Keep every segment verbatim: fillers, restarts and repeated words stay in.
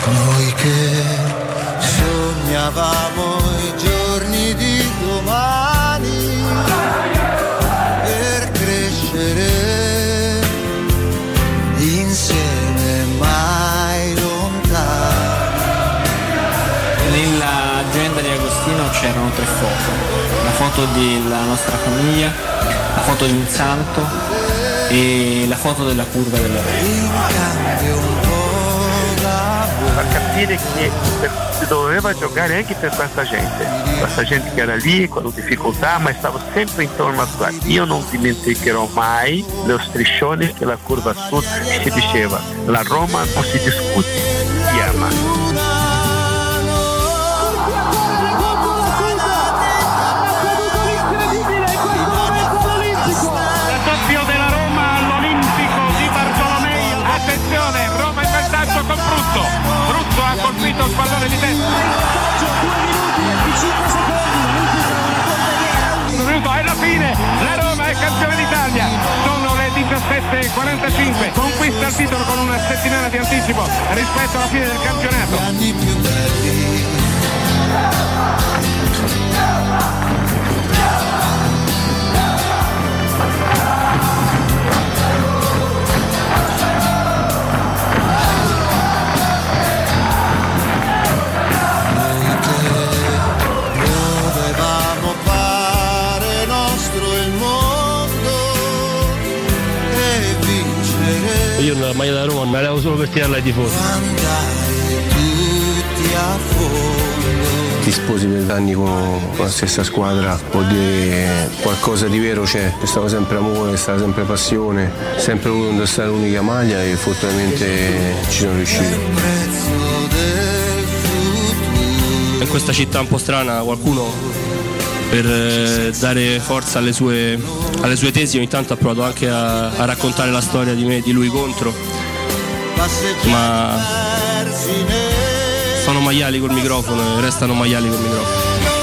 Noi che sognavamo i giorni di domani per crescere insieme mai lontani. Nell'agenda di Agostino c'erano tre foto: la foto della nostra famiglia, la foto di un santo e la foto della curva della Roma. A capire che si doveva giocare anche per questa gente, questa gente che era lì con difficoltà, ma stava sempre intorno a qua. Io non dimenticherò mai lo striscione che la curva sud si diceva: la Roma non si discute, si ama. Con Brutto, Brutto ha colpito il pallone di testa. Un minuto e alla fine la Roma è campione d'Italia. Sono le diciassette e quarantacinque, conquista il titolo con una settimana di anticipo rispetto alla fine del campionato. Anni più belli. Io nella maglia da Roma me la levo solo per tirarla ai tifosi. Ti sposi per anni con la stessa squadra, vuol dire qualcosa di vero c'è, c'è stato sempre amore, c'è stata sempre passione, sempre voluto indossare l'unica maglia e fortunatamente ci sono riuscito. In questa città un po' strana qualcuno per eh, dare forza alle sue, alle sue tesi ogni tanto ha provato anche a, a raccontare la storia di me e di lui contro, ma sono maiali col microfono e restano maiali col microfono.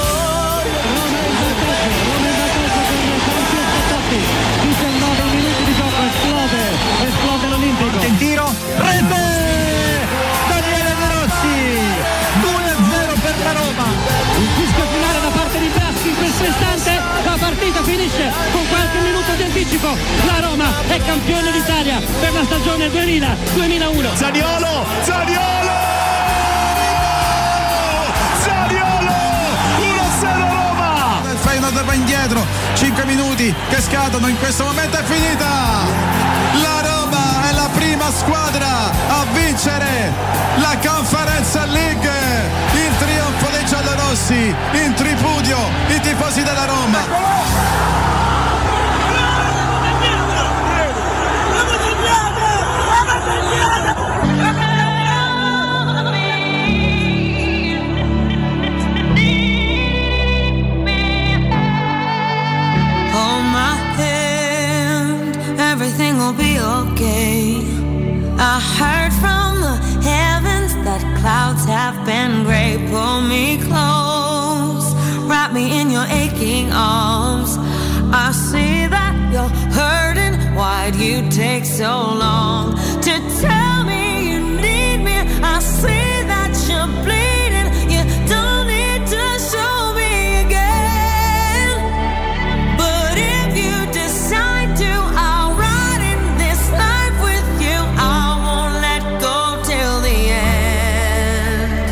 diciannove minuti di gioco, esplode, esplode l'Olimpico. Il tiro, rete! Daniele De Rossi, due a zero per la Roma. Il fischio finale da parte di Braschi in questo istante, la partita finisce con qualche minuto di anticipo. La Roma è campione d'Italia per la stagione duemila duemilauno. Zaniolo, Zaniolo! Zaniolo! uno a zero Roma! Il Feyenoord va indietro, cinque minuti che scadono, in questo momento è finita. La Roma è la prima squadra a vincere la Conference League. Il trionfo dei giallorossi, in tripudio i tifosi della Roma. Everything will be okay. I heard from the heavens that clouds have been gray. Pull me close, wrap me in your aching arms. I see that you're hurting. Why'd you take so long to tell me you need me? I see that you're bleeding. You don't need to show me again. But if you decide to, I'll ride in this life with you. I won't let go till the end.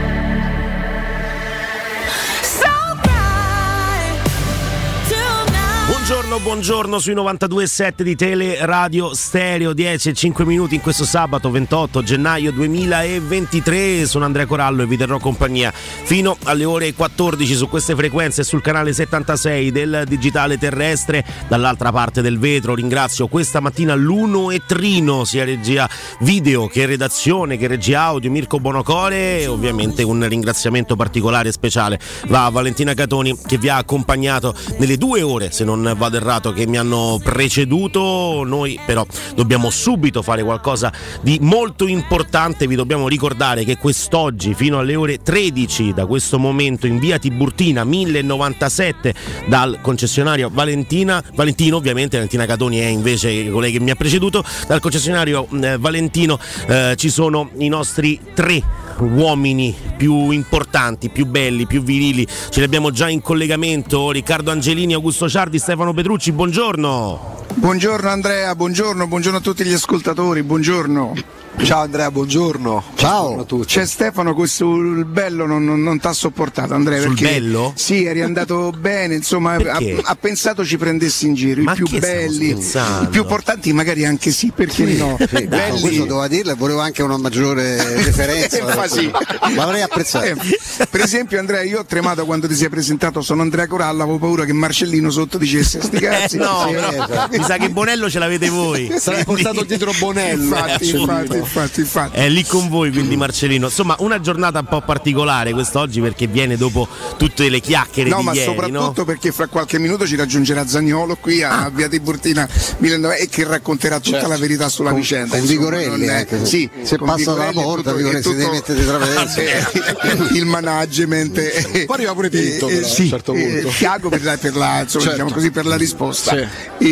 So cry tonight. Buongiorno, buongiorno sui novantadue virgola sette di Tele Radio Stereo, dieci e cinque minuti in questo sabato ventotto gennaio duemilaventitré. Sono Andrea Corallo e vi terrò compagnia fino alle ore quattordici su queste frequenze e sul canale settantasei del digitale terrestre. Dall'altra parte del vetro ringrazio questa mattina l'Uno e Trino, sia regia video che redazione che regia audio, Mirko Bonocore, e ovviamente un ringraziamento particolare e speciale va a Valentina Catoni che vi ha accompagnato nelle due ore, se non vado errato, che mi hanno preceduto. Noi però dobbiamo subito fare qualcosa di molto importante. Vi dobbiamo ricordare che quest'oggi fino alle ore tredici, da questo momento, in via Tiburtina mille novantasette dal concessionario Valentina Valentino, ovviamente Valentina Catoni è invece colei che mi ha preceduto, dal concessionario eh, Valentino eh, ci sono i nostri tre uomini più importanti, più belli, più virili, ce li abbiamo già in collegamento. Riccardo Angelini, Augusto Ciardi, Stefano Petrucci, buongiorno. Buongiorno Andrea, buongiorno, buongiorno a tutti gli ascoltatori, buongiorno. Ciao Andrea, buongiorno. Ciao a tutti. C'è Stefano, questo il bello non, non, non ti ha sopportato, Andrea. Sul perché bello? Sì, eri andato bene, insomma, ha, ha pensato ci prendessi in giro. Ma i più che belli, i più importanti magari anche sì, perché sì, no? Sì, belli. Questo doveva dirlo e volevo anche una maggiore referenza. Ma sì. L'avrei apprezzato. Eh, per esempio Andrea, io ho tremato quando ti sei presentato, sono Andrea Coralla, avevo paura che Marcellino sotto dicesse sti cazzi. Eh, no, sì, no. esatto. Mi sa che Bonello ce l'avete voi. Sarei portato dietro Bonello. Infatti, infatti, infatti, infatti. È lì con voi, quindi Marcellino. Insomma, una giornata un po' particolare quest'oggi perché viene dopo tutte le chiacchiere no, di ma ieri, soprattutto no? perché fra qualche minuto ci raggiungerà Zaniolo qui a ah. Via Tiburtina e che racconterà tutta certo. la verità sulla con, vicenda. Con Vigorelli, anche se, sì, se passa dalla porta, Vigorelli si deve mettere di traverso. Il management. Poi arriva pure Pinto, però, sì, a un certo punto. Chiago per la, per la, insomma, certo. diciamo così, per la risposta. Sì.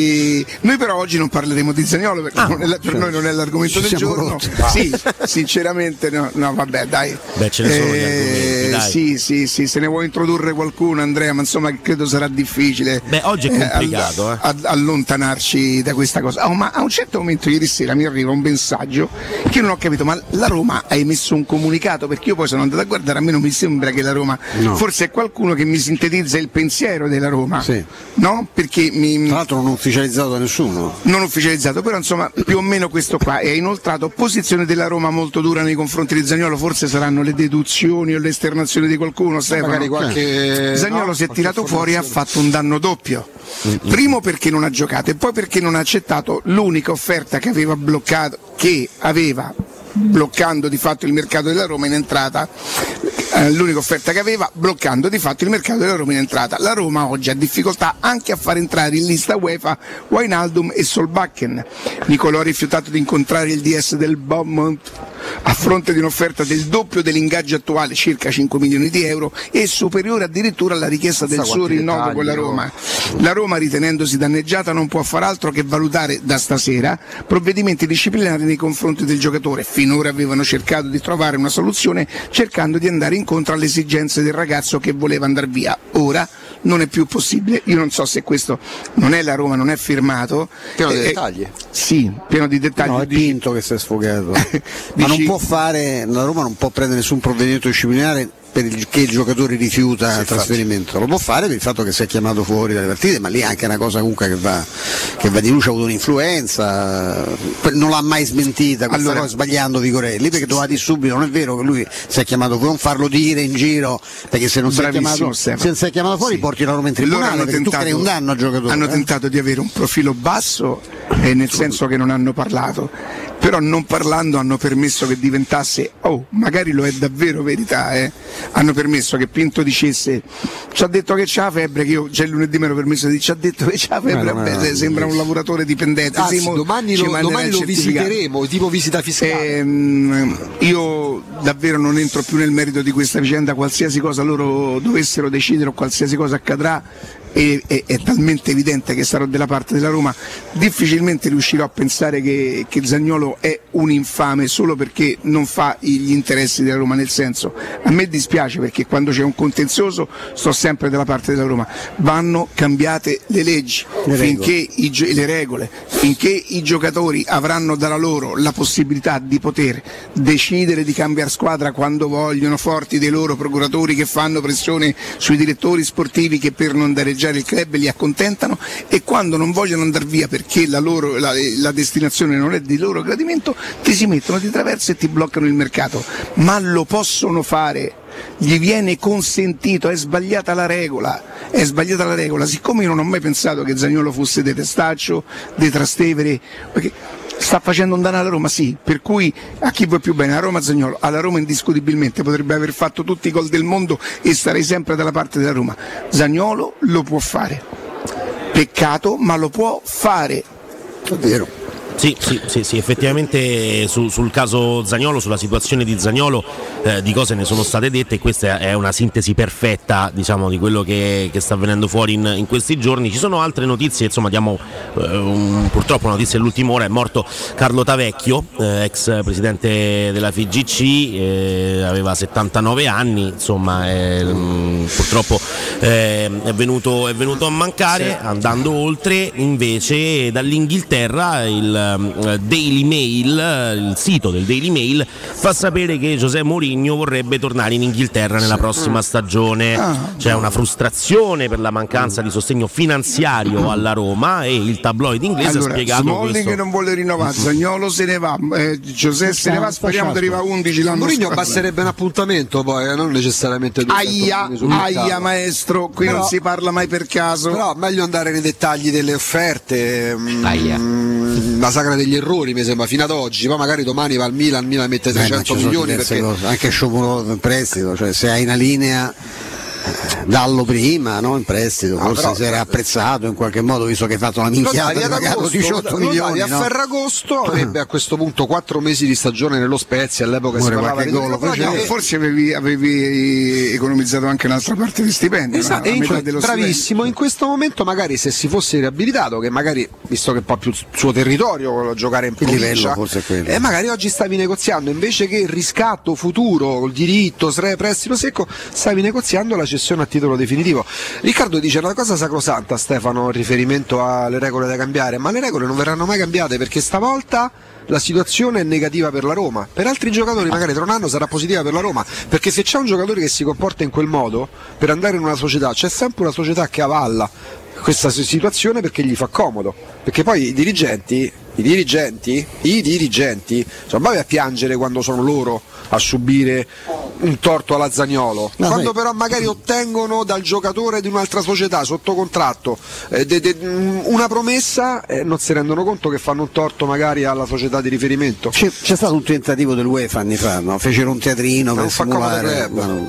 E noi però oggi non parleremo di Zaniolo perché ah, non è, per certo. noi non è l'argomento Ci del giorno. Rotti. Sì, sinceramente no, no, vabbè, dai. Beh, ce ne sono gli argomenti, dai. Sì, sì, sì, se ne vuoi introdurre qualcuno, Andrea, ma insomma credo sarà difficile. Beh, oggi è complicato, eh, all- eh. allontanarci da questa cosa. Oh, ma a un certo momento ieri sera mi arriva un messaggio che io non ho capito, ma la Roma ha emesso un comunicato, perché io poi sono andato a guardare, a me non mi sembra che la Roma, no. Forse è qualcuno che mi sintetizza il pensiero della Roma, sì. No? Perché mi... Tra l'altro non ufficializzato da nessuno. Non ufficializzato, però insomma più o meno questo qua è inoltrato. Posizione della Roma molto dura nei confronti di Zaniolo, forse saranno le deduzioni o le esternazioni di qualcuno, Stefano. Magari qualche... Zaniolo no, si è tirato fuori e ha fatto un danno doppio. Primo perché non ha giocato e poi perché non ha accettato l'unica offerta che aveva bloccato, che aveva bloccando di fatto il mercato della Roma in entrata, eh, l'unica offerta che aveva bloccando di fatto il mercato della Roma in entrata. La Roma oggi ha difficoltà anche a far entrare in lista UEFA Wijnaldum e Solbakken. Nicolò ha rifiutato di incontrare il D S del Bournemouth a fronte di un'offerta del doppio dell'ingaggio attuale, circa cinque milioni di euro, e superiore addirittura alla richiesta del suo rinnovo con la Roma. La Roma, ritenendosi danneggiata, non può far altro che valutare da stasera provvedimenti disciplinari nei confronti del giocatore. Finora avevano cercato di trovare una soluzione cercando di andare incontro alle esigenze del ragazzo che voleva andare via. Ora non è più possibile. Io non so se questo non è la Roma, non è firmato. Pieno di eh, dettagli. Sì, pieno di dettagli. No, è Pinto che si è sfogato. Ma non può fare, la Roma non può prendere nessun provvedimento disciplinare per il che il giocatore rifiuta sì, il trasferimento. Infatti. Lo può fare per il fatto che si è chiamato fuori dalle partite, ma lì è anche una cosa comunque che va, che va di luce, ha avuto un'influenza, non l'ha mai smentita questa allora, cosa, sbagliando Vigorelli, perché doveva dire subito, non è vero che lui si è chiamato fuori, non farlo dire in giro, perché se non si è chiamato, se non si è chiamato fuori sì. Porti la Roma in tribunale, perché tentato, tu crei un danno al giocatore. Hanno eh? tentato di avere un profilo basso, eh, nel senso che non hanno parlato, però non parlando hanno permesso che diventasse, oh, magari lo è davvero verità, eh. Hanno permesso che Pinto dicesse ci ha detto che c'ha la febbre, che io già il lunedì mi ero permesso di dire ci ha detto che c'ha la febbre, no, no, no, sembra un lavoratore dipendente. Anzi, sì, domani lo, domani lo visiteremo, tipo visita fiscale. Ehm, io davvero non entro più nel merito di questa vicenda, qualsiasi cosa loro dovessero decidere o qualsiasi cosa accadrà, È, è, è talmente evidente che sarò della parte della Roma, difficilmente riuscirò a pensare che, che Zaniolo è un infame solo perché non fa gli interessi della Roma, nel senso, a me dispiace perché quando c'è un contenzioso sto sempre dalla parte della Roma, vanno cambiate le leggi, le finché regole. I, le regole, finché i giocatori avranno dalla loro la possibilità di poter decidere di cambiare squadra quando vogliono, forti dei loro procuratori che fanno pressione sui direttori sportivi che per non dare il club li accontentano, e quando non vogliono andare via perché la, loro, la, la destinazione non è di loro gradimento ti si mettono di traverso e ti bloccano il mercato, ma lo possono fare, gli viene consentito, è sbagliata la regola, è sbagliata la regola, siccome io non ho mai pensato che Zaniolo fosse De Testaccio, De Trastevere, perché sta facendo un danno alla Roma, sì, per cui a chi vuoi più bene, a Roma Zaniolo, alla Roma indiscutibilmente potrebbe aver fatto tutti i gol del mondo e starei sempre dalla parte della Roma. Zaniolo lo può fare, peccato, ma lo può fare. È vero. Sì, sì, sì, sì, effettivamente su, sul caso Zaniolo, sulla situazione di Zaniolo, eh, di cose ne sono state dette e questa è una sintesi perfetta, diciamo, di quello che, che sta venendo fuori in, in questi giorni. Ci sono altre notizie, insomma, diamo eh, un, purtroppo una notizia dell'ultima ora: è morto Carlo Tavecchio, eh, ex presidente della F I G C, eh, aveva settantanove anni, insomma, eh, purtroppo eh, è, venuto, è venuto a mancare. Sì. Andando oltre, invece, dall'Inghilterra il Daily Mail, il sito del Daily Mail, fa sapere che José Mourinho vorrebbe tornare in Inghilterra nella prossima stagione. C'è una frustrazione per la mancanza di sostegno finanziario alla Roma e il tabloid inglese allora, ha spiegato Smalling questo. Che non vuole rinnovare, Zaniolo se ne va, eh, José se ne va, speriamo di arrivare a undici l'anno Mourinho basterebbe un appuntamento, poi eh, non necessariamente aia, aia maestro, qui però, non si parla mai per caso. Però meglio andare nei dettagli delle offerte. Aia. Mh, la sagra degli errori mi sembra fino ad oggi, poi magari domani va al Milan, Milan mette trecento eh, milioni perché... anche Sciomuro in prestito, cioè se hai una linea dallo prima, no? In prestito, no, forse però, si era apprezzato in qualche modo, visto che hai fatto una minchiata di pagato diciotto milioni, a no? Ferragosto avrebbe a questo punto quattro mesi di stagione nello Spezia, all'epoca si parlava di gol, e... forse avevi, avevi economizzato anche un'altra parte di stipendio, esatto, no? in, dello bravissimo stipendio. In questo momento magari se si fosse riabilitato, che magari visto che poi più suo territorio giocare in provincia, e magari oggi stavi negoziando invece che il riscatto futuro, il diritto, prestito secco, stavi negoziando la cessione a titolo definitivo. Riccardo dice una cosa sacrosanta, Stefano, in riferimento alle regole da cambiare, ma le regole non verranno mai cambiate perché stavolta la situazione è negativa per la Roma, per altri giocatori magari tra un anno sarà positiva per la Roma, perché se c'è un giocatore che si comporta in quel modo per andare in una società, c'è sempre una società che avalla questa situazione perché gli fa comodo, perché poi i dirigenti i dirigenti i dirigenti sono bravi a piangere quando sono loro a subire un torto alla Zaniolo, no, quando sì. Però magari ottengono dal giocatore di un'altra società sotto contratto eh, de, de, una promessa e eh, non si rendono conto che fanno un torto magari alla società di riferimento. C'è, c'è stato un tentativo dell'UEFA anni fa, no? Fecero un teatrino per simulare,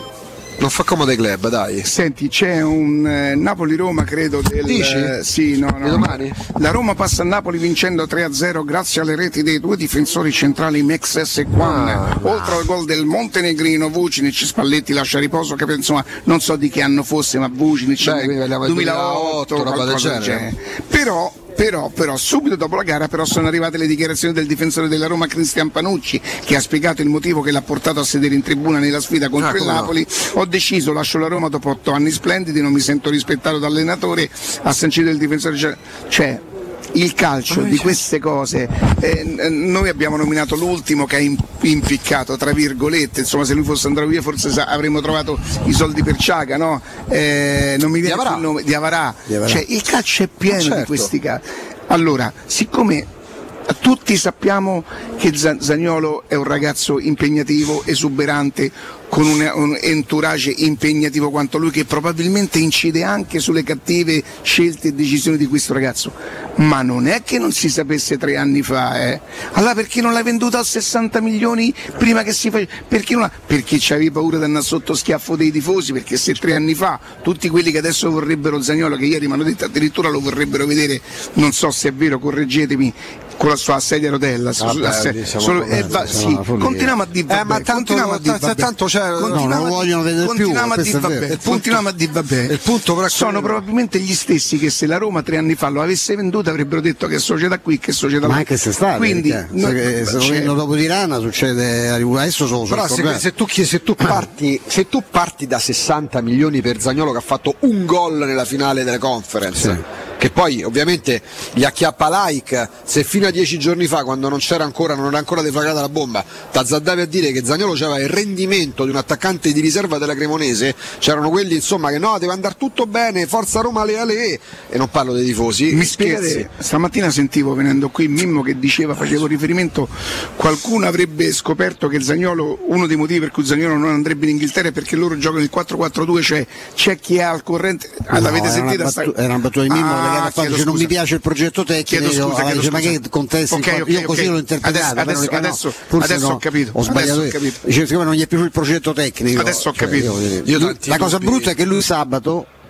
non fa comodo ai club, dai. Senti, c'è un eh, Napoli-Roma, credo del Dici? Eh, sì, no, no. Domani? La Roma passa a Napoli vincendo tre a zero grazie alle reti dei due difensori centrali Mexes e Quan. Ah, oltre no. al gol del montenegrino Vucinic, Spalletti lascia riposo, che insomma non so di che anno fosse, ma Vucinic duemilaotto, roba del genere. Però Però, però subito dopo la gara però sono arrivate le dichiarazioni del difensore della Roma Cristian Panucci, che ha spiegato il motivo che l'ha portato a sedere in tribuna nella sfida contro ah, il Napoli. No. Ho deciso, lascio la Roma dopo otto anni splendidi, non mi sento rispettato dall'allenatore, ha sancito il difensore. Cioè il calcio di queste cose, eh, noi abbiamo nominato l'ultimo che ha impiccato tra virgolette, insomma se lui fosse andato via forse sa, avremmo trovato i soldi per Ciaga, no? Eh, non mi viene il nome di Avarà. Cioè il calcio è pieno certo. di questi casi. Allora, siccome tutti sappiamo che Zaniolo è un ragazzo impegnativo, esuberante, con un, un entourage impegnativo quanto lui, che probabilmente incide anche sulle cattive scelte e decisioni di questo ragazzo, ma non è che non si sapesse tre anni fa, eh? Allora perché non l'hai venduto a sessanta milioni prima che si facesse? Perché, non... perché c'avevi paura di andare sotto schiaffo dei tifosi? Perché se tre anni fa tutti quelli che adesso vorrebbero Zaniolo, che ieri mi hanno detto addirittura lo vorrebbero vedere, non so se è vero, correggetemi, con la sua sedia a rotella, vabbè, se... solo... eh, va... sì. continuiamo a dire vabbè, eh, ma tanto, a dire vabbè. tanto c'è no, non lo vogliono vedere più, continuiamo a dire vabbè, continuiamo a dire vabbè. Il punto però sono probabilmente gli stessi che se la Roma tre anni fa lo avesse venduto avrebbero detto che società qui, che società là. Ma anche se sta, quindi no, se, se lo vendono dopo di Rana succede adesso solo però se, se tu se tu parti se tu parti da sessanta milioni per Zaniolo che ha fatto un gol nella finale delle Conference, sì. che poi ovviamente gli acchiappa like, se fino a dieci giorni fa, quando non c'era ancora, non era ancora deflagrata la bomba, t'azzardavi a dire che Zaniolo aveva il rendimento di un attaccante di riserva della Cremonese, c'erano quelli insomma che no, deve andare tutto bene, forza Roma le ale, e non parlo dei tifosi. Mi spiegate, stamattina sentivo venendo qui Mimmo che diceva, facevo riferimento, qualcuno avrebbe scoperto che Zaniolo, uno dei motivi per cui Zaniolo non andrebbe in Inghilterra è perché loro giocano il quattro quattro due, cioè c'è chi è al corrente, no, l'avete sentita? Sta... Era una battuta di Mimmo, ah, dice, non mi piace il progetto tecnico, chiedo scusa, chiedo dice, ma che contesti, okay, okay, io così okay. l'ho interpretato, adesso, adesso, adesso, no, adesso no, ho capito, ho sbagliato, adesso ho capito. Dice, siccome non gli è piaciuto il progetto tecnico, adesso ho cioè, capito. Io, io la cosa brutta è che lui sabato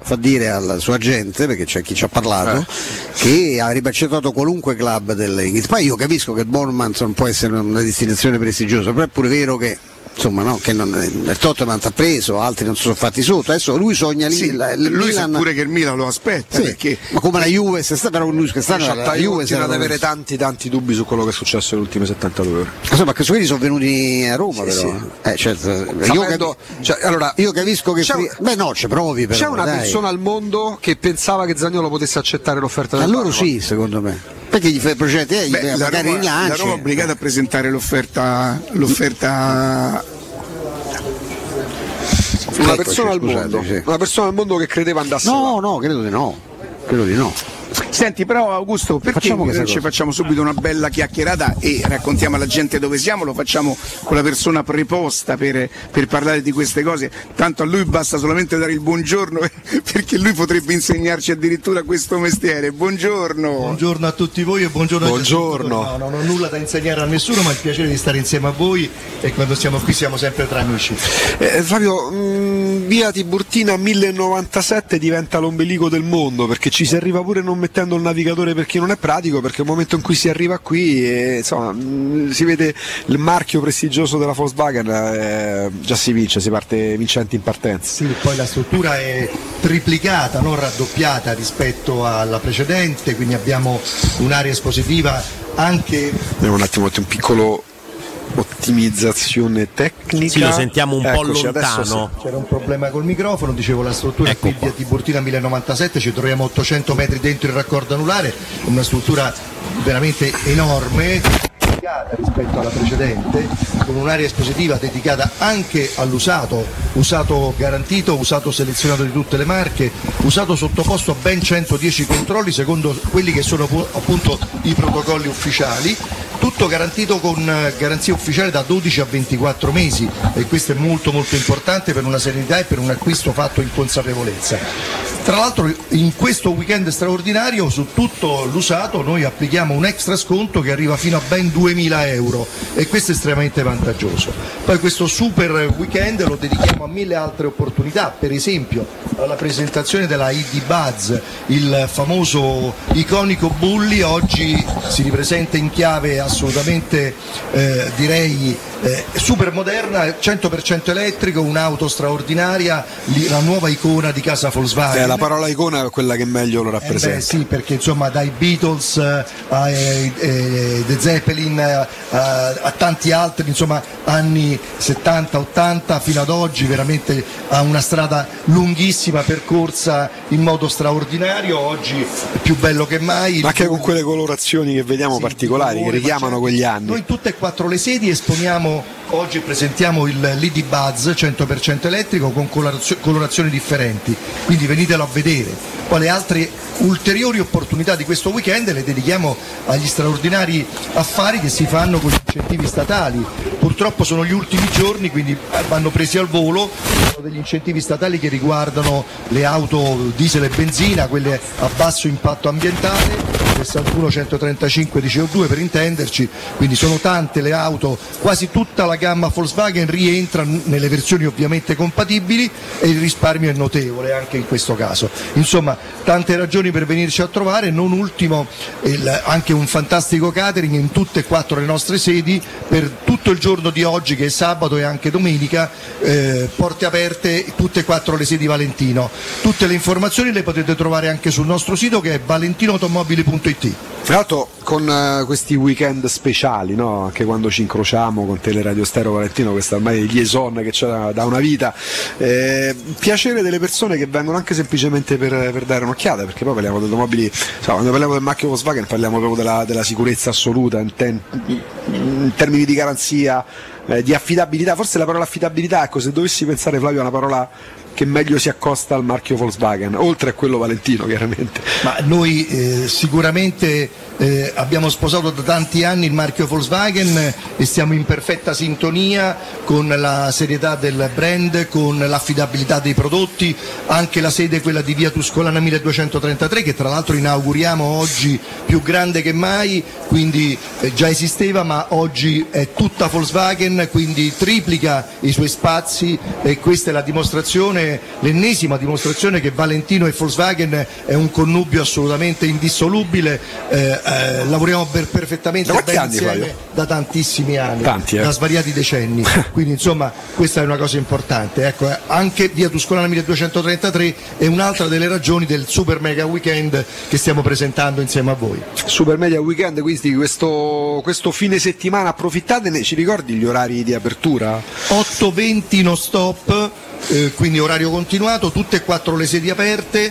fa dire al suo agente, perché c'è chi ci ha parlato, eh. che avrebbe accettato qualunque club dell'Inghilterra. Poi io capisco che il Bournemouth non può essere una destinazione prestigiosa, però è pure vero che insomma no, che non, il Tottenham ha preso, altri non si sono fatti sotto, adesso lui sogna lì, sì, il, il lui Milan... sa pure che il Milan lo aspetta, sì, perché... ma come la Juve, se sta, però lui quest'anno la Juve continua ad avere tanti tanti dubbi su quello che è successo negli ultimi settantadue ore. Insomma, che quelli sono venuti a Roma, sì, però. Sì. Eh, certo. Io, Sapendo, capi... cioè, allora, io capisco che. C'è, pri... Beh, no, ci provi però. C'è una dai. persona al mondo che pensava che Zaniolo potesse accettare l'offerta del Parma. Parma. Allora sì, secondo me. Perché gli fai il progetto? Eh, Beh, la, Roma, la Roma è obbligata a presentare l'offerta. l'offerta... Una persona al mondo, sì. Una persona al mondo che credeva andasse no, là. No, credo di no. Credo di no. Senti, però Augusto, perché facciamo non ci facciamo subito una bella chiacchierata e raccontiamo alla gente dove siamo, lo facciamo con la persona preposta per, per parlare di queste cose, tanto a lui basta solamente dare il buongiorno perché lui potrebbe insegnarci addirittura questo mestiere. Buongiorno. Buongiorno a tutti voi e buongiorno, buongiorno. a tutti. No, non ho nulla da insegnare a nessuno, ma il piacere di stare insieme a voi e quando siamo qui siamo sempre tra amici. Eh, Fabio, mh, via Tiburtina mille novantasette diventa l'ombelico del mondo, perché ci si arriva pure non mettendo il navigatore per chi non è pratico, perché nel momento in cui si arriva qui e, insomma, mh, si vede il marchio prestigioso della Volkswagen, eh, già si vince, si parte vincenti in partenza. Sì, poi la struttura è triplicata, non raddoppiata rispetto alla precedente, quindi abbiamo un'area espositiva anche... Vediamo un attimo un piccolo ottimizzazione tecnica. Sì, lo sentiamo un Eccoci, po' lontano. Sì. C'era un problema col microfono, dicevo la struttura ecco qui via Tiburtina mille novantasette, ci troviamo ottocento metri dentro il raccordo anulare, una struttura veramente enorme rispetto alla precedente, con un'area espositiva dedicata anche all'usato, usato garantito, usato selezionato di tutte le marche, usato sottoposto a ben centodieci controlli secondo quelli che sono appunto i protocolli ufficiali, tutto garantito con garanzia ufficiale da dodici a ventiquattro mesi e questo è molto molto importante per una serenità e per un acquisto fatto in consapevolezza. Tra l'altro in questo weekend straordinario su tutto l'usato noi applichiamo un extra sconto che arriva fino a ben duemila euro e questo è estremamente vantaggioso. Poi questo super weekend lo dedichiamo a mille altre opportunità, per esempio alla presentazione della I D Buzz, il famoso iconico Bulli, oggi si ripresenta in chiave assolutamente eh, direi eh, super moderna, cento per cento elettrico, un'auto straordinaria, la nuova icona di casa Volkswagen. Eh, la parola icona è quella che meglio lo rappresenta. Eh beh, sì, perché insomma dai Beatles eh, ai eh, The Zeppelin eh, a tanti altri, insomma anni settanta ottanta fino ad oggi, veramente ha una strada lunghissima percorsa in modo straordinario, oggi è più bello che mai. Ma anche con quelle colorazioni che vediamo sì, particolari, che richiamano quegli anni. Noi tutte e quattro le sedi esponiamo, oggi presentiamo il l'I D Buzz cento per cento elettrico con colorazio- colorazioni differenti, quindi venitelo a vedere. Poi le altre ulteriori opportunità di questo weekend le dedichiamo agli straordinari affari che si fanno con gli incentivi statali. Purtroppo sono gli ultimi giorni, quindi vanno presi al volo, sono degli incentivi statali che riguardano le auto diesel e benzina, quelle a basso impatto ambientale, sessantuno centotrentacinque di C O due per intenderci, quindi sono tante le auto, quasi tutta la gamma Volkswagen rientra nelle versioni ovviamente compatibili e il risparmio è notevole anche in questo caso. Insomma, tante ragioni per venirci a trovare, non ultimo il, anche un fantastico catering in tutte e quattro le nostre sedi per tutto il giorno di oggi che è sabato e anche domenica, eh, porte aperte tutte e quattro le sedi Valentino. Tutte le informazioni le potete trovare anche sul nostro sito che è valentinoautomobili punto it. Tra l'altro con uh, questi weekend speciali, no? Anche quando ci incrociamo con Teleradio Stereo Valentino, questa ormai liaison che c'è da, da una vita, eh, piacere delle persone che vengono anche semplicemente per, per dare un'occhiata, perché poi parliamo di automobili, so, quando parliamo del marchio Volkswagen parliamo proprio della, della sicurezza assoluta in, ten, in termini di garanzia, eh, di affidabilità. Forse la parola affidabilità, ecco, se dovessi pensare, Flavio, è una parola che meglio si accosta al marchio Volkswagen, oltre a quello Valentino chiaramente. Ma noi eh, sicuramente eh, abbiamo sposato da tanti anni il marchio Volkswagen e stiamo in perfetta sintonia con la serietà del brand, con l'affidabilità dei prodotti, anche la sede quella di via Tuscolana milleduecentotrentatré che tra l'altro inauguriamo oggi, più grande che mai, quindi eh, già esisteva ma oggi è tutta Volkswagen, quindi triplica i suoi spazi e questa è la dimostrazione dimostrazione, l'ennesima dimostrazione che Valentino e Volkswagen è un connubio assolutamente indissolubile. Eh, eh, lavoriamo per, perfettamente da bene anni, insieme Flavio? da tantissimi anni, Tanti, eh. da svariati decenni. Quindi insomma questa è una cosa importante. Ecco, eh, anche via Tuscolana milleduecentotrentatré è un'altra delle ragioni del super mega weekend che stiamo presentando insieme a voi. Super Media Weekend, quindi questo, questo fine settimana, approfittatene. Ci ricordi gli orari di apertura? otto venti non stop, eh, quindi orario continuato, tutte e quattro le sedi aperte,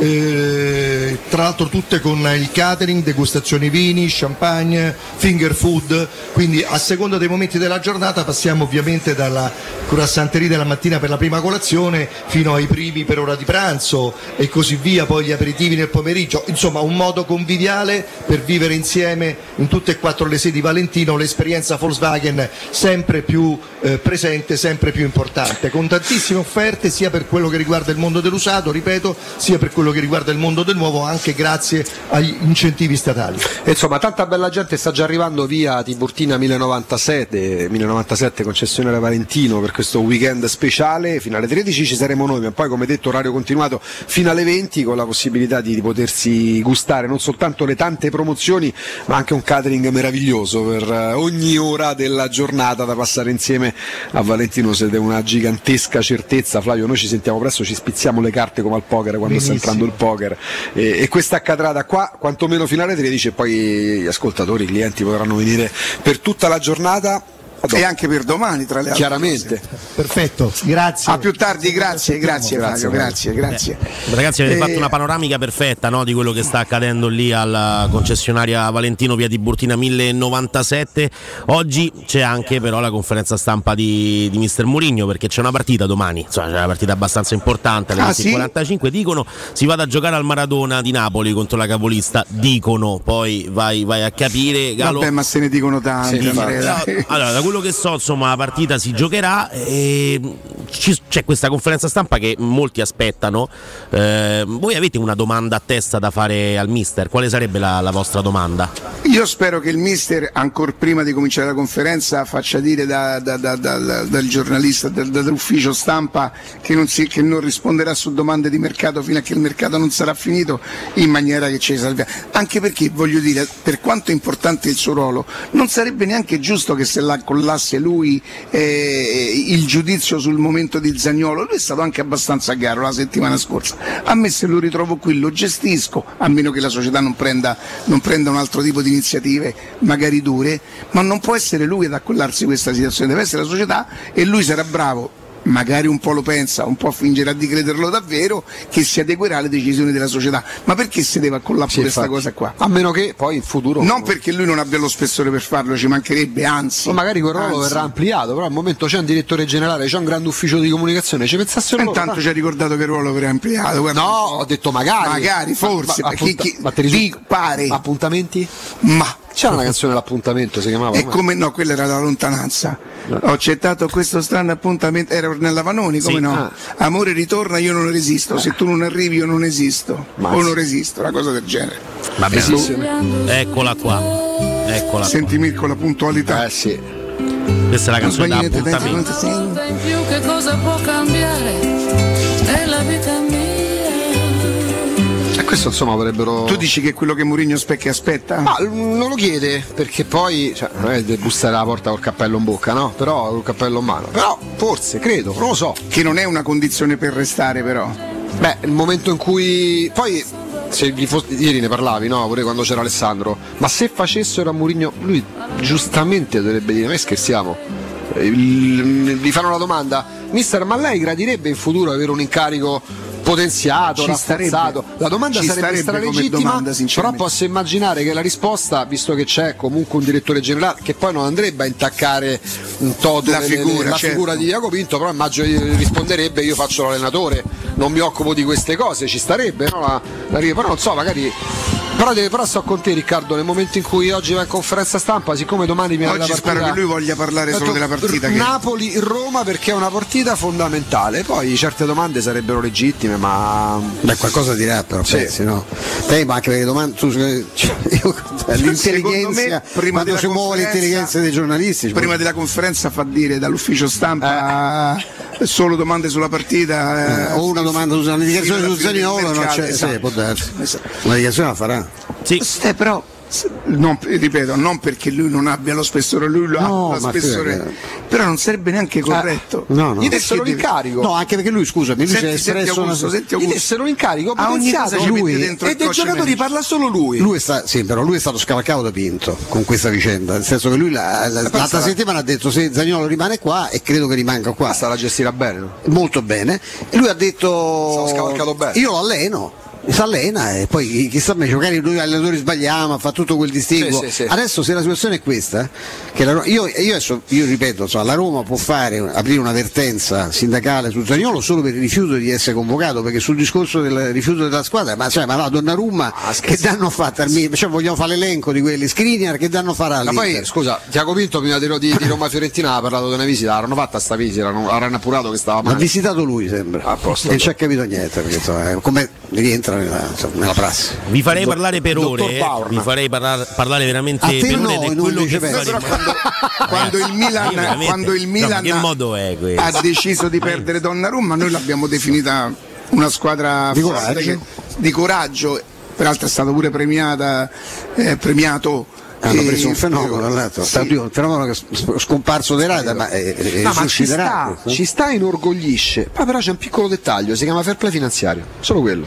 eh, tra l'altro tutte con il catering, degustazioni vini, champagne, finger food, quindi a seconda dei momenti della giornata passiamo ovviamente dalla croissanteria della mattina per la prima colazione fino ai primi per ora di pranzo e così via, poi gli aperitivi nel pomeriggio, insomma un modo conviviale per vivere insieme in tutte e quattro le sedi Valentino l'esperienza Volkswagen sempre più eh, presente, sempre più importante, con tantissime offerte sia per quello che riguarda il mondo dell'usato, ripeto, sia per quello che riguarda il mondo del nuovo, anche grazie agli incentivi statali. E insomma, tanta bella gente sta già arrivando via Tiburtina millecentonovantasette, millecentonovantasette concessionaria Valentino per questo weekend speciale. Fino alle tredici ci saremo noi, ma poi come detto orario continuato fino alle venti, con la possibilità di, di potersi gustare non soltanto le tante promozioni ma anche un catering meraviglioso per ogni ora della giornata da passare insieme a Valentino. Siete una gigantesca certezza, Flavio, noi ci sentiamo presto, ci spizziamo le carte come al poker quando Benissimo. sta entrando il poker e, e questa accadrà da qua quantomeno fino alle tredici e poi gli ascoltatori, i clienti potranno venire per tutta la giornata e anche per domani tra le altre chiaramente cose. Perfetto, grazie. A più tardi, grazie, grazie Flavio, grazie, grazie. Eh, ragazzi, avete Eh, fatto una panoramica perfetta, no, di quello che sta accadendo lì alla concessionaria Valentino via Tiburtina millecentonovantasette. Oggi c'è anche però la conferenza stampa di, di mister Mourinho, perché c'è una partita domani, insomma, c'è una partita abbastanza importante alle Ah, venti e sì? quarantacinque. Dicono si vada a giocare al Maradona di Napoli contro la capolista, dicono, poi vai, vai a capire. Galo... Vabbè, ma se ne dicono tanti. Sì, Fare, no, dai. allora, da quello che so, insomma, la partita si giocherà e ci- c'è questa conferenza stampa che molti aspettano. Eh, voi avete una domanda a testa da fare al mister? Quale sarebbe la, la vostra domanda? Io spero che il mister, ancora prima di cominciare la conferenza, faccia dire da, da, da, da, dal giornalista, da, dall'ufficio stampa che non, si, che non risponderà su domande di mercato fino a che il mercato non sarà finito, in maniera che ci salviamo. Anche perché, voglio dire, per quanto importante il suo ruolo, non sarebbe neanche giusto che se la collasse lui eh, il giudizio sul momento di Zaniolo. Lui è stato anche abbastanza chiaro la settimana scorsa. A me se lo ritrovo qui lo gestisco, a meno che la società non prenda, non prenda un altro tipo di iniziative magari dure, ma non può essere lui ad accollarsi questa situazione, deve essere la società e lui sarà bravo, magari un po' lo pensa, un po' fingerà di crederlo davvero, che si adeguerà alle decisioni della società. Ma perché si deve accollare Sì, pure questa infatti. cosa qua? A meno che poi in futuro Non perché lui non abbia lo spessore per farlo, ci mancherebbe, anzi. ma magari quel ruolo anzi. verrà ampliato, però al momento c'è un direttore generale, c'è un grande ufficio di comunicazione, ci pensassero loro. Intanto ci ha ricordato che il ruolo verrà ampliato. Guarda. No, ho detto magari. Magari, forse, Ma, ma, perché appunta- chi- ma ti risulta- dico, pare. Appuntamenti? Ma C'era una canzone L'appuntamento, si chiamava? e come no, quella era la lontananza. Ho accettato questo strano appuntamento, era Ornella Vanoni, come Sì, no? ah. Amore ritorna, io non resisto, se tu non arrivi io non esisto, Mazza. o non resisto, una cosa del genere. Va bene. Esiste. Eccola qua. Eccola Senti Mirko la puntualità. Eh sì. qua. Questa è la canzone da sbagli niente, appuntamento. tanto- in più che cosa può cambiare nella vita mia. E questo insomma avrebbero. Tu dici che è quello che Mourinho specchia aspetta? Ma non lo chiede, perché poi cioè, non è di bussare alla porta col cappello in bocca, no? Però col cappello in mano. Però forse, credo, non lo so. Che non è una condizione per restare però. Beh, il momento in cui. Poi se gli fos- ieri ne parlavi, no? Pure quando c'era Alessandro. Ma se facessero a Mourinho, lui giustamente dovrebbe dire, ma scherziamo. Il- Gli fanno una domanda, mister, ma lei gradirebbe in futuro avere un incarico potenziato, Ci rafforzato? starebbe. La domanda Ci sarebbe starebbe come stralegittima, domanda, però sinceramente. posso immaginare che la risposta, visto che c'è comunque un direttore generale che poi non andrebbe a intaccare un toto La le- le- figura, la certo. figura di Iago Pinto, però immagino che risponderebbe io faccio l'allenatore, non mi occupo di queste cose, ci starebbe, no? La, la, però non so, magari. Però, deve, però sto con te Riccardo, nel momento in cui oggi va in conferenza stampa, siccome domani viene la Oggi partita, spero che lui voglia parlare ho solo detto, della partita. Che... Napoli-Roma, perché è una partita fondamentale, poi certe domande sarebbero legittime, ma Beh, qualcosa dirà però, Sì. pensi, no? Te, ma anche perché domande tu, cioè, io- Secondo l'intelligenza, me, prima quando della si muove conferenza- l'intelligenza dei giornalisti, Prima della conferenza fa dire dall'ufficio stampa a, solo domande sulla partita. Eh, o una domanda sulla dichiarazione su Zaniolo, non c'è. Esatto. Sì, può darsi. Esatto. Una dichiarazione la farà. Sì. Ste, però. Non, ripeto, non perché lui non abbia lo spessore, lui lo no, ha lo spessore, che... però non sarebbe neanche corretto. Ah, no, no. Gli dessero l'incarico. No, anche perché lui, scusami, lui si è espresso Augusto, una... Gli dessero l'incarico potenziato lui e dei giocatori parla solo lui. Lui sta, sì, però lui è stato scavalcato da Pinto con questa vicenda, nel senso che lui la, la, l'altra sarà... settimana ha detto se Zaniolo rimane qua e credo che rimanga qua. Sta la gestirà bene. No? Molto bene. E lui ha detto stato scavalcato bene. Io lo alleno. Si allena e poi chissà me, magari noi allenatori sbagliamo, fa tutto quel distinguo. Sì, sì, sì. Adesso se la situazione è questa, che la, io, io, adesso, io ripeto, insomma, la Roma può fare aprire un'avvertenza sindacale su Zaniolo solo per il rifiuto di essere convocato, perché sul discorso del rifiuto della squadra, ma cioè, ma no, Donnarumma ah, che danno fatta al Milan, cioè vogliamo fare l'elenco di quelli, Skriniar che danno farà all'Inter. Ma poi scusa, Tiago Pinto prima di, di, di Roma Fiorentina ha parlato di una visita, l'hanno fatta sta visita, l'hanno appurato che stava male. Ha visitato lui sembra. Ah, posto, e non ci ha capito niente, perché insomma, come rientra nella, insomma, nella prassi. Vi farei parlare per ore, eh. vi farei parlar, parlare veramente per no, ore di quello che fare. Quando, quando il Milan, quando il Milan no, che modo è ha deciso di perdere Donnarumma, noi l'abbiamo definita una squadra di coraggio, di coraggio. Peraltro è stata pure premiata, eh, premiato. Hanno preso un fenomeno, sì. Un fenomeno che è scomparso dei radar, ma, è, no, ma ci, sta, ci sta, inorgoglisce. Poi però c'è un piccolo dettaglio, si chiama fair play finanziario, solo quello.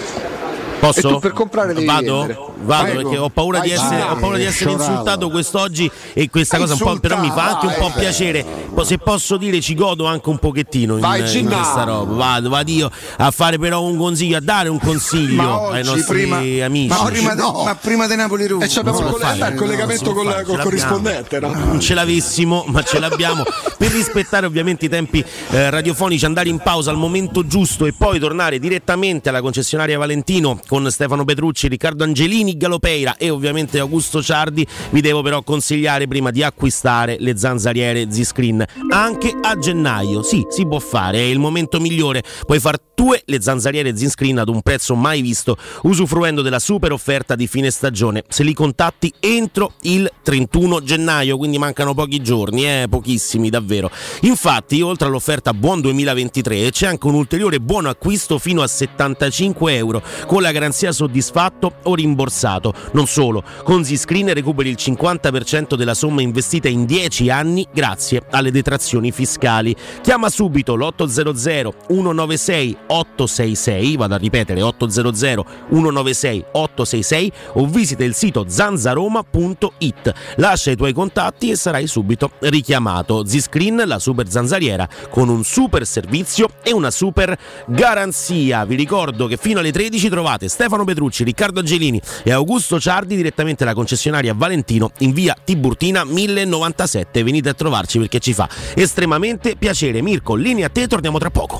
Posso? E tu per comprare devi Vado? vendere. Vado Prego. Perché ho paura Vai, di essere, vai, ho paura di essere Sciorallo. insultato quest'oggi e questa Vai, cosa un po', però mi fa anche un po' vai, piacere. Poi, se posso dire, ci godo anche un pochettino in, Vai, in questa roba. Vado, vado io a fare però un consiglio, a dare un consiglio oggi, ai nostri prima, amici. Ma prima, de, no. ma prima di Napoli-Roma. E abbiamo il, coll- il collegamento no, col, col corrispondente, no? Non ce l'avessimo, ma ce l'abbiamo. Per rispettare ovviamente i tempi eh, radiofonici, andare in pausa al momento giusto e poi tornare direttamente alla concessionaria Valentino con Stefano Petrucci, Riccardo Angelini, Galopeira e ovviamente Augusto Ciardi. Vi devo però consigliare prima di acquistare le zanzariere Z-Screen anche a gennaio. Sì, si può fare, è il momento migliore. Puoi far tue le zanzariere Z-Screen ad un prezzo mai visto, usufruendo della super offerta di fine stagione. Se li contatti entro il trentuno gennaio, quindi mancano pochi giorni, eh, pochissimi davvero. Infatti, oltre all'offerta Buon duemilaventitré, c'è anche un ulteriore buono acquisto fino a settantacinque euro con la garanzia soddisfatto o rimborsato. Non solo, con Z-Screen recuperi il cinquanta per cento della somma investita in dieci anni grazie alle detrazioni fiscali. Chiama subito l'ottocento centonovantasei ottocentosessantasei, vado a ripetere ottocento centonovantasei ottocentosessantasei o visita il sito zanzaroma punto it. Lascia i tuoi contatti e sarai subito richiamato. Z-Screen, la super zanzariera con un super servizio e una super garanzia. Vi ricordo che fino alle tredici trovate Stefano Petrucci, Riccardo Angelini e Augusto Ciardi direttamente alla concessionaria Valentino in via Tiburtina mille novantasette. Venite a trovarci perché ci fa estremamente piacere. Mirko, linea a te, torniamo tra poco.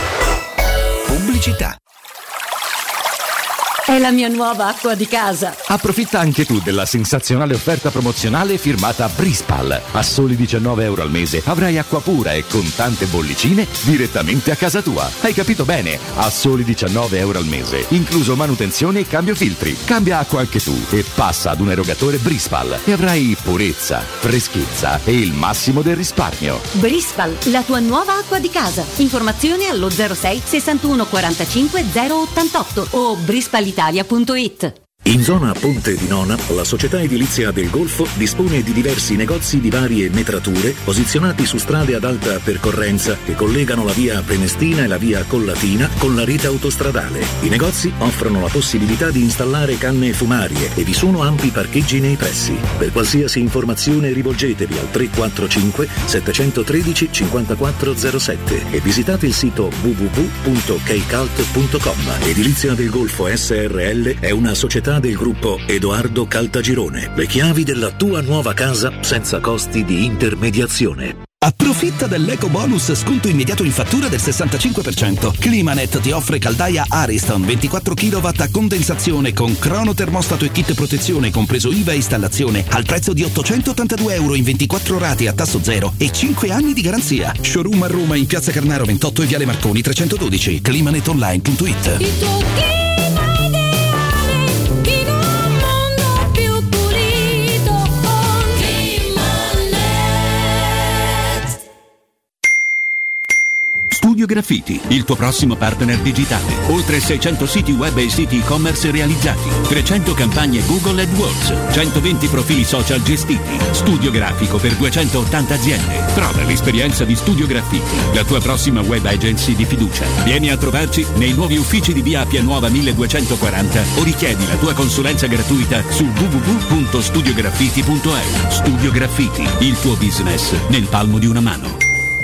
Pubblicità. È la mia nuova acqua di casa. Approfitta anche tu della sensazionale offerta promozionale firmata Brispal. A soli diciannove euro al mese avrai acqua pura e con tante bollicine direttamente a casa tua. Hai capito bene? A soli diciannove euro al mese, incluso manutenzione e cambio filtri. Cambia acqua anche tu e passa ad un erogatore Brispal e avrai purezza, freschezza e il massimo del risparmio. Brispal, la tua nuova acqua di casa. Informazioni allo zero sei sessantuno quarantacinque zero ottantotto o brispalitalia punto it. In zona Ponte di Nona, la società edilizia del Golfo dispone di diversi negozi di varie metrature posizionati su strade ad alta percorrenza che collegano la via Prenestina e la via Collatina con la rete autostradale. I negozi offrono la possibilità di installare canne fumarie e vi sono ampi parcheggi nei pressi. Per qualsiasi informazione rivolgetevi al tre quattro cinque sette uno tre cinque zero sette e visitate il sito w w w punto keicalt punto com. Edilizia del Golfo S R L è una società del gruppo Edoardo Caltagirone. Le chiavi della tua nuova casa senza costi di intermediazione. Approfitta dell'eco bonus sconto immediato in fattura del sessantacinque per cento. Climanet ti offre caldaia Ariston ventiquattro chilowatt a condensazione con crono termostato e kit protezione compreso I V A e installazione al prezzo di ottocentottantadue euro in ventiquattro rate a tasso zero e cinque anni di garanzia. Showroom a Roma in Piazza Carnaro ventotto e Viale Marconi trecentododici. climanetonline punto it. Studio Graffiti, il tuo prossimo partner digitale. Oltre seicento siti web e siti e-commerce realizzati, trecento campagne Google AdWords, centoventi profili social gestiti, studio grafico per duecentottanta aziende. Trova l'esperienza di Studio Graffiti, la tua prossima web agency di fiducia. Vieni a trovarci nei nuovi uffici di via Appia Nuova milleduecentoquaranta o richiedi la tua consulenza gratuita su w w w punto studio graffiti punto e u. Studio Graffiti, il tuo business nel palmo di una mano.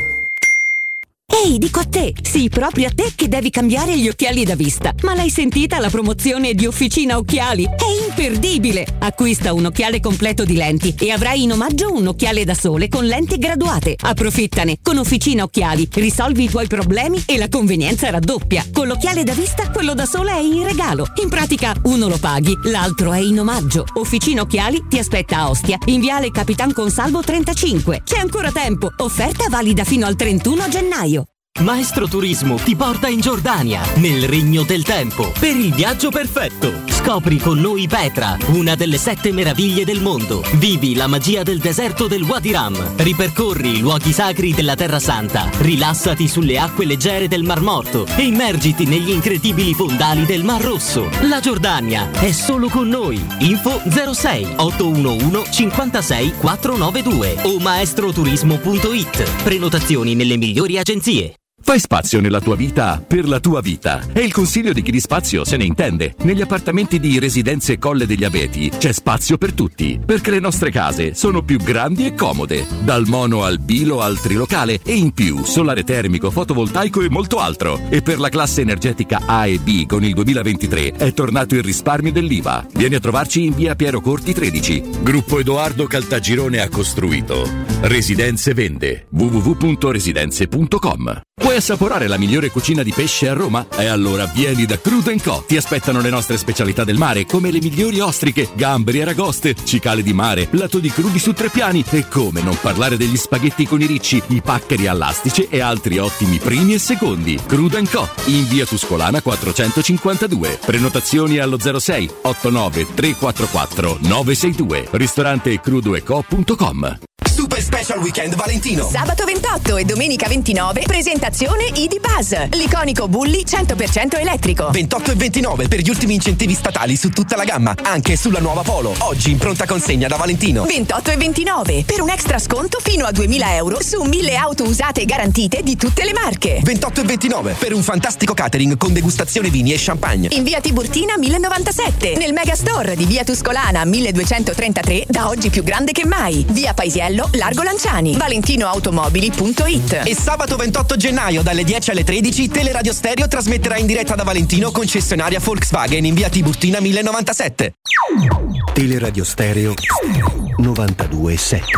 Ehi, dico a te, sì, proprio a te che devi cambiare gli occhiali da vista. Ma l'hai sentita la promozione di Officina Occhiali? È imperdibile! Acquista un occhiale completo di lenti e avrai in omaggio un occhiale da sole con lenti graduate. Approfittane! Con Officina Occhiali risolvi i tuoi problemi e la convenienza raddoppia. Con l'occhiale da vista, quello da sole è in regalo. In pratica, uno lo paghi, l'altro è in omaggio. Officina Occhiali ti aspetta a Ostia, in viale Capitan Consalvo trentacinque. C'è ancora tempo! Offerta valida fino al trentuno gennaio. Maestro Turismo ti porta in Giordania, nel Regno del Tempo, per il viaggio perfetto. Scopri con noi Petra, una delle sette meraviglie del mondo. Vivi la magia del deserto del Wadi Rum. Ripercorri i luoghi sacri della Terra Santa. Rilassati sulle acque leggere del Mar Morto e immergiti negli incredibili fondali del Mar Rosso. La Giordania è solo con noi. Info zero sei otto uno uno cinquantasei quattrocentonovantadue o maestroturismo punto it. Prenotazioni nelle migliori agenzie. Fai spazio nella tua vita per la tua vita. È il consiglio di chi di spazio se ne intende. Negli appartamenti di Residenze Colle degli Abeti c'è spazio per tutti, perché le nostre case sono più grandi e comode. Dal mono al bilo al trilocale e in più solare termico, fotovoltaico e molto altro. E per la classe energetica A e B con il duemilaventitré è tornato il risparmio dell'I V A. Vieni a trovarci in via Piero Corti tredici. Gruppo Edoardo Caltagirone ha costruito. Residenze vende. w w w punto residenze punto com. Vuoi assaporare la migliore cucina di pesce a Roma? E allora vieni da Crudo and Co. Ti aspettano le nostre specialità del mare, come le migliori ostriche, gamberi, aragoste, cicale di mare, lato di crudi su tre piani e come non parlare degli spaghetti con i ricci, i paccheri all'astice e altri ottimi primi e secondi. Crudo and Co. in via Tuscolana quattrocentocinquantadue. Prenotazioni allo zero sei otto nove tre quattro quattro nove sei due. Ristorante crudo e co punto com. Super Special Weekend Valentino. Sabato ventotto e domenica ventinove presentazione I D Buzz, l'iconico Bulli cento per cento elettrico. ventotto e ventinove per gli ultimi incentivi statali su tutta la gamma, anche sulla nuova Polo, oggi in pronta consegna da Valentino. ventotto e ventinove per un extra sconto fino a duemila euro su mille auto usate e garantite di tutte le marche. ventotto e ventinove per un fantastico catering con degustazione vini e champagne. In via Tiburtina mille novantasette, nel Megastore di via Tuscolana milleduecentotrentatré, da oggi più grande che mai. Via Paisiello, Largo Lanciani. valentinoautomobili punto it. E sabato ventotto gennaio dalle dieci alle tredici Teleradio Stereo trasmetterà in diretta da Valentino, concessionaria Volkswagen in via Tiburtina mille novantasette. Teleradio Stereo novantadue virgola sette.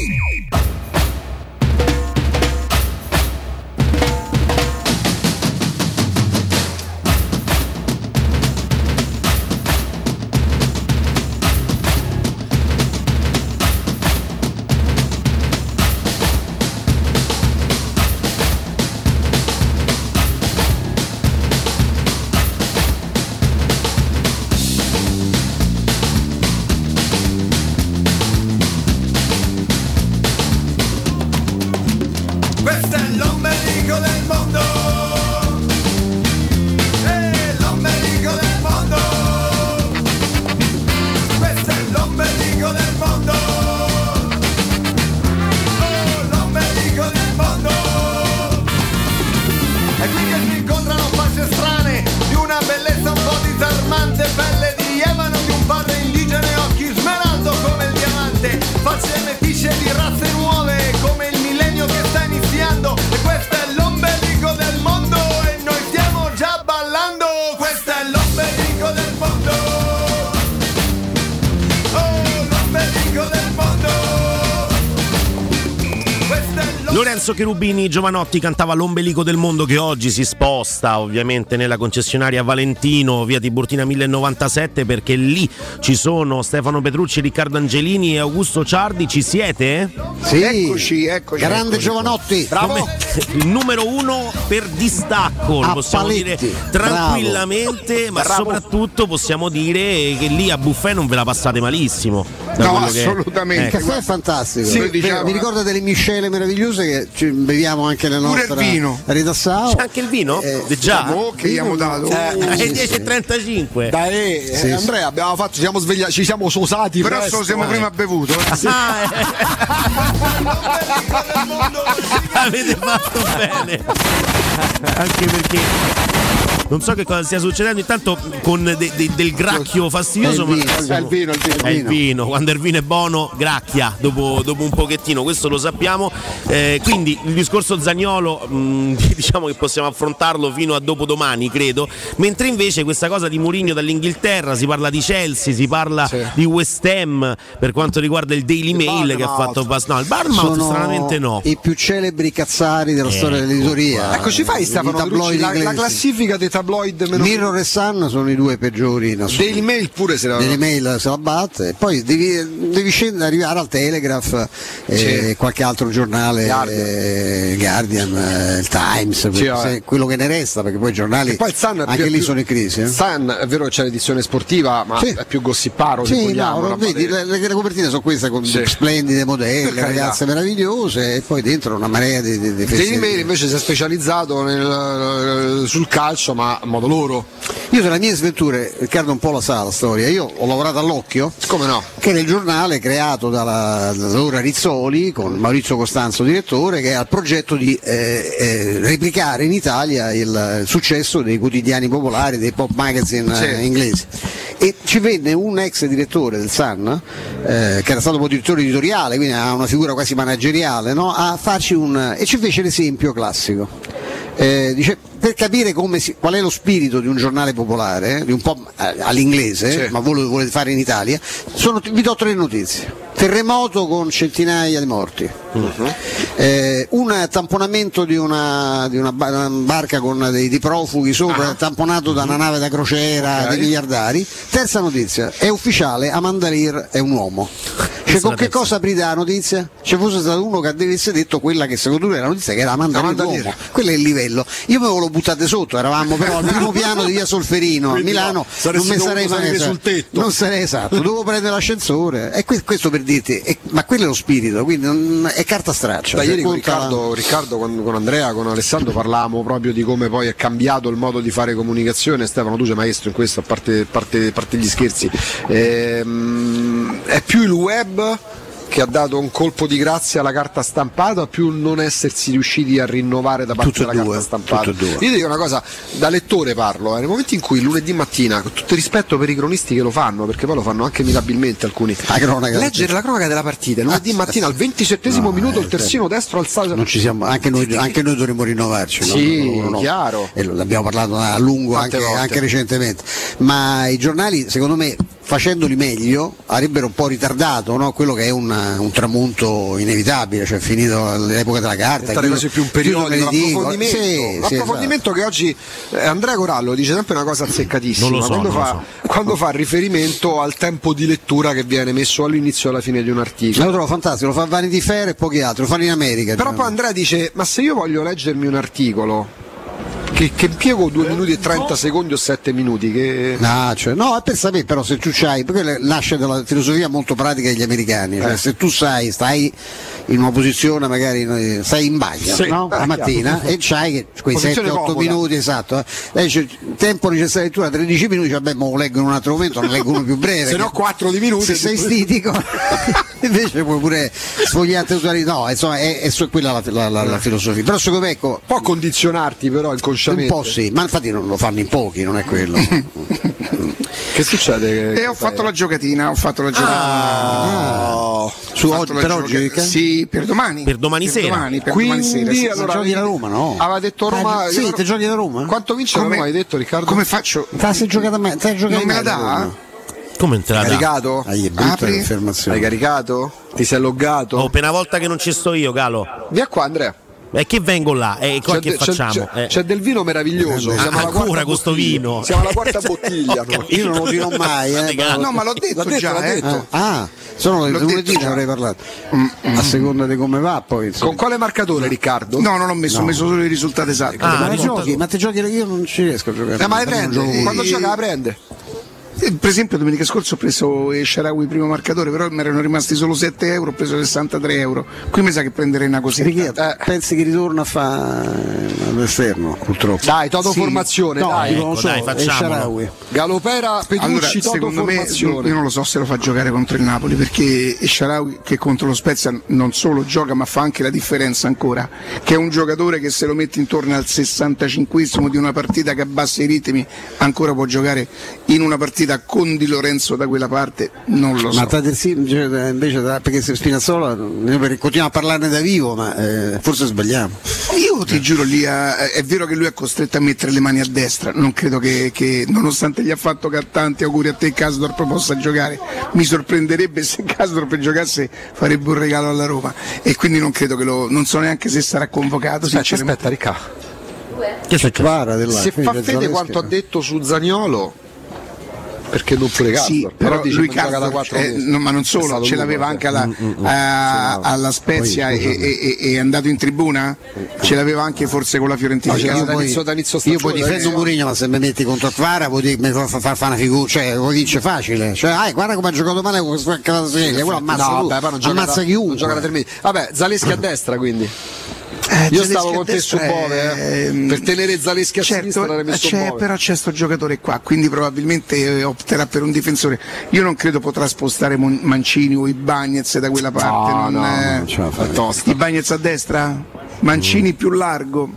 Lorenzo Cherubini Giovanotti cantava L'ombelico del mondo, che oggi si sposta ovviamente nella concessionaria Valentino, via Tiburtina mille novantasette, perché lì ci sono Stefano Petrucci, Riccardo Angelini e Augusto Ciardi. Ci siete? Sì, eccoci, eccoci. Grande eccoci. Giovanotti, bravo. Come, il numero uno per distacco, lo possiamo paletti. dire tranquillamente, bravo. Ma bravo. Soprattutto possiamo dire che lì a Buffet non ve la passate malissimo. No, assolutamente. Il caffè è fantastico. Sì, diciamo, mi ricorda delle miscele meravigliose che ci beviamo anche nel nostro Ritassao. C'è anche il vino? Eh, già? Oh, che abbiamo dato. Eh, Uh, è sì, dieci e trentacinque. Dai, eh, Sì, Andrea, abbiamo fatto, ci siamo svegliati, ci siamo sosati. Però presto, so siamo eh. prima bevuto. Eh. Ah, eh. Avete fatto bene. Anche perché non so che cosa stia succedendo intanto con de, de, del gracchio fastidioso, è il vino, ma È il vino, il vino. è il vino. Quando il vino è buono gracchia dopo, dopo un pochettino, questo lo sappiamo. Eh, quindi il discorso Zaniolo mh, diciamo che possiamo affrontarlo fino a dopodomani, credo, mentre invece questa cosa di Mourinho dall'Inghilterra, si parla di Chelsea, si parla Sì. di West Ham per quanto riguarda il Daily Mail che ha fatto no, il Bournemouth Sono stranamente no. i più celebri cazzari della Ecco storia dell'editoria. Ecco, ci fai I Stefano tabloid Petrucci, la, la inglesi. classifica dei tabloid meno Mirror e Sun sono i due peggiori in assoluto. Daily Mail pure se la Daily Mail se la batte, poi devi, devi scendere, arrivare al Telegraph e Sì. qualche altro giornale, Guardian. eh, Guardian, eh, il Times, Sì, se- vabbè. quello che ne resta, perché poi i giornali E poi il Sun è anche più- lì più- sono in crisi. Eh? Sun, è vero che c'è l'edizione sportiva, ma Sì. è più gossiparo se Sì, vogliamo. no, roba vedi, de- le, le copertine sono queste con Sì. splendide modelle, Per carità. ragazze meravigliose e poi dentro una marea di, di, di Daily fesserie. Mail invece si è specializzato nel, sul calcio, ma a modo loro. Io delle mie sventure, Riccardo un po' la sa la storia, io ho lavorato all'Occhio, Come no? che era il giornale creato dalla, dall'allora Rizzoli con Maurizio Costanzo direttore, che ha il progetto di eh, eh, replicare in Italia il, il successo dei quotidiani popolari, dei pop magazine Sì. eh, inglesi. E ci venne un ex direttore del Sun, eh, che era stato poi direttore editoriale, quindi ha una figura quasi manageriale, no? A farci un, e ci fece l'esempio classico. Eh, dice, per capire come si, qual è lo spirito di un giornale popolare, eh, di un po' all'inglese, Sì. ma voi lo volete fare in Italia, sono, vi do tre notizie. Terremoto con centinaia di morti, Uh-huh. eh, un tamponamento di una, di una ba- una barca con dei, dei profughi sopra, Ah. tamponato da una nave da crociera Ok. dei miliardari. Terza notizia, è ufficiale, Amanda Lear è un uomo. Cioè, con che cosa aprite la notizia? C'è fosse stato uno che avesse detto quella che secondo lui era la notizia, che era Amanda, Amanda Lear Lear. l'uomo. Quello è il livello. Io me lo buttate sotto, eravamo però al primo piano di via Solferino a Quindi Milano, no, saresti non mi dovuto sarei mai salire esatto. sul tetto. Non sarei esatto, dovevo prendere l'ascensore. E que- questo per dirti, e- ma quello è lo spirito, quindi non- è carta straccia. Da Cioè, ieri con conta- Riccardo, Riccardo con, con Andrea, con Alessandro parlavamo proprio di come poi è cambiato il modo di fare comunicazione. Stefano, tu sei maestro in questo, a parte, a parte, a parte gli scherzi. Ehm, è più il web che ha dato un colpo di grazia alla carta stampata, o più non essersi riusciti a rinnovare da parte Tutte e della due, carta stampata? tutte e due. Io dico una cosa, da lettore parlo, eh, nel momento in cui lunedì mattina, con tutto il rispetto per i cronisti che lo fanno, perché poi lo fanno anche mirabilmente alcuni, La cronaca. leggere la cronaca della partita, lunedì mattina al ventisettesimo No, minuto eh, il terzino destro alzato. Non ci siamo, anche noi, anche noi dovremmo rinnovarci. no? Sì, No, no, no. chiaro. E lo- l'abbiamo parlato a lungo Tante anche, volte. anche recentemente. Ma i giornali, secondo me, facendoli meglio, avrebbero un po' ritardato, no? Quello che è un, un tramonto inevitabile, cioè finito l'epoca della carta. Diventare quasi più un periodico, l'approfondimento, Sì, l'approfondimento che oggi eh, Andrea Corallo dice sempre una cosa azzeccatissima, Non lo so, quando, non lo fa, so. quando fa riferimento al tempo di lettura che viene messo all'inizio e alla fine di un articolo. Lo trovo fantastico, lo fa Vanity Fair e pochi altri, lo fanno in America. Però poi Andrea dice, ma se io voglio leggermi un articolo che, che impiego due minuti e trenta secondi o sette minuti, che... No, cioè, no, è per sapere però se tu c'hai, perché nasce dalla filosofia molto pratica degli americani, cioè, Eh. se tu sai, stai in una posizione magari, eh, stai in bagno, Sì. no? Ah, la mattina chiaro. e c'hai che quei Posizione sette otto comoda. minuti, esatto, eh. Lei dice tempo necessario di lettura tredici minuti, vabbè, ma lo leggo in un altro momento, non leggo uno più breve. Se no quattro di minuti. Se sei stitico invece puoi pure sfogliarti usuari, no, insomma è, è su- quella la, la, la, la filosofia. Però secondo me ecco, Può condizionarti però un inconsciamente. po' sì, ma infatti non lo fanno in pochi, non è quello. Che succede? E ho fatto la giocatina, ho fatto la giocatina. Ah, su Ho fatto oggi, la per gioca- oggi? Ricca? Sì, per domani. Per domani sera. Domani, per Quindi, domani sera. Sì, sì. allora, giochi da Roma, no? Aveva detto Roma. Ah, sì, te giochi da Roma? Quanto vince la Come- Roma? Hai detto Riccardo? Come faccio? Te la sei giocata mai? Te la giocato Non me la mai da dà? Roma? Come entrata? Caricato? Ah, gli è brutta Apri? l'affermazione. Hai caricato? Ti sei loggato? Oh, per una volta che non ci sto io, Galo. Via qua Andrea. E che vengo là? E qua C'è, che de- c'è- facciamo? c'è- Eh. c'è del vino meraviglioso. Ah, Siamo alla ancora quarta con sto bottiglia. vino? Siamo alla quarta bottiglia. Ho noi. capito. Io non lo dirò mai, eh, però- No, ma l'ho detto, L'ha detto, già, l'ha eh. detto. Ah, ah, sono le L'ho lunedì detto ne già. avrei parlato. A seconda di come va, poi. insomma. Con quale marcatore Riccardo? No, non ho messo, No. ho messo solo i risultati esatti. Ah, ma le risultato- giochi, ma te giochi io non ci riesco a giocare. Eh, ma le Non prende? gioco con- Quando gioca la prende? Per esempio domenica scorsa ho preso Sharawi primo marcatore, però mi erano rimasti solo sette euro, ho preso sessantatré euro. Qui mi sa che prenderei una cosetta. Eh. Pensi che ritorna a fare all'esterno, purtroppo? Dai, Toto Sì. formazione, No, dai. io non lo so, dai, è facciamolo. Sharawi. Galopera, Petrucci, Allora, Toto secondo me, formazione. io non lo so se lo fa giocare contro il Napoli, perché Sharawi che contro lo Spezia non solo gioca ma fa anche la differenza ancora, che è un giocatore che se lo metti intorno al sessantacinquesimo di una partita che abbassa i ritmi ancora può giocare in una partita con Di Lorenzo da quella parte, non lo so. Ma Tatersi invece, perché se Spinazzola, noi per- continuiamo a parlarne da vivo, ma eh, forse sbagliamo. Io ti giuro, lì a- è vero che lui è costretto a mettere le mani a destra, non credo che, che nonostante gli ha fatto tanti auguri a te Kasdorp possa giocare, mi sorprenderebbe se Kasdorp giocasse, farebbe un regalo alla Roma e quindi non credo che lo, non so neanche se sarà convocato. Aspetta, sinceramente. aspetta, Ricca. Che c'è Kvara della- Se quindi fa per fede Zaleschi, quanto ha no? detto su Zaniolo, perché non pure Castro? Sì, però dice lui che gioca da Castro, quattro eh, mesi. no, ma non È solo, stato ce lui, l'aveva guarda. anche alla, Mm, mm, mm. a- alla Spezia Poi, e, e- e- è andato in tribuna? Ce l'aveva anche forse con la Fiorentina. No, Io c'era poi- da inizio- da inizio Io poi stagione, difendo eh, Mourinho, ma se mi metti contro Kvara vuol dire che mi fa fare fa una figura, cioè vuol dire facile. Cioè, ah, guarda come ha giocato male con questa Casaglia, quello ammazza, no, tu, vabbè, poi non gioca ammazza da, chiunque. non gioca da tre mesi. Vabbè, Zaleschi a destra quindi. Eh, Io Zaleschi stavo a con te su destra Bove, è- eh. Per tenere Zaleschi a Certo, sinistra l'avrei messo c'è, Bove. però c'è sto giocatore qua, quindi probabilmente eh, opterà per un difensore. Io non credo potrà spostare Mon- Mancini o Ibañez da quella parte. No, non, no, eh, non ce la fa, è tosta. Ibañez a destra? Mancini più largo?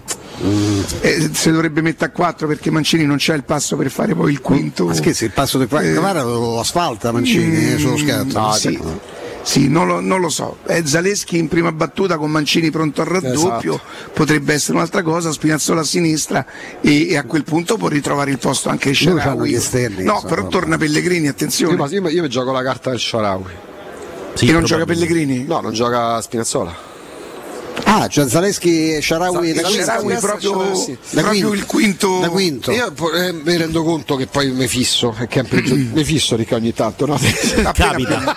Eh, si dovrebbe mettere a quattro perché Mancini non c'ha il passo per fare poi il quinto. Ma scherzi, il passo del Kvara lo asfalta Mancini eh, sullo scatto. No, sì. Sì, non lo, non lo so. È Zaleschi in prima battuta con Mancini pronto al raddoppio, Esatto. potrebbe essere un'altra cosa, Spinazzola a sinistra e, e a quel punto può ritrovare il posto anche Lui fanno Sharawi. gli esterni, No, insomma, però vabbè. torna Pellegrini, attenzione. Io, io, io mi gioco la carta del Sharawi. Sì, e non gioca probabilmente. Pellegrini? No, non gioca Spinazzola. Ah, cioè Zaleschi e Sharawi da Zaleschi, quinto. Sharawi proprio, sì. Da proprio quinto. il quinto. Da quinto. Io eh, mi rendo conto che poi mi fisso, è che è peggio- mi fisso Ricca ogni tanto, no? Appena- Capita.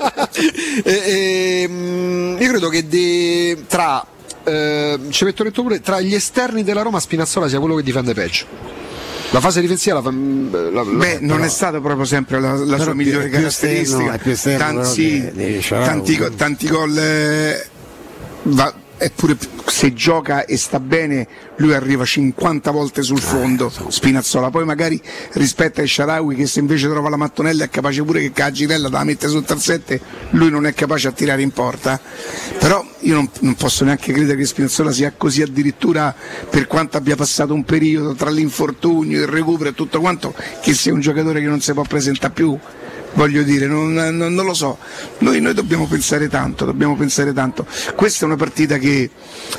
e, e, mm, io credo che de- tra eh, ci metto dentro pure tra gli esterni della Roma Spinazzola sia quello che difende peggio. La fase difensiva la fa. La, la, Beh, non è stata proprio sempre la, la sua più- migliore più esterno, caratteristica. è più esterno, Tanti, però, sì, di- di Sharawi. tanti, go- tanti gol. eh, va- Eppure se gioca e sta bene lui arriva cinquanta volte sul fondo Spinazzola, poi magari rispetto ai Sharawi che se invece trova la mattonella è capace pure che la girella la mette sotto al sette, lui non è capace a tirare in porta. Però io non, non posso neanche credere che Spinazzola sia così, addirittura per quanto abbia passato un periodo tra l'infortunio, il recupero e tutto quanto, che sia un giocatore che non si può presentare più. Voglio dire, non, non- non lo so, noi, noi dobbiamo pensare tanto, dobbiamo pensare tanto. Questa è una partita che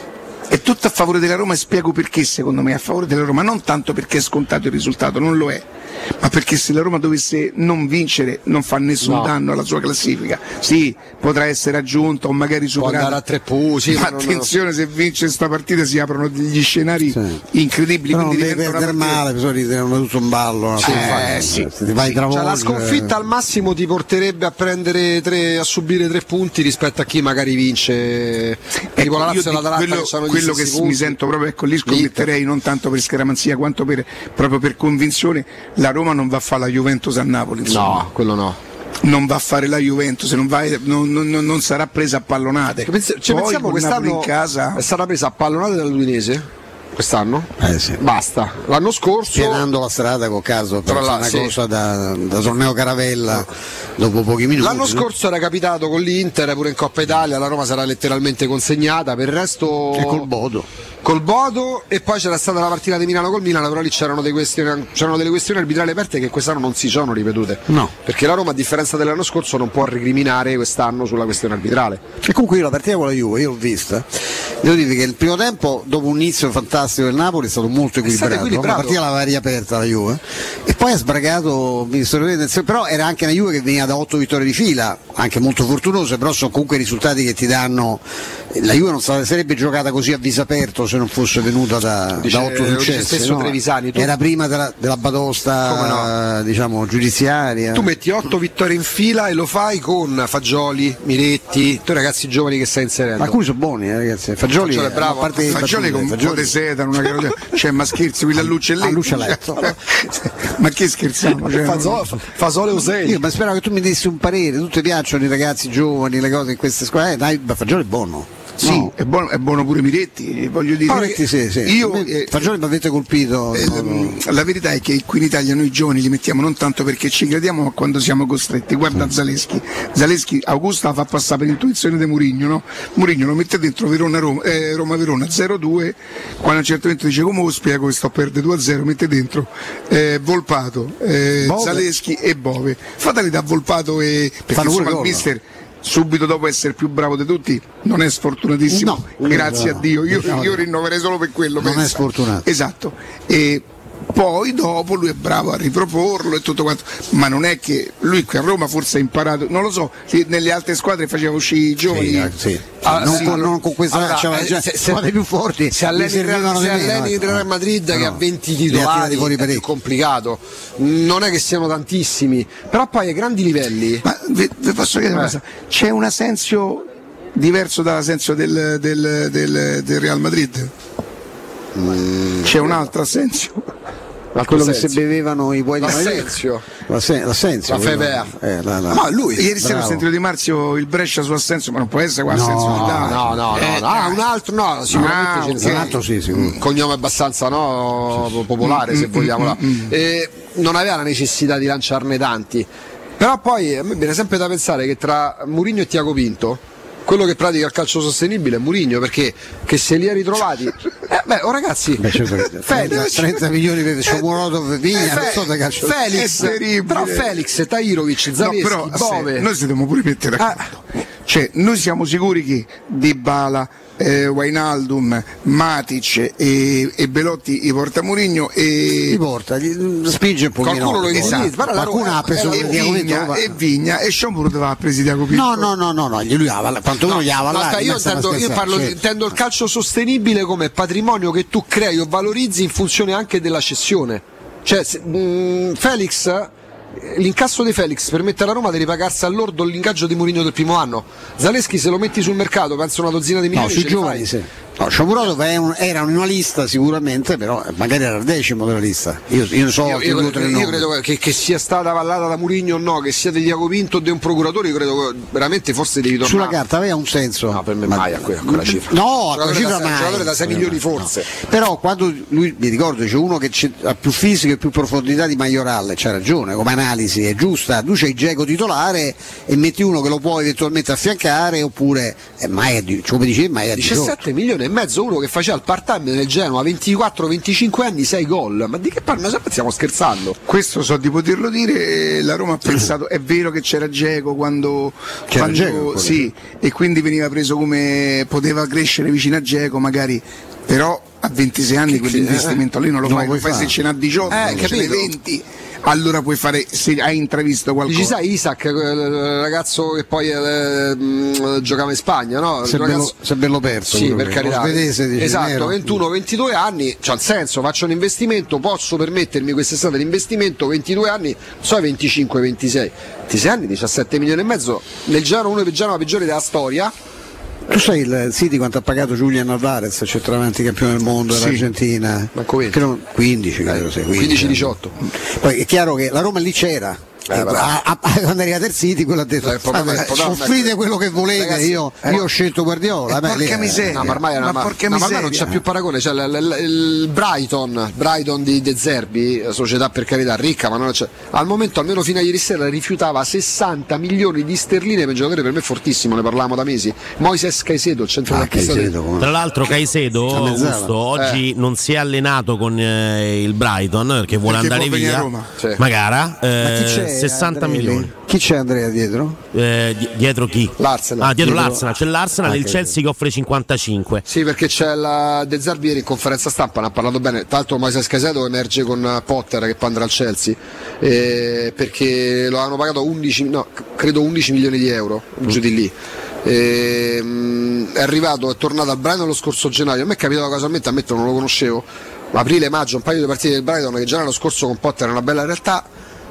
è tutta a favore della Roma e spiego perché secondo me è a favore della Roma, non tanto perché è scontato il risultato, non lo è, ma perché se la Roma dovesse non vincere non fa nessun No. danno alla sua classifica. Sì, potrà essere aggiunta o magari può superata. andare a tre punti, Ma ma non- attenzione, se vince questa partita si aprono degli scenari incredibili. Però non quindi devi diventa una perdere partita- male, bisogna ritenere tutto un ballo. Sì, eh, eh, sì. Se ti vai Cioè, la travolgere. sconfitta al massimo ti porterebbe a prendere tre, a subire tre punti rispetto a chi magari vince tipo la Ecco, Lazio e io l'Atalanta quello, che hanno gli quello che stessi mi punti. sento proprio, ecco, lì scommetterei non tanto per scaramanzia quanto per, proprio per convinzione. La Roma non va a fare la Juventus a Napoli, insomma. No, quello no. Non va a fare la Juventus, non, va, non, non- non sarà presa a pallonate. Pensi- Ci Poi pensiamo con Napoli quest'anno in casa. è stata presa a pallonate dall'Udinese quest'anno? Eh sì. Basta. L'anno scorso Pianando la strada col caso per Tra fare la- una sì. cosa da, da torneo Caravella dopo pochi minuti. L'anno no? scorso era capitato con l'Inter, pure in Coppa Italia, la Roma sarà letteralmente consegnata, per il resto E col Bodo. col Bodo, e poi c'era stata la partita di Milano col Milan, però lì c'erano, dei questioni, c'erano delle questioni arbitrali aperte che quest'anno non si sono ripetute. No. Perché la Roma, a differenza dell'anno scorso, non può recriminare quest'anno sulla questione arbitrale. E comunque io la partita con la Juve, io l'ho vista. Devo dire che il primo tempo, dopo un inizio fantastico del Napoli, è stato molto equilibrato. equilibrato. La partita l'aveva riaperta la Juve. E poi ha sbragato, però era anche una Juve che veniva da otto vittorie di fila, anche molto fortunose, però sono comunque risultati che ti danno. La Juve non sarebbe giocata così a viso aperto se non fosse venuta da, Dice- da otto lo dice successi. stesso no? Trevisani, tu- Era prima della, della batosta Come no? diciamo giudiziaria. Tu metti otto vittorie in fila e lo fai con Fagioli, Miretti, tu ragazzi giovani che stai inserendo. Alcuni sono buoni, eh, ragazzi. Fagioli, Fagioli è bravo. a parte le Fagioli battute, con un po' Fagioli- di seta, una carota- cioè ma scherzi, qui la luce lì. a luce a letto. Ma ma che scherziamo? Cioè, Fasole, Fasole Usei. Io ma speravo che tu mi dessi un parere, tutti ti piacciono i ragazzi giovani, le cose in queste squadre, eh, dai, ma Fagioli è buono. Sì, no. è, buono, è buono pure Miretti, voglio dire. Miretti, sì, sì. Io, eh, Fagioli mi avete colpito. Eh, no, no. La verità è che qui in Italia noi giovani li mettiamo non tanto perché ci crediamo, ma quando siamo costretti. Guarda sì. Zaleschi. Zaleschi, Augusto la fa passare per intuizione di Mourinho, no? Mourinho lo mette dentro Verona-Roma, eh, Roma-Verona zero due, quando a un certo momento dice come lo spiego che sto a perdere due a zero, mette dentro eh, Volpato, eh, Zaleschi e Bove. Fatali da Volpato e perché insomma il mister subito dopo essere più bravo di tutti non è sfortunatissimo, no, grazie no, a Dio, io, no, io rinnoverei solo per quello, non pensa. È sfortunato, esatto, e poi dopo lui è bravo a riproporlo e tutto quanto, ma non è che lui qui a Roma forse ha imparato, non lo so, nelle altre squadre faceva uscire i giovani, sì, sì. Ah, non, sì, con, non con questa allora, cioè, eh, se, squadre più forti, se alleni il Real Madrid che ha venti titolari è più complicato, non è che siano tantissimi, però poi ai grandi livelli. Ma vi, vi posso chiedere una cosa, c'è un Asensio diverso dall'Asensio del, del, del, del Real Madrid? Mm, c'è un altro Asensio? Ma quello che se bevevano i buoi di L'Assenzio, l'Assenzio, la Febea, eh, la, la. Ma lui ieri sera ho sentito Di Marzio il Brescia su Assenzio, ma non può essere qua Assenzio no, d'Italia. no no eh, no ah, un altro no sicuramente ah, ce ne sarà. Un altro sì, sì. Un cognome abbastanza no, popolare, se vogliamo, no. E non aveva la necessità di lanciarne tanti, però poi a me viene sempre da pensare che tra Mourinho e Tiago Pinto quello che pratica il calcio sostenibile è Mourinho, perché che se li ha ritrovati eh, beh oh ragazzi beh, Felix, trenta milioni per Shomurodov Vigna, Fe- so calcio. Felix, però Felix, Tahirovic, Zaleschi, no, però, Bove se, noi ci dobbiamo pure mettere d'accordo, ah. Cioè noi siamo sicuri che Dybala, eh, Wijnaldum, Matic e, e Belotti i porta Mourinho e li porta, gli spinge un pochino, qualcuno lo esatto. Qualcuno ha preso e Vigna, e Vigna e Shomurodov ha preso Tiago Pinto. No no no no no, lui ha quantomeno no, gli ha no, io, intendo, io parlo, certo. intendo il calcio sostenibile come patrimonio che tu crei o valorizzi in funzione anche della cessione, cioè se, mh, Felix, l'incasso di Felix permette alla Roma di ripagarsi all'ordo l'ingaggio di Mourinho del primo anno. Zaleschi se lo metti sul mercato penso una dozzina di milioni, no, sui giovani sì. No, Shomurodov era in una lista sicuramente, però magari era il decimo della lista. Io, io ne so io, io, io, io credo che, che sia stata avallata da Mourinho o no, che sia di Tiago Pinto o di un procuratore, io credo che veramente forse devi tornare. Sulla carta aveva un senso. No, per me mai a quella, a quella cifra. No, a quella cifra mai. Un giocatore da sei milioni forse. No. Però quando lui, mi ricordo, c'è uno che ha più fisico e più profondità di Majoral, c'ha ragione, come analisi è giusta. Tu c'hai il Dzeko titolare e metti uno che lo può eventualmente affiancare, oppure eh, mai, come dicevi, mai a diciassette milioni e mezzo, uno che faceva il part-time nel Genoa, ventiquattro venticinque anni, sei gol, ma di che parla? Stiamo scherzando? Questo so di poterlo dire, la Roma ha pensato, è vero che c'era Dzeko quando, c'era quando Dzeko, sì, e quindi veniva preso come poteva crescere vicino a Dzeko magari, però a ventisei anni quell'investimento eh, lì non lo non fai, lo fai, fai se ce n'ha diciotto, eh, ce n'hai venti. Allora puoi fare, se hai intravisto qualcosa. Ci sai Isaac, il ragazzo che poi eh, mh, giocava in Spagna, no? Se, ragazzo... bello, se bello perso. Sì, per carità. Svedese, esatto, ventuno ventidue anni, c'ha il senso, faccio un investimento, posso permettermi quest'estate l'investimento, ventidue anni, so venticinque ventisei. ventisei anni, diciassette milioni e mezzo, nel Genoa, uno dei Genoa peggiori della storia. Tu sai il City quanto ha pagato Julian Alvarez, centravanti campione del mondo sì. dell'Argentina? quindici credo, sì, quindici diciotto. Poi è chiaro che la Roma lì c'era. Eh, a, a, quando è arrivato il City quello ha detto eh, offrite quello che volete, ragazzi, io, eh, io ho scelto Guardiola, eh, porca miseria, no, ma ormai ma ma, porca no, miseria. Ma non c'è più paragone, cioè, l, l, il Brighton Brighton di De Zerbi, società per carità ricca, ma non c'è, al momento almeno fino a ieri sera rifiutava sessanta milioni di sterline per un giocatore per me fortissimo, ne parlavamo da mesi, Moises Caicedo, il centrocampista. Ah, tra l'altro Caicedo Augusto, oggi eh. non si è allenato con eh, il Brighton perché vuole perché andare via a Roma. Sì. Magara eh, ma chi c'è, sessanta Andrea, milioni. Chi c'è Andrea dietro? Eh, di- dietro chi? L'Arsenal. Ah, dietro, dietro l'Arsenal, c'è l'Arsenal ah, e il Chelsea che, che offre cinquantacinque. Sì, perché c'è la De Zerbi ieri in conferenza stampa, ne ha parlato bene. Tra l'altro Moises Caicedo emerge con Potter che poi andrà al Chelsea, eh, perché lo hanno pagato undici, no, credo undici milioni di euro, mm. giù di lì. Eh, è arrivato, è tornato al Brighton lo scorso gennaio. A me è capitato casualmente, ammetto non lo conoscevo, aprile, maggio, un paio di partite del Brighton che già l'anno scorso con Potter era una bella realtà.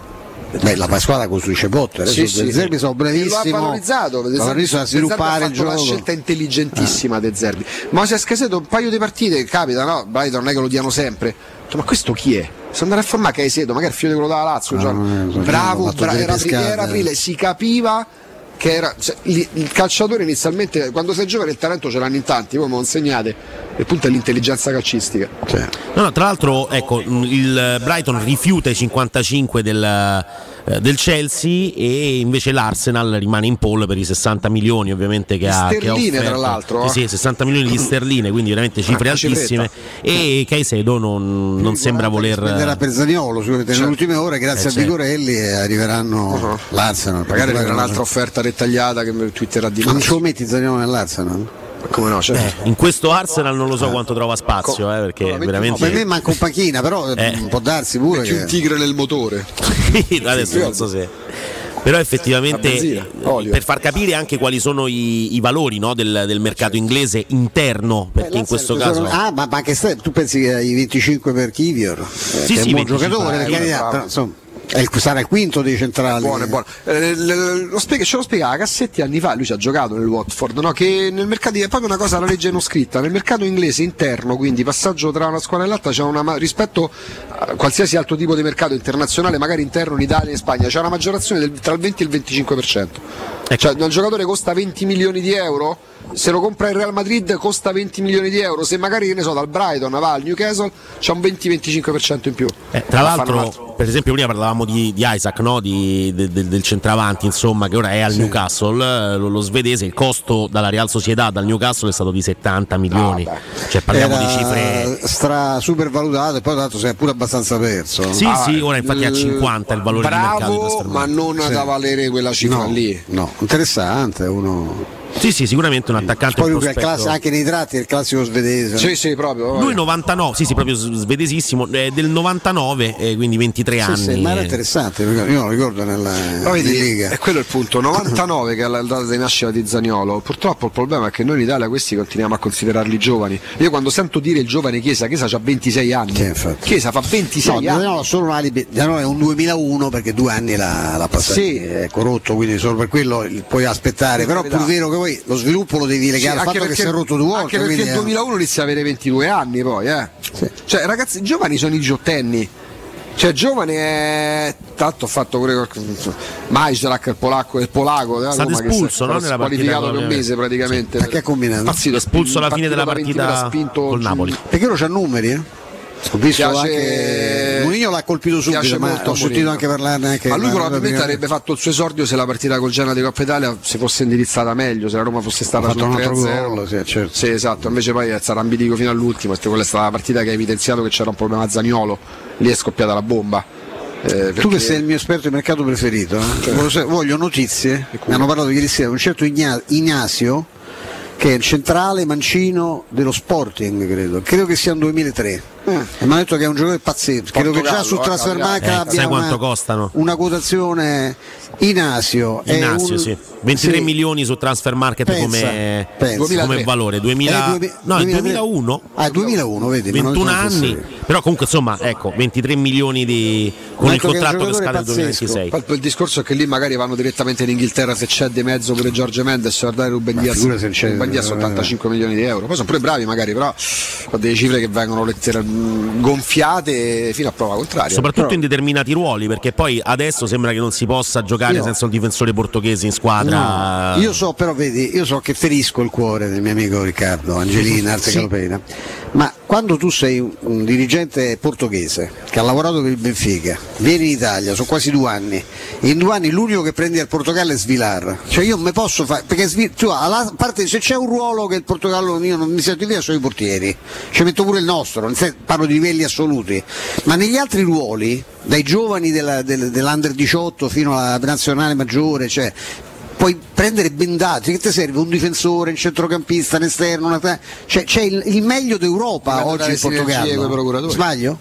Beh, la squadra costruisce Potter, sì, sì, De Zerbi sono bravissimo, lo ha valorizzato, De Zerbi, a sviluppare il gioco. Una scelta intelligentissima ah. De Zerbi. Ma si è scasato un paio di partite, capita, no? Brighton non è che lo diano sempre. Ma questo chi è? Se andare a formare Caicedo, magari il figlio di quello della Lazio, ah, no, so, bravo, bra- era, era aprile, si capiva che era, cioè, il, il calciatore inizialmente, quando sei giovane il talento ce l'hanno in tanti, voi me lo insegnate, il punto è l'intelligenza calcistica. Cioè. No, no, tra l'altro ecco, il Brighton rifiuta i cinquantacinque del, del Chelsea e invece l'Arsenal rimane in pole per i sessanta milioni ovviamente che ha, che ha offerto. Tra l'altro eh? Sì, sessanta milioni di sterline, quindi veramente cifre ah, altissime e Caicedo non, non sembra voler spenderà per Zaniolo sicuramente cioè, nelle ultime ore grazie eh, a Vigorelli e arriveranno uh-huh. l'Arsenal magari arriverà un'altra offerta dettagliata che mi twitterà di non ce lo metti Zaniolo nell'Arsenal? Come no, certo. eh, in questo Arsenal non lo so quanto trova spazio, eh, perché no, veramente. No, per me manca un panchina, però eh. può darsi pure. Che... un tigre nel motore. Adesso non so se. Però effettivamente benzina, per far capire anche quali sono i, i valori no, del, del mercato inglese interno, perché eh, in questo caso sono... ah ma, ma anche se, tu pensi che ai venticinque per Kivior eh, sì, che sì, è un buon giocatore per carità, però insomma è il, sarà il quinto dei centrali. Buono, buono. Eh, lo spiega, ce lo spiegava Cassetti anni fa, lui ci ha giocato nel Watford, no? Che nel mercato è proprio una cosa, la legge non scritta, nel mercato inglese interno, quindi passaggio tra una squadra e l'altra, c'è una rispetto a qualsiasi altro tipo di mercato internazionale, magari interno in Italia e in Spagna, c'è una maggiorazione del, tra il venti e il venticinque per cento. Ecco. Cioè un giocatore costa venti milioni di euro, se lo compra il Real Madrid costa venti milioni di euro, se magari che ne so dal Brighton va al Newcastle c'è un venti venticinque per cento in più. Eh, tra l'altro, per esempio, prima parlavamo di, di Isaac, no? di, de, de, del centravanti, insomma, che ora è al sì. Newcastle. Lo, lo svedese, il costo dalla Real Sociedad al Newcastle è stato di settanta milioni. Ah, cioè parliamo Era di cifre stra super valutate, e poi tra l'altro si è pure abbastanza perso. Sì, ah, sì, ora infatti è a cinquanta il valore bravo, di mercato. Ma non sì. da valere quella cifra no, lì. No, interessante, uno. Sì, sì, sicuramente un attaccante. Poi lui è class- anche nei tratti è il classico svedese. Sì, sì, proprio. Lui novantanove, sì, sì, proprio svedesissimo, è del novantanove, eh, quindi ventitré sì, anni. Sì, ma era interessante, io non lo ricordo nella, nella Liga. E quello è il punto, novantanove che è la data di nascita di Zaniolo. Purtroppo il problema è che noi in Italia questi continuiamo a considerarli giovani. Io quando sento dire il giovane Chiesa, Chiesa ha ventisei anni. Sì, Chiesa fa ventisei no, anni. No, solo un alibi, Zaniolo è un duemilauno perché due anni l'ha, l'ha passato. Sì. È corrotto, quindi solo per quello puoi aspettare, però è pur vero che poi lo sviluppo lo devi legare sì, al fatto perché, che si è rotto due volte. Anche perché il duemilauno inizia a avere ventidue anni poi, eh. Sì. Cioè ragazzi, giovani sono i diciottenni. Cioè giovane è tanto ho fatto pure Majzrak, il polacco, il polacco è stato espulso, no? Nella qualificato per un mese praticamente. Sì. Che ha combinato? Pazzito, espulso alla fine della partita spinto col Napoli. Perché ora c'ha numeri, eh? Ho visto piace... anche Mourinho l'ha colpito subito, ma ho sentito anche parlarne anche ma lui probabilmente avrebbe fatto il suo esordio se la partita col Genoa di Coppa Italia si fosse indirizzata meglio, se la Roma fosse stata sul tre a zero. Sì, certo. Sì, esatto, invece poi è stato ambitico fino all'ultimo, quella è stata la partita che ha evidenziato che c'era un problema a Zaniolo, lì è scoppiata la bomba. Eh, perché... Tu che sei il mio esperto di mercato preferito, eh? Cioè. Voglio notizie, mi hanno parlato ieri sera un certo Igna- Ignazio che è il centrale mancino dello Sporting, credo, credo che sia un duemilatré. Mm. E mi hanno detto che è un giocatore pazzesco, credo che già su Transfermarkt eh, abbia una, costano? una quotazione. Inasio, Inasio un... sì. ventitré sì. milioni su Transfermarkt pensa, come, pensa. come valore duemila... eh, no, duemilauno ah, duemilauno vedi, ventuno anni, però comunque insomma ecco ventitré milioni di con il contratto che scade nel duemilaventisei. Poi il discorso è che lì magari vanno direttamente in Inghilterra se c'è di mezzo pure Jorge Mendes, guardare Ruben Diaz, Ruben Diaz ottantacinque milioni di euro, poi sono pure bravi magari, però con delle cifre che vengono letteralmente gonfiate fino a prova contraria, soprattutto però... in determinati ruoli, perché poi adesso sembra che non si possa giocare io... senza un difensore portoghese in squadra. No, io so però vedi, io so che ferisco il cuore del mio amico Riccardo Angelina Arte Calopena, ma quando tu sei un, un dirigente portoghese che ha lavorato per il Benfica, vieni in Italia, sono quasi due anni, e in due anni l'unico che prendi al Portogallo è Svilar, cioè io mi posso fare, perché Svil, tu, alla parte, se c'è un ruolo che il Portogallo io non mi sento via sono i portieri, ci metto pure il nostro, non sei, parlo di livelli assoluti, ma negli altri ruoli, dai giovani della, del, dell'Under diciotto fino alla nazionale maggiore, cioè puoi prendere bendati, che ti serve un difensore, un centrocampista, un esterno, una... cioè, c'è il, il meglio d'Europa oggi in Portogallo. Sbaglio?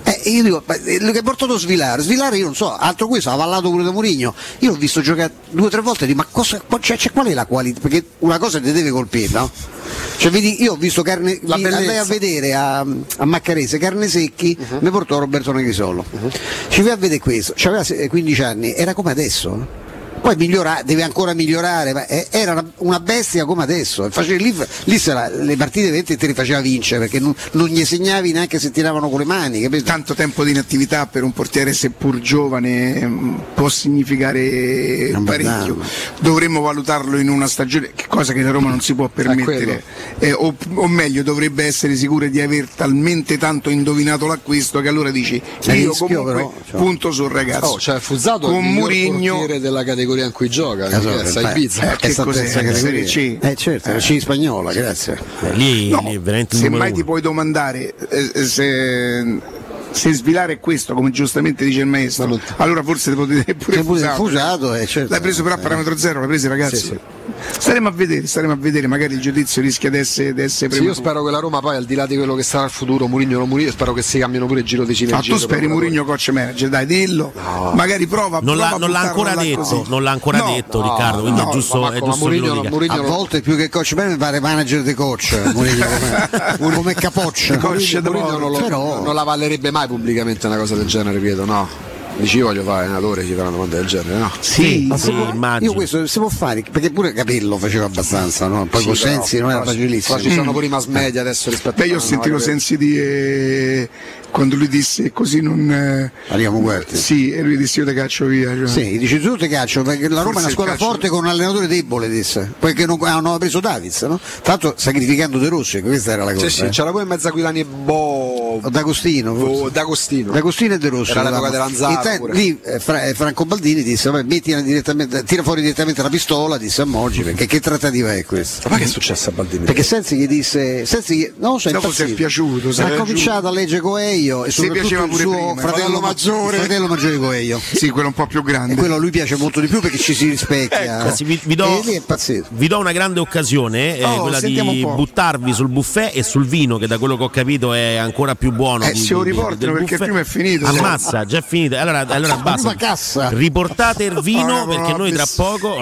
Eh, io dico, che ha portato Svilare, Svilare io non so, altro questo, ha avallato pure da Mourinho, io l'ho visto giocare due o tre volte e dico, ma cosa, cioè, cioè, qual è la qualità? Perché una cosa ti deve colpire, no? Cioè, vedi, io ho visto carne, mi, andai a vedere a, a Maccarese Carne Secchi, uh-huh. mi portò Roberto Negrisolo, uh-huh. ci vai a vedere questo, aveva quindici anni, era come adesso. Poi migliora, deve ancora migliorare, ma era una, una bestia come adesso. Facevi, lì lì sarà, le partite venti te le faceva vincere perché non, non gli segnavi neanche se tiravano con le mani. Capito? Tanto tempo di inattività per un portiere seppur giovane può significare non parecchio. Dovremmo valutarlo in una stagione, cosa che la Roma non si può permettere, eh, o, o meglio dovrebbe essere sicura di aver talmente tanto indovinato l'acquisto che allora dici io comunque però, cioè. punto sul ragazzo. Oh, cioè Fuzzato con Mourinho della categoria in cui gioca, esatto, sai Ibiza, eh, che cos'è? Serie C? Eh certo, la C spagnola, grazie. Eh, lì, no, lì veramente se mai ti puoi domandare eh, se, se Svilare è questo, come giustamente dice il maestro, non... allora forse te potete pure Fusato, fusato eh, certo. L'hai preso però a parametro zero, l'hai preso ragazzi? Sì, sì. Staremo a vedere, staremo a vedere, magari il giudizio rischia di essere, di essere sì, io spero che la Roma poi, al di là di quello che sarà il futuro, Mourinho non Mourinho, spero che si cambiano pure il giro di Cine. Ma ah, tu speri Mourinho coach manager, dai, dillo. No. Magari prova, non, prova l'ha, non l'ha ancora detto, così. non l'ha ancora no, detto no, Riccardo, quindi no, è giusto, ma, è ma, giusto Mourinho, che Mourinho, a volte più che coach manager mi pare manager di coach, Mourinho come, come capoccia. Mourinho, Mourinho non, lo, però... non la vallerebbe mai pubblicamente una cosa del genere, credo, no? Dici io voglio fare allenatore, ci fa una domanda del genere, no? Sì, ma sì, può, io questo si può fare, perché pure Capello faceva abbastanza, no? Poi sì, con Sensi non era facilissimo. Poi ci sono pure i mass media adesso rispetto Beh, a io ho sentito Sensi dire quando lui disse così non eh, Arriviamo Guerti. Sì, e lui disse io te caccio via. Cioè. Sì, dice tu te caccio, perché la Roma Forse è una squadra forte con un allenatore debole, disse. Poi che non hanno preso Davids, no? Tanto sacrificando De Rossi, questa era la cosa. Sì, sì, eh. c'era pure in mezzo a Guidani e Bo D'Agostino, Bo... D'Agostino. D'Agostino e De Rossi. Era l'epoca dell'Anzara. Lì eh, Fra- eh, Franco Baldini disse vabbè, metti direttamente, tira fuori direttamente la pistola, disse a Moggi, perché che trattativa è questa? Ma che è successo a Baldini? Perché Sensi gli disse, Sensi non so, dopo si è piaciuto, ha cominciato a leggere Coelho e soprattutto il suo prima, fratello maggiore, fratello maggiore di Coelho. Sì, quello un po' più grande. E quello a lui piace molto di più perché ci si rispecchia. Ecco. Anzi, vi, vi, do, vi do una grande occasione, eh, oh, quella di buttarvi sul buffet e sul vino, che da quello che ho capito è ancora più buono. Eh, di, se lo riportano perché buffet. Prima è finito. Ammazza, già è finito. Allora, allora basta. Cassa. Riportate il vino perché noi tra poco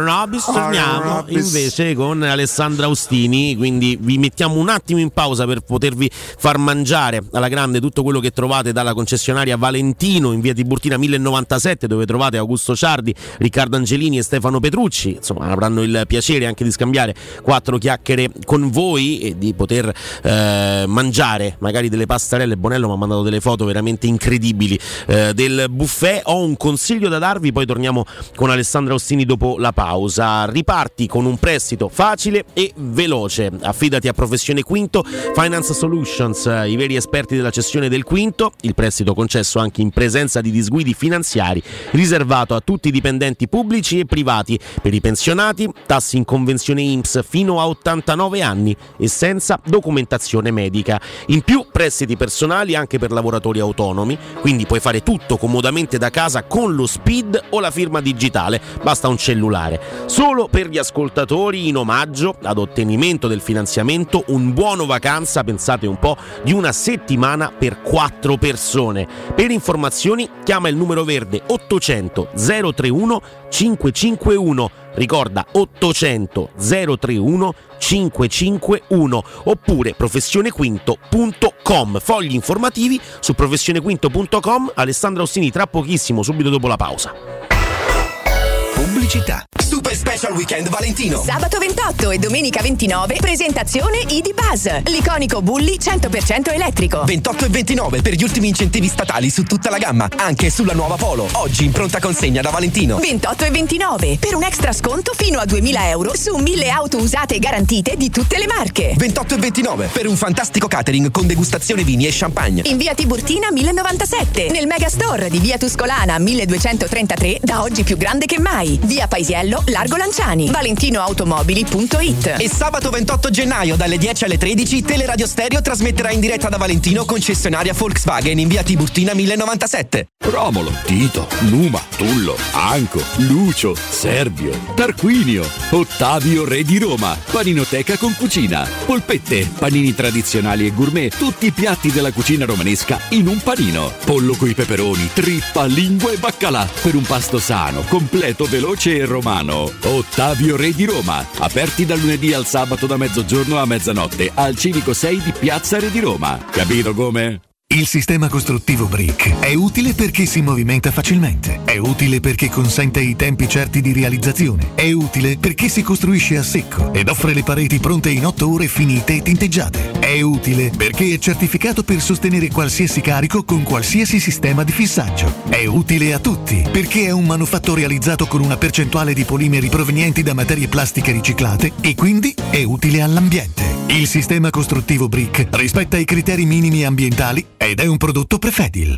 torniamo invece con Alessandra Austini, quindi vi mettiamo un attimo in pausa per potervi far mangiare alla grande tutto quello che trovate dalla concessionaria Valentino in via Tiburtina mille novantasette, dove trovate Augusto Ciardi, Riccardo Angelini e Stefano Petrucci. Insomma, avranno il piacere anche di scambiare quattro chiacchiere con voi e di poter eh, mangiare magari delle pastarelle. Bonello mi ha mandato delle foto veramente incredibili eh, del buffet. Ho un consiglio da darvi, poi torniamo con Alessandra Austini dopo la pausa. Riparti con un prestito facile e veloce, affidati a Professione Quinto Finance Solutions, i veri esperti della cessione del quinto, il prestito concesso anche in presenza di disguidi finanziari, riservato a tutti i dipendenti pubblici e privati, per i pensionati, tassi in convenzione I N P S fino a ottantanove anni e senza documentazione medica. In più prestiti personali anche per lavoratori autonomi, quindi puoi fare tutto comodamente da casa con lo SPID o la firma digitale, basta un cellulare. Solo per gli ascoltatori, in omaggio ad ottenimento del finanziamento, un buono vacanza, pensate un po', di una settimana per quattro persone. Per informazioni chiama il numero verde ottocento zero trentuno cinquecentocinquantuno, ricorda ottocento zero trentuno cinquecentocinquantuno, oppure professionequinto punto com. Fogli informativi su professionequinto punto com. Alessandra Austini tra pochissimo, subito dopo la pausa. Pubblicità. Super Special Weekend Valentino. Sabato ventotto e domenica ventinove, presentazione I D Buzz, l'iconico Bulli cento per cento elettrico. ventotto e ventinove per gli ultimi incentivi statali su tutta la gamma, anche sulla nuova Polo, oggi in pronta consegna da Valentino. ventotto e ventinove per un extra sconto fino a duemila euro su mille auto usate e garantite di tutte le marche. ventotto e ventinove per un fantastico catering con degustazione vini e champagne. In via Tiburtina mille novantasette, nel Megastore di via Tuscolana milleduecentotrentatré, da oggi più grande che mai. via Paisiello, largo Lanciani, valentinoautomobili punto it. E sabato ventotto gennaio dalle dieci alle tredici Teleradio Stereo trasmetterà in diretta da Valentino, concessionaria Volkswagen in via Tiburtina mille novantasette. Romolo, Tito, Numa, Tullo, Anco, Lucio, Servio, Tarquinio, Ottavio Re di Roma, paninoteca con cucina, polpette, panini tradizionali e gourmet, tutti i piatti della cucina romanesca in un panino, pollo coi peperoni, trippa, lingua e baccalà per un pasto sano, completo, veloce e romano. Ottavio Re di Roma, aperti dal lunedì al sabato da mezzogiorno a mezzanotte al Civico sei di Piazza Re di Roma. Capito come? Il sistema costruttivo Brick è utile perché si movimenta facilmente, è utile perché consente i tempi certi di realizzazione, è utile perché si costruisce a secco ed offre le pareti pronte in otto ore finite e tinteggiate, è utile perché è certificato per sostenere qualsiasi carico con qualsiasi sistema di fissaggio, è utile a tutti perché è un manufatto realizzato con una percentuale di polimeri provenienti da materie plastiche riciclate e quindi è utile all'ambiente. Il sistema costruttivo Brick rispetta i criteri minimi ambientali ed è un prodotto Prefedil.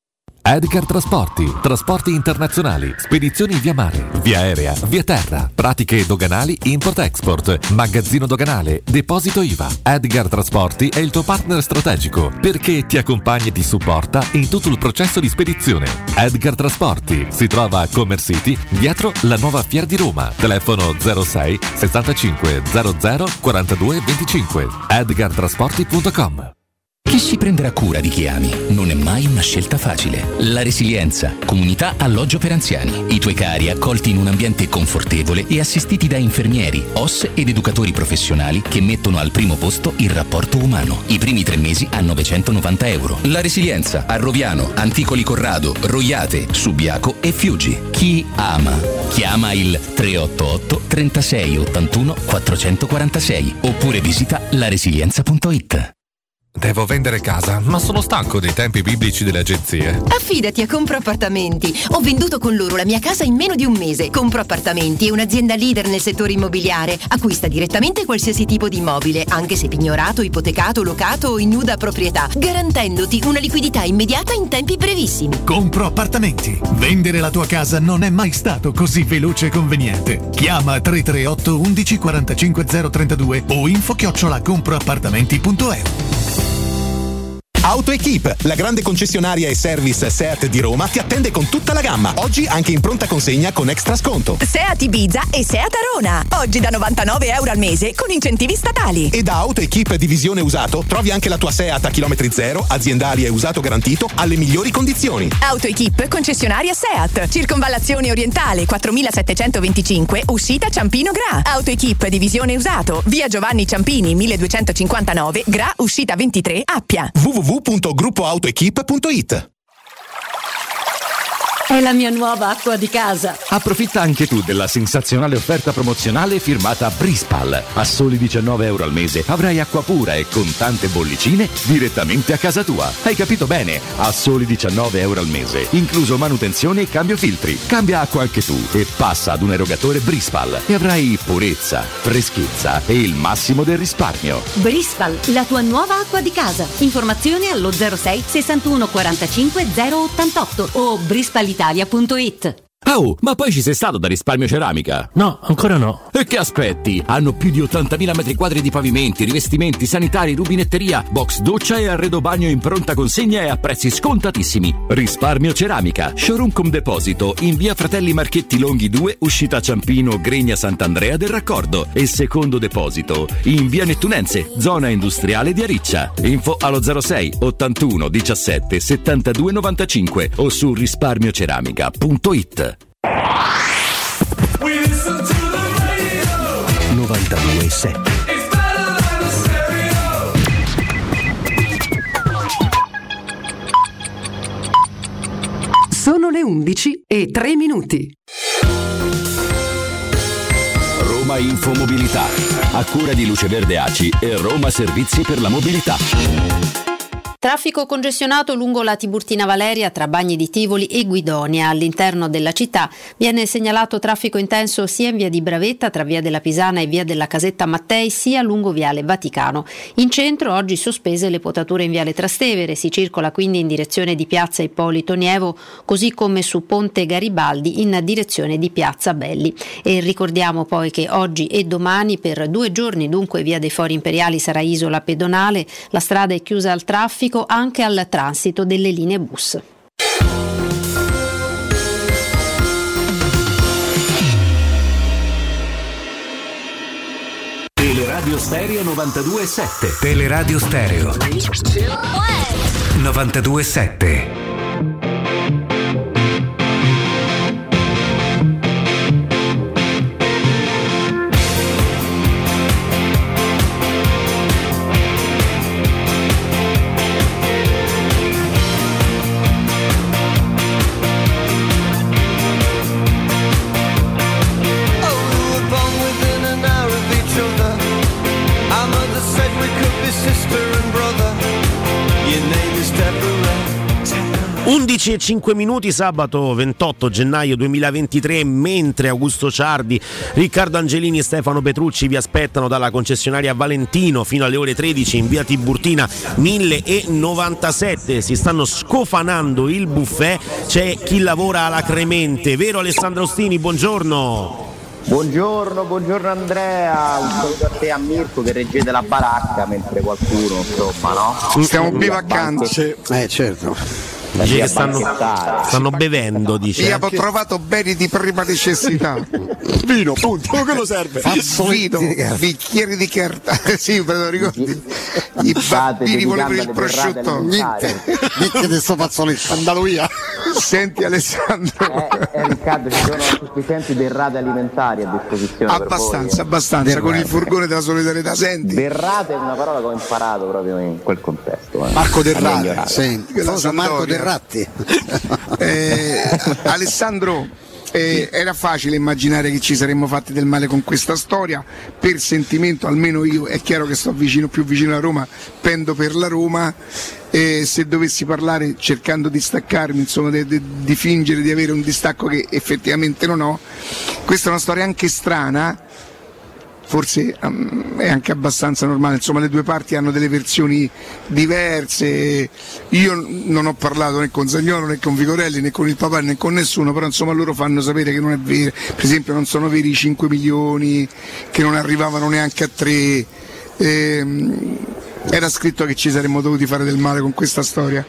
Edgar Trasporti, trasporti internazionali, spedizioni via mare, via aerea, via terra, pratiche doganali import-export, magazzino doganale, deposito I V A. Edgar Trasporti è il tuo partner strategico perché ti accompagna e ti supporta in tutto il processo di spedizione. Edgar Trasporti si trova a Commerce City, dietro la nuova Fiera di Roma. Telefono zero sei sessantacinque zero zero quarantadue venticinque. edgar trasporti punto com. Chi si prenderà cura di chi ami non è mai una scelta facile. La Resilienza, comunità alloggio per anziani. I tuoi cari accolti in un ambiente confortevole e assistiti da infermieri, O S ed educatori professionali che mettono al primo posto il rapporto umano. I primi tre mesi a novecentonovanta euro. La Resilienza a Roviano, Anticoli Corrado, Roiate, Subiaco e Fiuggi. Chi ama? Chiama il tre otto otto trentasei ottantuno quattrocentoquarantasei oppure visita la resilienza punto it. Devo vendere casa, ma sono stanco dei tempi biblici delle agenzie. Affidati a Compro Appartamenti. Ho venduto con loro la mia casa in meno di un mese. Compro Appartamenti è un'azienda leader nel settore immobiliare. Acquista direttamente qualsiasi tipo di immobile, anche se pignorato, ipotecato, locato o in nuda proprietà, garantendoti una liquidità immediata in tempi brevissimi. Compro Appartamenti. Vendere la tua casa non è mai stato così veloce e conveniente. Chiama tre tre otto undici quarantacinque zero trentadue o info chiocciola comproappartamenti punto e u. AutoEquip, la grande concessionaria e service Seat di Roma, ti attende con tutta la gamma. Oggi anche in pronta consegna con extra sconto. Seat Ibiza e Seat Arona. Oggi da novantanove euro al mese con incentivi statali. E da AutoEquip Divisione Usato trovi anche la tua Seat a chilometri zero, aziendali e usato garantito alle migliori condizioni. AutoEquip concessionaria Seat. Circonvallazione orientale quattromilasettecentoventicinque, uscita Ciampino Gra. AutoEquip Divisione Usato. Via Giovanni Ciampini milleduecentocinquantanove, Gra, uscita ventitré, Appia. w w w punto gruppo autoequip punto it. È la mia nuova acqua di casa. Approfitta anche tu della sensazionale offerta promozionale firmata Brispal. A soli diciannove euro al mese avrai acqua pura e con tante bollicine direttamente a casa tua. Hai capito bene? A soli diciannove euro al mese, incluso manutenzione e cambio filtri. Cambia acqua anche tu e passa ad un erogatore Brispal e avrai purezza, freschezza e il massimo del risparmio. Brispal, la tua nuova acqua di casa. Informazioni allo zero sei sessantuno quarantacinque zero ottantotto o brispalitalia punto it. Oh, ma poi ci sei stato da Risparmio Ceramica? No, ancora no. E che aspetti? Hanno più di ottantamila metri quadri di pavimenti, rivestimenti, sanitari, rubinetteria, box doccia e arredo bagno in pronta consegna e a prezzi scontatissimi. Risparmio Ceramica, showroom con deposito in via Fratelli Marchetti Longhi due, uscita Ciampino, Gregna Sant'Andrea del Raccordo, e secondo deposito in via Nettunense, zona industriale di Ariccia. Info allo zero sei ottantuno diciassette settantadue novantacinque o su risparmioceramica punto it. novantadue sette. Sono le undici e tre minuti. Roma Infomobilità, a cura di Luce Verde A C I e Roma Servizi per la Mobilità. Traffico congestionato lungo la Tiburtina Valeria tra Bagni di Tivoli e Guidonia. All'interno della città viene segnalato traffico intenso sia in via di Bravetta tra via della Pisana e via della Casetta Mattei, sia lungo viale Vaticano. In centro oggi sospese le potature in viale Trastevere, si circola quindi in direzione di piazza Ippolito Nievo, così come su Ponte Garibaldi in direzione di piazza Belli. E ricordiamo poi che oggi e domani per due giorni dunque via dei Fori Imperiali sarà isola pedonale, la strada è chiusa al traffico anche al transito delle linee bus. Teleradio Stereo novantadue e sette. Teleradio Stereo novantadue e sette. undici e cinque minuti, sabato ventotto gennaio duemilaventitré, mentre Augusto Ciardi, Riccardo Angelini e Stefano Petrucci vi aspettano dalla concessionaria Valentino fino alle ore tredici in via Tiburtina mille novantasette. Si stanno scofanando il buffet, c'è chi lavora alacremente, vero Alessandro Ostini? Buongiorno. Buongiorno, buongiorno Andrea, un saluto a te e a Mirko che reggete la baracca mentre qualcuno, insomma, no? Stiamo bivaccando. Eh certo. Dice che stanno, stanno bevendo, dice. Io ho trovato beni di prima necessità. Vino, punto, quello serve. Vino, bicchieri di carta. Sì, me lo ricordi. I bambini volevano il prosciutto. Niente, niente di sto fazzoletto. Andato via. Senti Alessandro. Eh, eh, Riccardo, ci sono sufficienti derrate alimentari a disposizione. Abbastanza, per voi. abbastanza, derrate. Con il furgone della solidarietà. Senti. Derrate è una parola che ho imparato proprio in quel contesto. Eh. Marco Derrate. Sì. Marco Derrate. eh, Alessandro, eh, era facile immaginare che ci saremmo fatti del male con questa storia. Per sentimento, almeno io, è chiaro che sto vicino, più vicino a Roma, pendo per la Roma. Eh, se dovessi parlare cercando di staccarmi, insomma, de, de, di fingere di avere un distacco che effettivamente non ho, questa è una storia anche strana. Forse um, è anche abbastanza normale, insomma le due parti hanno delle versioni diverse. Io non ho parlato né con Zaniolo né con Vigorelli né con il papà né con nessuno, però insomma loro fanno sapere che non è vero, per esempio non sono veri i cinque milioni, che non arrivavano neanche a tre. Ehm, era scritto che ci saremmo dovuti fare del male con questa storia.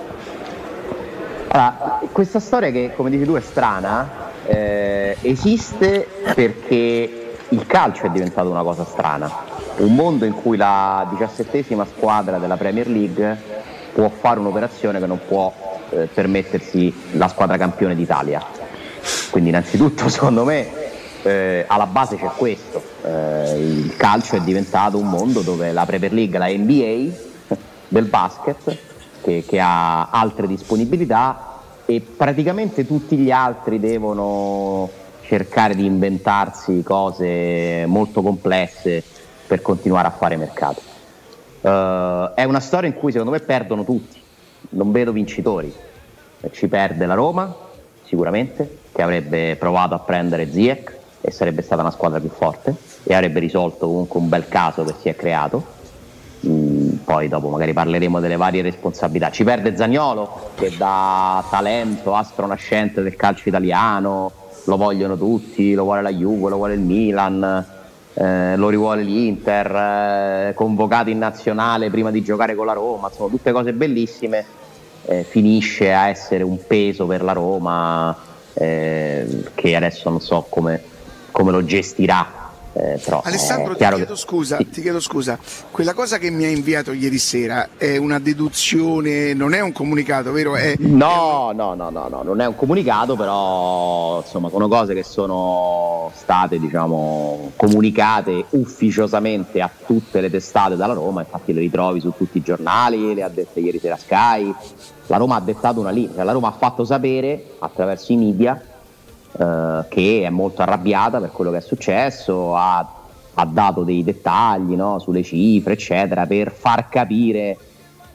Allora, questa storia che come dici tu è strana, eh, esiste perché il calcio è diventato una cosa strana, un mondo in cui la diciassettesima squadra della Premier League può fare un'operazione che non può eh, permettersi la squadra campione d'Italia. Quindi innanzitutto secondo me eh, alla base c'è questo, eh, il calcio è diventato un mondo dove la Premier League, la N B A del basket, che, che ha altre disponibilità e praticamente tutti gli altri devono cercare di inventarsi cose molto complesse per continuare a fare mercato. Uh, è una storia in cui secondo me perdono tutti, non vedo vincitori. Ci perde la Roma, sicuramente, che avrebbe provato a prendere Ziyech e sarebbe stata una squadra più forte e avrebbe risolto comunque un bel caso che si è creato. Mm, poi dopo magari parleremo delle varie responsabilità. Ci perde Zaniolo, che da talento astro nascente del calcio italiano lo vogliono tutti, lo vuole la Juve, lo vuole il Milan, eh, lo rivuole l'Inter, eh, convocato in nazionale prima di giocare con la Roma, sono tutte cose bellissime, eh, finisce a essere un peso per la Roma, eh, che adesso non so come, come lo gestirà. Eh, però, Alessandro, eh, ti chiedo, che... scusa, sì. ti chiedo scusa, quella cosa che mi hai inviato ieri sera è una deduzione, non è un comunicato, vero? È, no, no, no, no, no, non è un comunicato, però insomma sono cose che sono state, diciamo, comunicate ufficiosamente a tutte le testate dalla Roma, infatti le ritrovi su tutti i giornali, le ha dette ieri sera Sky. La Roma ha dettato una linea, la Roma ha fatto sapere attraverso i media Uh, che è molto arrabbiata per quello che è successo, ha, ha dato dei dettagli, no, sulle cifre eccetera, per far capire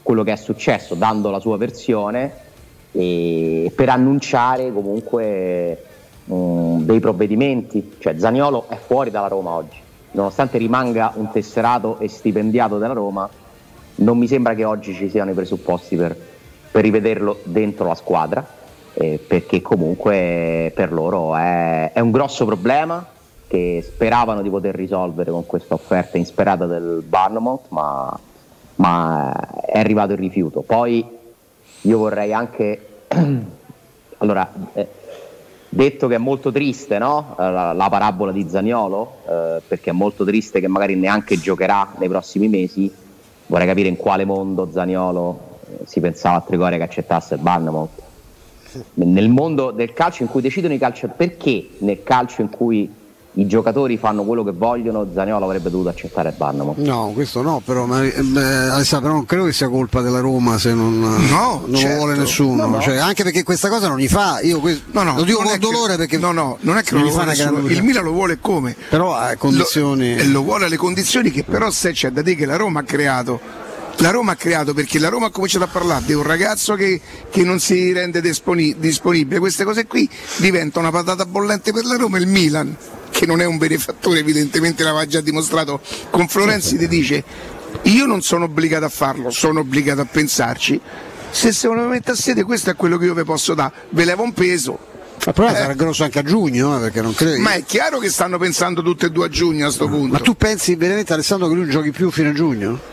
quello che è successo, dando la sua versione e per annunciare comunque um, dei provvedimenti. Cioè Zaniolo è fuori dalla Roma oggi, nonostante rimanga un tesserato e stipendiato della Roma, non mi sembra che oggi ci siano i presupposti per, per rivederlo dentro la squadra, eh, perché comunque per loro è, è un grosso problema che speravano di poter risolvere con questa offerta insperata del Bournemouth, ma, ma è arrivato il rifiuto. Poi io vorrei anche allora eh, detto che è molto triste, no? la, la parabola di Zaniolo, eh, perché è molto triste che magari neanche giocherà nei prossimi mesi. Vorrei capire in quale mondo Zaniolo eh, si pensava a Trigoria che accettasse il Bournemouth. Nel mondo del calcio in cui decidono i calcio, perché nel calcio in cui i giocatori fanno quello che vogliono Zaniolo avrebbe dovuto accettare il Bournemouth? No, questo no, però ma, eh, Alessandro, però non credo che sia colpa della Roma se non, no, non certo. lo vuole nessuno, no, no. Cioè, anche perché questa cosa non gli fa, io questo, no, no, lo dico con dolore che, perché no, no, non è che non non gli lo fa una grande. Il Milan lo vuole come? Però a condizioni lo, lo vuole alle condizioni che però se c'è da dire che la Roma ha creato. La Roma ha creato perché la Roma ha cominciato a parlare di un ragazzo che, che non si rende disponi- disponibile. Queste cose qui diventano una patata bollente per la Roma. Il Milan, che non è un benefattore, evidentemente l'aveva già dimostrato con Florenzi, ti dice io non sono obbligato a farlo, sono obbligato a pensarci. Se secondo me mette a sede, questo è quello che io vi posso dare, ve levo un peso. Ma però eh. sarà grosso anche a giugno, eh, perché non credo. Ma è chiaro che stanno pensando tutte e due a giugno a sto punto. Ma tu pensi veramente, Alessandro, che lui giochi più fino a giugno?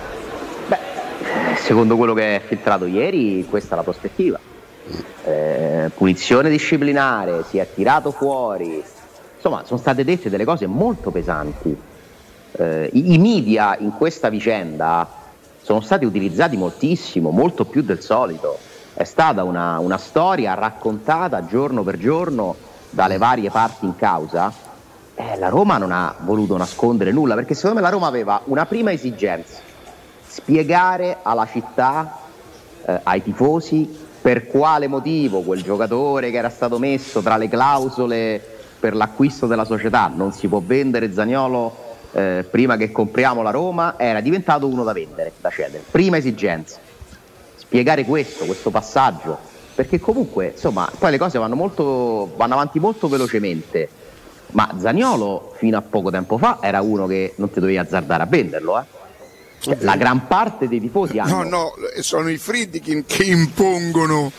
Secondo quello che è filtrato ieri, questa è la prospettiva. Eh, punizione disciplinare, si è tirato fuori. Insomma, sono state dette delle cose molto pesanti. Eh, i, I media in questa vicenda sono stati utilizzati moltissimo, molto più del solito. È stata una, una storia raccontata giorno per giorno dalle varie parti in causa. Eh, la Roma non ha voluto nascondere nulla, perché secondo me la Roma aveva una prima esigenza: spiegare alla città, eh, ai tifosi, per quale motivo quel giocatore che era stato messo tra le clausole per l'acquisto della società, non si può vendere Zaniolo eh, prima che compriamo la Roma, era diventato uno da vendere, da cedere. Prima esigenza, spiegare questo, questo passaggio, perché comunque insomma poi le cose vanno, molto, vanno avanti molto velocemente, ma Zaniolo fino a poco tempo fa era uno che non ti dovevi azzardare a venderlo, eh. La gran parte dei tifosi hanno... No, no, sono i Friedkin che impongono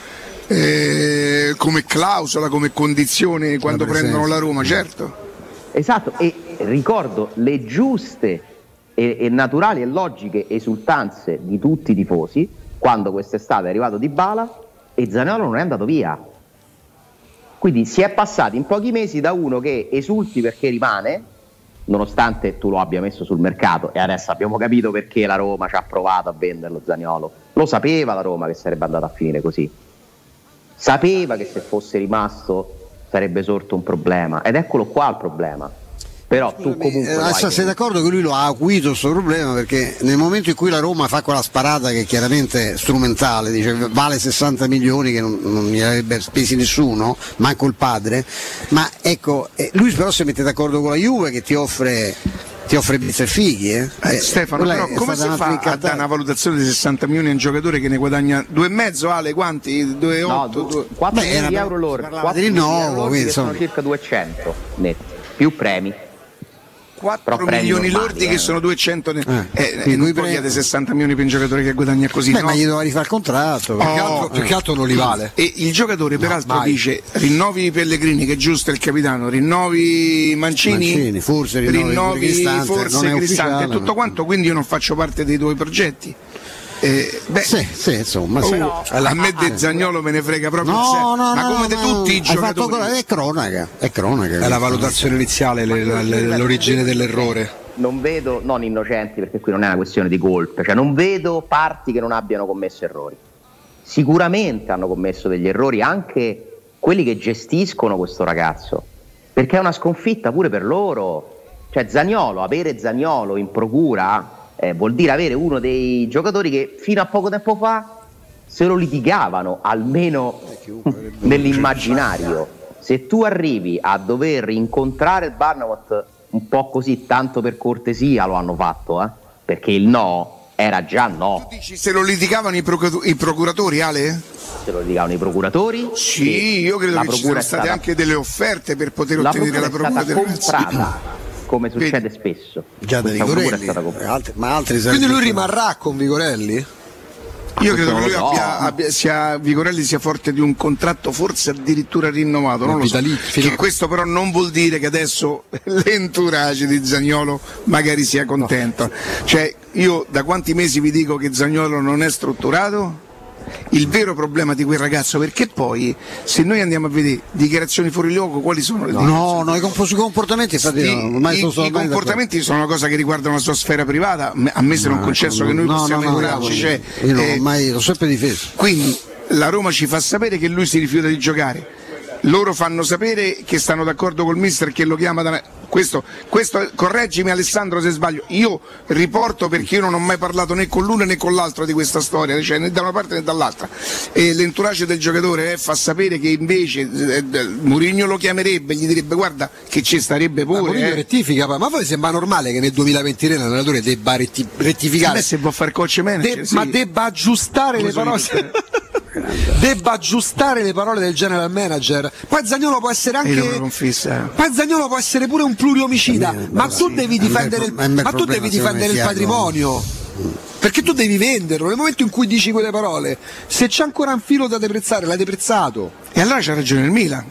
eh, come clausola, come condizione quando prendono la Roma, certo. Esatto, e ricordo le giuste e, e naturali e logiche esultanze di tutti i tifosi quando quest'estate è arrivato Dybala e Zaniolo non è andato via. Quindi si è passati in pochi mesi da uno che esulti perché rimane, nonostante tu lo abbia messo sul mercato, e adesso abbiamo capito perché la Roma ci ha provato a venderlo Zaniolo. Lo sapeva la Roma che sarebbe andata a finire così, sapeva che se fosse rimasto sarebbe sorto un problema, ed eccolo qua il problema. Però tu comunque eh, hai... sei d'accordo che lui lo ha acuito questo problema, perché nel momento in cui la Roma fa quella sparata che è chiaramente strumentale, dice vale sessanta milioni che non, non gli avrebbe spesi nessuno, manco il padre, ma ecco eh, lui però si mette d'accordo con la Juve che ti offre ti offre pizza e fighi, eh? Eh, Stefano, però come si fa a dare una valutazione di sessanta milioni a un giocatore che ne guadagna due e mezzo, Ale, quanti? due virgola otto? No, quattro milioni di euro loro, quattro rinnovo, che sono circa duecento netti, più premi. quattro milioni lordi, che sono duecento ne... eh, eh, non può chiedere sessanta milioni per un giocatore che guadagna così. Beh, no? ma gli doveva rifare il contratto, oh, più, che altro, più che altro non li vale. E il giocatore peraltro no, dice rinnovi Pellegrini, che è giusto, è il capitano, rinnovi Mancini, Mancini forse rinnovi, rinnovi Cristante, forse Cristante e tutto ma... quanto, quindi io non faccio parte dei tuoi progetti. Eh, beh, sì, sì, insomma, sì. Oh, a me De Zaniolo me ne frega proprio, no, no, ma come no, di no, tutti i giocatori. Fatto, è cronaca, è cronaca. È la valutazione iniziale, le, le, le, l'origine dell'errore. Non vedo, non innocenti, perché qui non è una questione di colpe, cioè non vedo parti che non abbiano commesso errori. Sicuramente hanno commesso degli errori anche quelli che gestiscono questo ragazzo, perché è una sconfitta pure per loro. Cioè Zaniolo, avere Zaniolo in procura eh, vuol dire avere uno dei giocatori che fino a poco tempo fa se lo litigavano, almeno nell'immaginario. Se tu arrivi a dover incontrare il Bournemouth un po' così, tanto per cortesia lo hanno fatto, eh? Perché il no è era già no. Tu dici se lo litigavano i, procur- i procuratori, Ale? Se lo litigavano i procuratori? Sì, io credo che ci siano state stata... anche delle offerte per poter la ottenere la procura è stata comprata, come succede Vedi. spesso. Già da Vigorelli, altri, ma altri quindi lui rimarrà con Vigorelli? Io credo che lui abbia, abbia, sia, Vigorelli sia forte di un contratto, forse addirittura rinnovato, non lo so. Che questo però non vuol dire che adesso l'entourage di Zaniolo magari sia contento. Cioè, io da quanti mesi vi dico che Zaniolo non è strutturato? Il vero problema di quel ragazzo, perché poi se noi andiamo a vedere dichiarazioni fuori luogo, quali sono le no, no, i comportamenti infatti, I, mai i, i comportamenti sono una cosa che riguardano la sua sfera privata, a me se non no, concesso no, che noi no, possiamo no, no, cioè, io non eh, mai l'ho sempre difeso. Quindi la Roma ci fa sapere che lui si rifiuta di giocare, loro fanno sapere che stanno d'accordo col mister che lo chiama da... Questo, questo, correggimi Alessandro se sbaglio, io riporto perché io non ho mai parlato né con l'uno né con l'altro di questa storia, cioè né da una parte né dall'altra, e l'entourage del giocatore eh, fa sapere che invece eh, Mourinho lo chiamerebbe, gli direbbe guarda che ci starebbe pure. Ma Mourinho eh. rettifica, ma poi sembra normale che nel duemilaventitré l'allenatore debba retti- rettificare, se può fare coach manager, De- sì. ma debba aggiustare Come le parole debba aggiustare le parole del general manager. Poi Zaniolo può essere anche poi Zaniolo può essere pure un pluriomicida, ma tu devi difendere il, ma tu devi difendere il patrimonio, perché tu devi venderlo nel momento in cui dici quelle parole. Se c'è ancora un filo da deprezzare l'hai deprezzato, e allora c'ha ragione il Milan.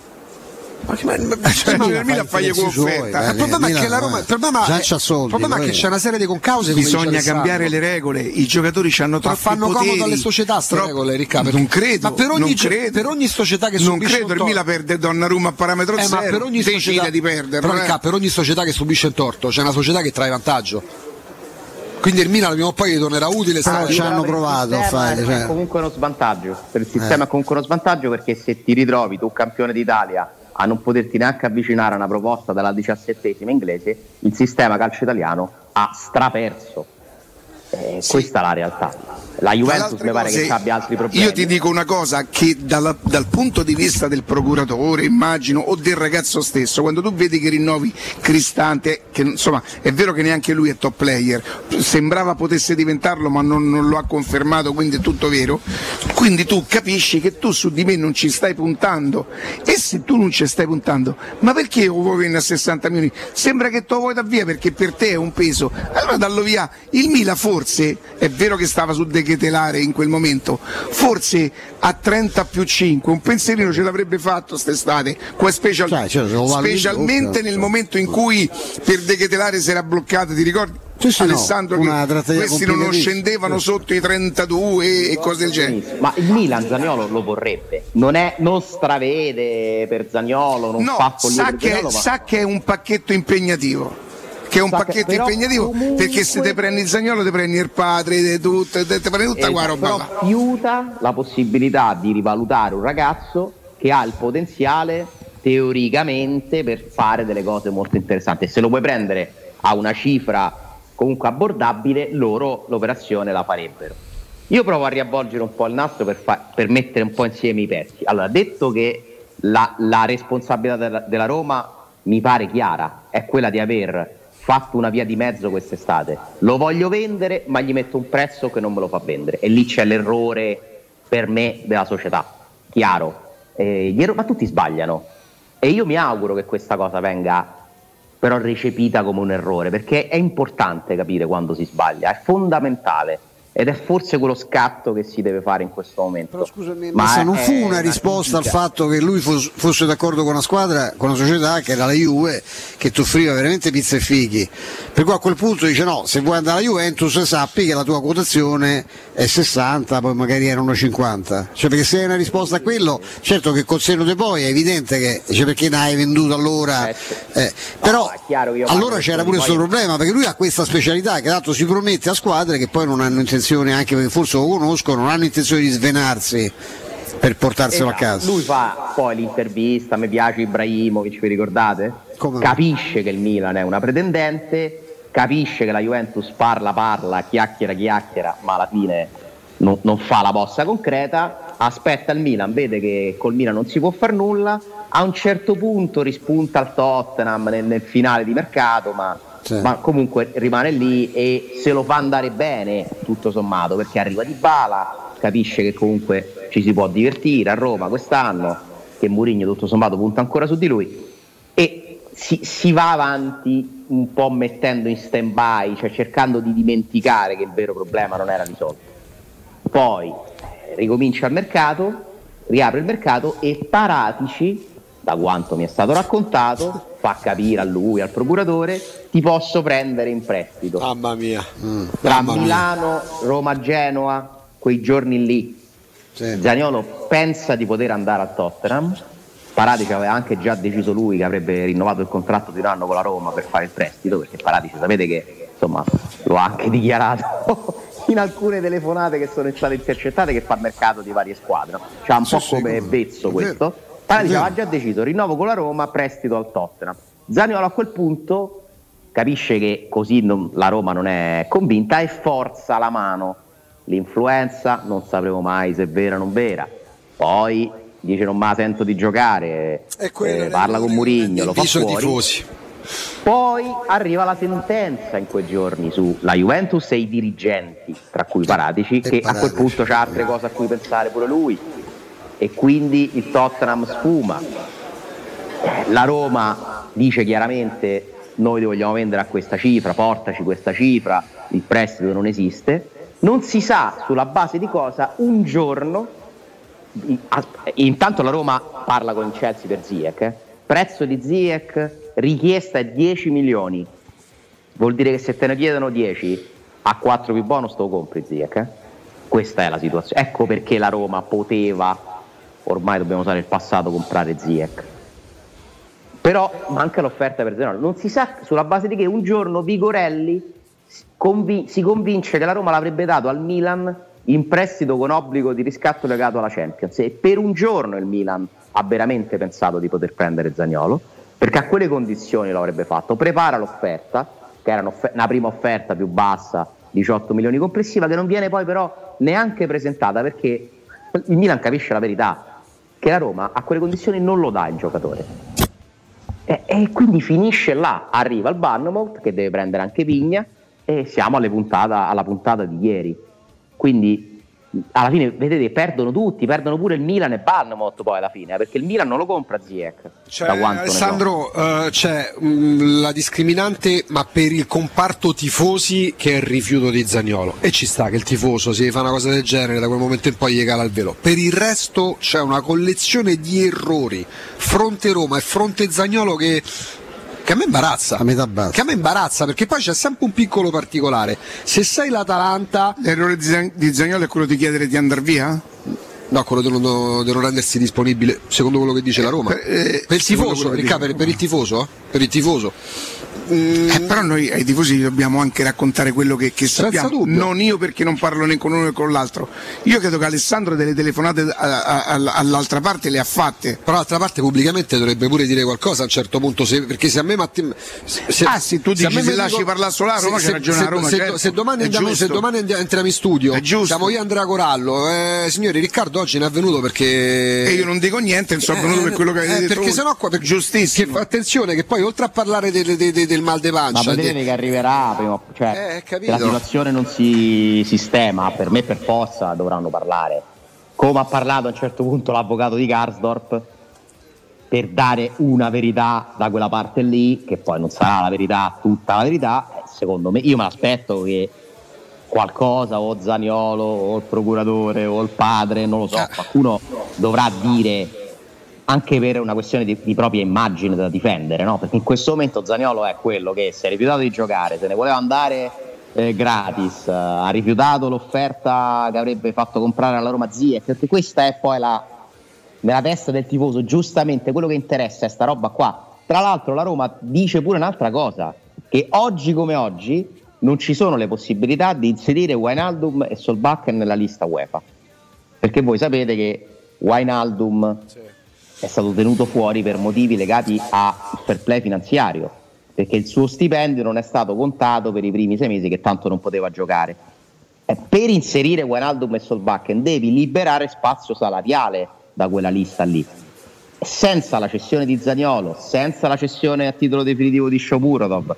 Ma che, ma, ma, cioè, ma il Milan fagli offerta. Il problema è che la Roma, il problema è, soldi, il problema è che c'è una serie di concause. Bisogna cambiare le regole. I giocatori hanno troppi poteri. Ma fanno comodo alle società queste troppo... regole, Riccardo. Non credo. Ma per ogni, non credo. per ogni società che non subisce credo un torto, il Milan perde Donnarumma a parametro eh, zero. Ma per ogni società di perdere. Però, eh. per ogni società che subisce un torto c'è una società che trae vantaggio. Quindi il Milan prima o poi gli tornerà utile. Ah, ci hanno provato a fare. Cioè. È comunque uno svantaggio. Per il sistema eh. è comunque uno svantaggio, perché se ti ritrovi tu campione d'Italia a non poterti neanche avvicinare a una proposta dalla diciassettesima inglese, il sistema calcio italiano ha straperso. Eh, sì. Questa è la realtà. La Juventus mi pare cose, che abbia altri problemi. Io ti dico una cosa, che dalla, dal punto di vista del procuratore, immagino, o del ragazzo stesso, quando tu vedi che rinnovi Cristante, che insomma è vero che neanche lui è top player, sembrava potesse diventarlo ma non, non lo ha confermato, quindi è tutto vero, quindi tu capisci che tu su di me non ci stai puntando, e se tu non ci stai puntando, ma perché lo vuoi venire a sessanta milioni? Sembra che te lo vuoi da via perché per te è un peso, allora dallo via. Il Milan forse, è vero che stava su De Ketelare in quel momento, forse a trenta più cinque un pensierino ce l'avrebbe fatto quest'estate, special, cioè, cioè, specialmente nel momento in cui per De Ketelare si era bloccato, ti ricordi? Sì, Alessandro, no, che questi non scendevano sotto i trentadue e cose del genere. Ma il Milan Zaniolo lo vorrebbe, non, è, non stravede per Zaniolo, non no, fa follia sa per che, Zaniolo, sa ma... che è un pacchetto impegnativo. Che è un Sa pacchetto che, impegnativo, comunque... perché se te prendi il Zaniolo, te prendi il padre, te, te, te, te prendi tutta esatto, qua roba. Però fiuta la possibilità di rivalutare un ragazzo che ha il potenziale teoricamente per fare delle cose molto interessanti. E se lo puoi prendere a una cifra comunque abbordabile, loro l'operazione la farebbero. Io provo a riavvolgere un po' il nastro per, fa- per mettere un po' insieme i pezzi. Allora, detto che la, la responsabilità della, della Roma mi pare chiara, è quella di aver fatto una via di mezzo quest'estate, lo voglio vendere ma gli metto un prezzo che non me lo fa vendere, e lì c'è l'errore per me della società, chiaro, eh, gli erro- ma tutti sbagliano, e io mi auguro che questa cosa venga però recepita come un errore, perché è importante capire quando si sbaglia, è fondamentale, ed è forse quello scatto che si deve fare in questo momento. Però scusami, ma se non fu una risposta al fatto che lui fosse, fosse d'accordo con una squadra, con una società che era la Juve, che ti offriva veramente pizza e fighi, per cui a quel punto dice no, se vuoi andare alla Juventus sappi che la tua quotazione è sessanta, poi magari erano cinquanta, cioè, perché se è una risposta a quello, certo che col senno di poi è evidente che, cioè, perché ne hai venduto allora, eh, però no, allora c'era pure questo problema, perché lui ha questa specialità che tanto si promette a squadre che poi non hanno intenzione, anche perché forse lo conoscono, non hanno intenzione di svenarsi per portarselo esatto. a casa. Lui fa poi l'intervista, mi piace Ibrahimovic, vi ricordate? Come capisce no? Che il Milan è una pretendente, capisce che la Juventus parla parla, chiacchiera chiacchiera, ma alla fine non, non fa la mossa concreta, aspetta il Milan, vede che col Milan non si può far nulla, a un certo punto rispunta al Tottenham nel, nel finale di mercato, ma sì. ma comunque rimane lì e se lo fa andare bene tutto sommato, perché arriva Dybala, capisce che comunque ci si può divertire a Roma quest'anno, che Mourinho tutto sommato punta ancora su di lui e si, si va avanti un po' mettendo in stand by, cioè cercando di dimenticare che il vero problema non era risolto. Poi eh, ricomincia il mercato, riapre il mercato e Paratici, da quanto mi è stato raccontato, fa capire a lui, al procuratore, ti posso prendere in prestito. Mamma mia. Mm, tra mamma Milano, mia. Roma, Genoa, quei giorni lì. Sì. Zaniolo pensa di poter andare al Tottenham. Paratici aveva anche già deciso lui che avrebbe rinnovato il contratto di un anno con la Roma per fare il prestito, perché Paratici sapete che insomma lo ha anche dichiarato in alcune telefonate che sono state intercettate, che fa mercato di varie squadre, cioè un sì, po' sì, come Vezzo questo. Paratici aveva già deciso rinnovo con la Roma, prestito al Tottenham. Zaniolo a quel punto capisce che così non, la Roma non è convinta e forza la mano. L'influenza non sapremo mai se è vera o non vera, poi dice non me la sento di giocare, eh, parla con Mourinho, lo fa fuori. Tifosi. Poi arriva la sentenza in quei giorni sulla Juventus e i dirigenti, tra cui Paratici, che Paratici. A quel punto c'ha altre cose a cui pensare pure lui, e quindi il Tottenham sfuma. La Roma dice chiaramente noi ti vogliamo vendere a questa cifra, portaci questa cifra, il prestito non esiste. Non si sa sulla base di cosa. Un giorno intanto la Roma parla con il Chelsea per Ziyech, eh. Prezzo di Ziyech, richiesta è dieci milioni, vuol dire che se te ne chiedono dieci a quattro più bonus te lo compri Ziyech, eh. Questa è la situazione, ecco perché la Roma poteva, ormai dobbiamo usare il passato, comprare Ziyech. Però manca l'offerta per Zaniolo, non si sa sulla base di che. Un giorno Vigorelli convin- si convince che la Roma l'avrebbe dato al Milan in prestito con obbligo di riscatto legato alla Champions, e per un giorno il Milan ha veramente pensato di poter prendere Zaniolo, perché a quelle condizioni lo avrebbe fatto. Prepara l'offerta, che era un'offer- una prima offerta più bassa, diciotto milioni complessiva, che non viene poi però neanche presentata, perché il Milan capisce la verità, che la Roma a quelle condizioni non lo dà il giocatore, e, e quindi finisce là. Arriva il Bournemouth che deve prendere anche Vigna e siamo alle puntata, alla puntata di ieri. Quindi alla fine vedete perdono tutti, perdono pure il Milan e Bournemouth poi alla fine, perché il Milan non lo compra Ziyech. Cioè, Alessandro, uh, c'è um, la discriminante ma per il comparto tifosi, che è il rifiuto di Zaniolo, e ci sta che il tifoso se fa una cosa del genere da quel momento in poi gli cala il velo. Per il resto c'è una collezione di errori fronte Roma e fronte Zaniolo che che a me imbarazza, a metà base. Che a me imbarazza, perché poi c'è sempre un piccolo particolare. Se sei l'Atalanta, l'errore di Zaniolo è quello di chiedere di andare via? No, quello di non, di non rendersi disponibile, secondo quello che dice la Roma. Per, eh, per il tifoso, Ricca, per, per il tifoso? Per il tifoso. Mm. Eh, però noi ai tifosi dobbiamo anche raccontare quello che, che sappiamo. Dubbio. Non io, perché non parlo né con uno né con l'altro. Io credo che Alessandro delle telefonate a, a, a, all'altra parte le ha fatte. Però l'altra parte pubblicamente dovrebbe pure dire qualcosa a un certo punto, se, perché se a me Matti, se, ah sì, tu dici se, se lasci dico, parlare solo a Roma, se, c'è ragione se, a Roma, se, certo. se, domani andiamo, se domani andiamo, entriamo in studio, siamo io e Andrea Corallo, eh, signori, Riccardo oggi non è venuto perché e io non dico niente, non sono eh, venuto per quello che avete eh, detto perché sennò qua, per, giustissimo. Che, attenzione che poi oltre a parlare de, de, de, de, del mal de pancia, ma vedete che arriverà prima, cioè eh, la situazione non si sistema, per me per forza dovranno parlare, come ha parlato a un certo punto l'avvocato di Karsdorp, per dare una verità da quella parte lì, che poi non sarà la verità, tutta la verità. Secondo me, io me l'aspetto che qualcosa, o Zaniolo o il procuratore o il padre, non lo so, qualcuno dovrà dire, anche per una questione di, di propria immagine da difendere, no? Perché in questo momento Zaniolo è quello che si è rifiutato di giocare, se ne voleva andare eh, gratis, eh, ha rifiutato l'offerta che avrebbe fatto comprare alla Roma Ziyech, perché questa è poi la, nella testa del tifoso, giustamente quello che interessa è sta roba qua. Tra l'altro la Roma dice pure un'altra cosa, che oggi come oggi non ci sono le possibilità di inserire Wijnaldum e Solbakken nella lista UEFA, perché voi sapete che Wijnaldum sì. è stato tenuto fuori per motivi legati al fair play finanziario, perché il suo stipendio non è stato contato per i primi sei mesi che tanto non poteva giocare. E per inserire Wijnaldum e Solbakken devi liberare spazio salariale da quella lista lì. Senza la cessione di Zaniolo, senza la cessione a titolo definitivo di Shomurodov,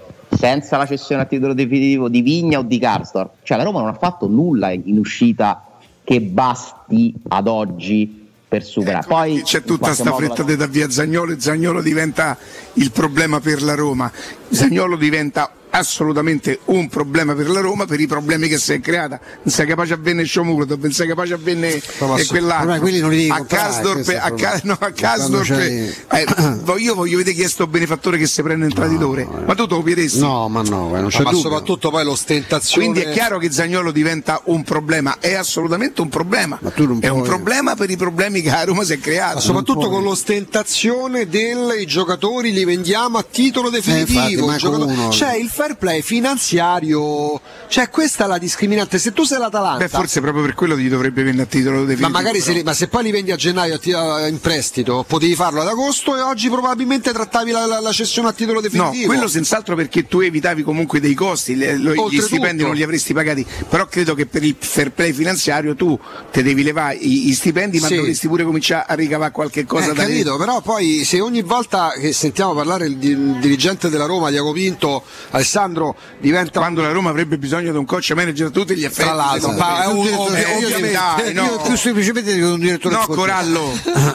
senza la cessione a titolo definitivo di Vigna o di Karsdorp, cioè la Roma non ha fatto nulla in uscita che basti ad oggi per superare. Poi c'è tutta sta fretta di dar via Zaniolo e Zaniolo diventa il problema per la Roma. Zaniolo diventa assolutamente un problema per la Roma per i problemi che si è creata. Non sei capace a vendere Shomurodov, non sei capace a vendere e quell'altro a Karsdorp, a, Ka- no, a Karsdorp eh, io voglio vedere chi è sto benefattore che si prende il traditore, no, ma tu te lo chiedessi? No, ma no, non c'è ma dubbio. Soprattutto poi l'ostentazione. Quindi è chiaro che Zaniolo diventa un problema, è assolutamente un problema, è puoi... un problema per i problemi che a Roma si è creato, ma soprattutto con l'ostentazione dei giocatori li vendiamo a titolo definitivo, eh, infatti, giocatori... c'è il fair play finanziario, cioè questa è la discriminante. Se tu sei l'Atalanta, beh, forse proprio per quello ti dovrebbe vendere a titolo definitivo, ma magari se, li, ma se poi li vendi a gennaio in prestito potevi farlo ad agosto e oggi probabilmente trattavi la, la, la cessione a titolo definitivo. No, quello senz'altro, perché tu evitavi comunque dei costi, le, lo, gli stipendi non li avresti pagati, però credo che per il fair play finanziario tu te devi levare i, i stipendi, ma sì, dovresti pure cominciare a ricavare qualche cosa eh, da capito, lì. Però poi se ogni volta che sentiamo parlare il, il dirigente della Roma, Diaco Pinto, Alessandro, diventa quando la Roma avrebbe bisogno di un coach manager a tutti gli effetti, tra l'altro, ma è un, ov- io, ovviamente, io, no. io più semplicemente dico un direttore no Corallo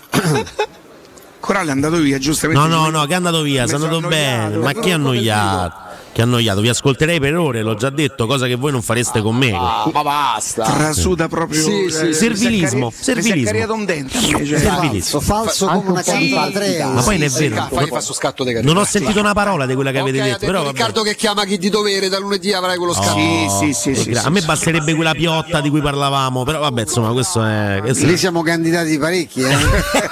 Corallo è andato via giustamente, no no no che è andato via, si è andato bene, ma chi è annoiato? Che annoiato, vi ascolterei per ore, l'ho già detto, cosa che voi non fareste con me. Ah, ma basta. Trasuda proprio sì, sì, servilismo, sì, servilismo. Si è cariato un dente, cioè. Servilismo. Falso come una carta. Ma poi non è vero. Fai, fa sto scatto di non ho sentito una parola di quella che okay, avete detto, però Riccardo che chiama chi di dovere, da lunedì avrai quello scatto. Oh, sì, sì, sì, a sì, me sì, basterebbe quella piotta di cui parlavamo, però vabbè, insomma, questo è questo lì siamo candidati parecchi, eh.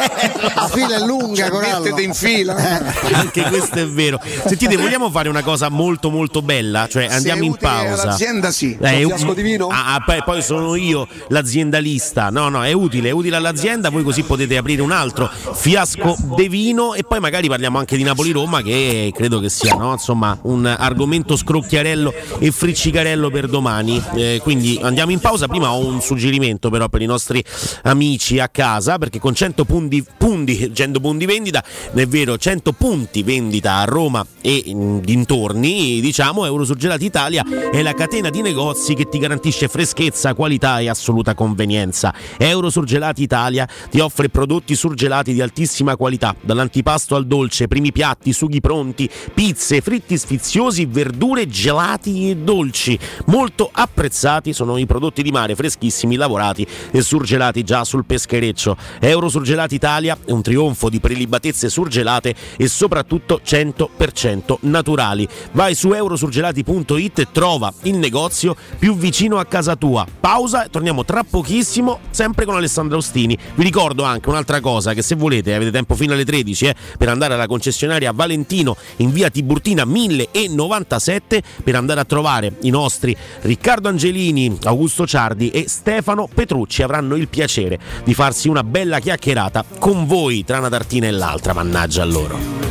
La fila è lunga, Corallo. Mettete in fila. Anche questo è vero. Sentite, vogliamo fare una cosa molto molto bella, cioè andiamo in pausa. All'azienda sì. Eh, un fiasco di vino? Ah, poi, poi sono io l'aziendalista. No, no, è utile, è utile all'azienda, voi così potete aprire un altro fiasco di vino e poi magari parliamo anche di Napoli-Roma, che credo che sia, no? Insomma, un argomento scrocchiarello e friccicarello per domani. Eh, quindi andiamo in pausa. Prima ho un suggerimento però per i nostri amici a casa, perché con cento punti, punti, cento punti vendita, è vero, cento punti vendita a Roma e in dintorni, diciamo, Eurosurgelati Italia è la catena di negozi che ti garantisce freschezza, qualità e assoluta convenienza. Eurosurgelati Italia ti offre prodotti surgelati di altissima qualità, dall'antipasto al dolce, primi piatti, sughi pronti, pizze, fritti sfiziosi, verdure, gelati e dolci. Molto apprezzati sono i prodotti di mare freschissimi, lavorati e surgelati già sul peschereccio. Eurosurgelati Italia è un trionfo di prelibatezze surgelate e soprattutto cento per cento naturali. Vai su eurosurgelati punto it e trova il negozio più vicino a casa tua. Pausa e torniamo tra pochissimo, sempre con Alessandro Ostini. Vi ricordo anche un'altra cosa, che se volete avete tempo fino alle tredici eh, per andare alla concessionaria Valentino in via Tiburtina mille novantasette per andare a trovare i nostri Riccardo Angelini, Augusto Ciardi e Stefano Petrucci. Avranno il piacere di farsi una bella chiacchierata con voi tra una tartina e l'altra, mannaggia a loro.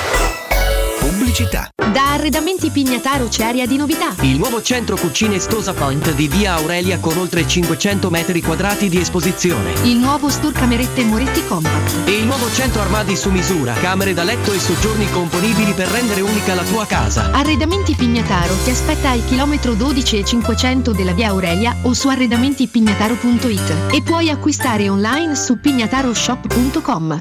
Pubblicità. Da Arredamenti Pignataro c'è aria di novità. Il nuovo centro cucine Stosa Point di via Aurelia con oltre cinquecento metri quadrati di esposizione. Il nuovo store camerette Moretti Compact. E il nuovo centro armadi su misura, camere da letto e soggiorni componibili per rendere unica la tua casa. Arredamenti Pignataro ti aspetta al chilometro dodici e cinquecento della via Aurelia o su arredamenti pignataro punto it e puoi acquistare online su pignataroshop punto com.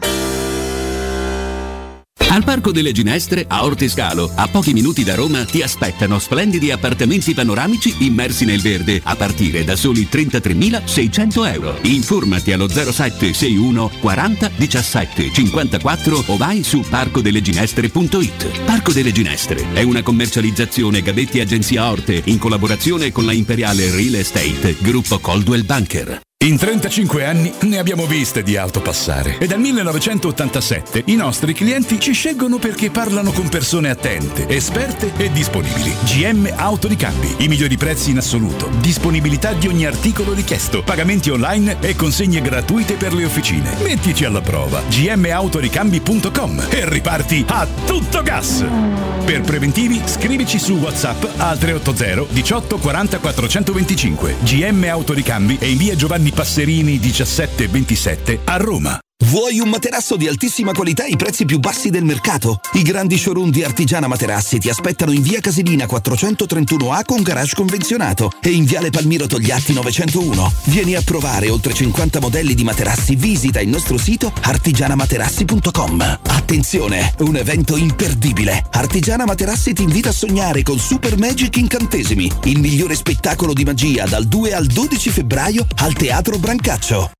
Al Parco delle Ginestre, a Ortiscalo, a pochi minuti da Roma, ti aspettano splendidi appartamenti panoramici immersi nel verde a partire da soli trentatremilaseicento euro. Informati allo zero sette sei uno quaranta diciassette cinquantaquattro o vai su parco delle ginestre punto it. Parco delle Ginestre è una commercializzazione Gavetti Agenzia Orte in collaborazione con la Imperiale Real Estate, gruppo Coldwell Banker. In trentacinque anni ne abbiamo viste di auto passare e dal millenovecentottantasette i nostri clienti ci scelgono perché parlano con persone attente, esperte e disponibili. G M Autoricambi, i migliori prezzi in assoluto, disponibilità di ogni articolo richiesto, pagamenti online e consegne gratuite per le officine. Mettici alla prova. g m autoricambi punto com e riparti a tutto gas. Per preventivi scrivici su WhatsApp al tre otto zero diciotto quaranta quattrocentoventicinque. G M Autoricambi e in via Giovanni Passerini diciassette ventisette a Roma. Vuoi un materasso di altissima qualità ai prezzi più bassi del mercato? I grandi showroom di Artigiana Materassi ti aspettano in via Casilina quattrocentotrentuno A con garage convenzionato e in viale Palmiro Togliatti novecentouno. Vieni a provare oltre cinquanta modelli di materassi, visita il nostro sito artigiana materassi punto com. Attenzione, un evento imperdibile. Artigiana Materassi ti invita a sognare con Super Magic Incantesimi, il migliore spettacolo di magia dal due al dodici febbraio al Teatro Brancaccio.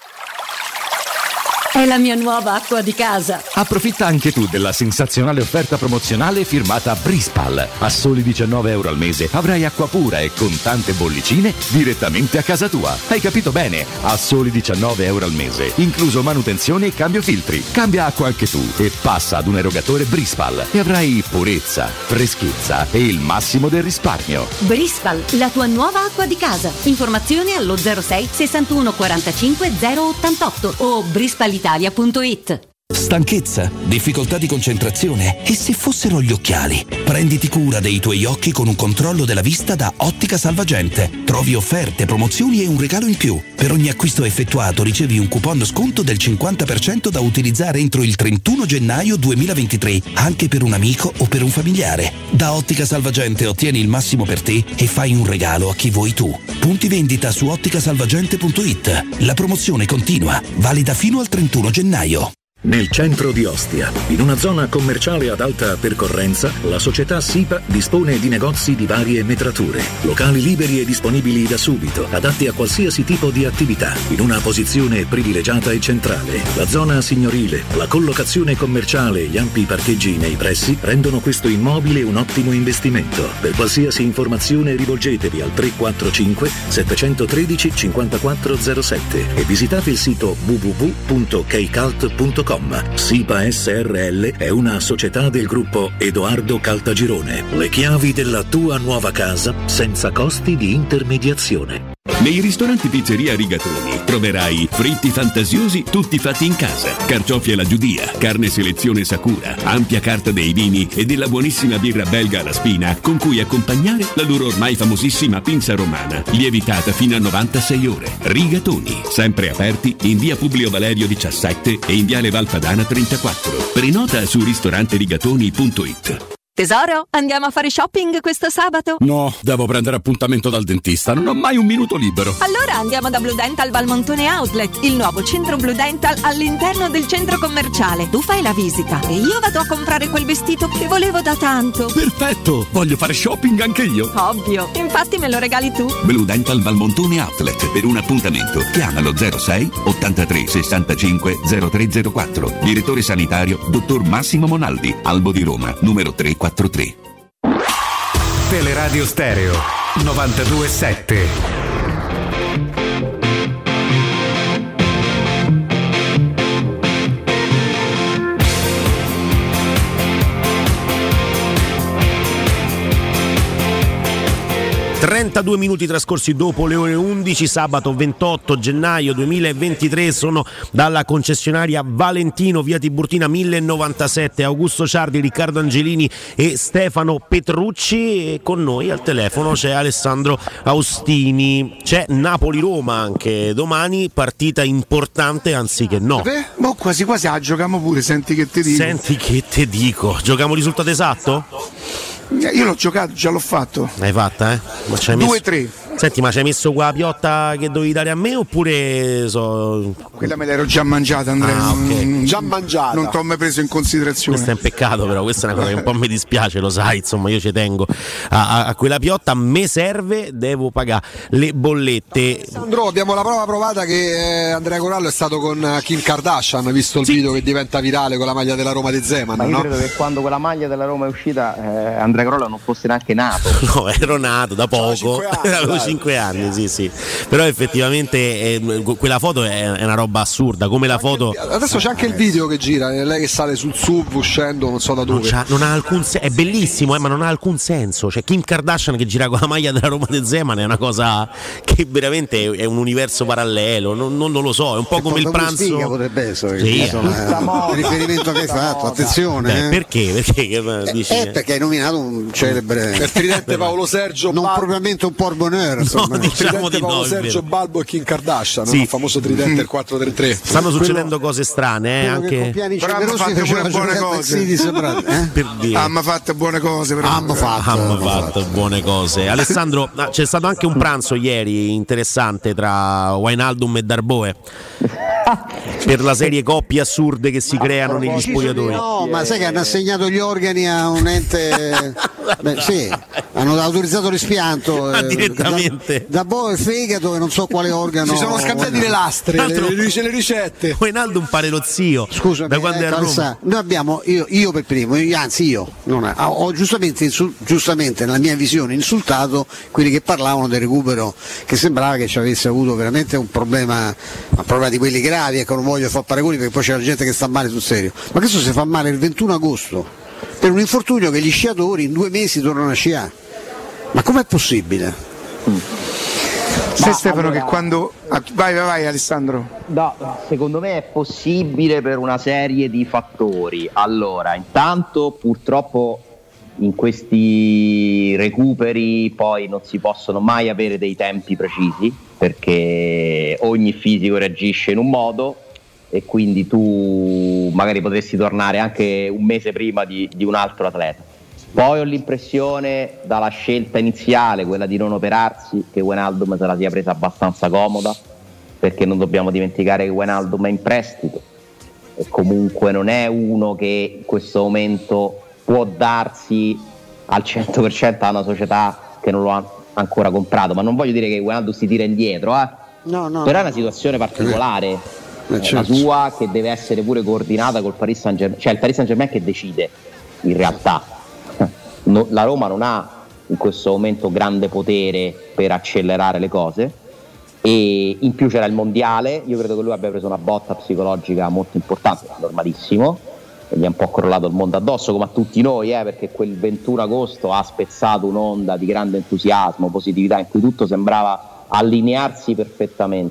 È la mia nuova acqua di casa. Approfitta anche tu della sensazionale offerta promozionale firmata Brispal. A soli diciannove euro al mese avrai acqua pura e con tante bollicine direttamente a casa tua. Hai capito bene? A soli diciannove euro al mese, incluso manutenzione e cambio filtri. Cambia acqua anche tu e passa ad un erogatore Brispal e avrai purezza, freschezza e il massimo del risparmio. Brispal, la tua nuova acqua di casa. Informazioni allo zero sei sessantuno quarantacinque zero ottantotto o brispal italia punto it. Stanchezza, difficoltà di concentrazione e se fossero gli occhiali? Prenditi cura dei tuoi occhi con un controllo della vista da Ottica Salvagente. Trovi offerte, promozioni e un regalo in più. Per ogni acquisto effettuato ricevi un coupon sconto del cinquanta per cento da utilizzare entro il trentuno gennaio duemilaventitré, anche per un amico o per un familiare. Da Ottica Salvagente ottieni il massimo per te e fai un regalo a chi vuoi tu. Punti vendita su ottica salvagente punto it. La promozione continua, valida fino al trentuno gennaio. Nel centro di Ostia, in una zona commerciale ad alta percorrenza, la società SIPA dispone di negozi di varie metrature, locali liberi e disponibili da subito, adatti a qualsiasi tipo di attività, in una posizione privilegiata e centrale. La zona signorile, la collocazione commerciale e gli ampi parcheggi nei pressi rendono questo immobile un ottimo investimento. Per qualsiasi informazione rivolgetevi al tre quattro cinque sette uno tre cinque zero sette e visitate il sito w w w punto keycult punto com. SIPA S R L è una società del gruppo Edoardo Caltagirone. Le chiavi della tua nuova casa senza costi di intermediazione. Nei ristoranti Pizzeria Rigatoni troverai fritti fantasiosi tutti fatti in casa, carciofi alla giudia, carne selezione Sakura, ampia carta dei vini e della buonissima birra belga alla spina con cui accompagnare la loro ormai famosissima pinza romana, lievitata fino a novantasei ore. Rigatoni, sempre aperti in via Publio Valerio diciassette e in viale Valpadana trentaquattro. Prenota su ristoranterigatoni punto it. Tesoro, andiamo a fare shopping questo sabato? No, devo prendere appuntamento dal dentista, non ho mai un minuto libero. Allora andiamo da Blue Dental Valmontone Outlet, il nuovo centro Blue Dental all'interno del centro commerciale. Tu fai la visita e io vado a comprare quel vestito che volevo da tanto. Perfetto, voglio fare shopping anche io. Ovvio, infatti me lo regali tu. Blue Dental Valmontone Outlet, per un appuntamento chiamalo zero sei ottantatré sessantacinque zero tre zero quattro. Direttore sanitario dottor Massimo Monaldi, Albo di Roma, numero tre quattro tre. Teleradio Stereo novantadue sette. trentadue minuti trascorsi dopo le ore undici, sabato ventotto gennaio duemilaventitré. Sono dalla concessionaria Valentino, via Tiburtina mille novantasette. Augusto Ciardi, Riccardo Angelini e Stefano Petrucci, e con noi al telefono c'è Alessandro Austini. C'è Napoli-Roma anche domani, partita importante anziché no. Beh, boh, quasi quasi la giochiamo pure, senti che ti dico. Senti che te dico. Giochiamo il risultato esatto? Io l'ho giocato, già l'ho fatto. L'hai fatta, eh? Ma c'hai messo... due tre. Senti, ma ci hai messo quella piotta che dovevi dare a me oppure so... Quella me l'ero già mangiata, Andrea. Ah, okay. Già mangiata. Non ti ho mai preso in considerazione. Questo è un peccato, però questa è una cosa che un po' mi dispiace, lo sai, insomma, io ci tengo a, a, a quella piotta, a me serve, devo pagare le bollette. Sandro, abbiamo la prova provata che eh, Andrea Corallo è stato con Kim Kardashian, visto il sì. video che diventa virale con la maglia della Roma di Zeman. Ma io no? credo che quando quella maglia della Roma è uscita eh, Andrea Corallo non fosse neanche nato. No, ero nato da poco, avevo cinque anni, sì. Sì. Però effettivamente eh, quella foto è, è una roba assurda, come la foto. Adesso c'è anche il video che gira, lei che sale sul S U V uscendo, non so da dove. Non, non ha alcun senso, è bellissimo, eh, ma non ha alcun senso. Cioè Kim Kardashian che gira con la maglia della Roma de Zeman è una cosa che veramente è un universo parallelo. Non, non, non lo so, è un po' e come il pranzo. Spiga, potrebbe essere. Sì. Il riferimento che hai fatto, attenzione. Beh, eh. Perché? Perché? Che, eh, dici, eh, perché hai nominato un celebre. Il tridente Paolo Sergio. Non Bar- propriamente un portbonheur. era insomma. No, diciamo di no, Sergio Balbo e Kim Kardashian, sì. Il famoso tridente il quattro tre tre. Stanno succedendo cose strane, eh, anche hanno fatto pure buone cose. Eh? Per dire. Hanno fatto buone cose, però. Hanno fatto, hanno fatto buone cose. Alessandro, c'è stato anche un pranzo ieri interessante tra Wijnaldum e Darboe per la serie coppie assurde che si creano negli spogliatoi. No, ma sai che hanno assegnato gli organi a un ente. Beh, sì, hanno autorizzato l'espianto eh, direttamente da, da boe e fegato e non so quale organo. Si sono scambiati le lastre, Altro, le, le ricette. Wijnaldum pare lo zio. Scusa, da quando eh, è a Roma. Noi abbiamo, io, io per primo, io, anzi io non ho, ho giustamente, insul, giustamente nella mia visione insultato quelli che parlavano del recupero, che sembrava che ci avesse avuto veramente un problema, un problema di quelli gravi, ecco, non voglio fare paragoni perché poi c'è la gente che sta male sul serio. Ma questo si fa male il ventuno agosto per un infortunio che gli sciatori in due mesi tornano a sciare. Ma com'è possibile? Mm. Sai Stefano allora, che quando ah, vai vai vai Alessandro. No, secondo me è possibile per una serie di fattori. Allora, intanto purtroppo in questi recuperi poi non si possono mai avere dei tempi precisi, perché ogni fisico reagisce in un modo e quindi tu magari potresti tornare anche un mese prima di, di un altro atleta. Poi ho l'impressione dalla scelta iniziale, quella di non operarsi, che Wijnaldum se la sia presa abbastanza comoda, perché non dobbiamo dimenticare che Wijnaldum è in prestito e comunque non è uno che in questo momento può darsi al cento per cento a una società che non lo ha ancora comprato. Ma non voglio dire che Wijnaldum si tira indietro, eh? no, no, però no. è una situazione particolare, eh, certo. la sua, che deve essere pure coordinata col Paris Saint-Germain, cioè il Paris Saint-Germain che decide in realtà. No, la Roma non ha in questo momento grande potere per accelerare le cose e in più c'era il mondiale. Io credo che lui abbia preso una botta psicologica molto importante, normalissimo, e gli è un po' crollato il mondo addosso come a tutti noi, eh, perché quel ventuno agosto ha spezzato un'onda di grande entusiasmo, positività, in cui tutto sembrava allinearsi perfettamente.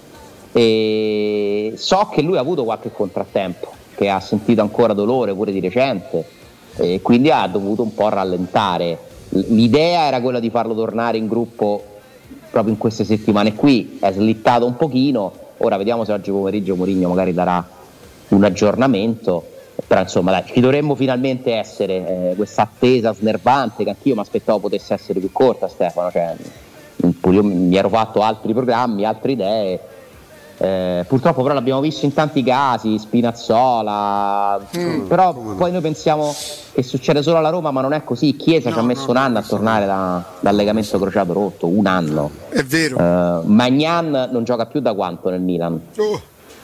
E so che lui ha avuto qualche contrattempo, che ha sentito ancora dolore pure di recente, e quindi ha dovuto un po' rallentare. L'idea era quella di farlo tornare in gruppo proprio in queste settimane qui, è slittato un pochino. Ora vediamo se oggi pomeriggio Mourinho magari darà un aggiornamento, però insomma dai, ci dovremmo finalmente essere, eh, questa attesa snervante che anch'io mi aspettavo potesse essere più corta, Stefano, cioè, io mi ero fatto altri programmi, altre idee. Eh, purtroppo però l'abbiamo visto in tanti casi, Spinazzola, mm, però poi no. Noi pensiamo che succede solo alla Roma, ma non è così. Chiesa no, ci ha messo no, un anno no, a tornare da, dal legamento crociato rotto, un anno. È vero. eh, Magnan non gioca più da quanto nel Milan? Oh.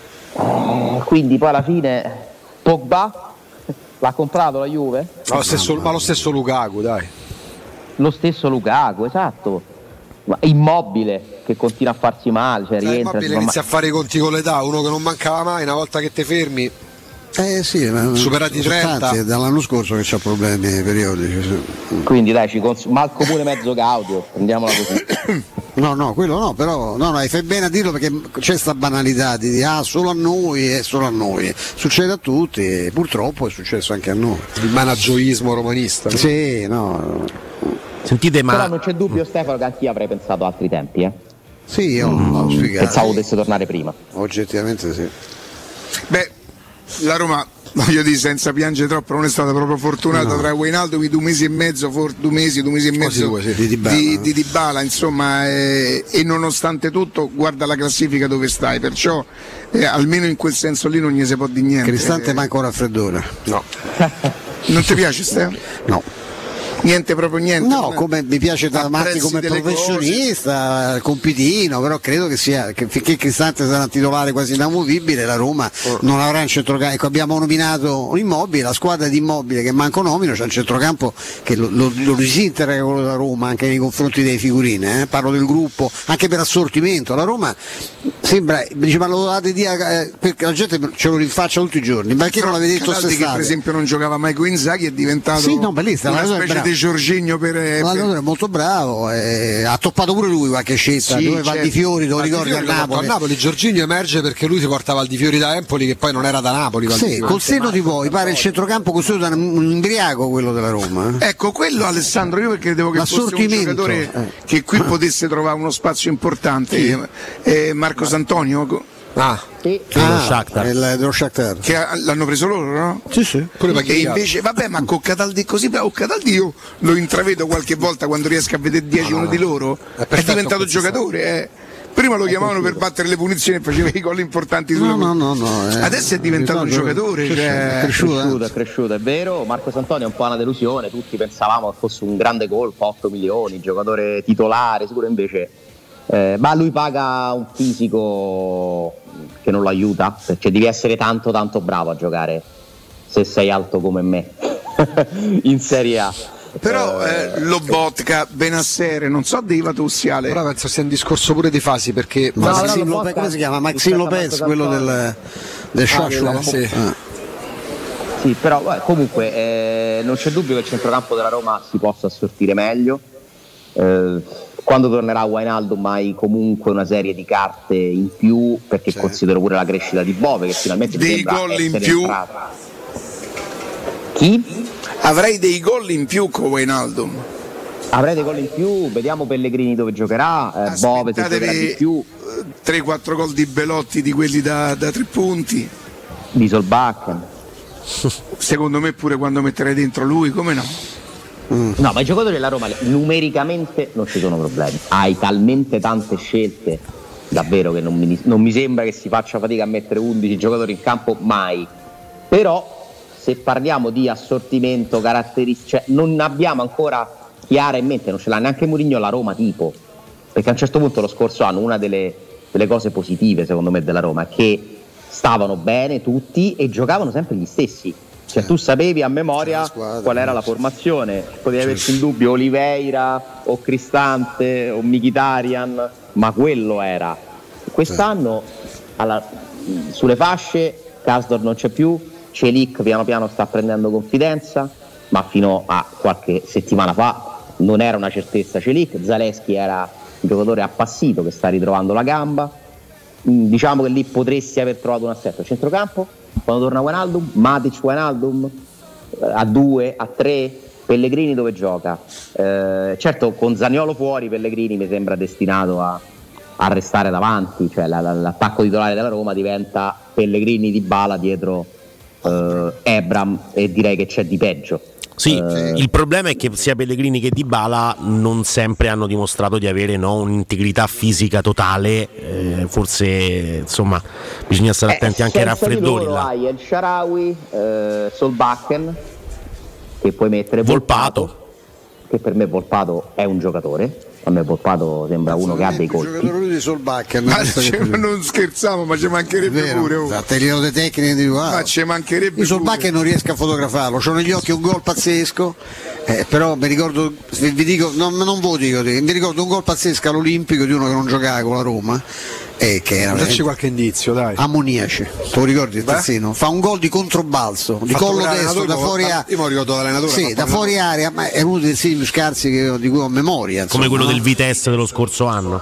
eh, quindi poi alla fine Pogba l'ha comprato la Juve, ma lo stesso, ma lo stesso Lukaku, dai, lo stesso Lukaku, esatto. Ma Immobile che continua a farsi male, cioè rientra, Immobile inizia ma... a fare i conti con l'età, uno che non mancava mai, una volta che ti fermi eh sì, superati i trenta, è dall'anno scorso che c'ha problemi periodici. Quindi dai, ci cons- Malco pure mezzo Gaudio, prendiamola così. No, no, quello no, però no, no, fai bene a dirlo perché c'è sta banalità di dire ah, solo a noi, è solo a noi. Succede a tutti e purtroppo è successo anche a noi. Il managioismo romanista. No? Sì, no. Sentite, ma... Però non c'è dubbio, Stefano, che anch'io avrei pensato a altri tempi, eh? Sì, io mm. l'ho spiegato. Pensavo potesse tornare prima. Oggettivamente sì. Beh, la Roma, voglio dire, senza piangere troppo, non è stata proprio fortunata no. tra Wijnaldum i due mesi e mezzo, for, due mesi, due mesi e mezzo due, sì, di Dybala, di, di Dybala, insomma, eh, e nonostante tutto, guarda la classifica dove stai, perciò eh, almeno in quel senso lì non gli si può dire niente. Cristante eh. manca un raffreddore. No. Non ti piace, Stefano? No. Niente, proprio niente. No, come mi piace Matti come professionista, cose. compitino, però credo che sia che finché Cristante sarà un titolare quasi inamovibile, la Roma oh. non avrà un centrocampo. Ecco, abbiamo nominato un Immobile, la squadra di Immobile che manco nomino, c'è un centrocampo che lo, lo, lo disintegra quello della Roma anche nei confronti dei figurine, eh? Parlo del gruppo, anche per assortimento. La Roma sembra, dice, ma lo date di, eh, perché la gente ce lo rinfaccia tutti i giorni, ma perché non l'avete detto Canaldi che per esempio non giocava mai con Inzaghi è diventato sì, no, ma lì sta una una specie De Giorginio per, l'allenatore è molto bravo, eh, ha toppato pure lui qualche scelta, sì, dove certo. Valdifiori, te lo ricordi a Napoli. A Napoli Giorginio emerge perché lui si portava Valdifiori da Empoli, che poi non era da Napoli. Sì, col senno di poi pare il centrocampo costruito da un imbriaco, quello della Roma. Eh. Ecco, quello Alessandro, io credevo che fosse un giocatore eh. che qui potesse trovare uno spazio importante. Sì. Eh, Marcos Antonio. Ah, sì. ah Shakhtar. Il, dello Shakhtar. Che l'hanno preso loro, no? Sì, sì. Pure e invece, vabbè, ma con Cataldi così, con Cataldi io lo intravedo qualche volta quando riesco a vedere dieci no, uno di loro. È, è diventato giocatore, eh. Prima lo chiamavano per battere le punizioni e faceva i gol importanti sulle no, no, no, no, eh. Adesso è diventato un giocatore, cresciuto, cioè... è cresciuto, è cresciuto, è vero. Marco Sant'Antonio è un po' una delusione, tutti pensavamo che fosse un grande colpo, otto milioni, giocatore titolare, sicuro invece eh, ma lui paga un fisico che non lo aiuta, perché devi essere tanto tanto bravo a giocare se sei alto come me in Serie A. Però eh, Lobotka, Benassere, non so dei Vatussi, però penso sia un discorso pure di fasi, perché no, Maxim Lopez, come si chiama? Maxim Lopez, quello del, del Shashu, ah, sì. Ah. Sì, però beh, comunque eh, non c'è dubbio che il centrocampo della Roma si possa assortire meglio. Eh, quando tornerà Wijnaldum hai comunque una serie di carte in più, perché certo. considero pure la crescita di Bove che finalmente dei gol in più entrato. Chi? Avrei dei gol in più con Wijnaldum. Avrei dei gol in più, vediamo Pellegrini dove giocherà, eh, Bove se giocherà di più. tre quattro gol di Belotti, di quelli da, da tre punti. Di Solbakken. Secondo me pure quando metterei dentro lui, come no? Mm. No, ma i giocatori della Roma numericamente non ci sono problemi. Hai talmente tante scelte, davvero, che non mi, non mi sembra che si faccia fatica a mettere undici giocatori in campo mai. Però se parliamo di assortimento, caratteristiche, cioè non abbiamo ancora chiara in mente, non ce l'ha neanche Mourinho, la Roma tipo, perché a un certo punto lo scorso anno una delle, delle cose positive secondo me della Roma è che stavano bene tutti e giocavano sempre gli stessi, cioè tu sapevi a memoria squadra, qual era la formazione, potevi certo. averci in dubbio Oliveira o Cristante o Mkhitaryan, ma quello era. Quest'anno alla, sulle fasce Karsdorp non c'è più, Celik piano piano sta prendendo confidenza, ma fino a qualche settimana fa non era una certezza Celik. Zalewski era un giocatore appassito che sta ritrovando la gamba, diciamo che lì potresti aver trovato un assetto a centrocampo. Quando torna Wijnaldum, Matic Wijnaldum a due, a tre, Pellegrini dove gioca, eh, certo con Zaniolo fuori Pellegrini mi sembra destinato a, a restare davanti, cioè la, la, l'attacco titolare della Roma diventa Pellegrini, Dybala dietro Uh, Ebram, e direi che c'è di peggio. Sì, uh, il problema è che sia Pellegrini che Dybala non sempre hanno dimostrato di avere no, un'integrità fisica totale, eh, forse insomma bisogna stare eh, attenti anche ai raffreddori. Là. Hai El Shaarawy, eh, Solbakken che puoi mettere, Volpato. Volpato che per me Volpato è un giocatore. A me Volpato sembra uno che ha dei colpi. Di Solbakken, ma non scherziamo, ma ci mancherebbe vero, pure. Oh. Te li ho tecniche di wow. Ma ci mancherebbe. Io Solbakken non riesco a fotografarlo, c'ho negli occhi un gol pazzesco, eh, però mi ricordo, vi dico, non, non ve lo dico, mi ricordo un gol pazzesco all'Olimpico di uno che non giocava con la Roma. Eh, che era Dacci qualche indizio, dai. Ammoniace, te lo ricordi il terzino? Fa un gol di controbalzo, di collo destro da fuori area. Io mi ricordo l'allenatore. Sì, da fuori area, ma è uno dei segni più scarsi che, di cui ho memoria. Insomma, come quello no? del Vitesse dello scorso anno.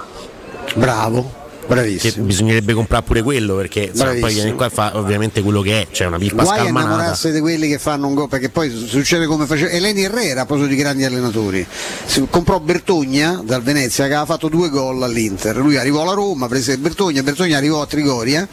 Bravo. Bravissimo. Che bisognerebbe comprare pure quello, perché insomma, poi viene qua e fa ovviamente quello che è, cioè una pippa Guai scalmanata. Guai innamorarsi di quelli che fanno un gol, perché poi succede come faceva Eleni Herrera, a proposito di grandi allenatori. Si comprò Bertogna dal Venezia che aveva fatto due gol all'Inter. Lui arrivò alla Roma, prese Bertogna, Bertogna arrivò a Trigoria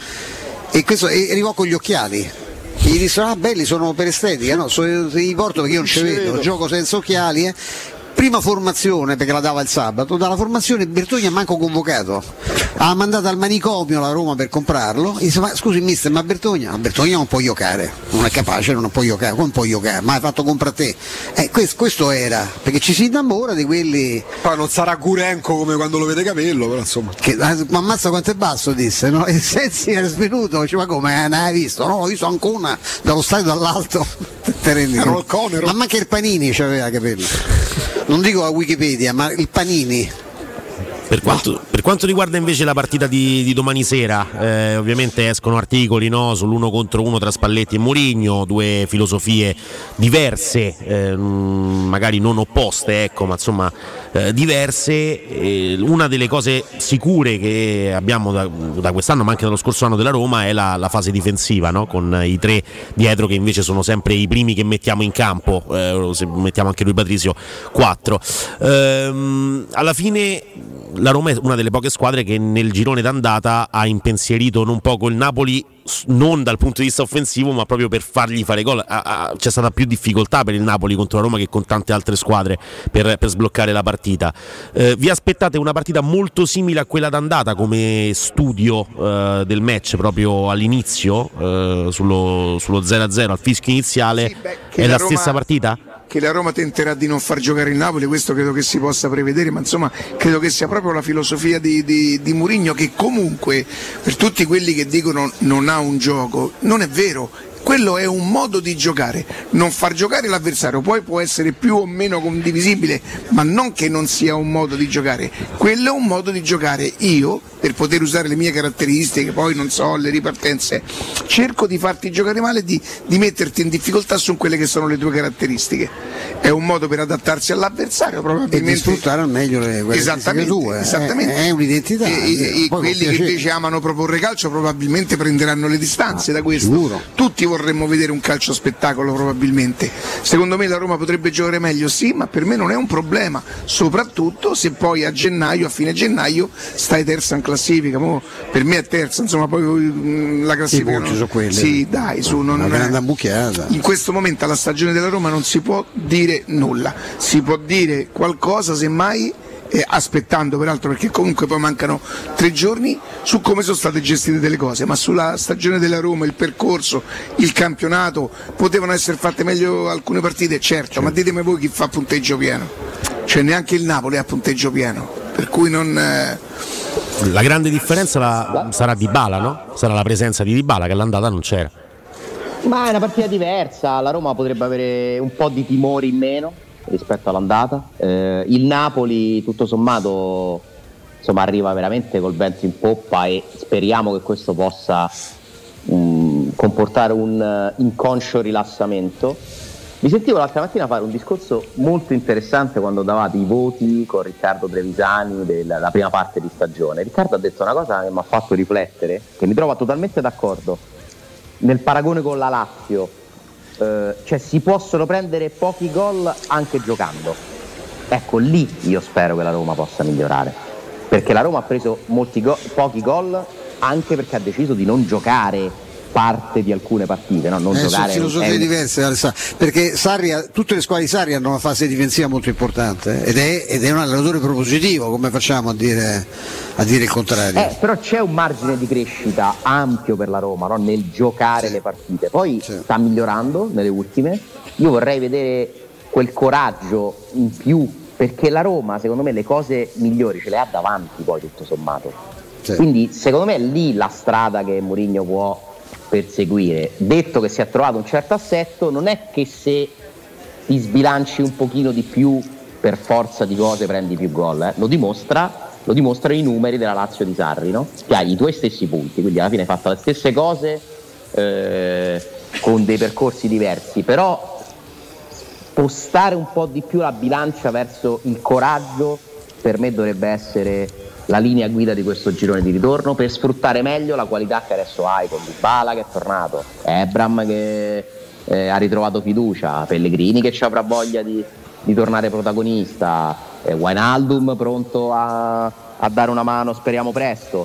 e questo e arrivò con gli occhiali. E gli dissero: ah, belli, sono per estetica, no, so, li porto perché io non ci vedo, gioco senza occhiali, eh. Prima formazione, perché la dava il sabato, dalla formazione Bertogna manco convocato, ha mandato al manicomio la Roma per comprarlo e disse: ma scusi mister, ma Bertogna? Ma Bertogna non può giocare, non è capace, non può giocare, come può giocare? Ma hai fatto comprare te? Eh, questo, questo era, perché ci si innamora di quelli. Poi non sarà Gurenco come quando lo vede Capello, però insomma. Che, ma ammazza quanto è basso, disse, no? E Sensi era svenuto, diceva: ma come, non hai visto? No, io sono ancora dallo stadio dall'alto. Te rendi conto? Ma anche il Panini c'aveva Capello. Non dico a Wikipedia, ma il Panini. Per quanto, per Per quanto riguarda invece la partita di, di domani sera, eh, ovviamente escono articoli, no, sull'uno contro uno tra Spalletti e Mourinho, due filosofie diverse, eh, magari non opposte, ecco, ma insomma eh, diverse. Eh, una delle cose sicure che abbiamo da, da quest'anno, ma anche dallo scorso anno della Roma, è la, la fase difensiva, no? Con i tre dietro che invece sono sempre i primi che mettiamo in campo, eh, se mettiamo anche lui Patrizio, quattro. Ehm, alla fine la Roma è una delle poche squadre che nel girone d'andata ha impensierito non poco il Napoli, non dal punto di vista offensivo ma proprio per fargli fare gol. C'è stata più difficoltà per il Napoli contro la Roma che con tante altre squadre per, per sbloccare la partita. Eh, vi aspettate una partita molto simile a quella d'andata come studio eh, del match proprio all'inizio, eh, sullo, sullo zero a zero al fischio iniziale? Sì, beh, è la, la Roma... stessa partita? Che la Roma tenterà di non far giocare il Napoli, questo credo che si possa prevedere, ma insomma credo che sia proprio la filosofia di, di, di Mourinho, che comunque per tutti quelli che dicono non ha un gioco, non è vero. Quello è un modo di giocare, non far giocare l'avversario, poi può essere più o meno condivisibile, ma non che non sia un modo di giocare, quello è un modo di giocare. Io, per poter usare le mie caratteristiche, poi non so, le ripartenze, cerco di farti giocare male e di, di metterti in difficoltà su quelle che sono le tue caratteristiche. È un modo per adattarsi all'avversario, probabilmente. E di sfruttare al meglio le esattamente, tue, esattamente. È, è un'identità. E, e quelli che invece amano proporre calcio probabilmente prenderanno le distanze ah, da questo. Sicuro. Tutti vorremmo vedere un calcio spettacolo, probabilmente. Secondo me la Roma potrebbe giocare meglio, sì, ma per me non è un problema, soprattutto se poi a gennaio, a fine gennaio, stai terza in classifica. Mo, per me è terza, insomma, poi mh, la classifica. Non... su quelle. Sì, dai, su, non una grande ammucchiata. In questo momento alla stagione della Roma non si può dire nulla, si può dire qualcosa semmai. Eh, aspettando peraltro, perché comunque poi mancano tre giorni, su come sono state gestite delle cose, ma sulla stagione della Roma, il percorso, il campionato, potevano essere fatte meglio alcune partite, certo, certo. Ma ditemi voi chi fa punteggio pieno, cioè neanche il Napoli ha punteggio pieno, per cui non... Eh... La grande differenza la... sarà Dybala, no? Sarà la presenza di Dybala, che all'andata non c'era. Ma è una partita diversa, la Roma potrebbe avere un po' di timori in meno rispetto all'andata. Eh, il Napoli tutto sommato insomma arriva veramente col vento in poppa e speriamo che questo possa um, comportare un uh, inconscio rilassamento. Vi sentivo l'altra mattina fare un discorso molto interessante quando davate i voti con Riccardo Trevisani della prima parte di stagione. Riccardo ha detto una cosa che mi ha fatto riflettere, che mi trova totalmente d'accordo nel paragone con la Lazio. Uh, cioè si possono prendere pochi gol anche giocando. Ecco, lì io spero che la Roma possa migliorare, perché la Roma ha preso molti go- pochi gol anche perché ha deciso di non giocare parte di alcune partite, no? Non eh, giocare. Sono filosofie un... diverse, Alessandro, perché Sarri ha, tutte le squadre di Sarri hanno una fase difensiva molto importante ed è, ed è un allenatore propositivo, come facciamo a dire, a dire il contrario? Eh, però c'è un margine di crescita ampio per la Roma, no? Nel giocare sì. le partite, poi sì. sta migliorando nelle ultime. Io vorrei vedere quel coraggio in più, perché la Roma secondo me le cose migliori ce le ha davanti poi tutto sommato, sì. Quindi secondo me è lì la strada che Mourinho può perseguire. Detto che si è trovato un certo assetto, non è che se ti sbilanci un pochino di più per forza di cose prendi più gol, eh? lo dimostra lo dimostrano i numeri della Lazio di Sarri, no? Che hai i tuoi stessi punti, quindi alla fine hai fatto le stesse cose eh, con dei percorsi diversi, però spostare un po' di più la bilancia verso il coraggio per me dovrebbe essere la linea guida di questo girone di ritorno, per sfruttare meglio la qualità che adesso hai con Dybala che è tornato, Ebram che eh, ha ritrovato fiducia, Pellegrini che ci avrà voglia di, di tornare protagonista, eh, Wijnaldum pronto a, a dare una mano, speriamo presto.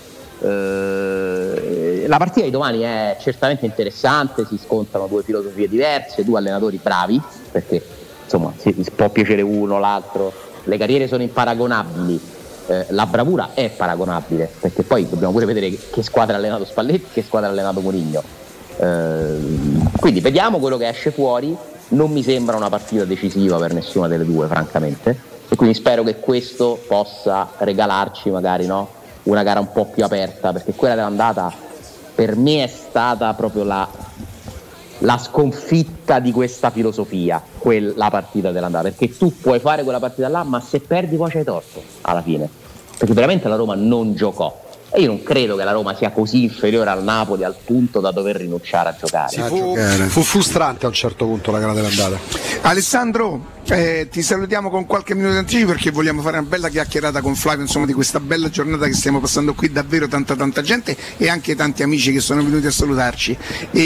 Eh, la partita di domani è certamente interessante, si scontrano due filosofie diverse, due allenatori bravi, perché insomma si, si può piacere uno, l'altro, le carriere sono imparagonabili. Eh, la bravura è paragonabile, perché poi dobbiamo pure vedere che, che squadra ha allenato Spalletti, che squadra ha allenato Mourinho, eh, quindi vediamo quello che esce fuori. Non mi sembra una partita decisiva per nessuna delle due francamente, e quindi spero che questo possa regalarci magari, no, una gara un po' più aperta, perché quella dell'andata per me è stata proprio la, la sconfitta di questa filosofia, quella partita dell'andata, perché tu puoi fare quella partita là, ma se perdi poi c'hai torto alla fine, perché veramente la Roma non giocò. E io non credo che la Roma sia così inferiore al Napoli al punto da dover rinunciare a giocare. Sì, fu, fu frustrante a un certo punto la gara dell'andata. Alessandro, eh, ti salutiamo con qualche minuto di anticipo perché vogliamo fare una bella chiacchierata con Flavio, insomma, di questa bella giornata che stiamo passando qui, davvero tanta tanta gente e anche tanti amici che sono venuti a salutarci.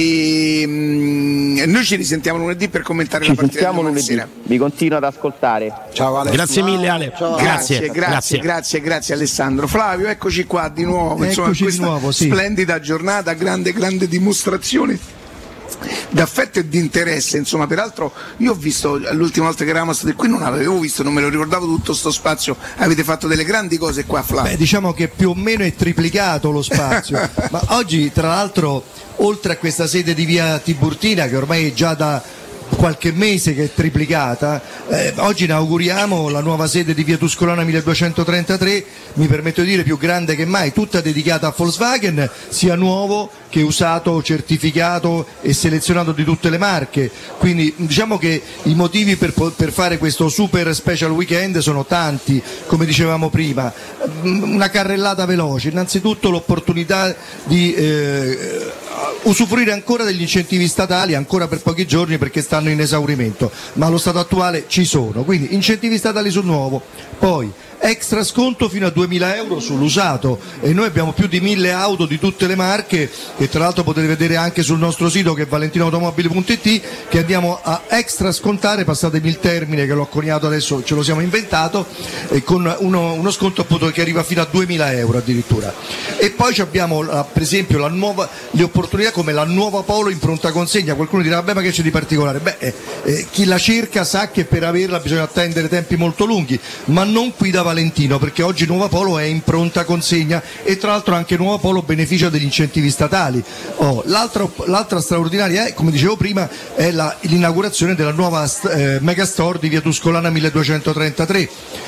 E mh, noi ci risentiamo lunedì per commentare ci la partita sentiamo lunedì. Sera. Vi continuo ad ascoltare. Ciao Ale. Grazie mille Ale. Ciao, grazie, grazie, grazie, grazie, grazie Alessandro. Flavio, eccoci qua di nuovo, insomma, Eccoci questa di nuovo, sì. splendida giornata, grande grande dimostrazione d'affetto e di interesse, insomma. Peraltro io ho visto l'ultima volta che eravamo stati qui, non avevo visto, non me lo ricordavo tutto sto spazio, avete fatto delle grandi cose qua, Flavio. Beh, diciamo che più o meno è triplicato lo spazio. Ma oggi tra l'altro, oltre a questa sede di via Tiburtina che ormai è già da qualche mese che è triplicata, eh, oggi inauguriamo la nuova sede di via Tuscolana milleduecentotrentatré, mi permetto di dire più grande che mai, tutta dedicata a Volkswagen, sia nuovo che usato, certificato e selezionato di tutte le marche. Quindi diciamo che i motivi per, per fare questo super special weekend sono tanti, come dicevamo prima. Una carrellata veloce, innanzitutto l'opportunità di eh, usufruire ancora degli incentivi statali ancora per pochi giorni perché stanno in esaurimento, ma allo stato attuale ci sono, quindi incentivi statali sul nuovo, poi extra sconto fino a duemila euro sull'usato e noi abbiamo più di mille auto di tutte le marche che tra l'altro potete vedere anche sul nostro sito che è valentinoautomobili punto it, che andiamo a extra scontare, passatemi il termine che l'ho coniato adesso, ce lo siamo inventato, e con uno, uno sconto appunto che arriva fino a duemila euro addirittura. E poi abbiamo la, per esempio la nuova, le opportunità come la nuova Polo in pronta consegna. Qualcuno dirà vabbè, ma che c'è di particolare? Beh, eh, eh, chi la cerca sa che per averla bisogna attendere tempi molto lunghi, ma non qui da Valentino, perché oggi Nuova Polo è in pronta consegna e tra l'altro anche Nuova Polo beneficia degli incentivi statali. Oh, l'altra, l'altra straordinaria è, come dicevo prima, è la, l'inaugurazione della nuova eh, megastore di via Tuscolana milleduecentotrentatré,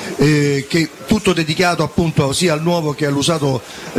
eh, che tutto dedicato appunto sia al nuovo che all'usato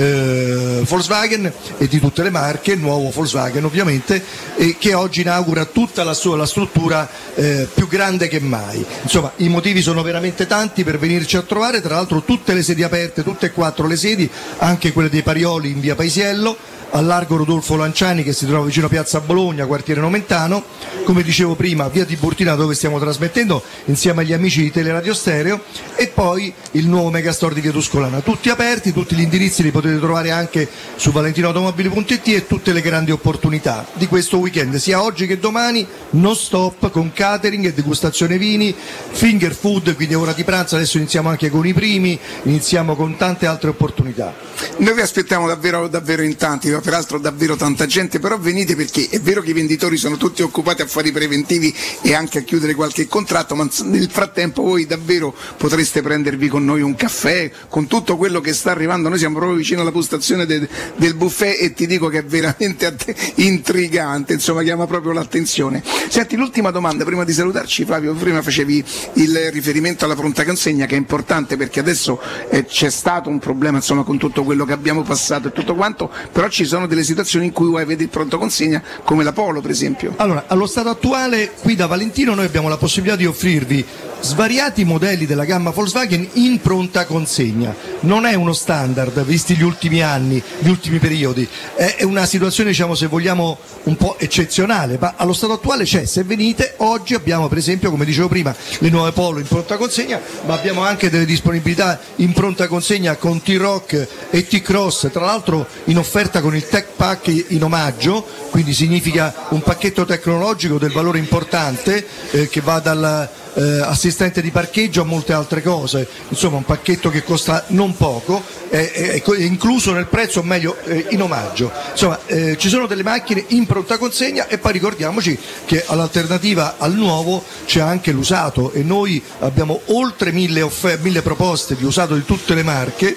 eh, Volkswagen e di tutte le marche, nuovo Volkswagen ovviamente, e che oggi inaugura tutta la sua la struttura eh, più grande che mai. Insomma, i motivi sono veramente tanti per venirci a trovare. Tra l'altro tutte le sedi aperte, tutte e quattro le sedi, anche quelle dei Parioli in via Paisiello, al largo Rodolfo Lanciani che si trova vicino a Piazza Bologna, quartiere Nomentano, come dicevo prima via Tiburtina dove stiamo trasmettendo insieme agli amici di Teleradio Stereo, e poi il nuovo megastore di via Tuscolana, tutti aperti, tutti gli indirizzi li potete trovare anche su valentinoautomobili punto it e tutte le grandi opportunità di questo weekend, sia oggi che domani, non stop con catering e degustazione vini, finger food, quindi ora di pranzo, adesso iniziamo anche con i primi, iniziamo con tante altre opportunità. Noi vi aspettiamo davvero davvero in tanti, peraltro davvero tanta gente, però venite perché è vero che i venditori sono tutti occupati a fare i preventivi e anche a chiudere qualche contratto, ma nel frattempo voi davvero potreste prendervi con noi un caffè, con tutto quello che sta arrivando. Noi siamo proprio vicino alla postazione de, del buffet e ti dico che è veramente intrigante, insomma chiama proprio l'attenzione. Senti, l'ultima domanda prima di salutarci, Flavio, prima facevi il riferimento alla pronta consegna che è importante perché adesso eh, c'è stato un problema insomma con tutto quello che abbiamo passato e tutto quanto, però ci sono delle situazioni in cui voi avete il pronto consegna come la Polo per esempio. Allora, allo stato attuale qui da Valentino noi abbiamo la possibilità di offrirvi svariati modelli della gamma Volkswagen in pronta consegna, non è uno standard visti gli ultimi anni, gli ultimi periodi, è una situazione diciamo se vogliamo un po' eccezionale, ma allo stato attuale c'è. Se venite oggi abbiamo per esempio, come dicevo prima, le nuove Polo in pronta consegna, ma abbiamo anche delle disponibilità in pronta consegna con T-Rock e T-Cross, tra l'altro in offerta con il Tech Pack in omaggio, quindi significa un pacchetto tecnologico del valore importante eh, che va dal eh, assistente di parcheggio a molte altre cose, insomma un pacchetto che costa non poco, è, è, è incluso nel prezzo, o meglio eh, in omaggio. Insomma eh, ci sono delle macchine in pronta consegna e poi ricordiamoci che all'alternativa al nuovo c'è anche l'usato e noi abbiamo oltre mille, offer- mille proposte di usato di tutte le marche.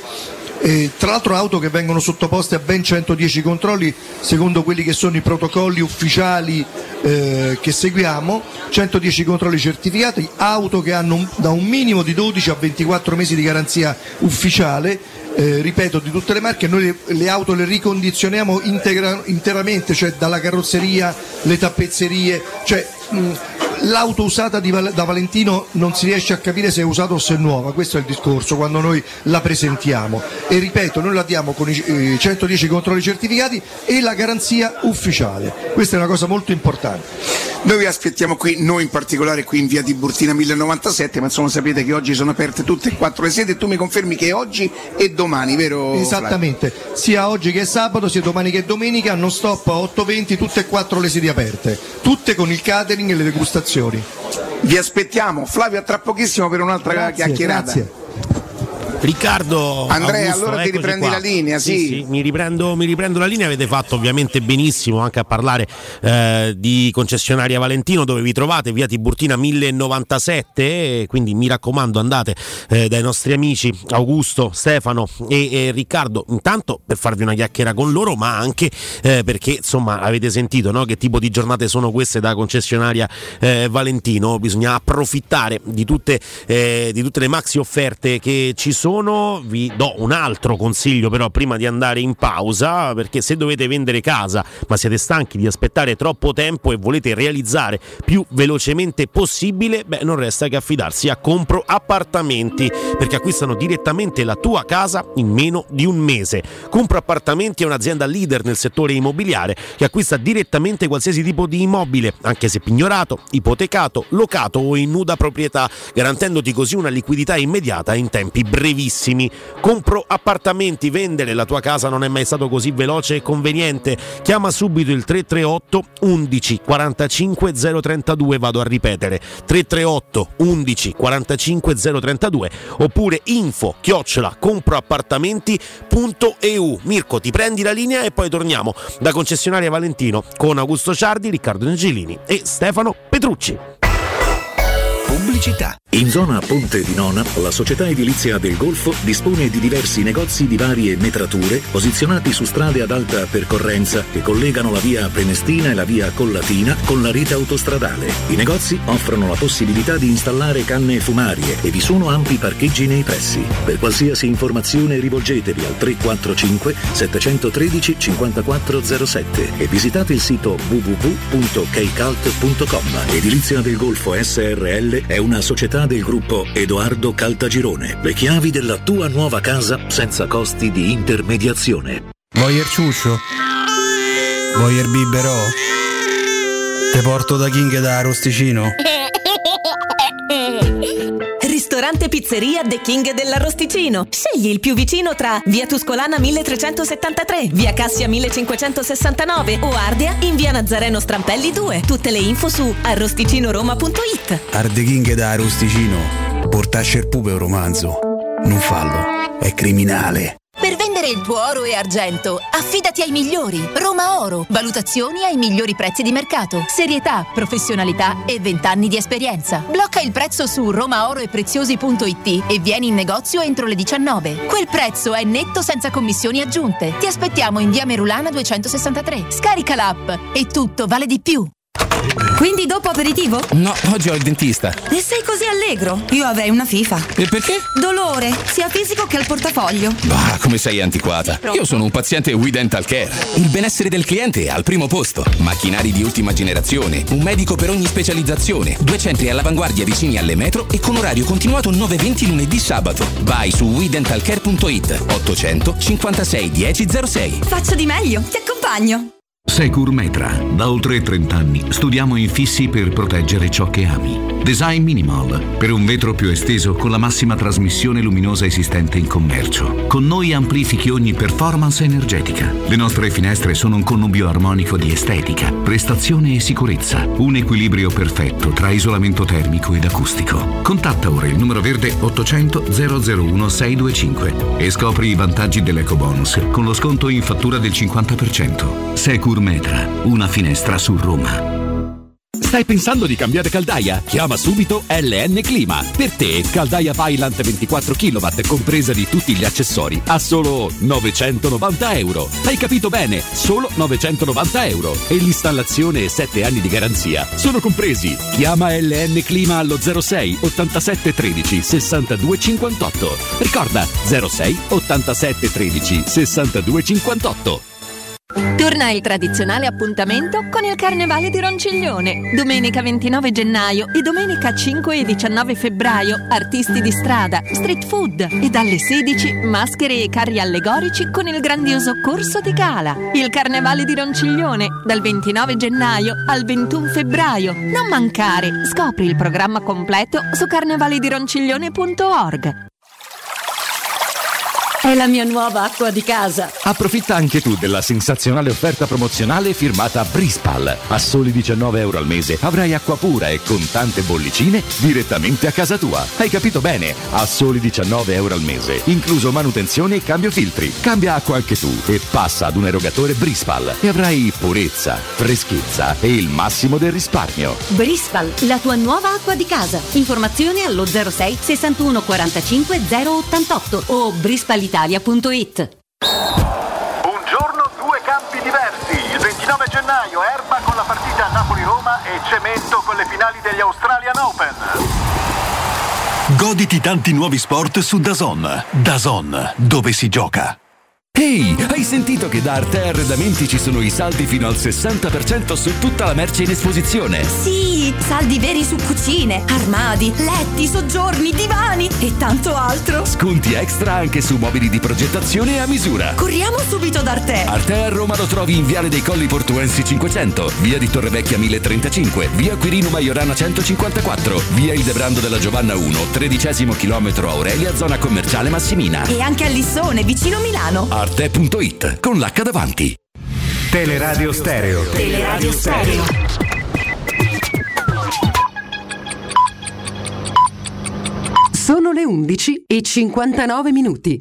E tra l'altro auto che vengono sottoposte a ben centodieci controlli secondo quelli che sono i protocolli ufficiali eh, che seguiamo, centodieci controlli certificati, auto che hanno un, da un minimo di dodici a ventiquattro mesi di garanzia ufficiale, eh, ripeto di tutte le marche. Noi le, le auto le ricondizioniamo integra, interamente, cioè dalla carrozzeria, le tappezzerie, cioè mh, l'auto usata di Val- da Valentino non si riesce a capire se è usata o se è nuova, questo è il discorso quando noi la presentiamo, e ripeto, noi la diamo con i eh, centodieci controlli certificati e la garanzia ufficiale, questa è una cosa molto importante. Noi vi aspettiamo qui, noi in particolare qui in via Tiburtina mille novantasette, ma insomma sapete che oggi sono aperte tutte e quattro le sedi, e tu mi confermi che è oggi e domani, vero? Esattamente, Flavio? Sia oggi che sabato, sia domani che domenica, non stop a otto venti, tutte e quattro le sedi aperte, tutte con il catering e le degustazioni. Vi aspettiamo, Flavio, a tra pochissimo per un'altra grazie, chiacchierata. Grazie. Riccardo, Andrea, Augusto, allora ti riprendi qua. la linea, sì. Sì, sì, mi riprendo, mi riprendo la linea. Avete fatto ovviamente benissimo anche a parlare eh, di concessionaria Valentino, dove vi trovate via Tiburtina mille novantasette, quindi mi raccomando andate eh, dai nostri amici Augusto, Stefano e, e Riccardo, intanto per farvi una chiacchiera con loro, ma anche eh, perché insomma avete sentito, no, che tipo di giornate sono queste da concessionaria eh, Valentino. Bisogna approfittare di tutte, eh, di tutte le maxi offerte che ci sono. Vi do un altro consiglio però prima di andare in pausa, perché se dovete vendere casa ma siete stanchi di aspettare troppo tempo e volete realizzare più velocemente possibile, beh, non resta che affidarsi a Compro Appartamenti, perché acquistano direttamente la tua casa in meno di un mese. Compro Appartamenti è un'azienda leader nel settore immobiliare che acquista direttamente qualsiasi tipo di immobile, anche se pignorato, ipotecato, locato o in nuda proprietà, garantendoti così una liquidità immediata in tempi brevi. Compro Appartamenti, vendere la tua casa non è mai stato così veloce e conveniente. Chiama subito il tre tre otto undici quarantacinque zero trentadue, vado a ripetere tre tre otto undici quarantacinque zero trentadue, oppure info chiocciola comproappartamenti punto e u. Mirko, ti prendi la linea e poi torniamo da concessionaria Valentino con Augusto Ciardi, Riccardo Angelini e Stefano Petrucci. Pubblicità. In zona Ponte di Nona, la società edilizia del Golfo dispone di diversi negozi di varie metrature posizionati su strade ad alta percorrenza che collegano la via Prenestina e la via Collatina con la rete autostradale. I negozi offrono la possibilità di installare canne fumarie e vi sono ampi parcheggi nei pressi. Per qualsiasi informazione rivolgetevi al tre quattro cinque sette uno tre cinque quattro zero sette e visitate il sito w w w punto keycult punto com. Edilizia del Golfo S R L è una società del gruppo Edoardo Caltagirone. Le chiavi della tua nuova casa senza costi di intermediazione. Voyer ciuscio? Voyer biberò? Te porto da King da Arrosticino? Ristorante Pizzeria The King dell'Arrosticino. Scegli il più vicino tra via Tuscolana milletrecentosettantatré, via Cassia millecinquecentosessantanove o Ardea in via Nazareno Strampelli due. Tutte le info su arrosticinoroma punto it. Arde King da Arrosticino. Portasce il pupe un romanzo. Non fallo, è criminale. Per vendere il tuo oro e argento, affidati ai migliori. Roma Oro. Valutazioni ai migliori prezzi di mercato. Serietà, professionalità e vent'anni di esperienza. Blocca il prezzo su romaoroepreziosi punto it e vieni in negozio entro le diciannove. Quel prezzo è netto senza commissioni aggiunte. Ti aspettiamo in via Merulana duecentosessantatré. Scarica l'app e tutto vale di più. Quindi dopo aperitivo? No, oggi ho il dentista. E sei così allegro? Io avrei una FIFA. E perché? Dolore, sia fisico che al portafoglio. Bah, come sei antiquata. Io sono un paziente We Dental Care. Il benessere del cliente è al primo posto. Macchinari di ultima generazione, un medico per ogni specializzazione, due centri all'avanguardia vicini alle metro e con orario continuato nove venti lunedì sabato. Vai su we dental care punto it. ottocento cinquantasei dieci zero sei. Faccio di meglio, ti accompagno. Securmetra. Da oltre trenta anni studiamo infissi per proteggere ciò che ami. Design Minimal. Per un vetro più esteso con la massima trasmissione luminosa esistente in commercio. Con noi amplifichi ogni performance energetica. Le nostre finestre sono un connubio armonico di estetica, prestazione e sicurezza. Un equilibrio perfetto tra isolamento termico ed acustico. Contatta ora il numero verde ottocento zero zero uno sei due cinque e scopri i vantaggi dell'ecobonus con lo sconto in fattura del cinquanta per cento. Securmetra, una finestra su Roma. Stai pensando di cambiare caldaia? Chiama subito L N Clima. Per te, caldaia Vaillant ventiquattro chilowatt compresa di tutti gli accessori a solo novecentonovanta euro. Hai capito bene, solo novecentonovanta euro. E l'installazione e sette anni di garanzia sono compresi. Chiama L N Clima allo zero sei ottantasette tredici sessantadue cinquantotto. Ricorda zero sei ottantasette tredici sessantadue cinquantotto. Torna il tradizionale appuntamento con il Carnevale di Ronciglione. Domenica ventinove gennaio e domenica cinque e diciannove febbraio. Artisti di strada, street food e dalle sedici maschere e carri allegorici con il grandioso corso di gala. Il Carnevale di Ronciglione dal ventinove gennaio al ventuno febbraio. Non mancare, scopri il programma completo su carnevaledironciglione punto org. È la mia nuova acqua di casa. Approfitta anche tu della sensazionale offerta promozionale firmata Brispal. A soli diciannove euro al mese avrai acqua pura e con tante bollicine direttamente a casa tua. Hai capito bene? A soli diciannove euro al mese, incluso manutenzione e cambio filtri. Cambia acqua anche tu e passa ad un erogatore Brispal e avrai purezza, freschezza e il massimo del risparmio. Brispal, la tua nuova acqua di casa. Informazioni allo zero sei sessantuno quarantacinque zero ottantotto o brispalitalia punto it. Un giorno, due campi diversi. Il ventinove gennaio Erba con la partita Napoli-Roma e Cemento con le finali degli Australian Open. Goditi tanti nuovi sport su DAZN. DAZN, dove si gioca. Ehi, hey, hai sentito che da Arte Arredamenti ci sono i saldi fino al sessanta per cento su tutta la merce in esposizione? Sì, saldi veri su cucine, armadi, letti, soggiorni, divani e tanto altro. Sconti extra anche su mobili di progettazione a misura. Corriamo subito da Arte. Arte a Roma lo trovi in Viale dei Colli Portuensi cinquecento, via di Torrevecchia mille trentacinque, via Quirino Maiorana centocinquantaquattro, via Ildebrando della Giovanna uno, tredicesimo chilometro Aurelia, zona commerciale Massimina. E anche a Lissone, vicino Milano. Arte punto it con l'H davanti. Teleradio Stereo. Teleradio Stereo. Sono le undici e cinquantanove minuti.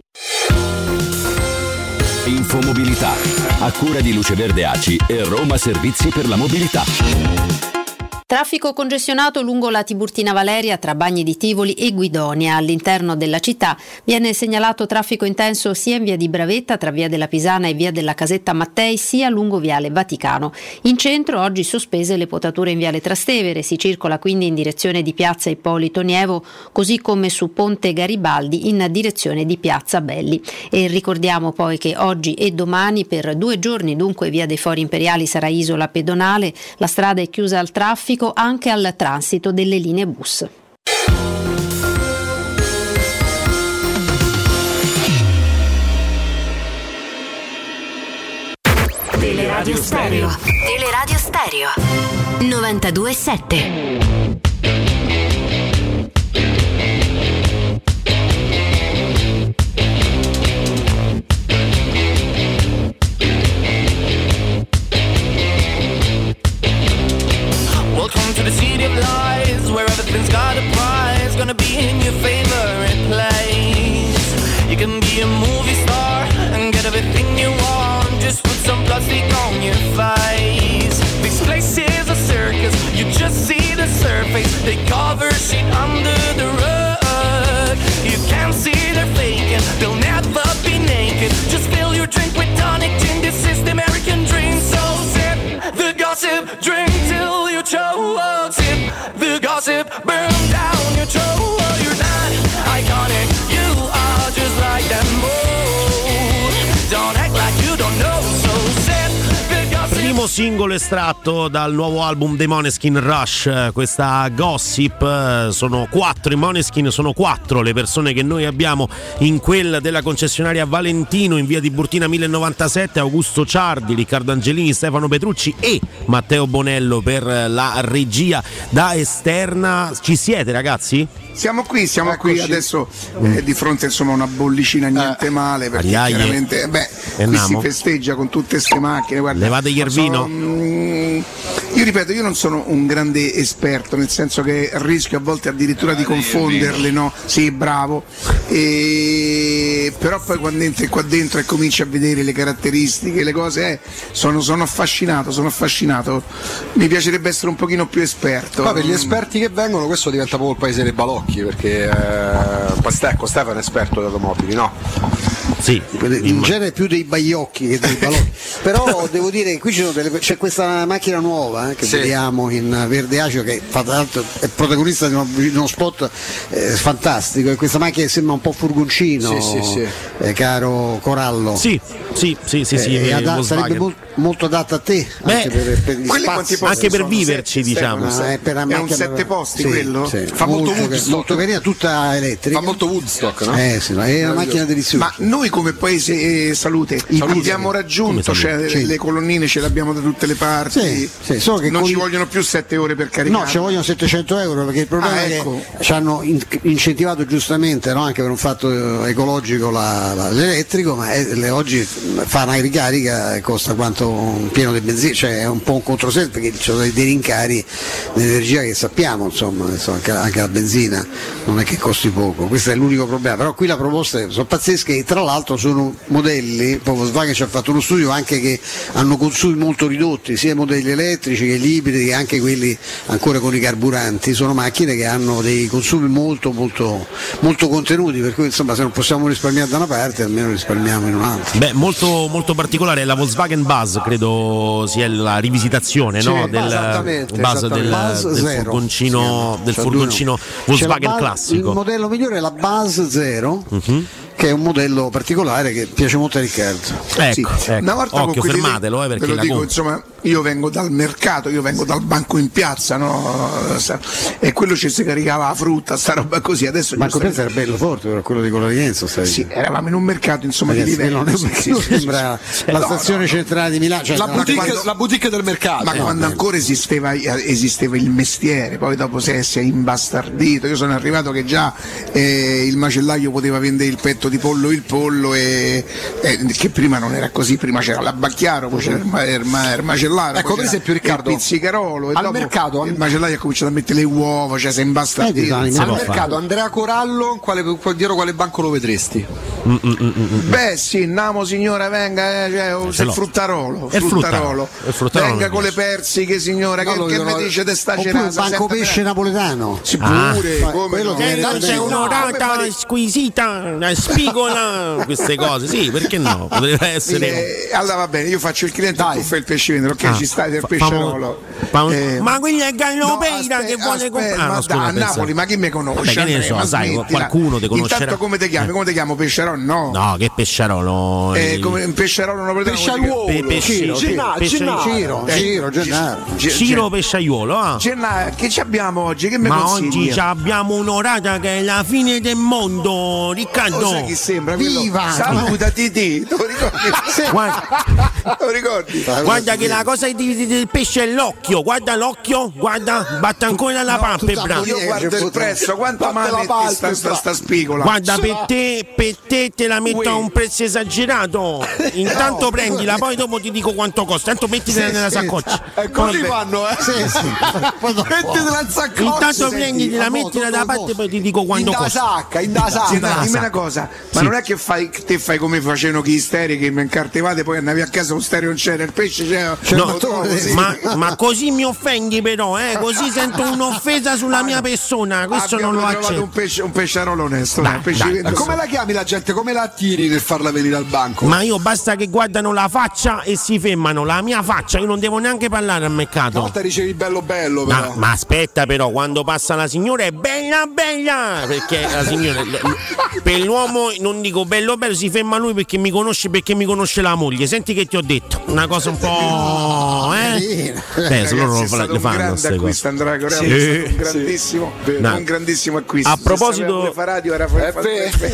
Infomobilità, a cura di Luce Verde A C I e Roma Servizi per la Mobilità. Traffico congestionato lungo la Tiburtina Valeria tra Bagni di Tivoli e Guidonia. All'interno della città viene segnalato traffico intenso sia in via di Bravetta tra via della Pisana e via della Casetta Mattei sia lungo viale Vaticano. In centro oggi sospese le potature in viale Trastevere, si circola quindi in direzione di piazza Ippolito Nievo, così come su Ponte Garibaldi in direzione di piazza Belli. E ricordiamo poi che oggi e domani per due giorni dunque via dei Fori Imperiali sarà isola pedonale, la strada è chiusa al traffico anche al transito delle linee bus. Teleradio Stereo. Teleradio Stereo. novantadue sette. Welcome to the city of lies, where everything's got a prize, gonna be in your favorite place. You can be a movie star and get everything you want, just put some plastic on your face. This place is a circus, you just see the surface, they cover shit under the rug. You can't see they're faking, they'll never be naked, just fill your drink with tonic gin, this is the American dream. So sip the gossip, drink till you choke, sip the gossip, burn down your throat. You're not iconic, you are just like them all. Don't act like you don't know, so sip the gossip. Primo singolo estratto dal nuovo album dei Måneskin, Rush, questa Gossip. Sono quattro i Måneskin, sono quattro le persone che noi abbiamo in quella della concessionaria Valentino in via Tiburtina mille novantasette. Augusto Ciardi, Riccardo Angelini, Stefano Petrucci e Matteo Bonello per la regia da esterna. Ci siete, ragazzi? Siamo qui, siamo Eccoci. qui adesso eh, di fronte insomma a una bollicina niente eh. male, perché Ariaie. chiaramente beh, qui si festeggia con tutte queste macchine. Guarda, levate gli Ervino? Sono, mm, io ripeto, io non sono un grande esperto, nel senso che rischio a volte addirittura di confonderle, no? Sì, bravo. E... però poi quando entri qua dentro e cominci a vedere le caratteristiche, le cose, eh, sono, sono affascinato, sono affascinato. Mi piacerebbe essere un pochino più esperto. Ma per gli esperti che vengono, questo diventa proprio il paese dei balocchi, perché eh, ecco, Stefano è esperto di automobili, no? Sì, in genere più dei baiocchi che dei balocchi. Però devo dire che qui ci sono delle, c'è questa macchina nuova eh, che sì. vediamo in verde acido, che tra l'altro è protagonista di uno, di uno spot eh, fantastico, e questa macchina sembra un po' furgoncino, sì, sì, sì. Eh, caro Corallo. Sì, sì, sì, sì, sì, eh, ad, sarebbe, molto, molto adatta a te. Beh, anche per, per gli spazi, anche per viverci, sei, diciamo. Sei, è, per è un sette posti sì, quello? Sì. Fa molto, molto Woodstock. Molto carina, tutta elettrica. Fa molto Woodstock, no? Eh sì, è una macchina deliziosa. Ma noi come paese eh, salute, salute abbiamo raggiunto, cioè, sì. le colonnine ce le abbiamo da tutte le parti. Sì, sì, solo che non con... ci vogliono più sette ore per caricare. No, ci vogliono settecento euro, perché il problema ah, è ecco. che ci hanno in- incentivato giustamente, no? Anche per un fatto ecologico la, la, l'elettrico, ma è, le, oggi fa una ricarica costa quanto un pieno di benzina, cioè è un po' un controsenso, perché ci sono dei rincari dell'energia che sappiamo, insomma, insomma anche, anche la benzina non è che costi poco, questo è l'unico problema. Però qui la proposta sono pazzesche e tra l'altro sono modelli, poi Volkswagen ci ha fatto uno studio anche che hanno consumi molto ridotti, sia i modelli elettrici che gli ibridi che anche quelli ancora con i carburanti, sono macchine che hanno dei consumi molto molto molto contenuti, per cui insomma se non possiamo risparmiare da una parte almeno risparmiamo in un'altra. Beh, molto, molto particolare la Volkswagen Buzz, credo sia la rivisitazione, sì, no? del esattamente, Buzz esattamente. del, Buzz del zero. furgoncino, del C'è furgoncino Volkswagen Buzz, classico. Il modello migliore è la Buzz Zero. Uh-huh. Che è un modello particolare che piace molto a Riccardo. Ecco, sì. ecco. Una volta Occhio, con fermatelo, eh, perché ve lo la dico, con... insomma, io vengo dal mercato, io vengo dal banco in piazza, no? E quello ci si caricava la frutta, sta roba così. Adesso il banco in piazza era bello forte, però quello di Colarienzo. Sì, eravamo in un mercato, insomma, ragazzi, di livello. Non è, sì, sì, sembra sì, la stazione no, centrale di Milano, cioè la, boutique, quando, la boutique del mercato. Ma eh, quando no, ancora esisteva, esisteva il mestiere, poi dopo si è, si è imbastardito. Io sono arrivato che già eh, il macellaio poteva vendere il petto di pollo, il pollo e Eh, che prima non era così, prima c'era l'abbacchiaro, poi c'era il, ma- il, ma- il macellaio, ecco per esempio Riccardo, il pizzicarolo, e al dopo mercato il macellaio ha cominciato a mettere le uova, cioè si è imbastardito. al mercato Andrea Corallo, quale, dietro quale banco lo vedresti? Mm, mm, mm, mm. Beh sì, Namo signora venga, eh, cioè, oh, il fruttarolo, il fruttarolo. Il fruttarolo venga con le persiche signora, no, che, che mi dice di sta cerasa, il banco pesce bene. Napoletano sì, pure, ah, come quello no. che Eh, c'è un'orata squisita, una spigola, queste cose, sì, perché no? Potrebbe essere. Eh, allora va bene, io faccio il cliente e tu fai il pesce vendere, ok? Ah, ci stai del fa- pescerolo. famo- Eh, ma quello è Gallopeira no, che vuole aspetta, comprare. ma Ah, no, da, scusa, a pensa. Napoli, ma chi mi conosce? Vabbè, che ne Andrea, so, ma sai, smettila. qualcuno ti conoscerà. Intanto come ti chiami? Come ti chiamo? Pescerolo? No. No, che pesciarolo. Eh, come un pesciarolo napoletano. Pesciaiuolo. Pe- pesci- Ciro, sì, Gennaro, pesci- Gennaro. Ciro, Eh, Ciro, Gennaro. Ge- Ciro Ge- Pesciaiuolo, ah. Gennaro, che ci abbiamo oggi? Che mi Ma consigli? oggi abbiamo un'orata che è la fine del mondo, Riccardo. Lo sai chi sembra? Quello- Viva! Saluta Titi, te lo ricordi? Guarda, Te lo ricordi? guarda che la cosa di- di- del pesce è l'occhio, guarda l'occhio, guarda, batte ancora la palpebra. Io guardo il prezzo, quanto Batte la male sta, sta, palpebra. sta spigola? Guarda, per te, per te te la metto a un prezzo esagerato. Intanto prendila, poi dopo ti dico quanto costa. Intanto mettitela Sì, nella sì. saccoccia. E così Vabbè. fanno, eh? Sì, sì. Poi dopo- Mettitela in saccoccia. Intanto senti. prenditela, mettila da parte e poi ti dico quanto in da costa. sacca, in da Sì, sacca. dai, dimmi una cosa, ma Sì. non è che fai, te fai come facevano chi steri che mi incartevate, poi andavi a casa, lo stereo non c'era, il pesce c'era. No, lo trovo così. ma, ma così mi offendi però, eh? Così sento un'offesa sulla mia persona, questo Abbiamo non lo trovato un accetto. pesce, un pesciarolo onesto, Dai, dai, pesce dai, vende- E come la chiami la gente? Come la attiri nel farla venire al banco? Ma io basta che guardano la faccia e si fermano, la mia faccia, io non devo neanche parlare al Una mercato. volta ricevi bello bello, però. Ma, ma aspetta però, quando passa la signora è bella bella, perché la signora l- l- per l'uomo non dico bello bello, si ferma lui perché mi conosce, perché mi conosce la moglie. Senti che ti ho detto, una cosa un po', eh? Beh, se loro Ragazzi, lo è fa- stato le un fanno grande queste acquisto, cose. Andrea Corello, Sì. è stato un grandissimo, No. un grandissimo acquisto. A Se proposito- sapeva pure fa radio era fa- fa-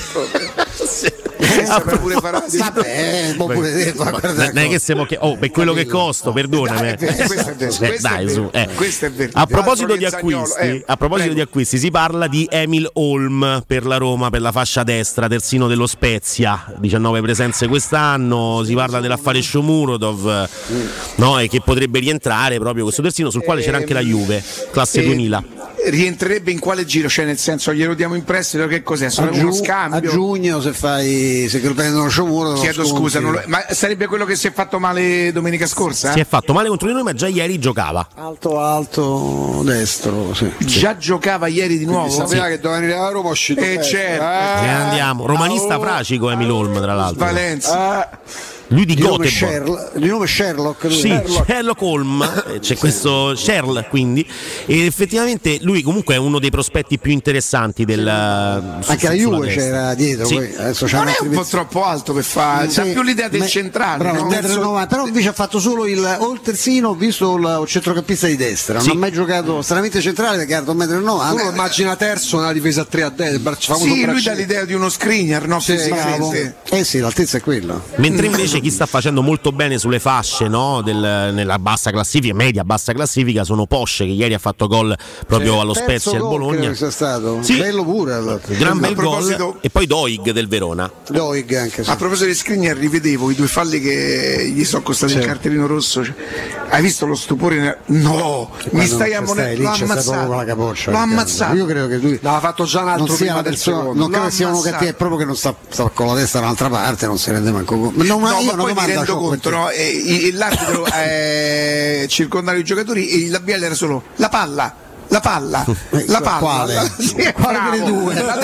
Se sapeva pure fa radio. Vabbè, può pure dire, ma guarda, Non è che siamo che oh, per quello che costo, perdonami. Eh, questo è vero, Eh, questo è dai, vero, su, eh. questo è vero. A proposito Altro di che Zaniolo, acquisti, eh, a proposito prego. di acquisti, si parla di Emil Holm per la Roma, per la fascia destra, terzino dello Spezia, diciannove presenze quest'anno, si parla dell'affare Shomurodov, no, e che potrebbe rientrare proprio questo terzino sul quale c'era anche la Juve, classe Eh, duemila. Rientrerebbe in quale giro? Cioè nel senso glielo diamo in prestito, che cos'è? Sono a, uno giu- scambio? a giugno se fai se lo prendono Sciomuro Chiedo scusa, non lo- ma sarebbe quello che si è fatto male domenica scorsa? Si è fatto male contro di noi, ma già ieri giocava. alto alto destro, sì. Già giocava ieri di nuovo? Sapeva che doveva venire a Roma, è uscito Eh, bene. certo. Eh, E andiamo, romanista oh. fracico Emil Holm tra l'altro. Valenza. Eh, Lui di, di nome Göteborg. Sherlock, di nome Sherlock, lui. Sì, Sherlock. Sherlock Holmes, c'è questo Sherlock quindi, e effettivamente lui comunque è uno dei prospetti più interessanti del anche la Juve c'era dietro, sì. Poi adesso non è un po' troppo alto per fare, sì, c'ha più l'idea del me, centrale, bravo, no? Terzo... però invece ha fatto solo il o il terzino, ho visto il, il centrocampista di destra, non sì. ha mai giocato stranamente centrale perché era un metro e novanta. Uno immagina terzo nella difesa a tre a destra, sì, lui dà l'idea di uno screener, no? Sì, eh sì, l'altezza è quella. Mentre invece chi sta facendo molto bene sulle fasce, no, del, nella bassa classifica, media bassa classifica, sono Posce, che ieri ha fatto gol proprio sì, allo Spezia e al Bologna. Che sia stato. Sì. Bello pure. Gran bel gol. E poi Doig del Verona. Doig anche, sì. A proposito di screener, rivedevo i due falli che gli sono costati sì. il cartellino rosso. Cioè, hai visto lo stupore? No, mi stai ammonendo. L'ho ammazzato. L'ho ammazzato. Io credo che lui l'ha fatto già un altro non sia prima del persona, secondo. Non credo che sia uno cattivo, è proprio che non sta, sta con la testa dall'altra parte, non si rende manco conto. No, no, ma poi mi rendo conto, no? E, e l'arbitro eh, circondava i giocatori e il labiale era solo la palla. La palla, la palla, quale? La, sì, quale bravo, delle due? La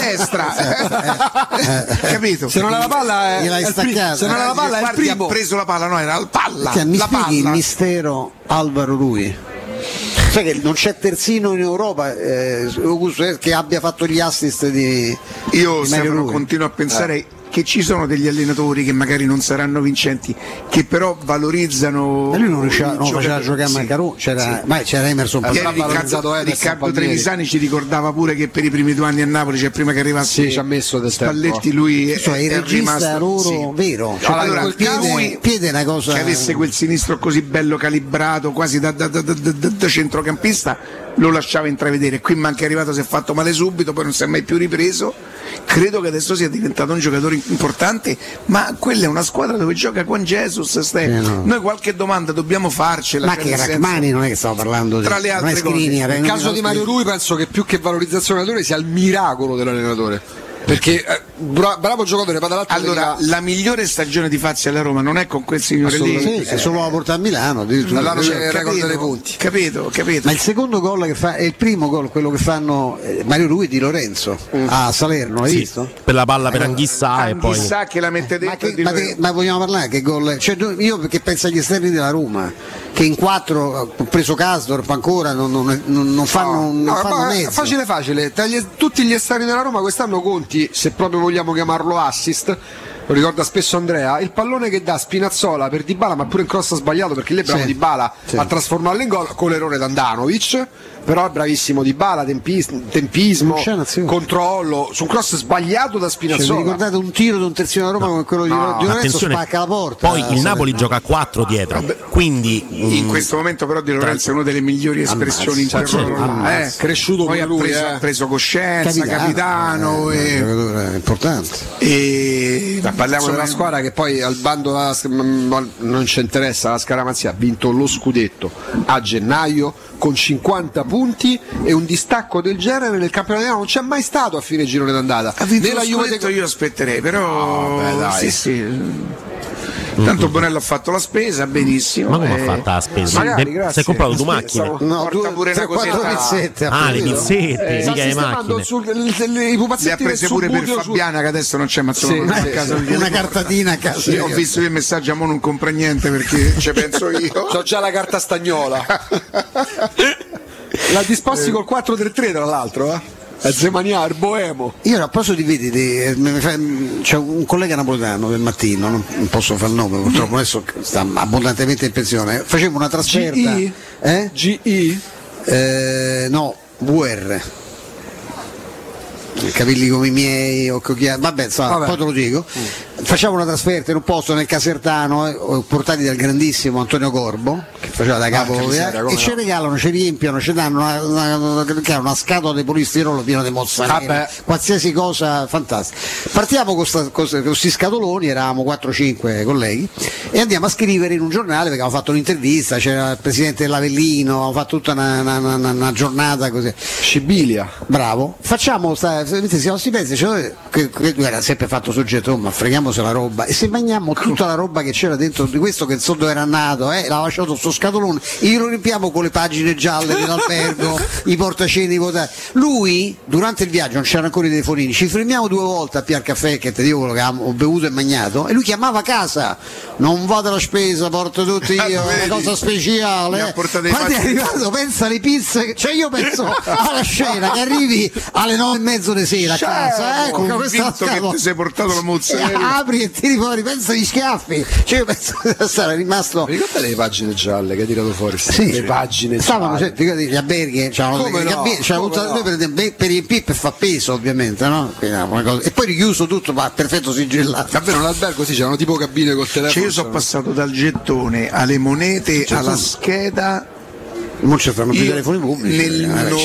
destra, capito? Se non è la palla, è, gliel'hai è staccata. Se non è la palla, è il primo. Ha preso la palla, no, era la palla. Cioè, mi la spieghi palla. Il mistero Alvaro Rui? Sai che non c'è terzino in Europa eh, che abbia fatto gli assist di io di Mario Rui. Continuo a pensare eh. che ci sono degli allenatori che magari non saranno vincenti, che però valorizzano. Ma lui non riusciva, non faceva giocare a Macaron, c'era, sì. ma c'era Emerson Palmieri. Riccardo, Riccardo Trevisani ci ricordava pure che per i primi due anni a Napoli, cioè prima che arrivasse sì, ci ha messo del Spalletti, tempo. lui è, cioè, è il regista rimasto loro sì. vero. Cioè, allora, il piede, lui piede è una cosa che avesse quel sinistro così bello calibrato, quasi da, da, da, da, da, da centrocampista, lo lasciava intravedere. Qui manca è arrivato, si è fatto male subito, poi non si è mai più ripreso. Credo che adesso sia diventato un giocatore importante, ma quella è una squadra dove gioca con Jesus. Sì, no. Noi qualche domanda dobbiamo farcela. Ma che Rachmani non è che stavo parlando tra di, le altre cose. Nel caso di Mario Rui penso che più che valorizzazione dell'allenatore sia il miracolo dell'allenatore. Perché eh, bra- bravo giocatore, ma dall'altro allora veniva... la migliore stagione di Fazzi alla Roma non è con quel signore lì, sì, se solo la porta a Milano allora c'è il record dei punti, capito, capito. Ma il secondo gol che fa è il primo gol, quello che fanno eh, Mario Rui di Lorenzo mm. a Salerno, l'hai sì, visto? Per la palla per Anghissà e poi Anghissà che la mette dentro. Ma, che, ma, che, ma vogliamo parlare che gol? Cioè, io perché penso agli esterni della Roma che in quattro ho preso Kasdorp ancora non, non, non, non fanno, no, non no, fanno mezzo. Facile facile, Tagli, tutti gli esterni della Roma quest'anno conti, se proprio vogliamo chiamarlo assist, lo ricorda spesso Andrea, il pallone che dà Spinazzola per Dybala, ma pure in cross sbagliato perché lì è bravo sì. Dybala sì. a trasformarlo in gol con l'errore di Andanovic, però è bravissimo Dybala, tempis- tempismo, controllo su un cross sbagliato da Spinazzola. Cioè, vi ricordate un tiro di un terzino da Roma no. come quello di, no. di Lorenzo, spacca la porta. Poi il Napoli gioca a quattro dietro, quindi in mm, questo momento però Di Lorenzo è una delle migliori espressioni in terra, eh, cresciuto poi come ha lui, preso, eh. ha preso coscienza, capitano, capitano eh, e... è importante. E ma parliamo insomma, della squadra che poi al bando la, non ci interessa, la Scaramazia ha vinto lo scudetto a gennaio con cinquanta punti e un distacco del genere nel campionato italiano non c'è mai stato a fine girone d'andata. Ha vinto lo scudetto, io aspetterei, però oh, beh, dai. Sì, sì. Tanto Bonello ha fatto la spesa benissimo. Ma come e... ha fatto la spesa? Magari, De... Si è comprato due macchine? No, due, pure tre, una quattro pizzette. Ah, le pizzette, eh, mica le macchine. Sul, le, le, le, i le ha prese pure per Fabiana sul... che adesso non c'è, ma sì, sì, a casa sì, una cartatina a casa. Sì, ho visto il messaggio, a mo non compra niente perché ci penso io. C'ho già la carta stagnola. La disposti eh. col quattro tre tre tra l'altro, eh? A Zemania, il boemo. Io a proposito di vedete, c'è un collega napoletano del mattino, non posso fare il nome, purtroppo adesso sta abbondantemente in pensione. Facevo una trasferta. G I? Eh? G I? Eh, no, V R. Capelli come i miei, occhio chiaro, vabbè, insomma, vabbè. Poi te lo dico. Mm. Facciamo una trasferta in un posto nel Casertano, eh, portati dal grandissimo Antonio Corbo, che faceva da capo, ah, eh, e no. ci regalano, ci riempiono, ci danno una, una, una, una scatola di polistirolo piena di mozzarella, qualsiasi cosa fantastica. Partiamo con questi scatoloni, eravamo quattro cinque colleghi, e andiamo a scrivere in un giornale, perché avevamo fatto un'intervista, c'era il presidente dell'Avellino, avevamo fatto tutta una, una, una, una giornata così. Scibilia. Bravo. Facciamo sta, siamo sti pezzi, cioè, che, che lui era sempre fatto soggetto, oh, ma freghiamoci la roba, e se mangiamo tutta la roba che c'era dentro di questo, che il soldo era nato, eh, l'ha lasciato sto scatolone, e lo riempiamo con le pagine gialle dell'albergo, i portaceni, i votati. Lui durante il viaggio non c'erano ancora i telefonini, ci fermiamo due volte a Pier Caffè, che ti dico quello che ho bevuto e mangiato, e lui chiamava a casa, non vado alla spesa, porto tutto io, una cosa speciale. Quando è arrivato, pensa alle pizze, cioè io penso alla scena che arrivi alle nove e mezzo di sera a casa, eh, con questa che ti sei portato la mozzarella, apri e tiri fuori, pensa agli schiaffi, cioè io penso di essere rimasto. Mi ricorda le pagine gialle che hai tirato fuori? Sì, le pagine stavano, cioè, gli alberghi, cioè, come no, gli cioè, come no. per, per riempire per fa peso ovviamente, no? E poi richiuso tutto, ma perfetto sigillato. Davvero l'albergo sì, c'erano tipo cabine col telefono. Cioè io sono passato dal gettone alle monete alla scheda. Non ci fanno più telefoni pubblici nel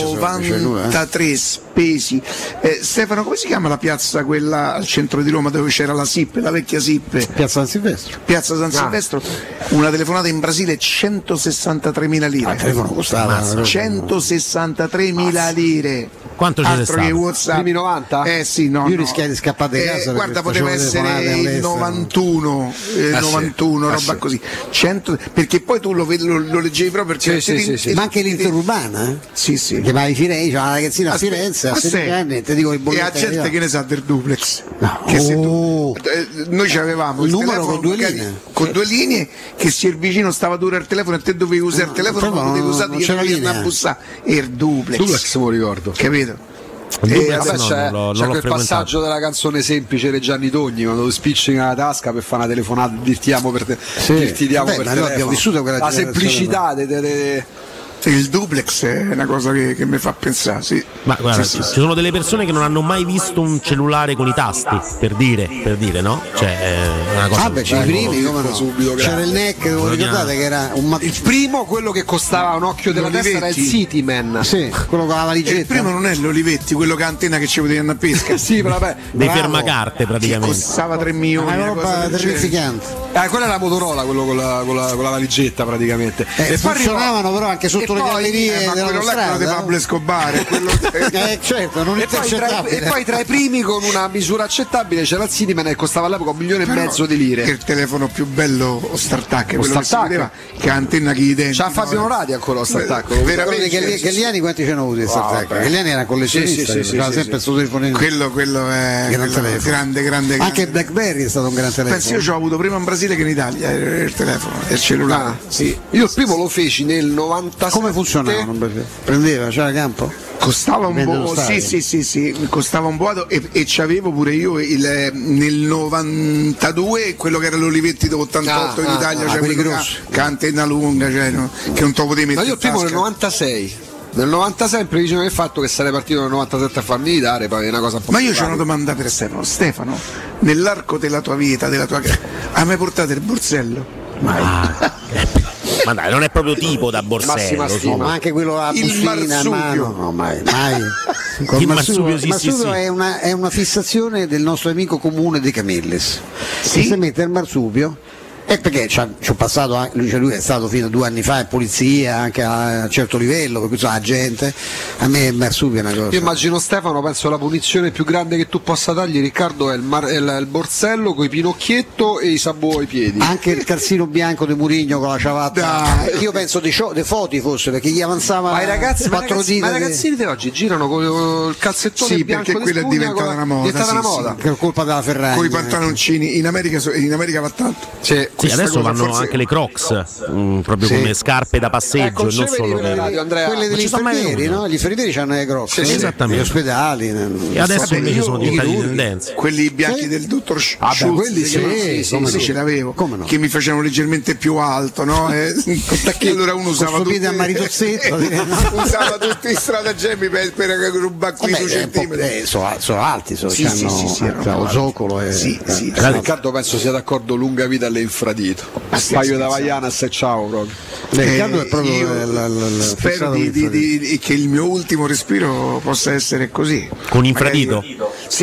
novantatré spesi. eh, Stefano, come si chiama la piazza quella al centro di Roma dove c'era la S I P, la vecchia S I P? Piazza San Silvestro. Piazza San Silvestro. Ah. Una telefonata in Brasile centosessantatremila lire. Ah, il telefono costava centosessantatremila lire. Quanto ce ne sta? WhatsApp. Primi novanta? Eh sì, no. Io no. rischiai di scappare di casa. Eh, guarda, poteva essere il novantuno, eh, ah, novantuno, sì. roba ah, così. cento, perché poi tu lo, lo, lo leggevi proprio perché sì, sì, sì, sì. Ma anche l'interurbana, eh? Sì, sì. Che vai a Firenze, c'è una ragazzina a Firenze, a sedici anni, ti dico i bolletti. E a gente che ne sa del duplex. No. Che oh. se tu, eh, noi ci avevamo il numero con due linee. Con due linee, che se il vicino stava duro al telefono e te dovevi usare no, il telefono, ma potevi usare io dovevi a bussare. E il duplex. Duplex me lo ricordo. Capito? E vabbè, c'è, no, c'è quel passaggio della canzone semplice di Gianni Togni quando spiccica la tasca per fare una telefonata, dirti amo per te, sì. dirti diamo Beh, per ma telefono. Noi abbiamo vissuto quella la semplicità de, de, de, il duplex è una cosa che, che mi fa pensare, sì. Ma guarda, sì, sì, ci sono delle persone che non hanno mai visto un cellulare con i tasti, per dire, per dire, no? Cioè, è una cosa. Ah, beh, c'è i primi, come no? Subito, c'era il N E C, voi ricordate che era un mat- il primo, quello che costava un occhio della testa, era il Cityman. Sì, quello con la valigetta. Il primo non è l'Olivetti, quello che ha antenna che ci potevi andare a pesca. Sì, vabbè. Dei fermacarte praticamente. Che costava tre milioni. Una roba terrificante. Ah, quella era la Motorola, quello con la, con la, con la valigetta praticamente. Eh, e funzionavano però anche sotto le gallerie. Ma quello là è quello di Pablo Escobar, quello eh, certo, non e, poi tra, e poi tra i primi con una misura accettabile c'era il Cityman e costava all'epoca un milione però e mezzo di lire. Il telefono più bello o StarTAC, quello Star che si vedeva, che ha antenna che gli denti. C'ha Fabio Norati ancora lo StarTAC. Veramente Galliani quanti ce ne ho avuti StarTAC? Galliani era collezionista, sì, sì, sì, c'era sì, sempre il suo telefonino. Quello, quello è grande, grande, grande. Anche BlackBerry è stato un gran telefono. Penso io ci ho avuto prima in Brasile che in Italia il telefono, il cellulare. Ah, sì. Io il primo lo feci nel novantasette. Come funzionava? Prendeva, c'era campo? Costava un po', sì, sì, sì, sì, costava un po' e, e c'avevo pure io il, nel novantadue quello che era l'Olivetti ottantotto ah, in Italia, ah, cioè quello grossi. Che ha antenna lunga, cioè, no, che non te lo potevi mettere. Ma io primo nel novantasei. Nel novantasei in previsione del fatto che sarei partito nel novantasette a farmi militare, poi è una cosa un po'. Ma io c'ho una domanda per Stefano. Stefano, nell'arco della tua vita, della tua hai mai portato il borsello? Mai. Ah, ma dai, non è proprio tipo da borsello, no, ma anche quello a il bustina, ma no, no, mai, mai. Con il marsupio, sì, marsupio sì, sì. È, una, è una fissazione del nostro amico comune De Camilles. Sì? Si mette il marsupio. E perché ci ho passato, lui, cioè lui è stato fino a due anni fa in polizia anche a un certo livello, per cui la gente, a me il marsupio è una cosa. Io immagino Stefano, penso la punizione più grande che tu possa dargli, Riccardo, è il, mar- è il borsello con i pinocchietto e i sabò ai piedi. Anche il calzino bianco di Murigno con la ciabatta. Io penso dei, show, dei foti forse, perché gli avanzava ma i ragazzi, quattro ma ragazzi, dita. Ma i ragazzini di oggi girano con il calzettone sì, bianco perché quella è diventata con, una moda. È diventata sì, una moda. Sì. È colpa della Ferrari. Con i pantaloncini, in America, in America va tanto. Sì, sì adesso vanno forse... anche le Crocs, mh, proprio sì. come scarpe da passeggio, ecco, non solo le radio, Andrea. Quelle degli infermieri, no? Gli infermieri hanno le Crocs, sì, sì, esattamente. Gli ospedali. E adesso invece sono diventati di tendenza. Quelli bianchi sì. del dottor Sch- ah, Schultz, quelli sì, sì, sì, sì, ce l'avevo, no? Che mi facevano leggermente più alto, no? E allora uno usava tutti a maritozzetto, usava tutti i stratagemmi per, per rubare quindici centimetri. Eh, sono, sono alti, sono, sì, sì, sì, sì, lo zoccolo. E, sì, eh, sì, eh, Riccardo penso sia d'accordo, lunga vita alle infradito. Un paio da Vaianas e ciao proprio. Beh, eh, è proprio io la, la, la, spero di, di, di, di, che il mio ultimo respiro possa essere così. Con infradito? Magari, sì.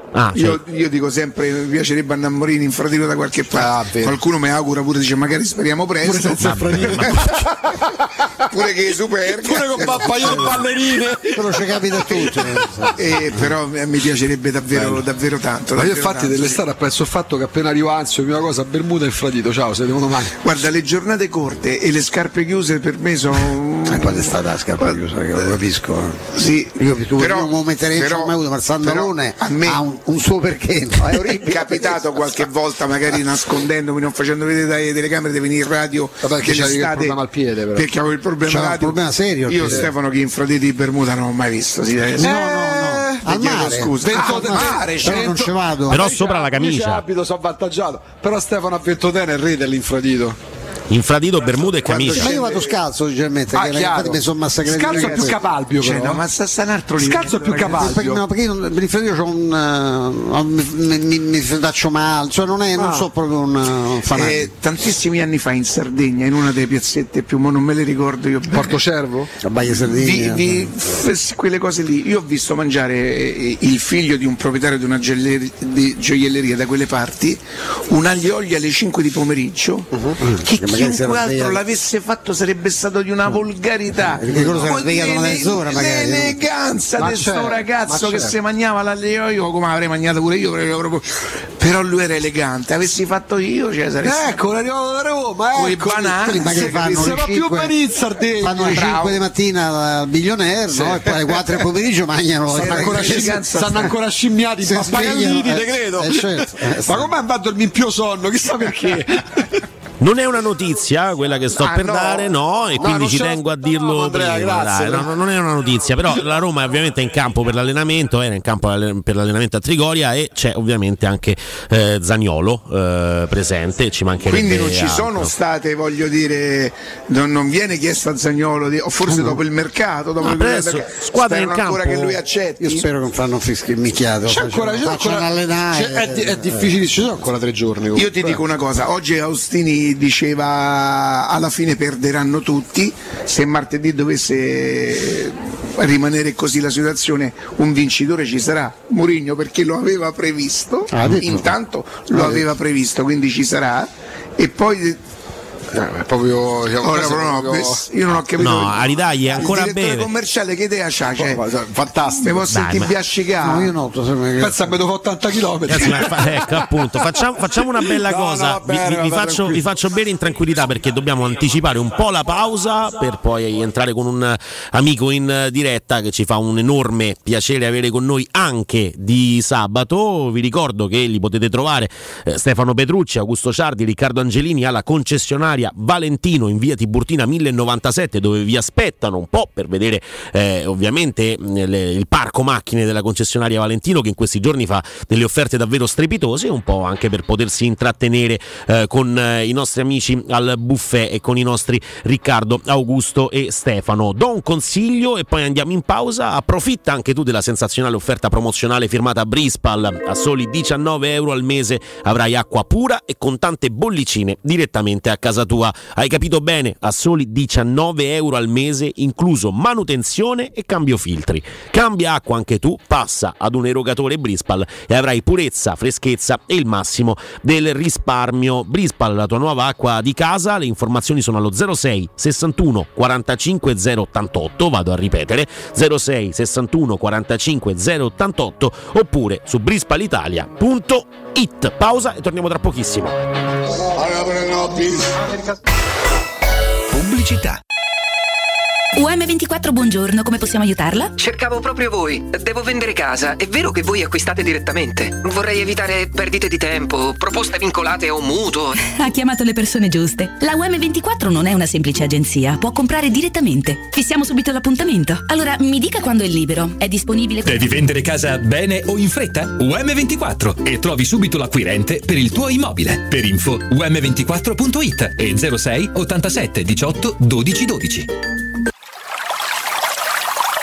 Ah, io, io dico sempre mi piacerebbe andare a morire in infradito da qualche parte. Ah, qualcuno mi augura pure, dice magari speriamo presto. Pure senza fradito. Pure che super. Pure con pappaio e ballerine. Però ci capita tutto. Eh, però mi piacerebbe davvero, davvero tanto. Ma davvero io infatti tanto. dell'estate apprezzo il fatto che appena arrivo Anzio, prima cosa Bermuda e infradito. Ciao, se devono male. Guarda, le giornate corte e le scarpe chiuse per me sono. E poi è stata la scarpa chiusa, che lo capisco. Sì, io tu però non metterei però, mai avuto, ma il sandalone a me ha un, un suo perché, no? È orribile. È capitato qualche volta, magari nascondendomi, non facendo vedere dalle telecamere di venire in radio. Perché c'avevi il problema al piede, però. Perché avevo il problema C'era radio. un problema serio. Io Stefano che infraditi di Bermuda non ho mai visto. Sì, eh, no, no, no. Al mare, scusa. ah, al mare, però non ci vado. Però sopra la camicia. Abito, sono avvantaggiato. Però Stefano a Ventotene è il re dell'infradito. Infradito, bermuda e camicia. Ma io vado scalzo leggermente, ah, che infatti mi sono massacrato. Scalzo è più capalbio, cioè, però. No, ma sta, sta un altro livello. Scalzo è più capalbio. No, perché io per l'infradito c'ho un uh, mi, mi, mi faccio male, cioè non è, non ah. so proprio un, un fanatico. Eh, tantissimi anni fa in Sardegna, in una delle piazzette più, ma non me le ricordo io. Porto Cervo? La Baia Sardegna. Di, di, f- quelle cose lì. Io ho visto mangiare eh, il figlio di un proprietario di una gelleri- di gioielleria da quelle parti un aglio olio alle cinque di pomeriggio uh-huh. che, che chiunque altro l'avesse fatto sarebbe stato di una volgarità, perché loro sono svegliato una mezz'ora magari. L'eleganza di sto ragazzo che si mangiava l'aglio olio come avrei mangiato pure io, proprio. Però lui era elegante, avessi fatto io, cioè sarei ecco, è arrivato da Roma, con i ecco, banani, magari fanno le cinque, fanno le cinque di mattina al Billionaire, sì. No? E poi alle quattro del pomeriggio mangiano, stanno ancora, sci- stanno ancora scimmiati, pappagallini, te credo. Eh, certo, eh, ma com'è andato il mimpio sonno? Chissà perché. Non è una notizia quella che sto ah, per no. dare, no, e no, quindi ci tengo a dirlo. No, Andrea, prima, grazie, dai, no, non è una notizia, però la Roma è ovviamente in campo per l'allenamento, era in campo per l'allenamento a Trigoria e c'è ovviamente anche eh, Zaniolo eh, presente, ci mancherebbe. Quindi non ci altro. sono state, voglio dire, non, non viene chiesto a Zaniolo, di, o forse dopo il mercato, dopo no, il adesso, squadra in ancora campo. Che lui accetti. Io spero che non fanno fischi micchiato. C'è ancora, c'è ancora allenare. C'è, è, è difficile, ci sono ancora tre giorni. Comunque. Io ti dico una cosa, oggi Austini diceva alla fine perderanno tutti, se martedì dovesse rimanere così la situazione un vincitore ci sarà, Mourinho perché lo aveva previsto, ah, intanto lo ah, aveva previsto, quindi ci sarà e poi Eh, proprio, diciamo, ora, no, proprio... io non ho capito. No, Aridagli è ancora il bene. commerciale che idea c'ha? Cioè, oh, fantastico. Mi posso sentire biascicare. No, io no, pensa che dopo ottanta chilometri. Ecco, appunto, facciamo, facciamo una bella no, cosa. No, bene, vi, vi, faccio, vi faccio bere in tranquillità perché dobbiamo anticipare un po' la pausa per poi entrare con un amico in diretta che ci fa un enorme piacere avere con noi anche di sabato. Vi ricordo che li potete trovare eh, Stefano Petrucci, Augusto Ciardi, Riccardo Angelini alla concessionaria Valentino in via Tiburtina mille novantasette, dove vi aspettano un po' per vedere eh, ovviamente le, il parco macchine della concessionaria Valentino, che in questi giorni fa delle offerte davvero strepitose, un po' anche per potersi intrattenere eh, con eh, i nostri amici al buffet e con i nostri Riccardo, Augusto e Stefano. Do un consiglio e poi andiamo in pausa. Approfitta anche tu della sensazionale offerta promozionale firmata Brispal. A soli diciannove euro al mese avrai acqua pura e con tante bollicine direttamente a casa tua. Hai capito bene, a soli diciannove euro al mese, incluso manutenzione e cambio filtri. Cambia acqua anche tu, passa ad un erogatore Brispal e avrai purezza, freschezza e il massimo del risparmio. Brispal, la tua nuova acqua di casa. Le informazioni sono allo zero sei sessantuno quarantacinque zero ottantotto, vado a ripetere, zero sei sessantuno quarantacinque zero ottantotto, oppure su brispalitalia punto it. Pausa e torniamo tra pochissimo. Pubblicità. U M ventiquattro, buongiorno, come possiamo aiutarla? Cercavo proprio voi. Devo vendere casa. È vero che voi acquistate direttamente? Vorrei evitare perdite di tempo, proposte vincolate o mutuo. Ha chiamato le persone giuste. La U M ventiquattro non è una semplice agenzia, può comprare direttamente. Fissiamo subito l'appuntamento. Allora, mi dica quando è libero. È disponibile? Devi vendere casa bene o in fretta? U M ventiquattro e trovi subito l'acquirente per il tuo immobile. Per info u m ventiquattro punto it e zero sei ottantasette diciotto dodici dodici.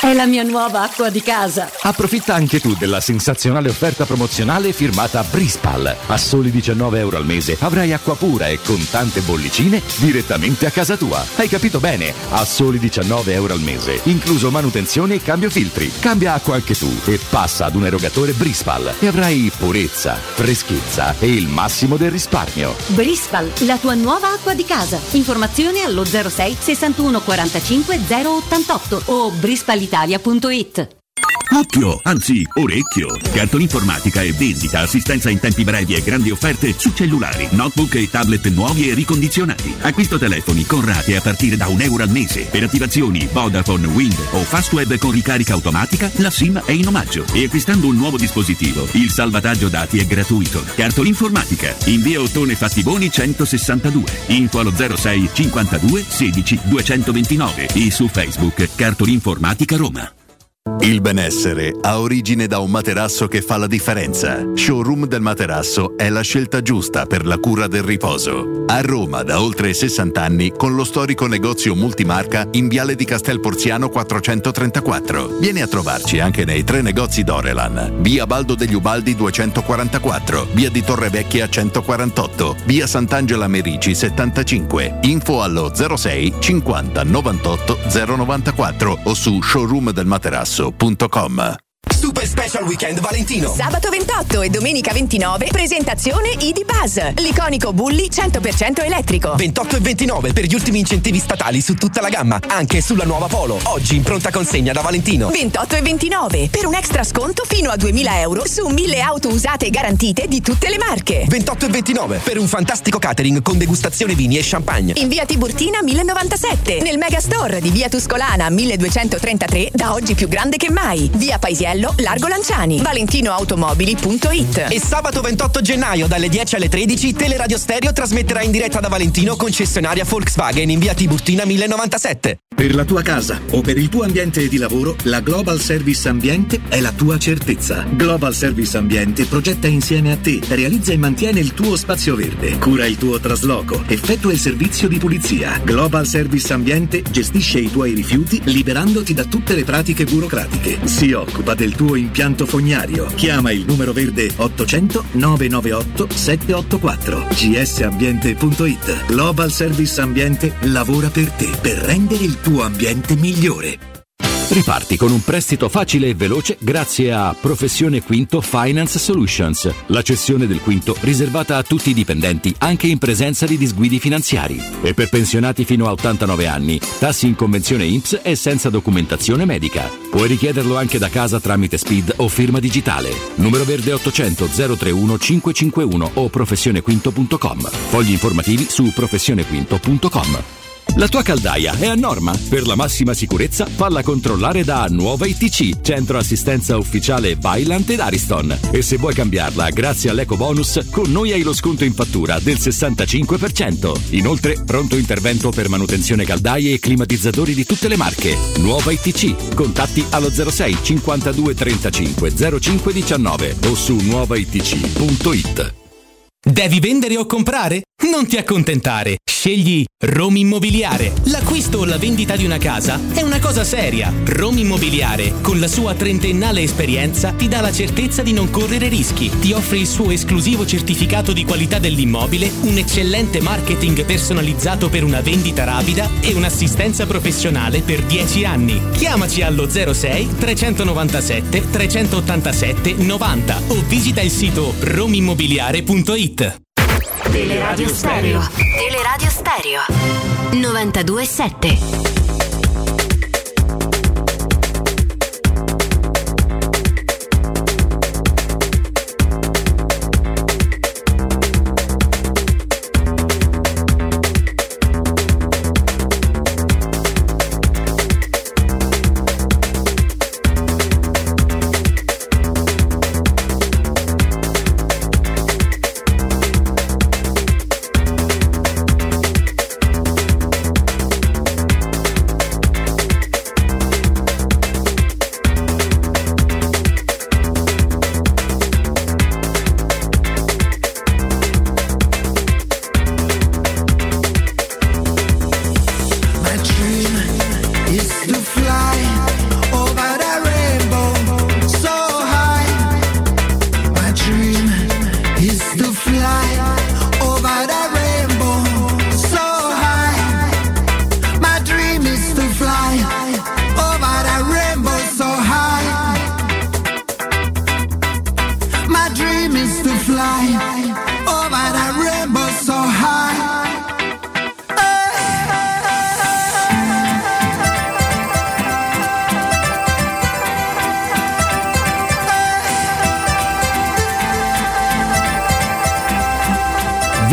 È la mia nuova acqua di casa. Approfitta anche tu della sensazionale offerta promozionale firmata Brispal. A soli diciannove euro al mese avrai acqua pura e con tante bollicine direttamente a casa tua. Hai capito bene? A soli diciannove euro al mese, incluso manutenzione e cambio filtri. Cambia acqua anche tu e passa ad un erogatore Brispal e avrai purezza, freschezza e il massimo del risparmio. Brispal, la tua nuova acqua di casa. Informazioni allo zero sei sessantuno quarantacinque zero ottantotto o brispal italia punto it. Occhio, anzi orecchio. Cartolinformatica e vendita, assistenza in tempi brevi e grandi offerte su cellulari, notebook e tablet nuovi e ricondizionati. Acquisto telefoni con rate a partire da un euro al mese. Per attivazioni Vodafone, Wind o Fastweb con ricarica automatica, la SIM è in omaggio. E acquistando un nuovo dispositivo, il salvataggio dati è gratuito. Cartolinformatica, in via Ottone Fattiboni centosessantadue. Info allo zero sei cinquantadue sedici duecentoventinove e su Facebook Cartolinformatica Roma. Il benessere ha origine da un materasso che fa la differenza. Showroom del Materasso è la scelta giusta per la cura del riposo. A Roma da oltre sessanta anni con lo storico negozio multimarca in Viale di Castel Porziano quattrocentotrentaquattro. Vieni a trovarci anche nei tre negozi Dorelan. Via Baldo degli Ubaldi duecentoquarantaquattro, via di Torrevecchia centoquarantotto, via Sant'Angela Merici settantacinque. Info allo zero sei cinquanta novantotto zero novantaquattro o su showroom del materasso punto com. Super Special Weekend Valentino. Sabato ventotto e domenica ventinove, presentazione I D Buzz, l'iconico Bulli cento per cento elettrico. ventotto e ventinove per gli ultimi incentivi statali su tutta la gamma, anche sulla nuova Polo, oggi in pronta consegna da Valentino. ventotto e ventinove per un extra sconto fino a duemila euro su mille auto usate e garantite di tutte le marche. ventotto e ventinove per un fantastico catering con degustazione vini e champagne. In via Tiburtina mille novantasette, nel Megastore di via Tuscolana milleduecentotrentatré, da oggi più grande che mai. Via Paisiello, Largo Lanciani, valentinoautomobili punto it. E sabato ventotto gennaio dalle dieci alle tredici Teleradio Stereo trasmetterà in diretta da Valentino, concessionaria Volkswagen in via Tiburtina mille novantasette. Per la tua casa o per il tuo ambiente di lavoro, la Global Service Ambiente è la tua certezza. Global Service Ambiente progetta insieme a te, realizza e mantiene il tuo spazio verde, cura il tuo trasloco, effettua il servizio di pulizia. Global Service Ambiente gestisce i tuoi rifiuti liberandoti da tutte le pratiche burocratiche. Si occupa del tuo impianto fognario. Chiama il numero verde ottocento nove nove otto sette otto quattro g s ambiente punto it. Global Service Ambiente lavora per te per rendere il tuo ambiente migliore. Riparti con un prestito facile e veloce grazie a Professione Quinto Finance Solutions, la cessione del quinto riservata a tutti i dipendenti anche in presenza di disguidi finanziari. E per pensionati fino a ottantanove anni, tassi in convenzione I N P S e senza documentazione medica. Puoi richiederlo anche da casa tramite S P I D o firma digitale. Numero verde ottocento zero trentuno cinquecentocinquantuno o professionequinto punto com. Fogli informativi su professionequinto punto com. La tua caldaia è a norma? Per la massima sicurezza falla controllare da Nuova I T C, centro assistenza ufficiale Vaillant ed Ariston. E se vuoi cambiarla grazie all'eco bonus, con noi hai lo sconto in fattura del sessantacinque per cento. Inoltre, pronto intervento per manutenzione caldaie e climatizzatori di tutte le marche. Nuova I T C. Contatti allo zero sei cinquantadue trentacinque zero cinque diciannove o su nuova i t c punto it. Devi vendere o comprare? Non ti accontentare. Scegli Roma Immobiliare. L'acquisto o la vendita di una casa è una cosa seria. Roma Immobiliare, con la sua trentennale esperienza, ti dà la certezza di non correre rischi. Ti offre il suo esclusivo certificato di qualità dell'immobile, un eccellente marketing personalizzato per una vendita rapida e un'assistenza professionale per dieci anni. Chiamaci allo zero sei trecentonovantasette trecentottantasette novanta o visita il sito romimmobiliare punto it. Teleradio Stereo. Teleradio Stereo novantadue sette.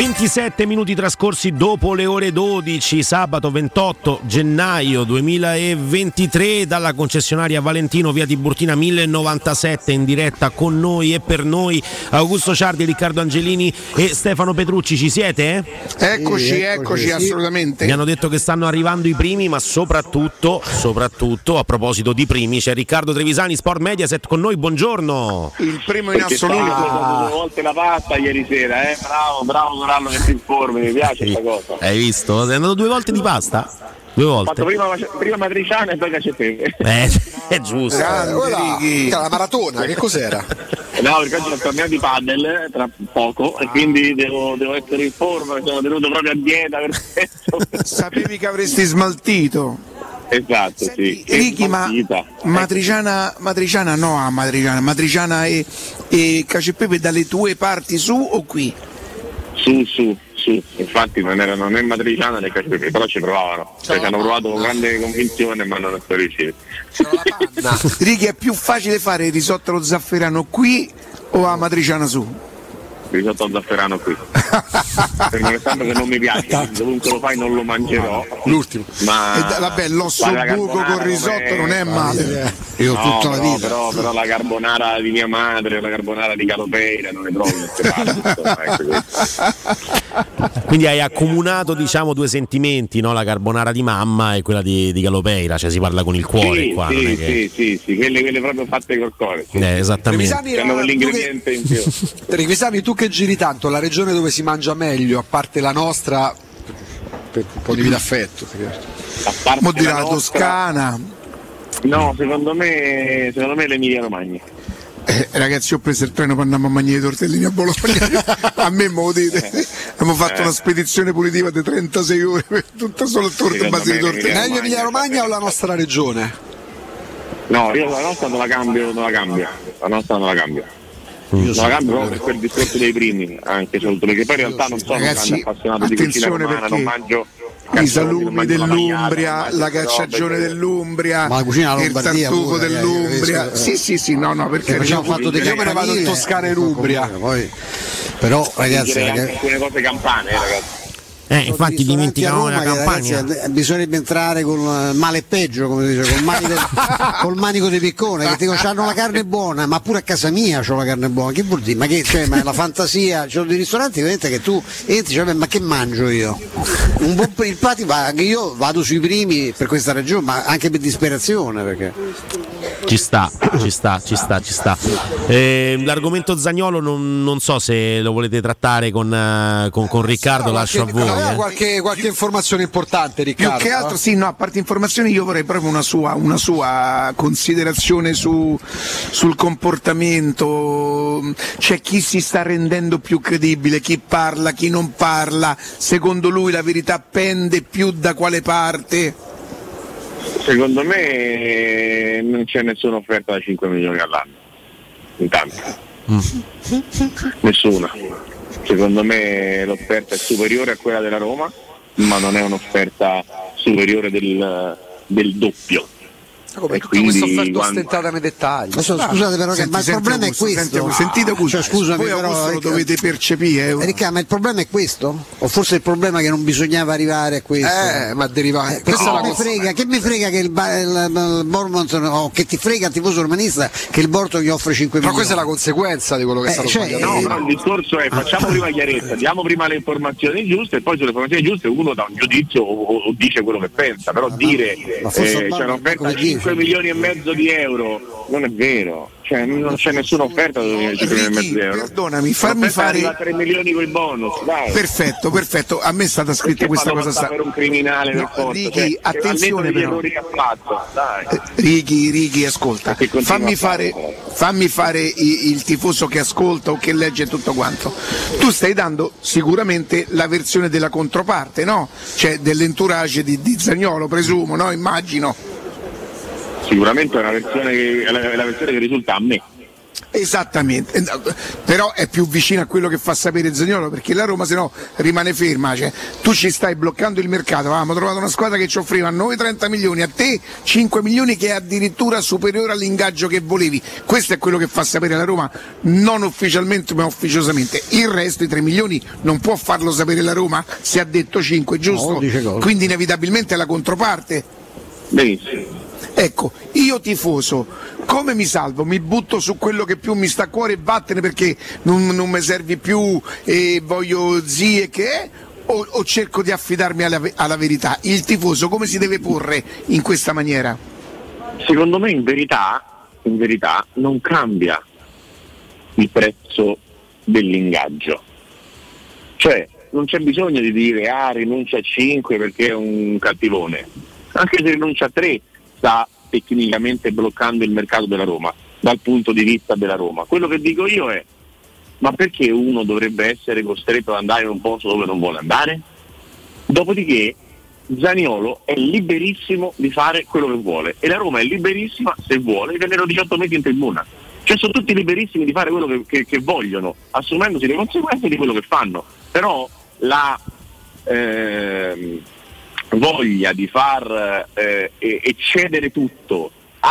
ventisette minuti trascorsi dopo le ore dodici, sabato ventotto gennaio duemilaventitré, dalla concessionaria Valentino, via Tiburtina mille novantasette, in diretta con noi e per noi Augusto Ciardi, Riccardo Angelini e Stefano Petrucci. Ci siete? Eccoci, sì, eccoci, eccoci, assolutamente. Mi hanno detto che stanno arrivando i primi, ma soprattutto, soprattutto a proposito di primi, c'è Riccardo Trevisani, Sport Mediaset con noi, buongiorno. Il primo in assoluto. Due volte la pasta ieri sera, eh? Bravo, bravo. Corallo che si informi, mi piace questa cosa. Hai visto? Sei andato due volte di pasta? Due volte. Ho fatto prima, prima matriciana e poi cacio e pepe. Eh, è giusto. Grande, la maratona, che cos'era? No, perché oggi ho tornato di padel tra poco e quindi devo, devo essere in forma, sono tenuto proprio a dieta per questo. Sapevi che avresti smaltito? Esatto, Senti, sì. Ricky, ma matriciana, matriciana no, a matriciana, matriciana e, e cacio e pepe dalle tue parti su o qui? Su, su, su, infatti non erano né matriciana né cacio e pepe, però ci provavano, cioè ci hanno provato con grande convinzione ma non sono riusciti. Ricky, è più facile fare il risotto allo zafferano qui o a matriciana su? Risotto zafferano qui. Fermo restando che non mi piace, dovunque lo fai non lo mangerò. L'ultimo. Ma e da, vabbè, l'osso buco con risotto non è male. Io no, tutta la però, vita. Però, però la carbonara di mia madre, la carbonara di Calopeira non ne trovo. Quindi hai accomunato, diciamo, due sentimenti, no? La carbonara di mamma e quella di, di Calopeira, cioè si parla con il cuore sì, qua. Sì, non è sì, che... sì, sì, quelle, quelle proprio fatte col cuore. Sì. Eh, esattamente. Hanno quell'ingrediente in più. Trevisani, tu che giri tanto, la regione dove si mangia meglio, a parte la nostra, per un po' di vita affetto. A parte Mo dirà la la Toscana. No, secondo me, secondo me l'Emilia Romagna. Eh, ragazzi, ho preso il treno per andare a mangiare i tortellini a Bologna. A me me lo dite. Abbiamo fatto Eh. una spedizione punitiva di trentasei ore per tutta solo il torto Secondo base di me tortellini. Meglio Emilia Romagna o la nostra regione? No, io la nostra non la cambio, non la cambio. La nostra non la cambio. Non la cambio proprio per quel discorso dei primi, anche sotto, perché poi in realtà non sono un Ragazzi, grande appassionato di cucina attenzione romana, non perché mangio i salumi dell'Umbria, la cacciagione dell'Umbria, Ma la cucina il Lombardia tartufo pure, dell'Umbria. eh, Sì, sì, sì, no, no, perché abbiamo fatto dei io me ne vado in Toscana e in Umbria. Poi, però ragazzi, Direi anche ragazzi alcune cose campane, eh, ragazzi. Eh, infatti dimenticavamo la campagna. Ragazzi, bisognerebbe entrare con uh, male e peggio, come si dice, col manico, col manico di piccone, che dico c'hanno la carne buona, ma pure a casa mia c'ho la carne buona. Che vuol dire? Ma che cioè, ma è la fantasia, c'ho dei ristoranti veramente che tu entri, cioè, ma che mangio io? Un buon il pati va, io vado sui primi per questa ragione, ma anche per disperazione, perché Ci sta, ci sta, ci sta, ci sta. Eh, l'argomento Zaniolo non, non so se lo volete trattare con, uh, con, con Riccardo, No, lascio a qualche- voi. aveva eh. qualche, qualche informazione importante, Riccardo? Più che altro, sì, no, a parte informazioni, io vorrei proprio una sua, una sua considerazione su, sul comportamento. C'è chi si sta rendendo più credibile, chi parla, chi non parla. Secondo lui la verità pende più da quale parte? Secondo me non c'è nessuna offerta da cinque milioni all'anno, intanto. Nessuna. Secondo me l'offerta è superiore a quella della Roma, ma non è un'offerta superiore del, del doppio. Come E tutta questa quindi offerta quando- ostentata nei dettagli. Adesso, scusate però, che, Senti, ma il senti problema Augusto, è questo. senti Augusto, sentite Augusto, Cioè, scusami, voi però, Augusto lo Ricca- dovete percepire. Eh, Ricca, ma il problema è questo? O forse il problema è che non bisognava arrivare a questo? Eh, ma deriva. Eh, questa che, è la mi cosa. frega, che mi frega che il, ba- il, il Bournemouth, o che ti frega il tifoso romanista che il Borto gli offre cinque Ma milioni? questa è la conseguenza di quello che è Eh, stato cioè, sbagliato. No, però il discorso è facciamo prima chiarezza, diamo prima le informazioni giuste e poi sulle informazioni giuste uno dà un giudizio o, o dice quello che pensa, però dire ma forse eh, il c'è un'offerta come da cinque dice. milioni e mezzo di euro non è vero, cioè non c'è nessuna offerta da cinque milioni e mezzo di euro. Perdonami, farmi L'offerta arriva fare. a tre milioni con il bonus, dai. Perfetto, perfetto. A me è stata scritta Perché questa fanno cosa. passare per un criminale No, per forza, Ricky, cioè, attenzione al netto degli però. errori che ha fatto, dai. Eh, Righi, Righi, ascolta, Che continua fammi a fare. fare, fammi fare i- il tifoso che ascolta o che legge tutto quanto. Tu stai dando sicuramente la versione della controparte, no? Cioè dell'entourage di, di Zaniolo, presumo, no? Immagino. Sicuramente è una versione che, è la, è la versione che risulta a me. Esattamente, però è più vicino a quello che fa sapere Zaniolo, perché la Roma se no rimane ferma, cioè, tu ci stai bloccando il mercato, avevamo trovato una squadra che ci offriva a noi trenta milioni, a te cinque milioni, che è addirittura superiore all'ingaggio che volevi. Questo è quello che fa sapere la Roma, non ufficialmente ma ufficiosamente. Il resto, i tre milioni, non può farlo sapere la Roma, si è detto cinque, giusto? No, quindi inevitabilmente è la controparte. Benissimo. Ecco, io tifoso, come mi salvo? Mi butto su quello che più mi sta a cuore e vattene perché non, non mi servi più e voglio zie che è? O, o cerco di affidarmi alla, alla verità? Il tifoso come si deve porre in questa maniera? Secondo me in verità, in verità non cambia il prezzo dell'ingaggio. Cioè non c'è bisogno di dire ah rinuncia a cinque perché è un cattivone. Anche se rinuncia a tre sta tecnicamente bloccando il mercato della Roma dal punto di vista della Roma. Quello che dico io è: ma perché uno dovrebbe essere costretto ad andare in un posto dove non vuole andare? Dopodiché Zaniolo è liberissimo di fare quello che vuole e la Roma è liberissima, se vuole, di tenere diciotto mesi in tribuna. Cioè sono tutti liberissimi di fare quello che, che, che vogliono, assumendosi le conseguenze di quello che fanno. Però la ehm, voglia di far eh, eccedere tutto,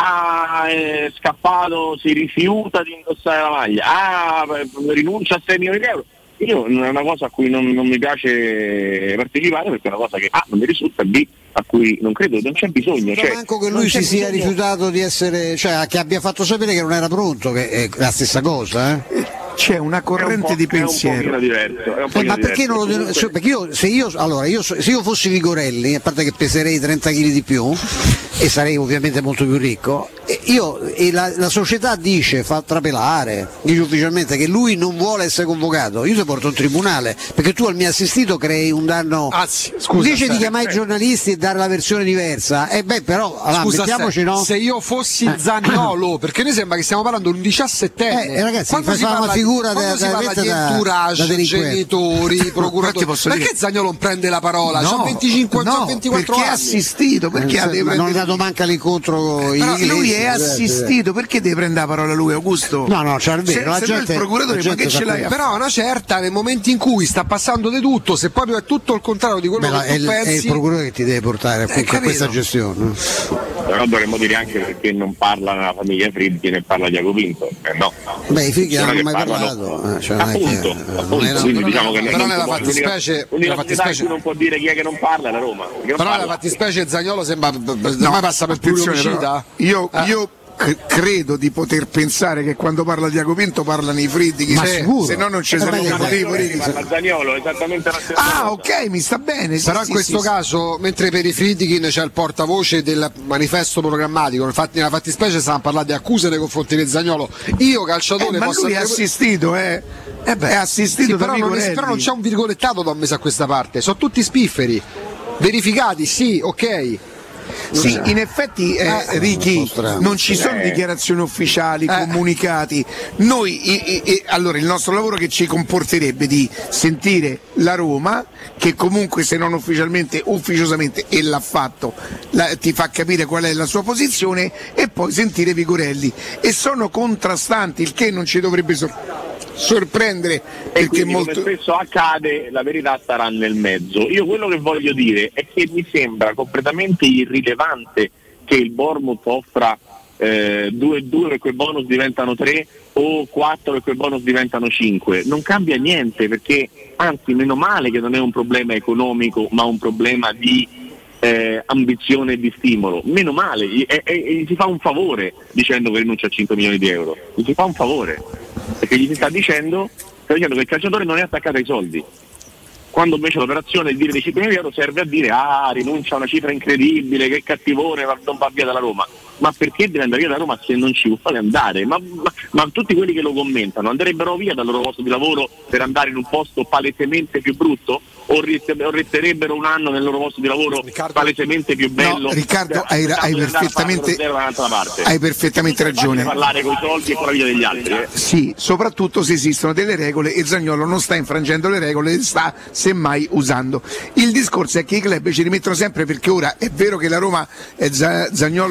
ah è scappato, si rifiuta di indossare la maglia, ah rinuncia a sei milioni di euro, io è una cosa a cui non, non mi piace partecipare, perché è una cosa che A non mi risulta, B a cui non credo, non c'è bisogno. Cioè, manco che lui si sia bisogno... rifiutato di essere, cioè che abbia fatto sapere che non era pronto, che è la stessa cosa, eh? C'è una corrente un di pensiero. È un diverso, è un eh, ma perché non lo comunque... cioè, perché io se io allora io se io fossi Vigorelli, a parte che peserei trenta chili di più e sarei ovviamente molto più ricco, e io e la, la società dice, fa trapelare, dice ufficialmente che lui non vuole essere convocato, io ti porto in tribunale perché tu al mio assistito crei un danno. Anzi, scusa, invece di chiamare eh. i giornalisti e dare la versione diversa, e eh beh però allora, scusa, mettiamoci se, no. Se io fossi eh. Zaniolo, perché noi sembra che stiamo parlando di un diciassettenne, eh, ragazzi, quando si parla una figura quando da, si parla di da, entourage, da genitori, procuratori, perché dire... Zaniolo non prende la parola? No, c'ha venticinque, no, ventiquattro perché anni. è assistito, perché eh, deve non prendere... è dato manca l'incontro con eh, i però inglesi, lui è eh, assistito, perché deve prendere la parola lui, Augusto? No, no, c'è vero, la se gente, il procuratore, ma che ce l'hai? Però una certa, nei momenti in cui sta passando di tutto, se proprio è tutto il contrario di quello Beh, che tu è, pensi, è il procuratore che ti deve portare eh, a questa gestione. Però dovremmo dire anche perché non parla nella famiglia Friedkin ne parla Diaco Pinto, eh no. Beh, i figli non hanno mai parlano... parlato, eh, cioè appunto, che, appunto era... quindi diciamo che però non nella può, fattispecie, l'unica fattispecie... non può dire chi è che non parla è la Roma. Però nella fattispecie Zaniolo sembra no, mai passa per pluriomicida. Io, eh. io credo di poter pensare che quando parla di Diaco Pinto parlano i Friedkin, ma sicuro, se no non ci sarebbe motivo. Parla Zaniolo esattamente la stessa ah cosa. ok, mi sta bene, sì, però sì, in questo sì, caso sì. Mentre per i Friedkin c'è il portavoce del manifesto programmatico, infatti nella fattispecie stanno parlando di accuse nei confronti di Zaniolo, io calciatore eh, ma posso lui è assistito, eh. Eh beh, è assistito sì, da però, non è, però non c'è un virgolettato da messo a questa parte, sono tutti spifferi verificati, sì, ok. Sì, in effetti eh, eh, Ricky, non ci sono eh. dichiarazioni ufficiali, eh. comunicati. Noi, e, e, allora, il nostro lavoro che ci comporterebbe di sentire la Roma, che comunque se non ufficialmente, ufficiosamente, e l'ha fatto, la, ti fa capire qual è la sua posizione, e poi sentire Vigorelli. E sono contrastanti, il che non ci dovrebbe sorprendere. sorprendere e perché quindi, molto... come spesso accade, la verità starà nel mezzo. Io quello che voglio dire è che mi sembra completamente irrilevante che il Bournemouth offra eh, due e due e quei bonus diventano tre o quattro e quei bonus diventano cinque. Non cambia niente, perché anzi meno male che non è un problema economico ma un problema di eh, ambizione e di stimolo. Meno male, e, e, e gli si fa un favore dicendo che rinuncia a cinque milioni di euro, gli si fa un favore, perché gli si sta dicendo, sta dicendo che il calciatore non è attaccato ai soldi, quando invece l'operazione di dire dei cinque milioni di euro serve a dire ah rinuncia a una cifra incredibile, che cattivone, non va via dalla Roma. Ma perché deve andare via da Roma se non ci vuole andare? Ma, ma, ma tutti quelli che lo commentano andrebbero via dal loro posto di lavoro per andare in un posto palesemente più brutto? O resterebbero un anno nel loro posto di lavoro Riccardo, palesemente più bello? No, Riccardo, hai, hai, perfettamente, hai perfettamente ragione. Parlare con i soldi e con la vita degli altri. Eh. Sì, soprattutto se esistono delle regole e Zaniolo non sta infrangendo le regole, le sta semmai usando. Il discorso è che i club ci rimettono sempre, perché ora è vero che la Roma, eh, Zaniolo non,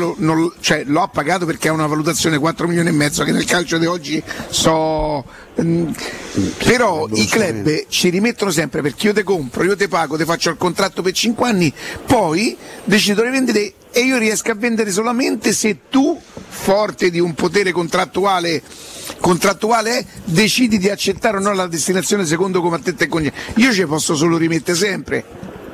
valu- cioè, l'ho pagato perché ha una valutazione quattro milioni e mezzo che nel calcio di oggi so mh, però i club ci rimettono sempre perché io te compro, io te pago, te faccio il contratto per cinque anni, poi decido di vendere e io riesco a vendere solamente se tu, forte di un potere contrattuale contrattuale è, decidi di accettare o no la destinazione secondo come a te te conviene. Io ci posso solo rimettere sempre.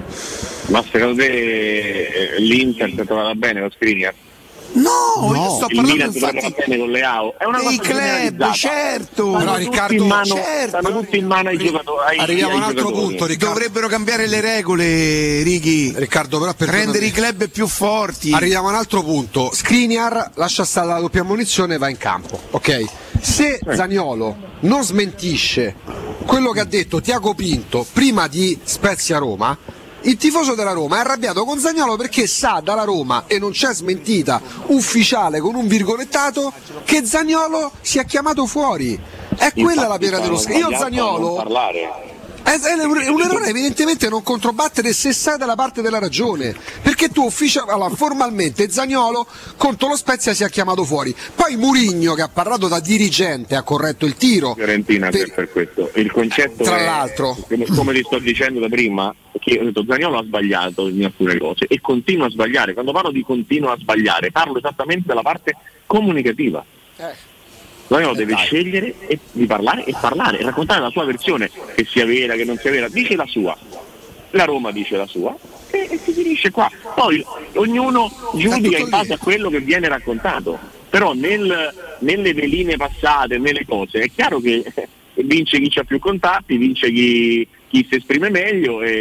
Ma secondo te eh, l'Inter si è trovata bene con Skriniar? No, no, io sto parlando il Milan infatti si trova bene con Leao. È una dei cosa club, certo. Stanno Però tutti Riccardo, in mano, certo. stanno tutti in mano ai giocatori. Arriviamo a un altro giocatori. punto, Riccardo. Dovrebbero cambiare le regole, Righi. Riccardo, però per rendere i club più forti. Arriviamo a un altro punto. Skriniar lascia stare la doppia munizione e va in campo. Ok? Se Zaniolo non smentisce quello che ha detto Tiago Pinto prima di Spezia Roma, il tifoso della Roma è arrabbiato con Zaniolo perché sa dalla Roma, e non c'è smentita ufficiale con un virgolettato, che Zaniolo sia chiamato fuori. È quella Infatti, la pena dello scherzo. Io Zaniolo è, è un errore evidentemente non controbattere se sai dalla parte della ragione, perché tu ufficial, allora, formalmente Zaniolo contro lo Spezia si è chiamato fuori, poi Mourinho che ha parlato da dirigente ha corretto il tiro Fiorentina per, per questo il concetto tra è, l'altro come, come ti sto dicendo da prima, che ho detto Zaniolo ha sbagliato in alcune cose e continua a sbagliare. Quando parlo di continua a sbagliare parlo esattamente della parte comunicativa. eh. Zaniolo deve dai. scegliere e, di parlare e parlare e raccontare la sua versione, che sia vera, che non sia vera, dice la sua, la Roma dice la sua e, e si finisce qua. Poi ognuno giudica in base a quello che viene raccontato, però nel, nelle veline passate, nelle cose, è chiaro che vince chi ha più contatti, vince chi, chi si esprime meglio e,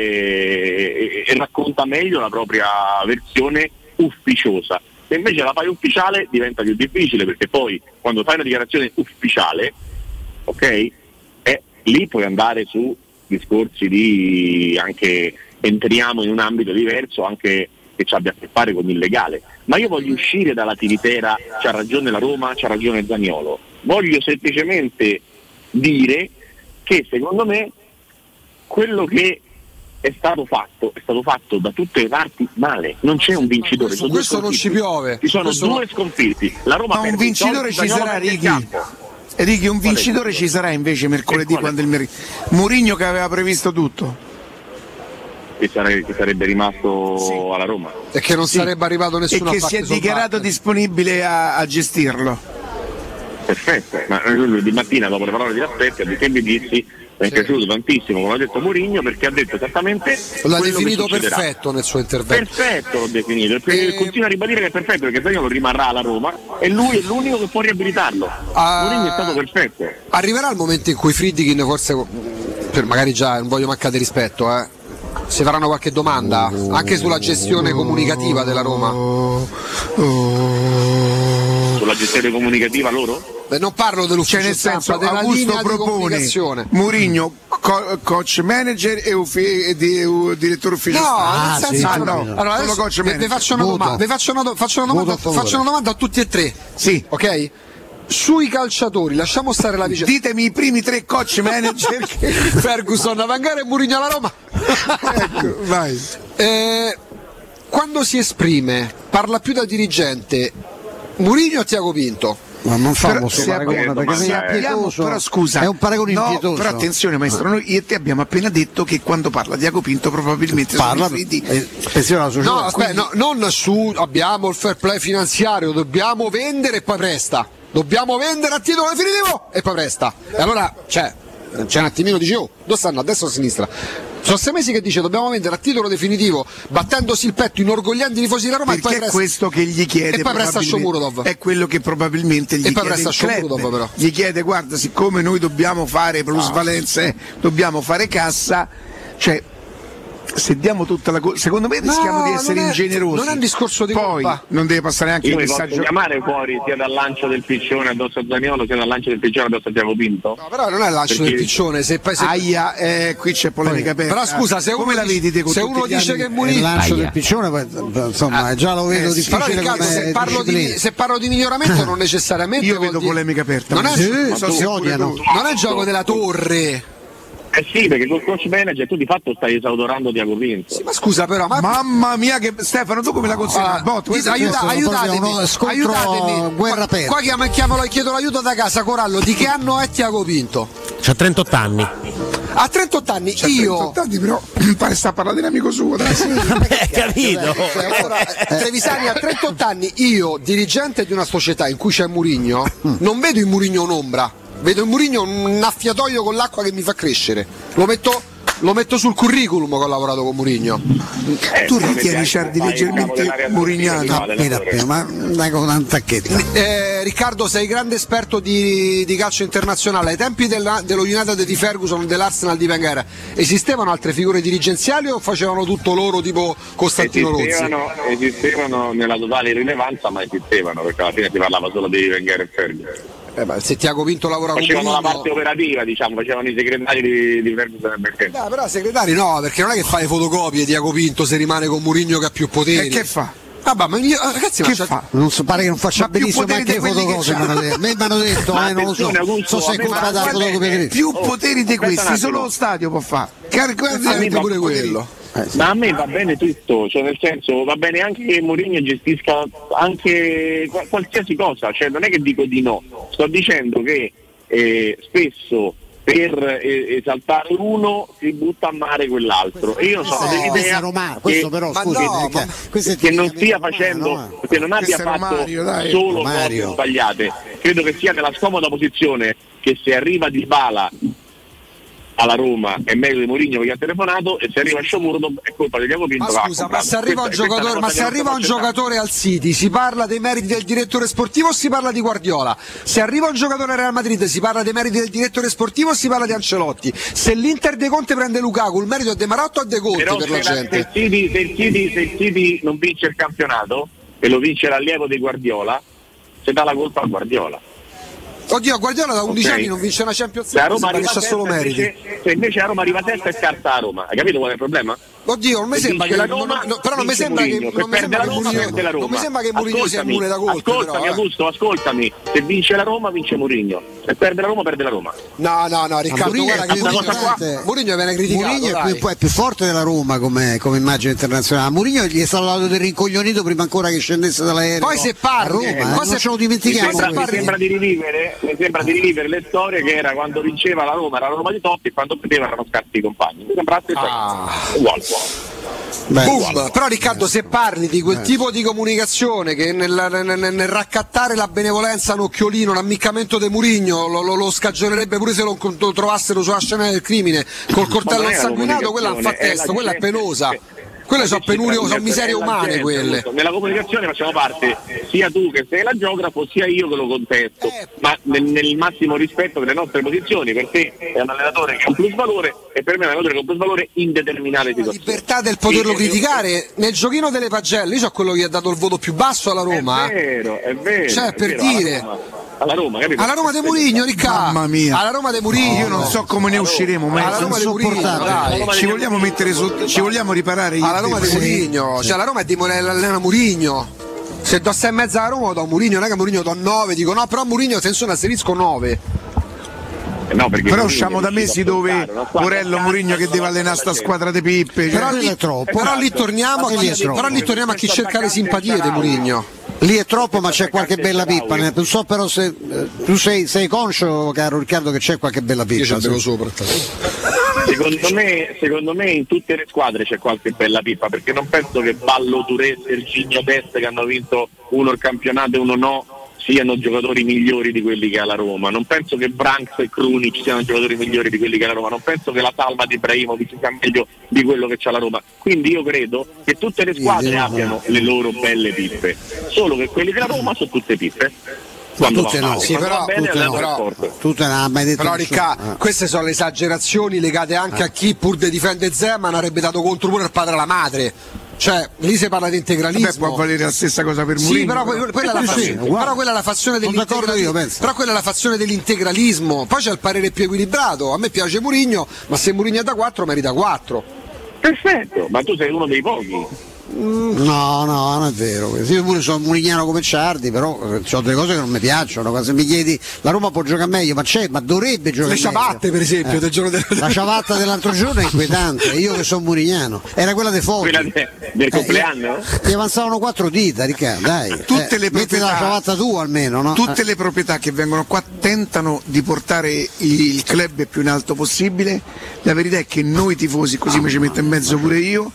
e, e racconta meglio la propria versione ufficiosa. Se invece la fai ufficiale diventa più difficile, perché poi quando fai una dichiarazione ufficiale, ok, eh, lì puoi andare su discorsi di anche entriamo in un ambito diverso, anche che ci abbia a che fare con il legale. Ma io voglio uscire dalla tiritera, c'ha ragione la Roma, c'ha ragione Zaniolo. Voglio semplicemente dire che secondo me quello che è stato fatto è stato fatto da tutte le parti male, non c'è un vincitore. Su questo non ci piove, ci sono questo due non... sconfitti. La Roma ma un vincitore ci sarà, Righi. Righi, un vincitore ci sarà invece mercoledì quando il mer- Mourinho che aveva previsto tutto, che sarebbe, che sarebbe rimasto sì. alla Roma e che non sì. sarebbe arrivato nessuno e che si è dichiarato disponibile a, a gestirlo. Perfetto, ma lui di mattina dopo le parole di Aspetti ha detto che mi dissi mi è piaciuto tantissimo come ha detto Mourinho, perché ha detto esattamente l'ha definito perfetto nel suo intervento. Perfetto l'ho definito, e... continua a ribadire che è perfetto perché Zaniolo rimarrà alla Roma e lui è l'unico che può riabilitarlo. Ah... Mourinho è stato perfetto. Arriverà il momento in cui Friedkin forse, per magari già non voglio mancare di rispetto, eh, si faranno qualche domanda anche sulla gestione comunicativa della Roma. Sulla gestione comunicativa loro? Beh, non parlo dell'ufficio, cioè, nel senso, stampa, della Augusto linea propone di Mourinho co- coach manager e, uffi- e di- u- direttore ufficio no, stampa. nel senso, ah, no. no. Allora, adesso coach vi, vi faccio una domanda, vi faccio una, do- faccio una domanda, faccio una domanda a tutti e tre. Sì. Ok? Sui calciatori, lasciamo stare la vicenda. Ditemi i primi tre coach manager che... Ferguson, Vangara e Mourinho alla Roma. Ecco, vai. Eh, quando si esprime, parla più da dirigente Mourinho o Tiago Pinto? Ma non fa questo paragone perché è pietoso, però scusa, è un paragone no, impietoso. Però attenzione maestro, noi io e te abbiamo appena detto che quando parla Tiago Pinto probabilmente parla di... eh, la società, no, aspetta, quindi... no, non su abbiamo il fair play finanziario, dobbiamo vendere e poi presta. Dobbiamo vendere a titolo definitivo e poi presta. E allora, cioè, c'è un attimino dice, oh, dove stanno, a destra o a sinistra? Sono sei mesi che dice dobbiamo vendere a titolo definitivo, battendosi il petto, inorgogliando i tifosi della Roma, perché e poi è presta... questo che gli chiede, e poi presta Shomurodov. È quello che probabilmente gli e poi chiede presta il club. Shomurodov, però. Gli chiede guarda, siccome noi dobbiamo fare plusvalenze, no. dobbiamo fare cassa, cioè se diamo tutta la colpa, secondo me rischiamo no, di essere non è, ingenerosi. Non è un discorso di poi colpa. Non deve passare neanche io il mi messaggio. Posso chiamare fuori sia dal lancio del piccione addosso a Zaniolo sia dal lancio del piccione addosso a Tiago Pinto? No, però non è il lancio perché... del piccione, se poi se... Aia, eh, qui c'è polemica aperta. Però scusa, se come uno la vedi te con se uno dice anni... che Mourinho il lancio Aia. del piccione, poi, insomma, ah, già lo vedo eh, difficile. Però Riccardo, se parlo, di, se parlo di miglioramento non necessariamente io vedo dire... polemica aperta. Non è, sì, so non è gioco della torre. Eh sì, perché col coach manager tu di fatto stai esautorando Tiago Pinto. Sì, ma scusa però, ma... mamma mia che Stefano, tu come la consideri? Ah, Bot, aiuta, aiutatemi, aiutatemi. Guerra qua, qua chiamo, chiamo, chiedo l'aiuto da casa. Corallo, di che anno è Tiago Pinto? C'ha trentotto anni. A trentotto anni C'ha io trentotto anni, però pare sta parlando di un amico suo. Sì, Beh, capito. Cioè, allora, Trevisani a trentotto anni, io dirigente di una società in cui c'è Mourinho, non vedo in Mourinho un'ombra, vedo in Mourinho un affιατόιο con l'acqua che mi fa crescere. Lo metto Lo metto sul curriculum che ho lavorato con Mourinho. Eh, tu ritieni Ciardi leggermente murignano? Appena appena, ma dai con un tacchetta. Eh, Riccardo, sei grande esperto di, di calcio internazionale. Ai tempi della, dello United di Ferguson e dell'Arsenal di Wenger esistevano altre figure dirigenziali o facevano tutto loro tipo Costantino esistevano, Rozzi? Esistevano nella totale irrilevanza, ma esistevano, perché alla fine si parlava solo di Wenger e Ferguson. Eh beh, se Tiago Pinto lavora con facevano Mourinho... la parte operativa, diciamo, facevano i segretari di, di Ferguson e Beckham. No, però segretari no, perché non è che fa le fotocopie Tiago Pinto se rimane con Mourinho che ha più poteri. E che fa? Vabbè, ma io, ragazzi, che ma fa? Non so, pare che non faccia benissimo neanche le fotocopie. A me mi hanno detto, ma eh, non lo so. So se è colpa da fotocopia. Più poteri di questi, solo lo stadio può fare. Anche pure quello. Eh, sì. Ma a me va bene tutto, cioè nel senso va bene anche che Mourinho gestisca anche qualsiasi cosa, cioè non è che dico di no, sto dicendo che eh, spesso per eh, esaltare uno si butta a mare quell'altro e io sono no, dell'idea Romano, questo però, che, scusi, no, perché, questo è che non stia facendo, Romano. che non abbia fatto Romario, dai. solo Romario. cose sbagliate, credo che sia nella scomoda posizione che se arriva Dybala alla Roma è meglio di Mourinho che gli ha telefonato e se arriva Sciomurdo è colpa di Tiago Pinto. Ma scusa, ma se arriva un giocatore, ma se arriva un giocatore al City si parla dei meriti del direttore sportivo o si parla di Guardiola? Se arriva un giocatore al Real Madrid si parla dei meriti del direttore sportivo o si parla di Ancelotti? Se l'Inter De Conte prende Lukaku, il merito è De Marotta o De Conte? Però per se la gente? Se il, City, se, il City, se il City non vince il campionato e lo vince l'allievo di Guardiola, si dà la colpa a Guardiola. Oddio, Guardiola da undici Okay. anni non vince una Champions Se a League, Roma sembra che arriva c'ha solo sesta, meriti. invece, se invece a Roma arriva sesta e scarta a Roma, hai capito qual è il problema? Oddio, non mi Se sembra che vince la Roma, non- no, però non mi vince sembra che Mourinho. non Se mi sembra perde che la Roma, Mourinho perde la Roma. non mi sembra che Mourinho sia Ascoltami, immune da colpe, ascoltami, però, eh. Augusto, ascoltami. Se vince la Roma, vince Mourinho. Se perde la Roma, perde la Roma. No, no, no, Riccardo, Mourinho guarda è che più Mourinho, importante. Mourinho viene criticato. Mourinho è dai. più, è più forte della Roma come, come immagine internazionale. Mourinho gli è stato dato del rincoglionito prima ancora che scendesse dall'aereo. Poi se parli, a Roma, eh, eh, poi non se- ce lo Mi dimentichiamo. sembra, mi questo. sembra di rivivere, mi sembra di rivivere le storie che era quando vinceva la Roma, era la Roma di top e quando perdeva erano scarsi i compagni. Mi sembra la stessa Ah. cosa. Uguale. Beh, Boom. Però Riccardo, se parli di quel Eh. tipo di comunicazione che nel, nel- nel- nel raccattare la benevolenza a un occhiolino, un ammiccamento di Mourinho lo, lo- lo scagionerebbe pure se lo, lo trovassero sulla scena del crimine col coltello non è la insanguinato, quella non fa comunicazione, è testo, la quella è gente. penosa. Quelle sono penurie, sono miserie umane quelle. Nella comunicazione facciamo parte sia tu che sei l'agiografo sia io che lo contesto, ma nel, nel massimo rispetto delle nostre posizioni. Per te è un allenatore che ha un plus valore e per me è un allenatore che ha un plus valore in determinate La situazioni. libertà del poterlo Sì, criticare nel giochino delle pagelle, io so quello che gli ha dato il voto più basso alla Roma. È vero, è vero. Cioè, è per vero, dire. alla Roma, alla Roma, capito? Alla Roma de Mourinho, Riccardo. Mamma mia. Alla Roma de Mourinho. Io non so come ne usciremo, ma Alla è Roma de Mourinho, insopportabile. dai. Ci vogliamo mettere sotto, ci vogliamo riparare Alla Roma di Mourinho, cioè la Roma è di l'allena Mourinho. Se do sei e mezza a Roma lo do a Mourinho, non è che a Mourinho do nove, dico no, però a Mourinho se sono asterisco nove. Eh no, perché Però Mourinho usciamo è da riuscito mesi a dove portare una squadra Morello a Mourinho casa che deve con la allenare sta gente. squadra di pippe. Però Cioè, lì, è troppo. però lì torniamo, a Ma chi, lì è troppo. però lì torniamo a chi cerca le simpatie di Mourinho. Lì è troppo, ma c'è qualche bella pippa. ne- Non so però se eh, tu sei, sei conscio, caro Riccardo, che c'è qualche bella pippa. Io ce bevo Sì. sopra. Secondo me, secondo me in tutte le squadre c'è qualche bella pippa, perché non penso che Ballo, Touré, Serginho, Dest, che hanno vinto uno il campionato e uno no, siano giocatori migliori di quelli che ha la Roma. Non penso che Branks e Krunic siano giocatori migliori di quelli che ha la Roma. Non penso che la salma di Ibrahimovic sia meglio di quello che c'ha la Roma. Quindi io credo che tutte le squadre abbiano le loro belle pippe, solo che quelli della Roma sono tutte pippe. Quando tutte va no, male, sì, quando però- va bene, tutte allora no, è però- forte. Tu te ne hai mai detto Però nessuno. Riccardo, Ah. queste sono le esagerazioni legate anche a chi pur di difende Zeman avrebbe dato contro pure il padre alla madre. Cioè, lì si parla di integralismo. Vabbè, può valere la stessa cosa per Sì, Mourinho. però, que- quella è la Sì, fazione, uguale. però quella è la fazione Sono d'accordo dell'integralismo. io, penso. Però quella è la fazione dell'integralismo. Poi c'è il parere più equilibrato. A me piace Mourinho, ma se Mourinho è da quattro merita quattro. Perfetto, ma tu sei uno dei pochi. No, no, non è vero. Io pure sono murignano come Ciardi, però ho delle cose che non mi piacciono. Se mi chiedi la Roma può giocare meglio, ma c'è, ma dovrebbe giocare le ciabatte, per esempio, eh. del giorno del... La ciabatta dell'altro giorno è inquietante. Io che sono murignano, era quella dei Fogli. Quella de, del compleanno? Eh, ti avanzavano quattro dita, Riccardo, dai. Tutte eh, le metti la ciabatta tu almeno, no? Tutte eh. le proprietà che vengono qua tentano di portare il club più in alto possibile. La verità è che noi tifosi, così mi ci metto in mezzo pure io,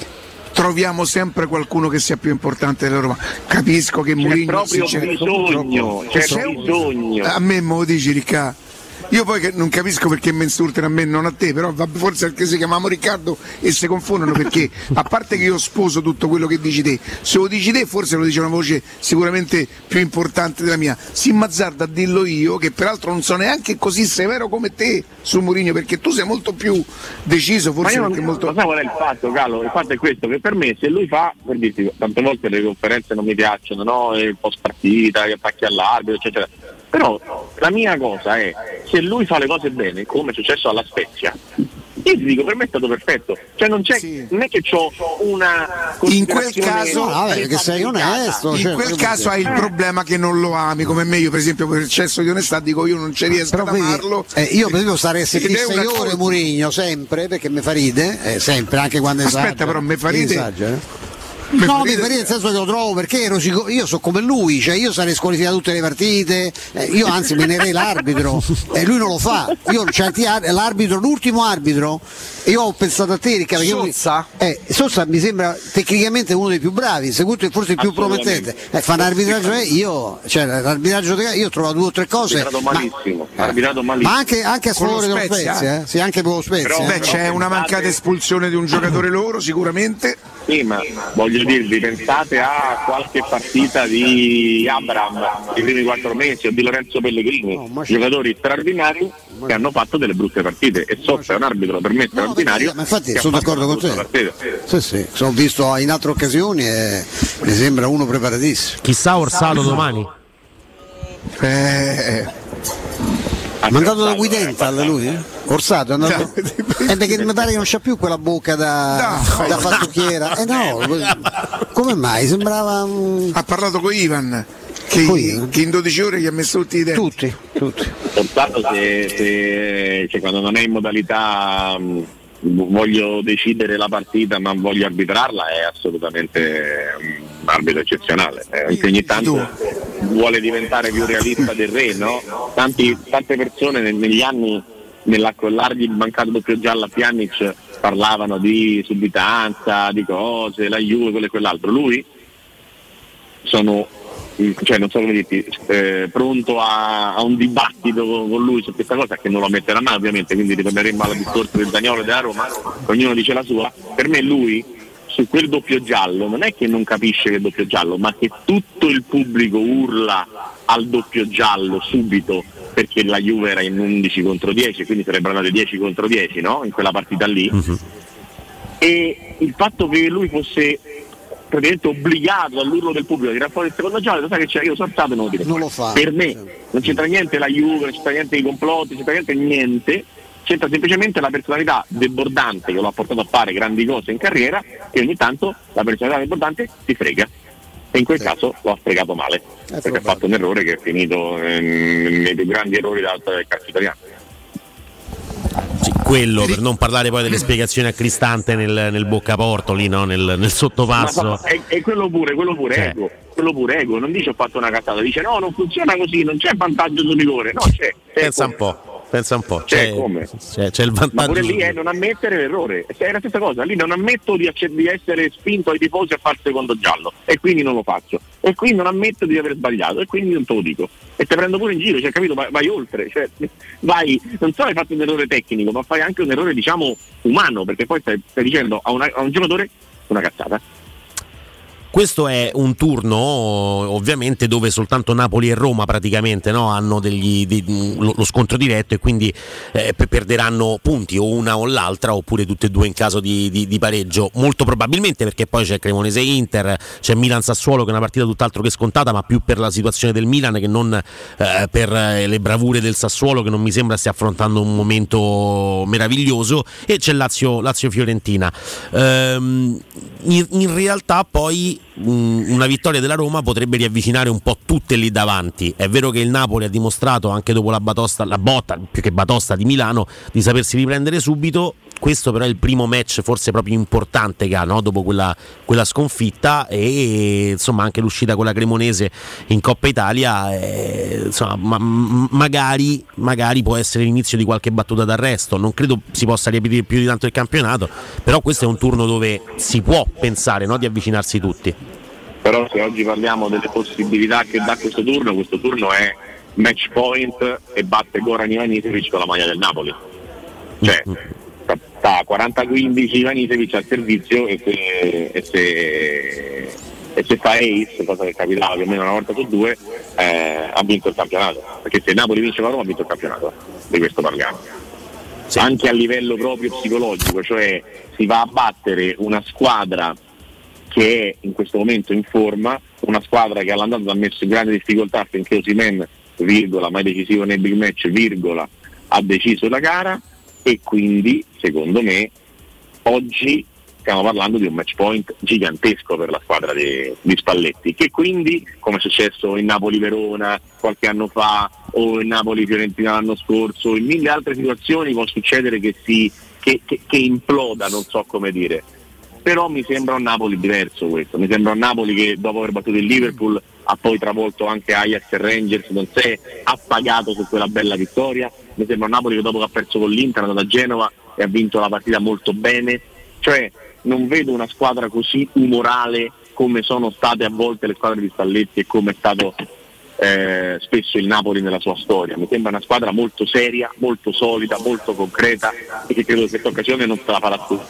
troviamo sempre qualcuno che sia più importante della Roma. Capisco che c'è Mourinho proprio bisogno, c'è bisogno. A me me lo dici, Riccardo. Io poi che non capisco perché mi insultano a me e non a te, però vabbè, forse perché si chiamiamo Riccardo e si confondono, perché a parte che io sposo tutto quello che dici te, se lo dici te forse lo dice una voce sicuramente più importante della mia. Si mazzarda a dirlo io, che peraltro non sono neanche così severo come te su Mourinho, perché tu sei molto più deciso, forse. Ma io perché non, molto... ma sai qual è il fatto, Carlo? Il fatto è questo, che per me se lui fa, per dirti, tante volte le conferenze non mi piacciono, no? Il post partita, gli attacchi all'arbitro, eccetera. Però la mia cosa è, se lui fa le cose bene, come è successo alla Spezia, io ti dico, per me è stato perfetto. Cioè non c'è, sì. non è che c'ho una in quel caso, no, vabbè, che sei onesto, in cioè, quel caso hai il eh. problema che non lo ami, come me. Io per esempio per eccesso di onestà dico io non ci riesco però ad amarlo. Eh, io per esempio starei a sentire sei ore cosa... Mourinho sempre, perché mi fa ride, eh, sempre, anche quando aspetta esagera. però mi fa ride esagera. No, mi fa ridere nel senso che lo trovo, perché ero sicuro, io sono come lui, cioè io sarei squalificato tutte le partite, eh, io anzi me ne nerei l'arbitro e eh, lui non lo fa. Io cioè, l'arbitro, l'ultimo arbitro, io ho pensato a te, Riccardo, Sozza? Eh, Sozza mi sembra tecnicamente uno dei più bravi, secondo forse il più promettente. Eh, fa un arbitraggio, eh, io, cioè l'arbitraggio io ho trovato due o tre cose. Arbitrato malissimo, ma, arbitrato malissimo. Ma anche, anche a sfavore dello Spezia, eh? Sì, anche per lo Spezia. Però, eh? beh, c'è una mancata espulsione di un giocatore loro, sicuramente. Sì, ma voglio dirvi, pensate a qualche partita di Abraham i primi quattro mesi o di Lorenzo Pellegrini, no, giocatori straordinari che hanno fatto delle brutte partite, e Sozza è un arbitro per me straordinario. No, ma infatti sono d'accordo con te. Sì, sì, sono visto in altre occasioni e mi sembra uno preparatissimo. Chissà Orsato domani. Eh. Ha mandato da Guidental lui? Eh? Orsato è andato. Eh, perché mi pare che non c'ha più quella bocca da, no, da fattucchiera. Eh no, come mai? Sembrava. Um... Ha parlato con Ivan. Che, Ivan. che in dodici ore gli ha messo tutti i denti. Tutti, tutti. Orsato se, se cioè, quando non è in modalità um, voglio decidere la partita ma voglio arbitrarla, è assolutamente un arbitro eccezionale. Eh, anche ogni tanto vuole diventare più realista del re, no? Tanti, tante persone negli anni, nell'accollargli il mancato doppio giallo a Pjanic, parlavano di subitanza, di cose, la Juve, quello e quell'altro. Lui sono, cioè non so come dirti, eh, pronto a, a un dibattito con, con lui su questa cosa, che non lo metterà mai ovviamente, quindi ritorneremo al discorso del Zaniolo e della Roma, ognuno dice la sua. Per me lui su quel doppio giallo non è che non capisce che è doppio giallo, ma che tutto il pubblico urla al doppio giallo subito, perché la Juve era in undici contro dieci, quindi sarebbero andate dieci contro dieci, no? In quella partita lì. Uh-huh. E il fatto che lui fosse praticamente obbligato dall'urlo del pubblico a tirare fuori il secondo giallo, sai che c'è, io sono stato e non lo tiro. Non lo fa. Per me non c'entra niente la Juve, non c'entra niente i complotti, non c'entra niente niente. C'entra semplicemente la personalità debordante che lo ha portato a fare grandi cose in carriera, e ogni tanto la personalità debordante ti frega, e in quel sì. caso lo ha fregato male, è perché ha fatto un errore che è finito ehm, nei più grandi errori della storia del calcio italiano. Sì, quello, per non parlare poi delle spiegazioni a Cristante nel, nel boccaporto lì, no? nel, nel sottopasso. Ma, e, e quello pure, quello pure cioè. ego, quello pure ego, non dice ho fatto una cazzata, dice no, non funziona così, non c'è vantaggio sul rigore, no, c'è. c'è Pensa un po'. Pensa un po', c'è, c'è, come? C'è, c'è il vantaggio. Ma pure lì è non ammettere l'errore, è la stessa cosa, lì non ammetto di, di essere spinto ai tifosi a fare il secondo giallo e quindi non lo faccio, e quindi non ammetto di aver sbagliato e quindi non te lo dico, e te prendo pure in giro, cioè capito, vai, vai oltre, cioè, vai, non solo hai fatto un errore tecnico, ma fai anche un errore diciamo umano, perché poi stai, stai dicendo a, una, a un giocatore una cazzata. questo è un turno ovviamente dove soltanto Napoli e Roma praticamente, no, hanno degli, di, lo, lo scontro diretto, e quindi eh, perderanno punti o una o l'altra, oppure tutte e due in caso di, di, di pareggio, molto probabilmente, perché poi c'è Cremonese Inter, c'è Milan Sassuolo, che è una partita tutt'altro che scontata, ma più per la situazione del Milan che non eh, per le bravure del Sassuolo, che non mi sembra stia affrontando un momento meraviglioso, e c'è Lazio, Lazio Fiorentina. Ehm, in, in realtà poi mh, una vittoria della Roma potrebbe riavvicinare un po' tutte lì davanti. È vero che il Napoli ha dimostrato anche dopo la batosta, la botta più che batosta di Milano, di sapersi riprendere subito. Questo però è il primo match forse proprio importante che ha, no? Dopo quella, quella sconfitta, e insomma anche l'uscita con la Cremonese in Coppa Italia, eh, insomma, ma, magari, magari può essere l'inizio di qualche battuta d'arresto. Non credo si possa riaprire più di tanto il campionato, però questo è un turno dove si può pensare, no? Di avvicinarsi tutti. Però se oggi parliamo delle possibilità che dà questo turno, questo turno è match point e batte Goran Ivanisevic con la maglia del Napoli, cioè sta quaranta quindici Ivanisevic al servizio, e se, e se, e se fa ace, cosa che capitava più o meno una volta su due, eh, ha vinto il campionato, perché se Napoli vince la Roma ha vinto il campionato, di questo parliamo. Sì. Anche a livello proprio psicologico, cioè si va a battere una squadra che è in questo momento in forma, una squadra che all'andata ha messo in grande difficoltà affinché Osimhen, virgola, mai decisivo nei big match, virgola, ha deciso la gara, e quindi secondo me oggi stiamo parlando di un match point gigantesco per la squadra di, di Spalletti, che quindi, come è successo in Napoli-Verona qualche anno fa, o in Napoli-Fiorentina l'anno scorso, o in mille altre situazioni, può succedere che si che, che, che imploda, non so come dire. Però mi sembra un Napoli diverso questo, mi sembra un Napoli che dopo aver battuto il Liverpool ha poi travolto anche Ajax e Rangers, non si è appagato su quella bella vittoria. Mi sembra un Napoli che dopo che ha perso con l'Inter è andato a Genova e ha vinto la partita molto bene, cioè non vedo una squadra così umorale come sono state a volte le squadre di Spalletti e come è stato eh, spesso il Napoli nella sua storia. Mi sembra una squadra molto seria, molto solida, molto concreta, e che credo che questa occasione non se la farà tutta.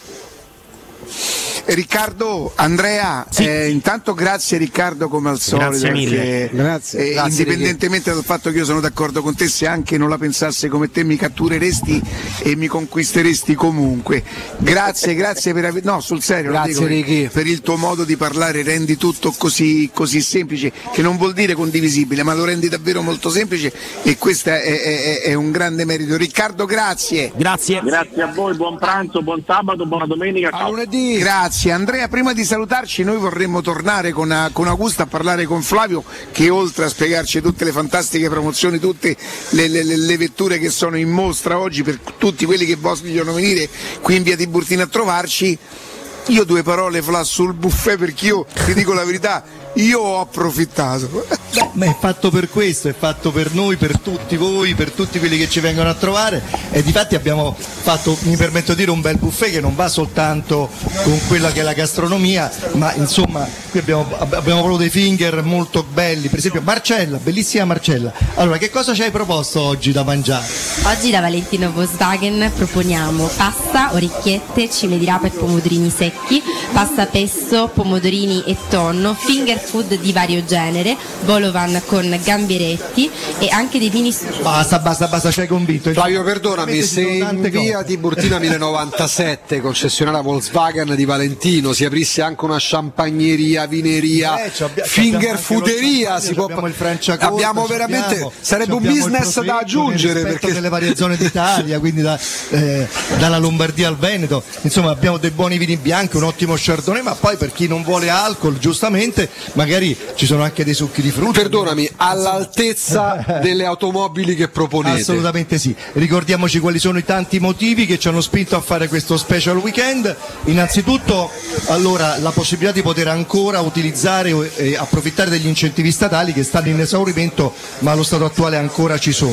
Riccardo, Andrea, sì. eh, intanto grazie Riccardo come al solito, grazie mille. Grazie. Eh, grazie indipendentemente dal fatto che io sono d'accordo con te, se anche non la pensasse come te mi cattureresti e mi conquisteresti comunque. Grazie, grazie per aver... no, sul serio, grazie, lo dico, per il tuo modo di parlare, rendi tutto così, così semplice, che non vuol dire condivisibile, ma lo rendi davvero molto semplice, e questo è, è, è un grande merito. Riccardo, grazie. Grazie. Grazie a voi, buon pranzo, buon sabato, buona domenica. A lunedì. Grazie. Andrea, prima di salutarci noi vorremmo tornare con, con Augusto a parlare con Flavio, che oltre a spiegarci tutte le fantastiche promozioni, tutte le, le, le vetture che sono in mostra oggi per tutti quelli che vogliono venire qui in via Tiburtina a trovarci, io due parole Fla sul buffet, perché io ti dico la verità, io ho approfittato. Beh, ma è fatto per questo, è fatto per noi, per tutti voi, per tutti quelli che ci vengono a trovare, e difatti abbiamo fatto, mi permetto di dire, un bel buffet che non va soltanto con quella che è la gastronomia, ma insomma qui abbiamo, abbiamo proprio dei finger molto belli. Per esempio Marcella, bellissima Marcella, allora che cosa ci hai proposto oggi da mangiare? Oggi da Valentino Volkswagen proponiamo pasta, orecchiette, cime di rapa e pomodorini secchi, pasta pesto, pomodorini e tonno, finger food di vario genere, bolovan con gambieretti e anche dei vini. Basta, basta, basta, ci hai convinto. Flavio, perdonami, se in via Tiburtina mille novantasette, concessionaria Volkswagen di Valentino, si aprisse anche una champagneria, vineria, eh, abbia, finger fooderia, si può... abbiamo il Franciacorta, abbiamo veramente abbiamo, sarebbe un business da aggiungere, perché delle varie zone d'Italia, quindi da, eh, dalla Lombardia al Veneto, insomma abbiamo dei buoni vini bianchi, un ottimo chardonnay, ma poi per chi non vuole alcol, giustamente magari ci sono anche dei succhi di frutta. Perdonami, all'altezza delle automobili che proponete. Assolutamente sì. Ricordiamoci quali sono i tanti motivi che ci hanno spinto a fare questo special weekend. Innanzitutto, allora, la possibilità di poter ancora utilizzare e approfittare degli incentivi statali che stanno in esaurimento, ma allo stato attuale ancora ci sono.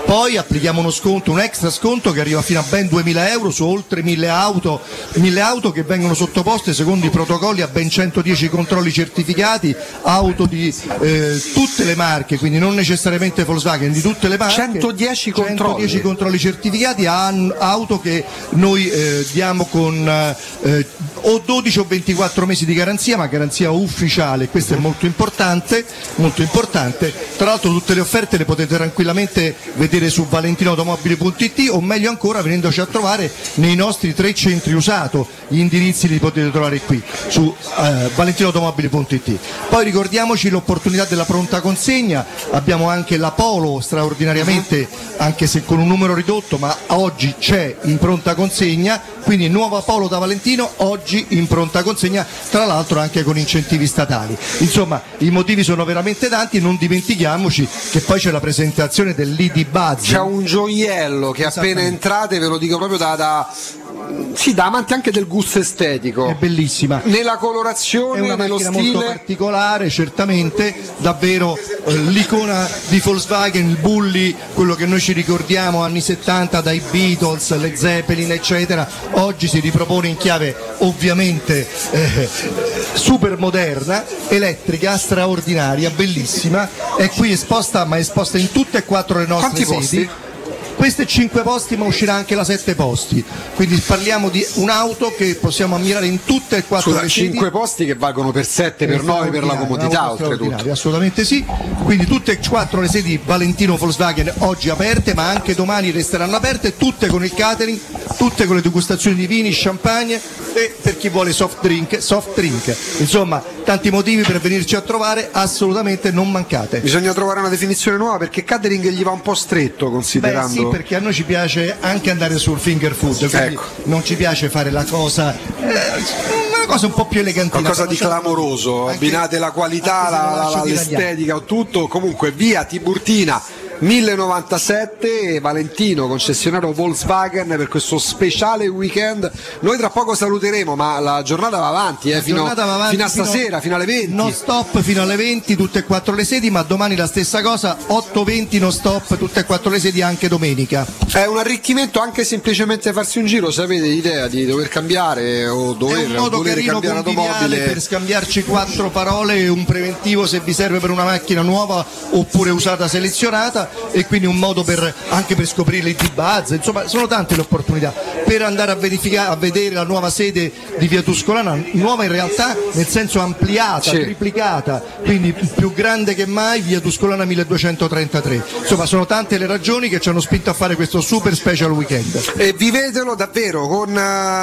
Poi applichiamo uno sconto, un extra sconto che arriva fino a ben duemila euro su oltre mille auto, mille auto che vengono sottoposte secondo i protocolli a ben centodieci controlli certificati, auto di eh, tutte le marche, quindi non necessariamente Volkswagen, di tutte le marche. centodieci controlli, centodieci controlli certificati a auto che noi eh, diamo con eh, o dodici o ventiquattro mesi di garanzia, ma garanzia ufficiale, questo è molto importante, molto importante. Tra l'altro tutte le offerte le potete tranquillamente vedere su valentino automobili punto it o meglio ancora venendoci a trovare nei nostri tre centri usato, gli indirizzi li potete trovare qui su eh, valentino automobili punto it. Poi ricordiamoci l'opportunità della pronta consegna, abbiamo anche la Polo straordinariamente, anche se con un numero ridotto, ma oggi c'è in pronta consegna, quindi nuova Polo da Valentino oggi in pronta consegna, tra l'altro anche con incentivi statali. Insomma, i motivi sono veramente tanti e non dimentichiamoci che poi c'è la presentazione dell'I D Buzz. C'è un gioiello che appena entrate, ve lo dico proprio da, da sì, da amante anche del gusto estetico. È bellissima. Nella colorazione, è una nello macchina stile molto particolare, certamente, davvero eh, l'icona di Volkswagen, il bully, quello che noi ci ricordiamo anni settanta dai Beatles, le Zeppelin eccetera, oggi si ripropone in chiave ovviamente eh, super moderna, elettrica, straordinaria, bellissima, è qui esposta, ma è esposta in tutte e quattro le nostre Quanti sedi. Posti? Queste cinque posti, ma uscirà anche la sette posti, quindi parliamo di un'auto che possiamo ammirare in tutte e quattro Scusa, le sedi. cinque posti che valgono per sette, per nove, per la comodità oltretutto. Assolutamente sì, quindi tutte e quattro le sedi Valentino Volkswagen oggi aperte, ma anche domani resteranno aperte, tutte con il catering, tutte con le degustazioni di vini, champagne e per chi vuole soft drink, soft drink. Insomma, tanti motivi per venirci a trovare, assolutamente non mancate. Bisogna trovare una definizione nuova perché catering gli va un po' stretto considerando. Beh, sì, perché a noi ci piace anche andare sul finger food, quindi ecco, non ci piace fare la cosa eh, una cosa un po' più elegante, qualcosa di clamoroso, abbinate la qualità, la, la, l'estetica o tutto. Comunque via Tiburtina mille novantasette, Valentino, concessionario Volkswagen, per questo speciale weekend. Noi tra poco saluteremo, ma la giornata va avanti, eh, fino, va avanti fino a stasera, fino, fino alle venti. Non stop fino alle venti, tutte e quattro le sedi, ma domani la stessa cosa, otto venti non stop, tutte e quattro le sedi anche domenica. È un arricchimento anche semplicemente farsi un giro, se avete idea di dover cambiare o dover, è un modo o voler carino, cambiare automobile, per scambiarci quattro parole e un preventivo se vi serve per una macchina nuova oppure usata selezionata, e quindi un modo per, anche per scoprire i D-Buzz, insomma sono tante le opportunità per andare a verificare, a vedere la nuova sede di Via Tuscolana, nuova in realtà nel senso ampliata, sì, triplicata, quindi più grande che mai, Via Tuscolana milleduecentotrentatré. Insomma sono tante le ragioni che ci hanno spinto a fare questo super special weekend. E vivetelo davvero con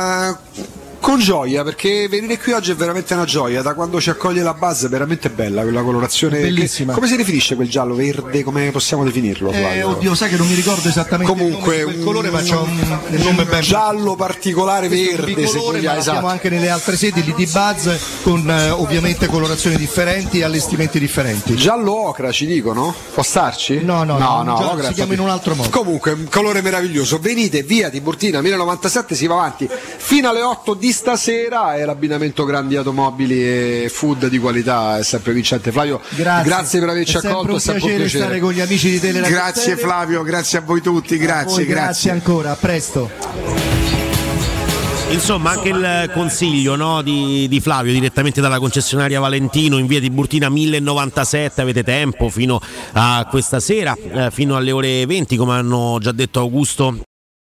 uh... con gioia, perché venire qui oggi è veramente una gioia. Da quando ci accoglie la base è veramente bella quella colorazione, bellissima. Che, come si definisce quel giallo verde, come possiamo definirlo? Eh, oddio, sai che non mi ricordo esattamente comunque il, nome, il colore, ma c'è un, un nome ben giallo particolare verde, bicolore, se ma esatto. Siamo anche nelle altre sedi di D-Buzz con eh, ovviamente colorazioni differenti e allestimenti differenti. Giallo ocra ci dicono? Può starci? No, no, no, no, no, no si chiama in un altro modo. Comunque un colore meraviglioso. Venite via Tiburtina mille novantasette, si va avanti fino alle otto di stasera. E l'abbinamento grandi automobili e food di qualità è sempre vincente. Flavio, grazie, grazie per averci è accolto, è sempre un piacere stare con gli amici di Teleradio. Grazie Flavio, grazie a voi tutti, grazie, voi, grazie, grazie ancora, a presto. Insomma, anche il consiglio, no, di, di Flavio direttamente dalla concessionaria Valentino in via Tiburtina mille novantasette, avete tempo fino a questa sera, eh, fino alle ore venti, come hanno già detto Augusto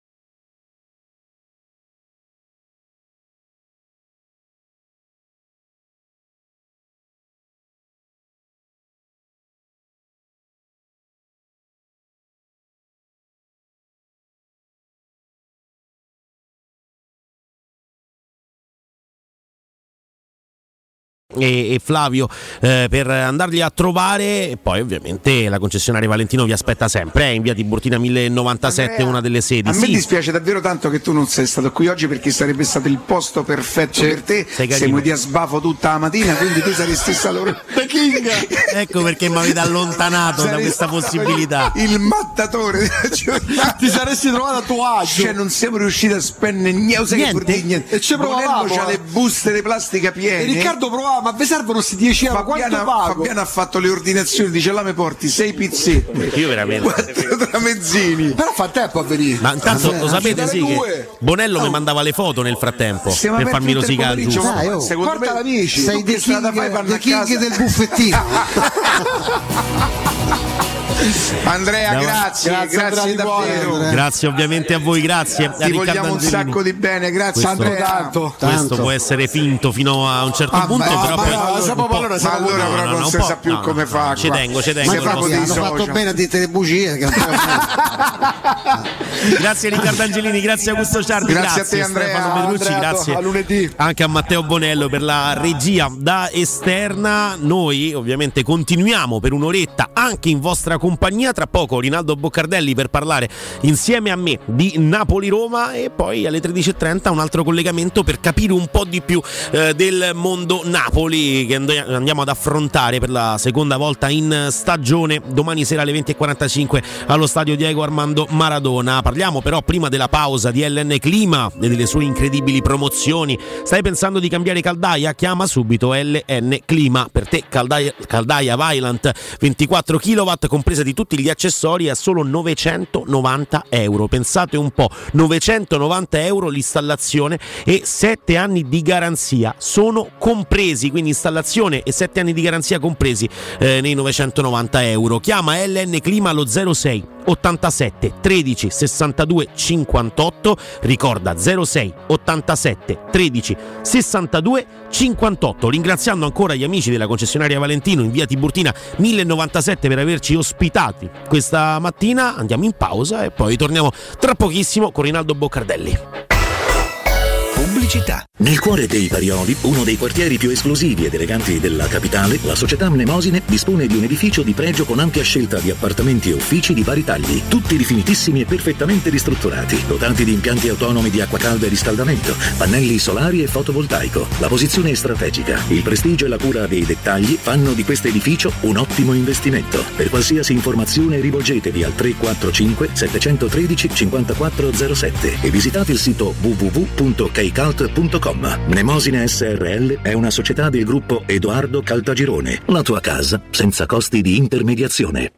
E, e Flavio eh, per andarli a trovare. E poi ovviamente la concessionaria Valentino vi aspetta sempre eh, in via Tiburtina mille novantasette, Andrea, una delle sedi. A sì. me dispiace davvero tanto che tu non sei stato qui oggi, perché sarebbe stato il posto perfetto per te. Siamo di a sbafo tutta la mattina, quindi tu saresti stato The King. Ecco perché mi avete allontanato saresti da questa possibilità. Il mattatore. Ti saresti trovato a tuo agio. Cioè non siamo riusciti a spendere niente, niente. niente. E ci provavamo. C'ha le buste di plastica piene. E Riccardo provava No, ma vi servono sti dieci euro, Fabiana, quanto pago? Fabiana ha fatto le ordinazioni, dice là mi porti sei pizzette. Io veramente. Quattro tramezzini. Però fa tempo a venire. Ma intanto Ah, lo sapete sì che due. Bonello mi mandava le foto nel frattempo Siamo per aperti farmi tutto il rosicare giusto. pomeriggio, Dai, oh, secondo porta me l'amici. sei Tu dei che strada king, fai, vanno dei a casa. king del buffettino. Andrea, No, grazie, grazie, grazie, Andrea, davvero. Andrea. Grazie ovviamente a voi, grazie a Ti Riccardo vogliamo un Angelini. sacco di bene, grazie Questo- Andrea. Tanto, Questo tanto. può essere finto fino a un certo Ah, punto, ma- però ma poi no, un siamo- po'- allora siamo- no, allora no, proprio no, non un si po'- sa più no, come no, fa Ci qua. tengo, ci tengo. Ma fa no. così. Hanno social. fatto bene a dire le bugie. Che Grazie Riccardo Angelini, grazie Augusto Ciardi, Grazie a te, Andrea. Stefano Petrucci, Andrea, grazie a lunedì. anche a Matteo Bonello per la regia da esterna. Noi ovviamente continuiamo per un'oretta anche in vostra compagnia, tra poco Rinaldo Boccardelli per parlare insieme a me di Napoli-Roma e poi alle tredici e trenta un altro collegamento per capire un po' di più eh, del mondo Napoli che and- andiamo ad affrontare per la seconda volta in stagione domani sera alle venti e quarantacinque allo stadio Diego Armando Maradona. Parliamo però prima della pausa di L N Clima e delle sue incredibili promozioni. Stai pensando di cambiare caldaia? Chiama subito L N Clima, per te caldaia, caldaia Vaillant ventiquattro chilowatt compresa di tutti gli accessori a solo novecentonovanta euro. Pensate un po', novecentonovanta euro l'installazione e sette anni di garanzia sono compresi, quindi installazione e sette anni di garanzia compresi eh, nei novecentonovanta euro. Chiama L N Clima allo zero sei ottantasette tredici sessantadue cinquantotto, ricorda zero sei ottantasette tredici sessantadue cinquantotto. Ringraziando ancora gli amici della concessionaria Valentino in via Tiburtina mille novantasette per averci ospitati questa mattina. Andiamo in pausa e poi torniamo tra pochissimo con Rinaldo Boccardelli. Pubblicità. Nel cuore dei Parioli, uno dei quartieri più esclusivi ed eleganti della capitale, la società Mnemosine dispone di un edificio di pregio con ampia scelta di appartamenti e uffici di vari tagli, tutti rifinitissimi e perfettamente ristrutturati, dotati di impianti autonomi di acqua calda e riscaldamento, pannelli solari e fotovoltaico. La posizione è strategica, il prestigio e la cura dei dettagli fanno di questo edificio un ottimo investimento. Per qualsiasi informazione rivolgetevi al tre quattro cinque sette uno tre cinque quattro zero sette e visitate il sito w w w punto keycult punto com. Mnemosine S R L è una società del gruppo Edoardo Caltagirone. La tua casa senza costi di intermediazione.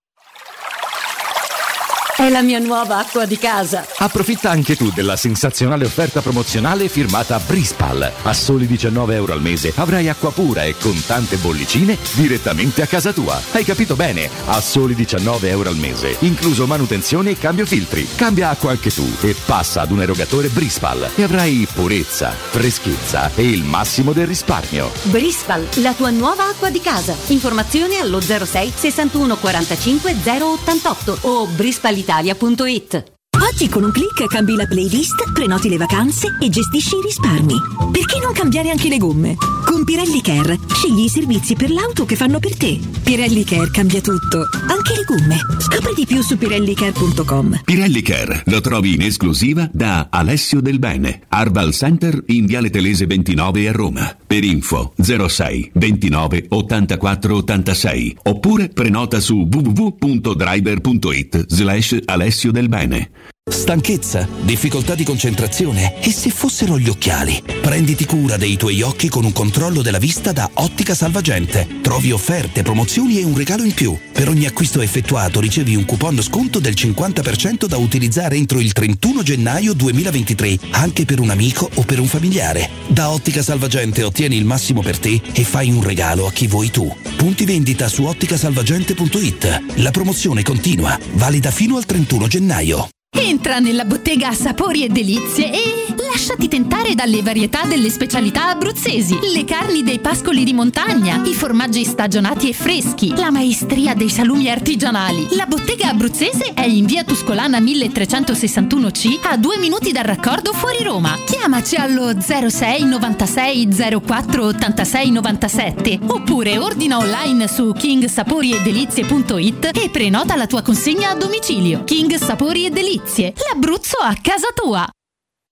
È la mia nuova acqua di casa. Approfitta anche tu della sensazionale offerta promozionale firmata Brispal. A soli diciannove euro al mese avrai acqua pura e con tante bollicine direttamente a casa tua. Hai capito bene? A soli diciannove euro al mese, incluso manutenzione e cambio filtri. Cambia acqua anche tu e passa ad un erogatore Brispal e avrai purezza, freschezza e il massimo del risparmio. Brispal, la tua nuova acqua di casa. Informazioni allo zero sei sessantuno quarantacinque zero ottantotto o brispalitalia punto it. Oggi con un click cambi la playlist, prenoti le vacanze e gestisci i risparmi. Perché non cambiare anche le gomme? Con Pirelli Care scegli i servizi per l'auto che fanno per te. Pirelli Care cambia tutto, anche le gomme. Scopri di più su pirelli care punto com. Pirelli Care lo trovi in esclusiva da Alessio Del Bene, Arval Center in Viale Telese ventinove a Roma. Per info zero sei ventinove ottantaquattro ottantasei oppure prenota su w w w punto driver punto it slash Alessio Del Bene. Stanchezza, difficoltà di concentrazione e se fossero gli occhiali? Prenditi cura dei tuoi occhi con un controllo della vista da Ottica Salvagente. Trovi offerte, promozioni e un regalo in più. Per ogni acquisto effettuato ricevi un coupon sconto del cinquanta per cento da utilizzare entro il trentuno gennaio duemilaventitré, anche per un amico o per un familiare. Da Ottica Salvagente ottieni il massimo per te e fai un regalo a chi vuoi tu. Punti vendita su ottica salvagente punto it. La promozione continua, valida fino al trentuno gennaio. Entra nella bottega Sapori e Delizie e lasciati tentare dalle varietà delle specialità abruzzesi, le carni dei pascoli di montagna, i formaggi stagionati e freschi, la maestria dei salumi artigianali. La bottega abruzzese è in via Tuscolana milletrecentosessantuno C, a due minuti dal raccordo fuori Roma. Chiamaci allo zero sei novantasei zero quattro ottantasei novantasette oppure ordina online su king sapori e delizie punto it e prenota la tua consegna a domicilio. King Sapori e Delizie, l'Abruzzo a casa tua.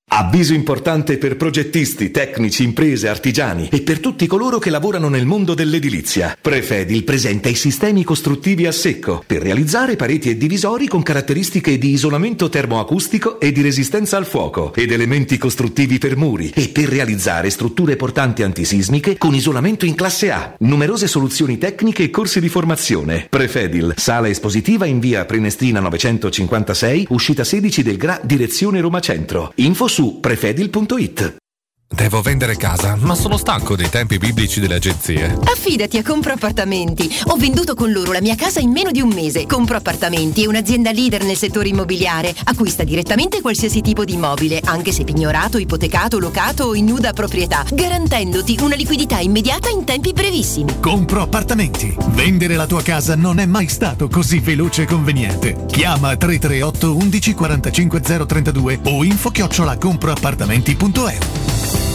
Avviso importante per progettisti, tecnici, imprese, artigiani e per tutti coloro che lavorano nel mondo dell'edilizia. Prefedil presenta i sistemi costruttivi a secco per realizzare pareti e divisori con caratteristiche di isolamento termoacustico e di resistenza al fuoco ed elementi costruttivi per muri e per realizzare strutture portanti antisismiche con isolamento in classe A. Numerose soluzioni tecniche e corsi di formazione. Prefedil, sala espositiva in via Prenestina novecentocinquantasei, uscita sedici del Gra, direzione Roma Centro. Info su prefedil punto it. Devo vendere casa, ma sono stanco dei tempi biblici delle agenzie. Affidati a Compro Appartamenti. Ho venduto con loro la mia casa in meno di un mese. Compro Appartamenti è un'azienda leader nel settore immobiliare. Acquista direttamente qualsiasi tipo di immobile, anche se pignorato, ipotecato, locato o in nuda proprietà, garantendoti una liquidità immediata in tempi brevissimi. Compro Appartamenti. Vendere la tua casa non è mai stato così veloce e conveniente. Chiama tre tre otto undici quarantacinque zero trentadue o info chiocciola comproappartamenti punto e u.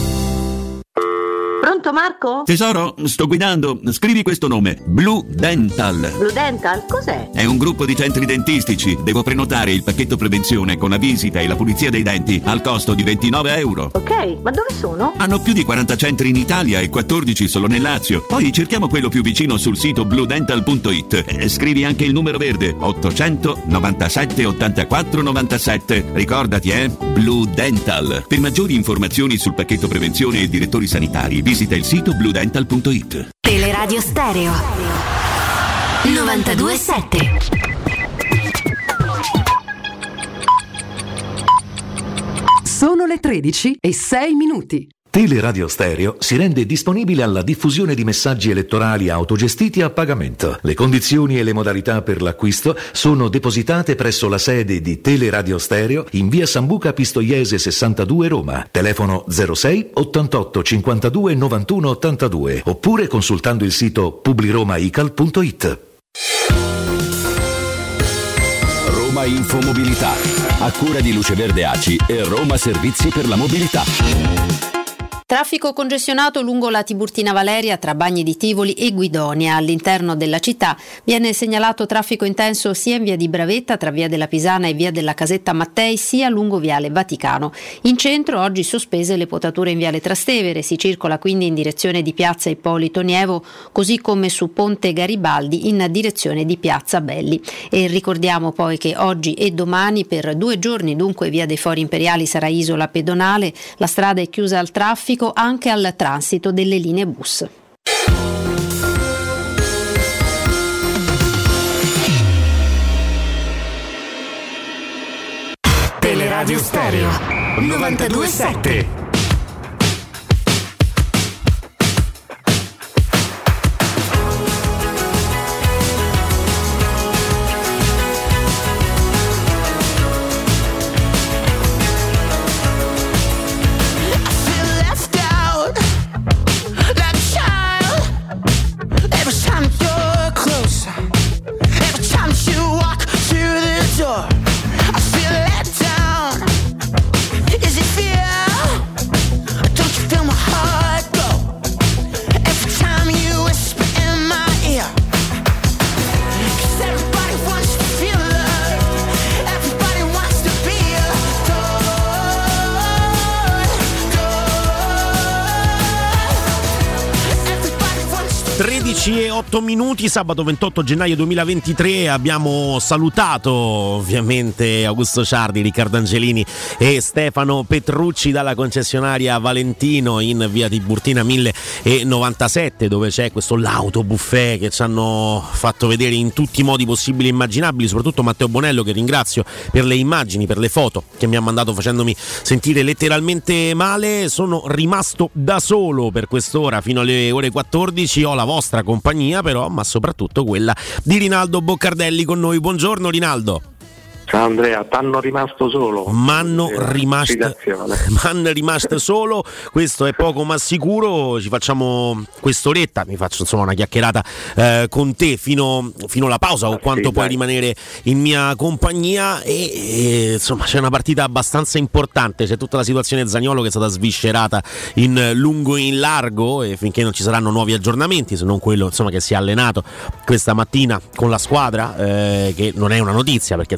Pronto Marco? Tesoro, sto guidando. Scrivi questo nome. Blue Dental. Blue Dental? Cos'è? È un gruppo di centri dentistici. Devo prenotare il pacchetto prevenzione con la visita e la pulizia dei denti al costo di ventinove euro. Ok, ma dove sono? Hanno più di quaranta centri in Italia e quattordici solo nel Lazio. Poi cerchiamo quello più vicino sul sito blue dental punto it. E scrivi anche il numero verde ottocento novantasette ottantaquattro novantasette. Ricordati, eh? Blue Dental. Per maggiori informazioni sul pacchetto prevenzione e direttori sanitari, visita il sito blue dental punto it. Teleradio Stereo novantadue sette. Sono le tredici e sei minuti. Teleradio Stereo si rende disponibile alla diffusione di messaggi elettorali autogestiti a pagamento. Le condizioni e le modalità per l'acquisto sono depositate presso la sede di Teleradio Stereo in via Sambuca Pistoiese sessantadue Roma. Telefono zero sei ottantotto cinquantadue novantuno ottantadue oppure consultando il sito publiromaical punto it. Roma Infomobilità, a cura di Luce Verde A C I e Roma Servizi per la Mobilità. Traffico congestionato lungo la Tiburtina Valeria tra Bagni di Tivoli e Guidonia. All'interno della città viene segnalato traffico intenso sia in via di Bravetta tra via della Pisana e via della Casetta Mattei sia lungo viale Vaticano. In centro oggi sospese le potature in viale Trastevere, si circola quindi in direzione di piazza Ippolito Nievo così come su Ponte Garibaldi in direzione di piazza Belli. E ricordiamo poi che oggi e domani per due giorni dunque via dei Fori Imperiali sarà isola pedonale, la strada è chiusa al traffico anche al transito delle linee bus. Teleradio Stereo novantadue sette. tredici e otto minuti, sabato ventotto gennaio duemilaventitré. Abbiamo salutato ovviamente Augusto Ciardi, Riccardo Angelini e Stefano Petrucci dalla concessionaria Valentino in via Tiburtina mille novantasette, dove c'è questo lauto buffet che ci hanno fatto vedere in tutti i modi possibili e immaginabili, soprattutto Matteo Bonello, che ringrazio per le immagini, per le foto che mi ha mandato facendomi sentire letteralmente male. Sono rimasto da solo per quest'ora fino alle ore quattordici, ho la vostra compagnia però, ma soprattutto quella di Rinaldo Boccardelli con noi. Buongiorno Rinaldo. Ciao Andrea, t'hanno rimasto solo. M'hanno rimasto, m'hanno rimasto solo, questo è poco ma sicuro. Ci facciamo quest'oretta, mi faccio insomma una chiacchierata eh, con te fino, fino alla pausa o quanto puoi rimanere in mia compagnia e, e insomma c'è una partita abbastanza importante, c'è tutta la situazione Zaniolo che è stata sviscerata in lungo e in largo, e finché non ci saranno nuovi aggiornamenti, se non quello insomma che si è allenato questa mattina con la squadra, eh, che non è una notizia perché insomma lo sappiamo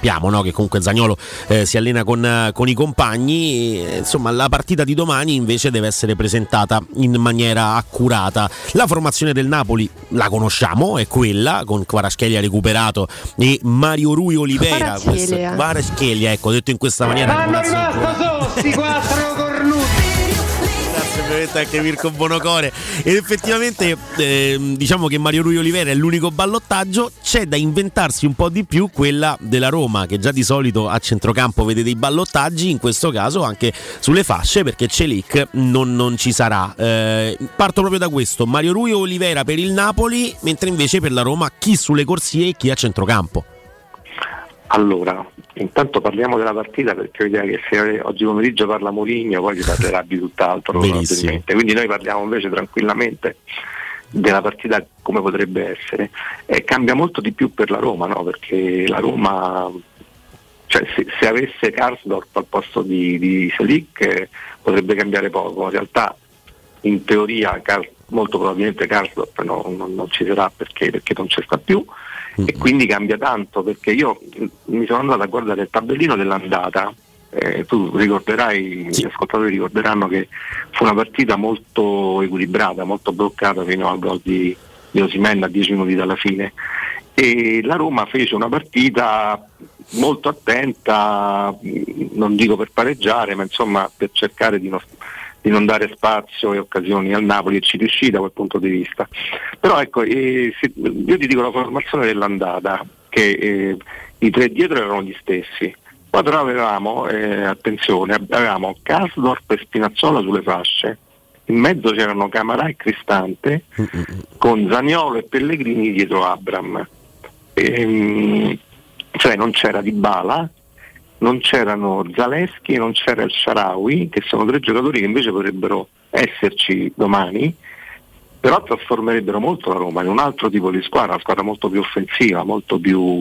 sappiamo, no? Che comunque Zaniolo eh, si allena con, con i compagni, e, insomma la partita di domani invece deve essere presentata in maniera accurata. La formazione del Napoli la conosciamo, è quella con Kvaratskhelia recuperato e Mario Rui Oliveira. Kvaratskhelia, ecco, detto in questa maniera. Hanno rimasto sti quattro cornuti. Grazie anche Mirko Bonocore. Ed effettivamente eh, diciamo che Mario Rui Oliveira è l'unico ballottaggio. C'è da inventarsi un po' di più quella della Roma, che già di solito a centrocampo vede dei ballottaggi, in questo caso anche sulle fasce, perché Celik non, non ci sarà. Eh, parto proprio da questo: Mario Rui Oliveira per il Napoli, mentre invece per la Roma chi sulle corsie e chi a centrocampo. Allora, intanto parliamo della partita, perché ho idea che se oggi pomeriggio parla Mourinho poi si parlerà di tutt'altro probabilmente, quindi noi parliamo invece tranquillamente della partita come potrebbe essere. Eh, cambia molto di più per la Roma, no? Perché la Roma, cioè, se, se avesse Karsdorp al posto di, di Celik eh, potrebbe cambiare poco. In realtà in teoria Kars, molto probabilmente Karsdorp no, non, non ci sarà perché, perché non ci sta più, e quindi cambia tanto, perché io mi sono andato a guardare il tabellino dell'andata. Eh, tu ricorderai, sì. Gli ascoltatori ricorderanno che fu una partita molto equilibrata, molto bloccata fino al gol di, di Osimhen a dieci minuti dalla fine, e la Roma fece una partita molto attenta, non dico per pareggiare, ma insomma per cercare di non, di non dare spazio e occasioni al Napoli, e ci riuscì da quel punto di vista. Però ecco, eh, se, io ti dico la formazione dell'andata, che eh, i tre dietro erano gli stessi. Poi però avevamo, eh, attenzione, avevamo Karsdorp e Spinazzola sulle fasce, in mezzo c'erano Camarà e Cristante, con Zaniolo e Pellegrini dietro Abram. E, cioè non c'era Dybala, non c'erano Zaleschi e non c'era El Shaarawy, che sono tre giocatori che invece potrebbero esserci domani, però trasformerebbero molto la Roma in un altro tipo di squadra, una squadra molto più offensiva, molto più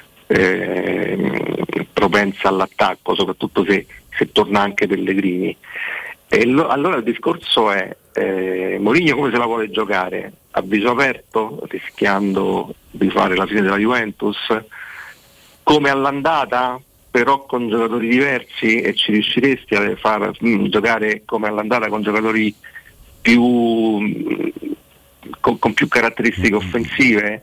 eh, propensa all'attacco, soprattutto se, se torna anche Pellegrini. E lo, allora il discorso è eh, Mourinho come se la vuole giocare? A viso aperto, rischiando di fare la fine della Juventus, come all'andata, però con giocatori diversi, e ci riusciresti a far mh, giocare come all'andata con giocatori più mh, con, con più caratteristiche offensive?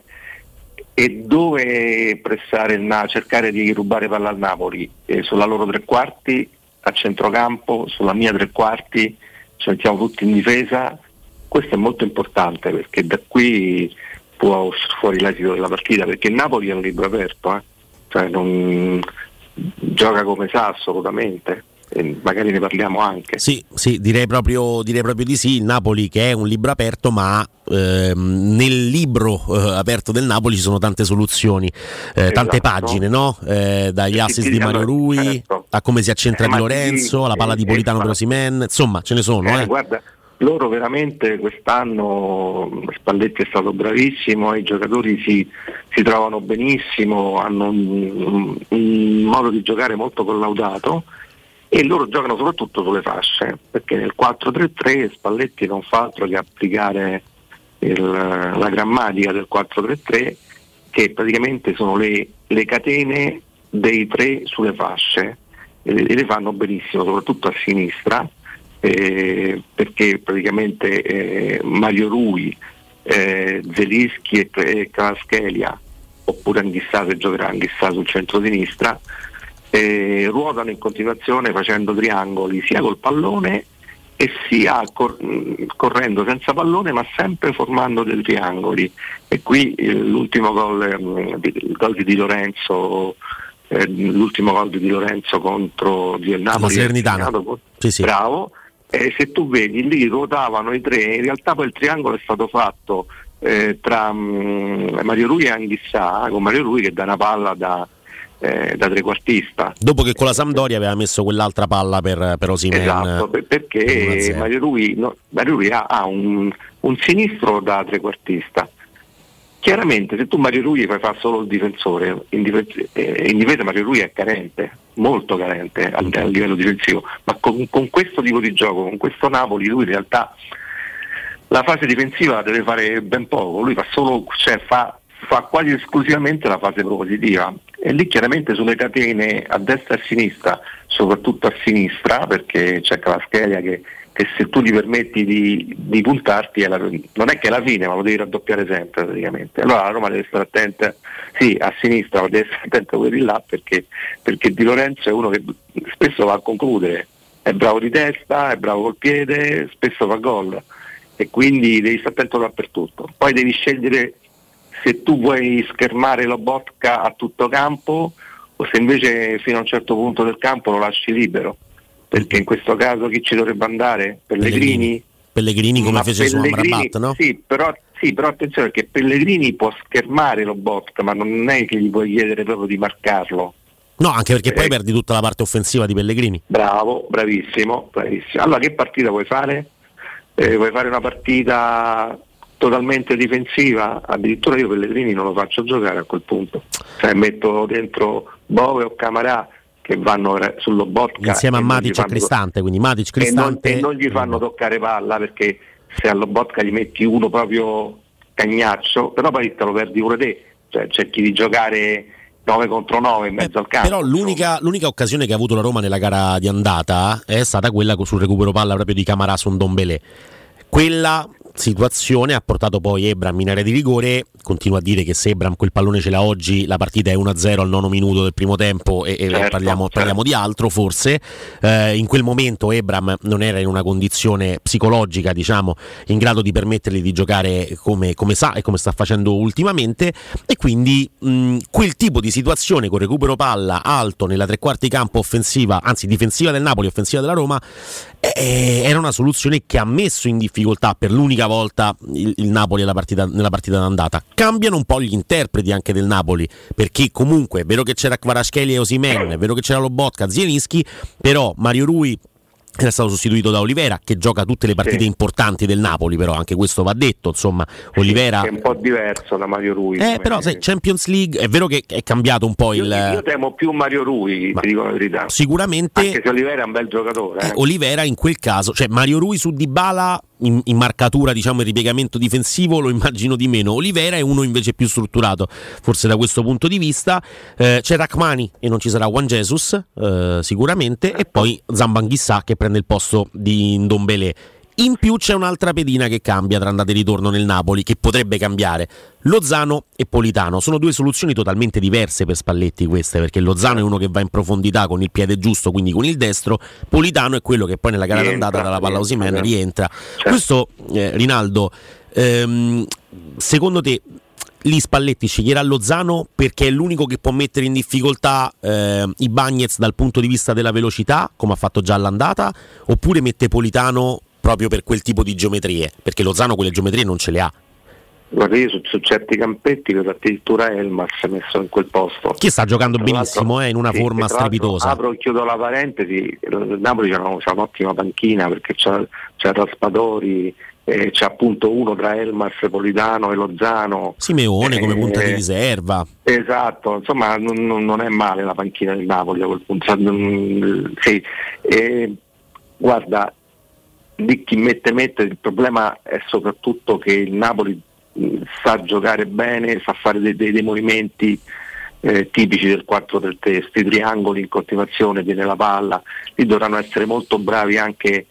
E dove pressare il Na- cercare di rubare palla al Napoli? Eh, sulla loro tre quarti, a centrocampo, sulla mia tre quarti, ci mettiamo tutti in difesa. Questo è molto importante, perché da qui può uscire fuori l'esito della partita, perché il Napoli è un libro aperto, eh? Cioè non gioca come sa assolutamente, e magari ne parliamo anche. Sì, sì, direi proprio, direi proprio di sì. Il Napoli che è un libro aperto, ma ehm, nel libro eh, aperto del Napoli ci sono tante soluzioni, eh, esatto. Tante pagine, no? Eh, dagli assist di Mario Rui, certo, a come si accentra eh, Di Lorenzo, alla palla di Politano per Osimhen, insomma ce ne sono. Eh, eh. Guarda, loro veramente quest'anno, Spalletti è stato bravissimo, i giocatori si, si trovano benissimo, hanno un, un modo di giocare molto collaudato, e loro giocano soprattutto sulle fasce, perché nel quattro tre tre Spalletti non fa altro che applicare il, la grammatica del quattro tre tre, che praticamente sono le, le catene dei tre sulle fasce, e le, e le fanno benissimo, soprattutto a sinistra, eh, perché praticamente eh, Mario Rui, eh, Zelinski e, e Kvaratskhelia, oppure Anghissà, se giocherà Anghissà sul centro-sinistra, Eh, ruotano in continuazione facendo triangoli sia col pallone e sia cor- correndo senza pallone, ma sempre formando dei triangoli. E qui eh, l'ultimo gol, eh, il gol di Di Lorenzo, eh, l'ultimo gol di Di Lorenzo contro di Napoli, segnato, sì, sì. Bravo. E se tu vedi lì ruotavano i tre, in realtà poi il triangolo è stato fatto eh, tra um, Mario Rui e Anghissà, con Mario Rui che dà una palla da Eh, da trequartista, dopo che con la Sampdoria aveva messo quell'altra palla per, per Osimhen. Esatto, perché Mario Rui, no, Mario Rui ha, ha un, un sinistro da trequartista. Chiaramente se tu Mario Rui fai fare solo il difensore, in difesa, eh, in difesa Mario Rui è carente, molto carente a, a livello difensivo, ma con, con questo tipo di gioco, con questo Napoli, lui in realtà la fase difensiva deve fare ben poco, lui fa solo, cioè fa fa quasi esclusivamente la fase propositiva, e lì chiaramente sulle catene a destra e a sinistra, soprattutto a sinistra, perché c'è Kvaratskhelia che, che se tu gli permetti di, di puntarti è la, non è che è la fine, ma lo devi raddoppiare sempre praticamente. Allora la Roma deve stare attenta, sì, a sinistra, ma deve stare attenta a quelli là, perché, perché Di Lorenzo è uno che spesso va a concludere, è bravo di testa, è bravo col piede, spesso fa gol, e quindi devi stare attento dappertutto. Poi devi scegliere se tu vuoi schermare Lobotka a tutto campo o se invece fino a un certo punto del campo lo lasci libero, perché in questo caso chi ci dovrebbe andare? Pellegrini? Pellegrini come Ma fece Pellegrini, su Amrabat, no? Sì, però, sì, però attenzione, perché Pellegrini può schermare Lobotka, ma non è che gli puoi chiedere proprio di marcarlo. No, anche perché eh, poi perdi tutta la parte offensiva di Pellegrini. Bravo, bravissimo, bravissimo. Allora che partita vuoi fare? Eh, vuoi fare una partita totalmente difensiva? Addirittura io Pellegrini non lo faccio giocare a quel punto, cioè metto dentro Bove o Camarà che vanno sullo Lobotka insieme a Matic e Cristante, quindi Matic, Cristante e non, e non gli fanno toccare palla, perché se a Lobotka gli metti uno proprio cagnaccio, però poi te lo perdi pure te, cioè cerchi di giocare nove contro nove in mezzo eh, al campo. Però l'unica, l'unica occasione che ha avuto la Roma nella gara di andata è stata quella sul recupero palla proprio di Camarà su Ndombélé. Quella situazione ha portato poi Ebram in area di rigore. Continuo a dire che se Ebram quel pallone ce l'ha oggi, la partita è uno a zero al nono minuto del primo tempo e, e certo, parliamo, certo. parliamo di altro forse. Eh, in quel momento Ebram non era in una condizione psicologica, diciamo, in grado di permettergli di giocare come, come sa e come sta facendo ultimamente, e quindi mh, quel tipo di situazione con recupero palla alto nella tre quarti campo offensiva, anzi difensiva del Napoli, offensiva della Roma, eh, era una soluzione che ha messo in difficoltà per l'unica volta il, il Napoli nella partita, nella partita d'andata. Cambiano un po' gli interpreti anche del Napoli, perché comunque è vero che c'era Kvaratskhelia e Osimhen, è vero che c'era Lobotka, Zielinski, però Mario Rui era stato sostituito da Olivera, che gioca tutte le partite sì. importanti del Napoli, però anche questo va detto, insomma, Olivera sì, è un po' diverso da Mario Rui. Eh, però sai, Champions League, è vero che è cambiato un po' io, il... Io temo più Mario Rui, ti dico la verità. Sicuramente... Anche se Olivera è un bel giocatore. Eh. Eh, Olivera in quel caso, cioè Mario Rui su Dybala in, in marcatura, diciamo, il ripiegamento difensivo lo immagino di meno. Olivera è uno invece più strutturato, forse da questo punto di vista. Eh, c'è Rachmani e non ci sarà Juan Jesus, eh, sicuramente, e poi Zambanghissà che prende il posto di Ndombélé. In più c'è un'altra pedina che cambia tra andata e ritorno nel Napoli, che potrebbe cambiare: Lozano e Politano. Sono due soluzioni totalmente diverse per Spalletti queste, perché Lozano è uno che va in profondità con il piede giusto, quindi con il destro. Politano è quello che poi nella gara rientra, d'andata dalla palla Osimhen rientra. Certo. Questo, eh, Rinaldo, ehm, secondo te lì Spalletti sceglierà Lozano perché è l'unico che può mettere in difficoltà eh, i Bagnez dal punto di vista della velocità, come ha fatto già all'andata, oppure mette Politano proprio per quel tipo di geometrie, perché Lozano quelle geometrie non ce le ha? Guarda, io su, su certi campetti vedo addirittura Elmas messo in quel posto, che sta giocando benissimo, eh, in una sì, forma strepitosa. Apro e chiudo la parentesi, il Napoli c'ha, una, c'ha un'ottima panchina, perché c'ha, c'ha Raspadori, eh, c'è appunto uno tra Elmas, Politano e Lozano, Simeone eh, come punta eh, di riserva. Esatto, insomma non, non è male la panchina del Napoli a quel punto. Sì, eh, guarda, di chi mette mette, il problema è soprattutto che il Napoli mh, sa giocare bene, sa fare dei, dei, dei movimenti eh, tipici del quattro tre tre, sti triangoli in continuazione, viene la palla, lì dovranno essere molto bravi anche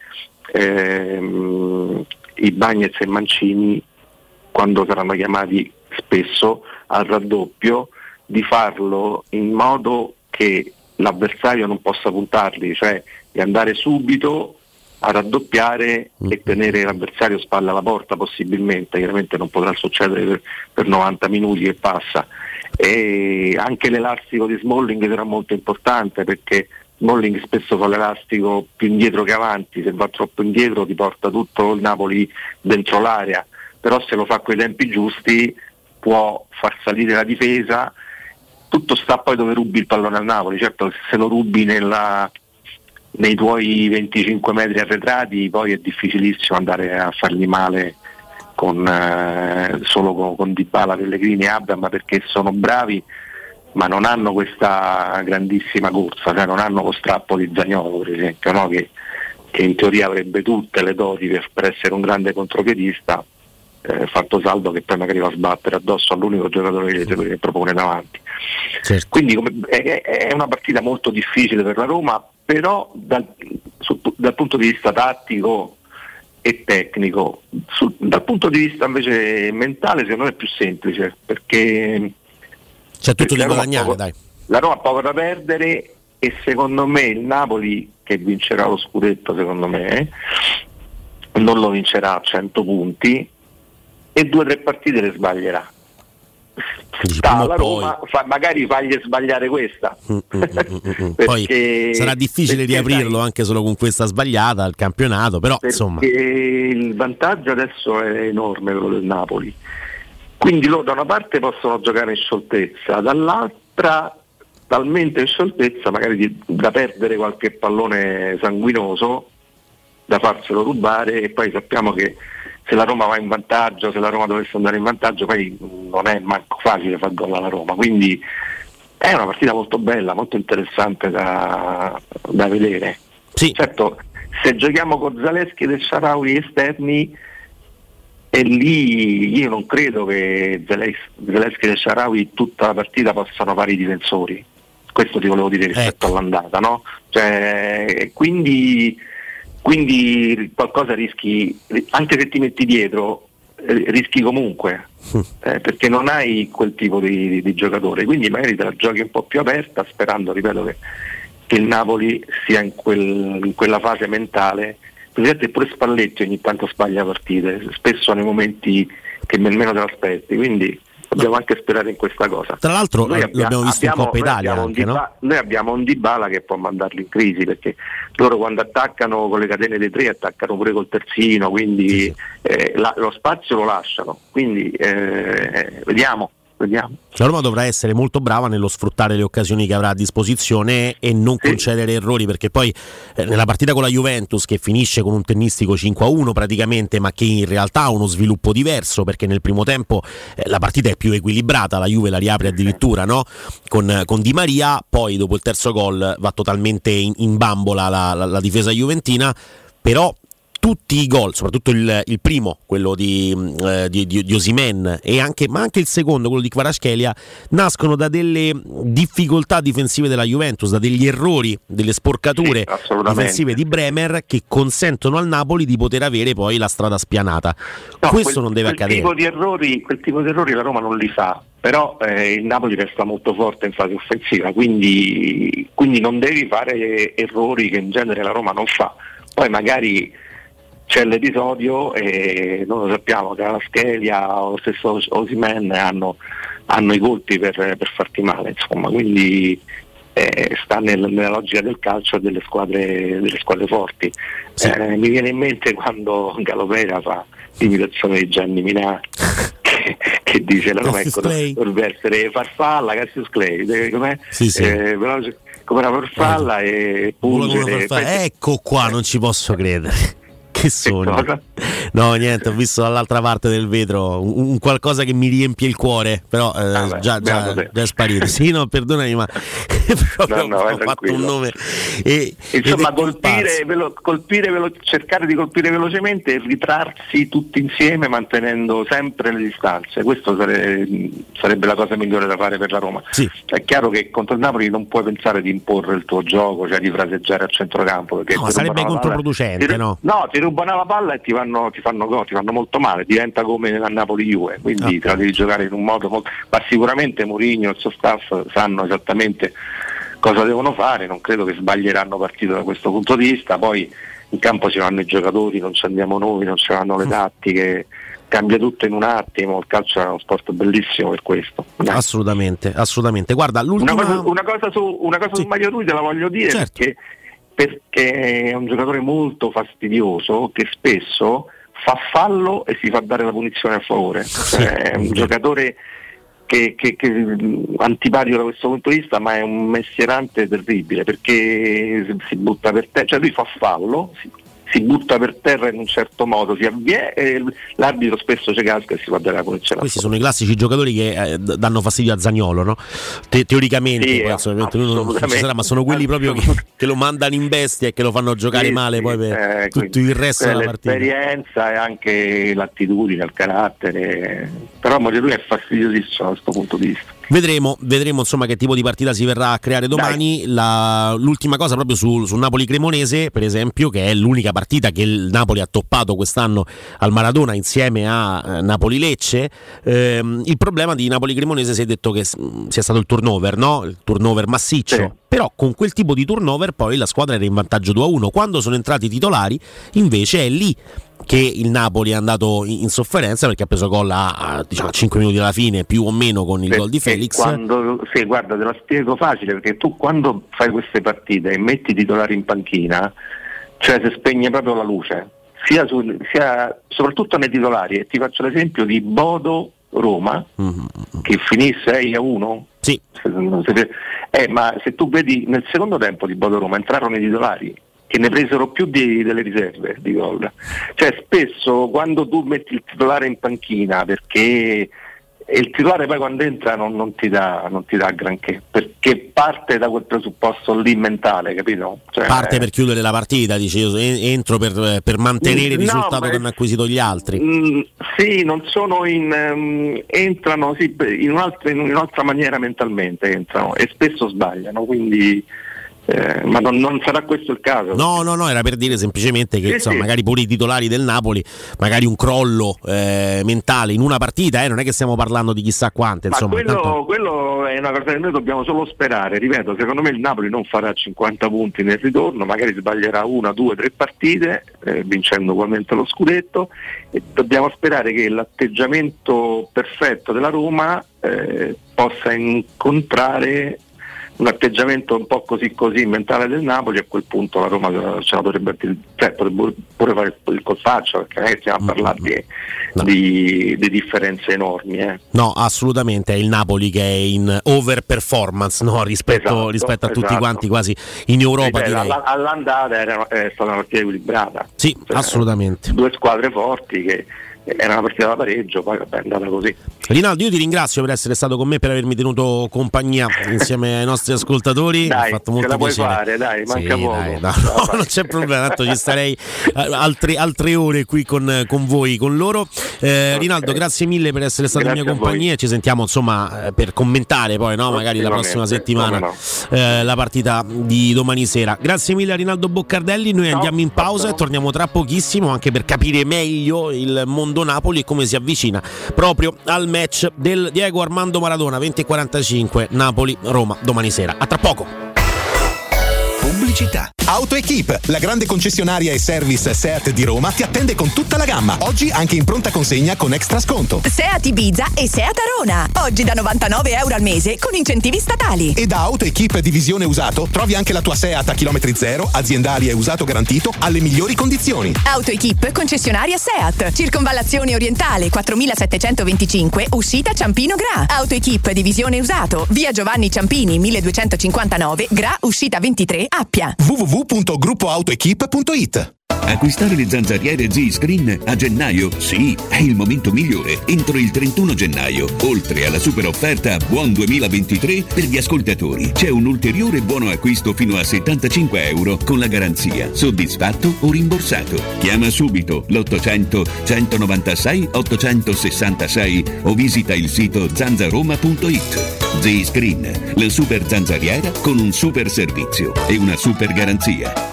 ehm, i Bagnez e Mancini, quando saranno chiamati spesso al raddoppio, di farlo in modo che l'avversario non possa puntarli, cioè di andare subito a raddoppiare e tenere l'avversario spalla alla porta, possibilmente. Chiaramente non potrà succedere per, per novanta minuti e passa. E anche l'elastico di Smalling sarà molto importante, perché Smalling spesso fa l'elastico più indietro che avanti, se va troppo indietro ti porta tutto il Napoli dentro l'area, però se lo fa a quei tempi giusti può far salire la difesa. Tutto sta poi dove rubi il pallone al Napoli. Certo, se lo rubi nella nei tuoi venticinque metri arretrati poi è difficilissimo andare a fargli male con, eh, solo con, con Dybala, Pellegrini e Abram, perché sono bravi ma non hanno questa grandissima corsa, cioè non hanno lo strappo di Zaniolo, per esempio, no? che, che in teoria avrebbe tutte le doti per, per essere un grande contropiedista, eh, fatto salvo che poi magari va a sbattere addosso all'unico giocatore che, che propone davanti. Certo. Quindi come, è, è una partita molto difficile per la Roma, però dal, su, dal punto di vista tattico e tecnico, su, dal punto di vista invece mentale secondo me è più semplice, perché c'è tutto da guadagnare, poco, dai. La Roma ha poco da perdere e secondo me il Napoli, che vincerà lo scudetto secondo me, non lo vincerà a cento punti e due o tre partite le sbaglierà. Sta la Roma, fa, magari fagli sbagliare questa. Mm, mm, mm, mm. Poi sarà difficile riaprirlo sai, anche solo con questa sbagliata al campionato, però insomma il vantaggio adesso è enorme quello del Napoli, quindi loro da una parte possono giocare in scioltezza, dall'altra talmente in scioltezza magari di, da perdere qualche pallone sanguinoso, da farselo rubare, e poi sappiamo che se la Roma va in vantaggio, se la Roma dovesse andare in vantaggio, poi non è manco facile far gol alla Roma, quindi è una partita molto bella, molto interessante da, da vedere. Sì. Certo, se giochiamo con Zaleschi e Shaarawy esterni, e lì io non credo che Zaleschi e Shaarawy tutta la partita possano fare i difensori, questo ti volevo dire rispetto ecco. all'andata, no? Cioè, quindi quindi qualcosa rischi, anche se ti metti dietro rischi comunque, eh, perché non hai quel tipo di, di, di giocatore, quindi magari te la giochi un po' più aperta, sperando, ripeto, che, che il Napoli sia in, quel, in quella fase mentale. Vedete, pure Spalletti ogni tanto sbaglia partite, spesso nei momenti che nemmeno te l'aspetti, quindi dobbiamo anche sperare in questa cosa. Tra l'altro noi abbiamo, l'abbiamo visto abbiamo, in Coppa Italia noi, anche, Diba- no? noi abbiamo un Dybala che può mandarli in crisi, perché loro quando attaccano con le catene dei tre attaccano pure col terzino, quindi sì. eh, la, lo spazio lo lasciano, quindi eh, vediamo Vediamo. La Roma dovrà essere molto brava nello sfruttare le occasioni che avrà a disposizione e non sì. concedere errori, perché poi eh, nella partita con la Juventus, che finisce con un tennistico cinque a uno praticamente, ma che in realtà ha uno sviluppo diverso, perché nel primo tempo eh, la partita è più equilibrata, la Juve la riapre addirittura, no? con, con Di Maria, poi dopo il terzo gol va totalmente in, in bambola la, la, la difesa juventina, però tutti i gol, soprattutto il, il primo, quello di, eh, di, di, di Osimhen, e anche, ma anche il secondo, quello di Kvaratskhelia, nascono da delle difficoltà difensive della Juventus, da degli errori, delle sporcature sì, difensive di Bremer, che consentono al Napoli di poter avere poi la strada spianata. No, Questo quel, non deve quel accadere. Tipo di errori, quel tipo di errori la Roma non li fa, però eh, il Napoli resta molto forte in fase offensiva, quindi, quindi non devi fare errori che in genere la Roma non fa. Poi magari c'è l'episodio e non lo sappiamo, Kvaratskhelia o lo stesso Osimhen hanno, hanno i colpi per, per farti male, insomma, quindi eh, sta nel, nella logica del calcio e delle squadre, delle squadre forti. Sì. Eh, mi viene in mente quando Galopera fa l'imitazione di Gianni Minà che, che dice la Roma ecco, dovrebbe essere farfalla, Cassius Clay, com'è? Sì, sì. Eh, come una farfalla eh. e pungere. Ecco qua, non ci posso credere. Che sogno. No, niente, ho visto dall'altra parte del vetro un, un qualcosa che mi riempie il cuore, però eh, ah beh, già, già, già è sparito. Sì, no, perdonami, ma proprio no, no, ho fatto un nome. E, Insomma, colpire, velo, colpire velo, cercare di colpire velocemente e ritrarsi tutti insieme mantenendo sempre le distanze. Questo sarebbe, sarebbe la cosa migliore da fare per la Roma. Sì. È chiaro che contro il Napoli non puoi pensare di imporre il tuo gioco, cioè di fraseggiare a centrocampo. Perché no, sarebbe controproducente, palla, no? No, ti rubano la palla e ti fanno, ti fanno gol, ti fanno molto male, diventa come nella Napoli-Juve, quindi ah. te la devi giocare in un modo molto... ma sicuramente Mourinho e il suo staff sanno esattamente cosa devono fare, non credo che sbaglieranno partito da questo punto di vista, poi in campo ci vanno i giocatori, non ci andiamo noi, non ci vanno le tattiche, cambia tutto in un attimo, il calcio è uno sport bellissimo per questo. Dai. Assolutamente, assolutamente. Guarda, l'ultima... Una cosa, una cosa su, una cosa sì. su Mario Rui te la voglio dire, certo. perché perché è un giocatore molto fastidioso che spesso fa fallo e si fa dare la punizione a favore, cioè, è un giocatore che, che, che antipatico da questo punto di vista, ma è un mestierante terribile perché si butta per te, cioè lui fa fallo, si, si butta per terra in un certo modo, si avvie- e l'arbitro spesso ci casca e si va dare la punizione. Questi sono i classici giocatori che eh, danno fastidio a Zaniolo, no? Te- teoricamente, Sì, poi, ovviamente lui non ci sarà, ma sono quelli proprio che, che lo mandano in bestia e che lo fanno giocare sì, male sì, poi per eh, tutto il resto della partita. L'esperienza e anche l'attitudine, il carattere, però lui è fastidiosissimo da questo punto di vista. Vedremo, vedremo insomma che tipo di partita si verrà a creare domani. La, l'ultima cosa proprio sul su Napoli-Cremonese, per esempio, che è l'unica partita che il Napoli ha toppato quest'anno al Maradona insieme a eh, Napoli-Lecce. Ehm, il problema di Napoli-Cremonese si è detto che s- sia stato il turnover, no? Il turnover massiccio. Sì. Però con quel tipo di turnover poi la squadra era in vantaggio due a uno. Quando sono entrati i titolari, invece è lì che il Napoli è andato in sofferenza, perché ha preso gol a, a diciamo, cinque minuti alla fine, più o meno, con il perché gol di Felix. Quando, sì, guarda, te la spiego facile, perché tu quando fai queste partite e metti i titolari in panchina, cioè si spegne proprio la luce, sia, su, sia soprattutto nei titolari. E ti faccio l'esempio di Bodo Roma, mm-hmm. che finì sei a uno. Sì. Eh, ma se tu vedi nel secondo tempo di Bodo Roma entrarono i titolari che ne presero più di, delle riserve di gol. Cioè spesso quando tu metti il titolare in panchina, perché il titolare poi quando entra non, non ti dà non ti dà granché, perché parte da quel presupposto lì mentale, capito? Cioè, parte per chiudere la partita, dice io entro per, per mantenere il no, risultato che hanno acquisito gli altri. Mh, sì, non sono in um, entrano sì, in, un'altra, in un'altra maniera mentalmente entrano e spesso sbagliano, quindi Eh, ma non, non sarà questo il caso. No, no, no, era per dire semplicemente che sì, insomma, sì. magari pure i titolari del Napoli, magari un crollo eh, mentale in una partita, eh, non è che stiamo parlando di chissà quante. Ma insomma, quello, tanto... quello è una cosa che noi dobbiamo solo sperare. Ripeto, secondo me il Napoli non farà cinquanta punti nel ritorno, magari sbaglierà una, due, tre partite, eh, vincendo ugualmente lo scudetto, e dobbiamo sperare che l'atteggiamento perfetto della Roma eh, possa incontrare un atteggiamento un po' così così mentale del Napoli. A quel punto la Roma ce la potrebbe, cioè, potrebbe pure fare il colpaccio, perché non è che stiamo a parlare di, no. di, di differenze enormi. Eh. No, assolutamente, è il Napoli che è in over performance, no? rispetto, esatto, rispetto a tutti esatto. quanti quasi in Europa. Sì, direi. All'andata era, è stata una partita equilibrata. Sì, cioè, assolutamente. Due squadre forti che era una partita da pareggio, poi vabbè, è andata così. Rinaldo, io ti ringrazio per essere stato con me, per avermi tenuto compagnia insieme ai nostri ascoltatori. Dai, mi ha fatto molto ce la puoi piacere. fare, dai, manca sì, poco. Dai, no, no, non c'è problema, tanto ci starei altre, altre ore qui con, con voi, con loro. Eh, okay. Rinaldo, grazie mille per essere stato grazie in mia compagnia. Ci sentiamo insomma per commentare poi, no? magari la prossima settimana no. eh, la partita di domani sera. Grazie mille a Rinaldo Boccardelli. Noi no, andiamo in pausa no. e torniamo tra pochissimo, anche per capire meglio il mondo Napoli e come si avvicina proprio al match del Diego Armando Maradona. Venti e quarantacinque, Napoli-Roma domani sera. A tra poco. Pubblicità. AutoEquip, la grande concessionaria e service Seat di Roma, ti attende con tutta la gamma. Oggi anche in pronta consegna con extra sconto. Seat Ibiza e Seat Arona. Oggi da novantanove euro al mese con incentivi statali. E da AutoEquip Divisione Usato trovi anche la tua Seat a chilometri zero, aziendali e usato garantito alle migliori condizioni. AutoEquip concessionaria Seat. Circonvallazione orientale quattromilasettecentoventicinque, uscita Ciampino Gra. AutoEquip Divisione Usato. Via Giovanni Ciampini milleduecentocinquantanove, Gra, uscita ventitré, Appia. w w w punto gruppo autoequip punto it. Acquistare le zanzariere Z-Screen a gennaio? Sì, è il momento migliore. Entro il trentuno gennaio, oltre alla super offerta Buon duemilaventitré per gli ascoltatori, c'è un ulteriore buono acquisto fino a settantacinque euro con la garanzia soddisfatto o rimborsato. Chiama subito l'ottocento centonovantasei ottocentosessantasei o visita il sito zanzaroma punto it. Z-Screen, la super zanzariera con un super servizio e una super garanzia.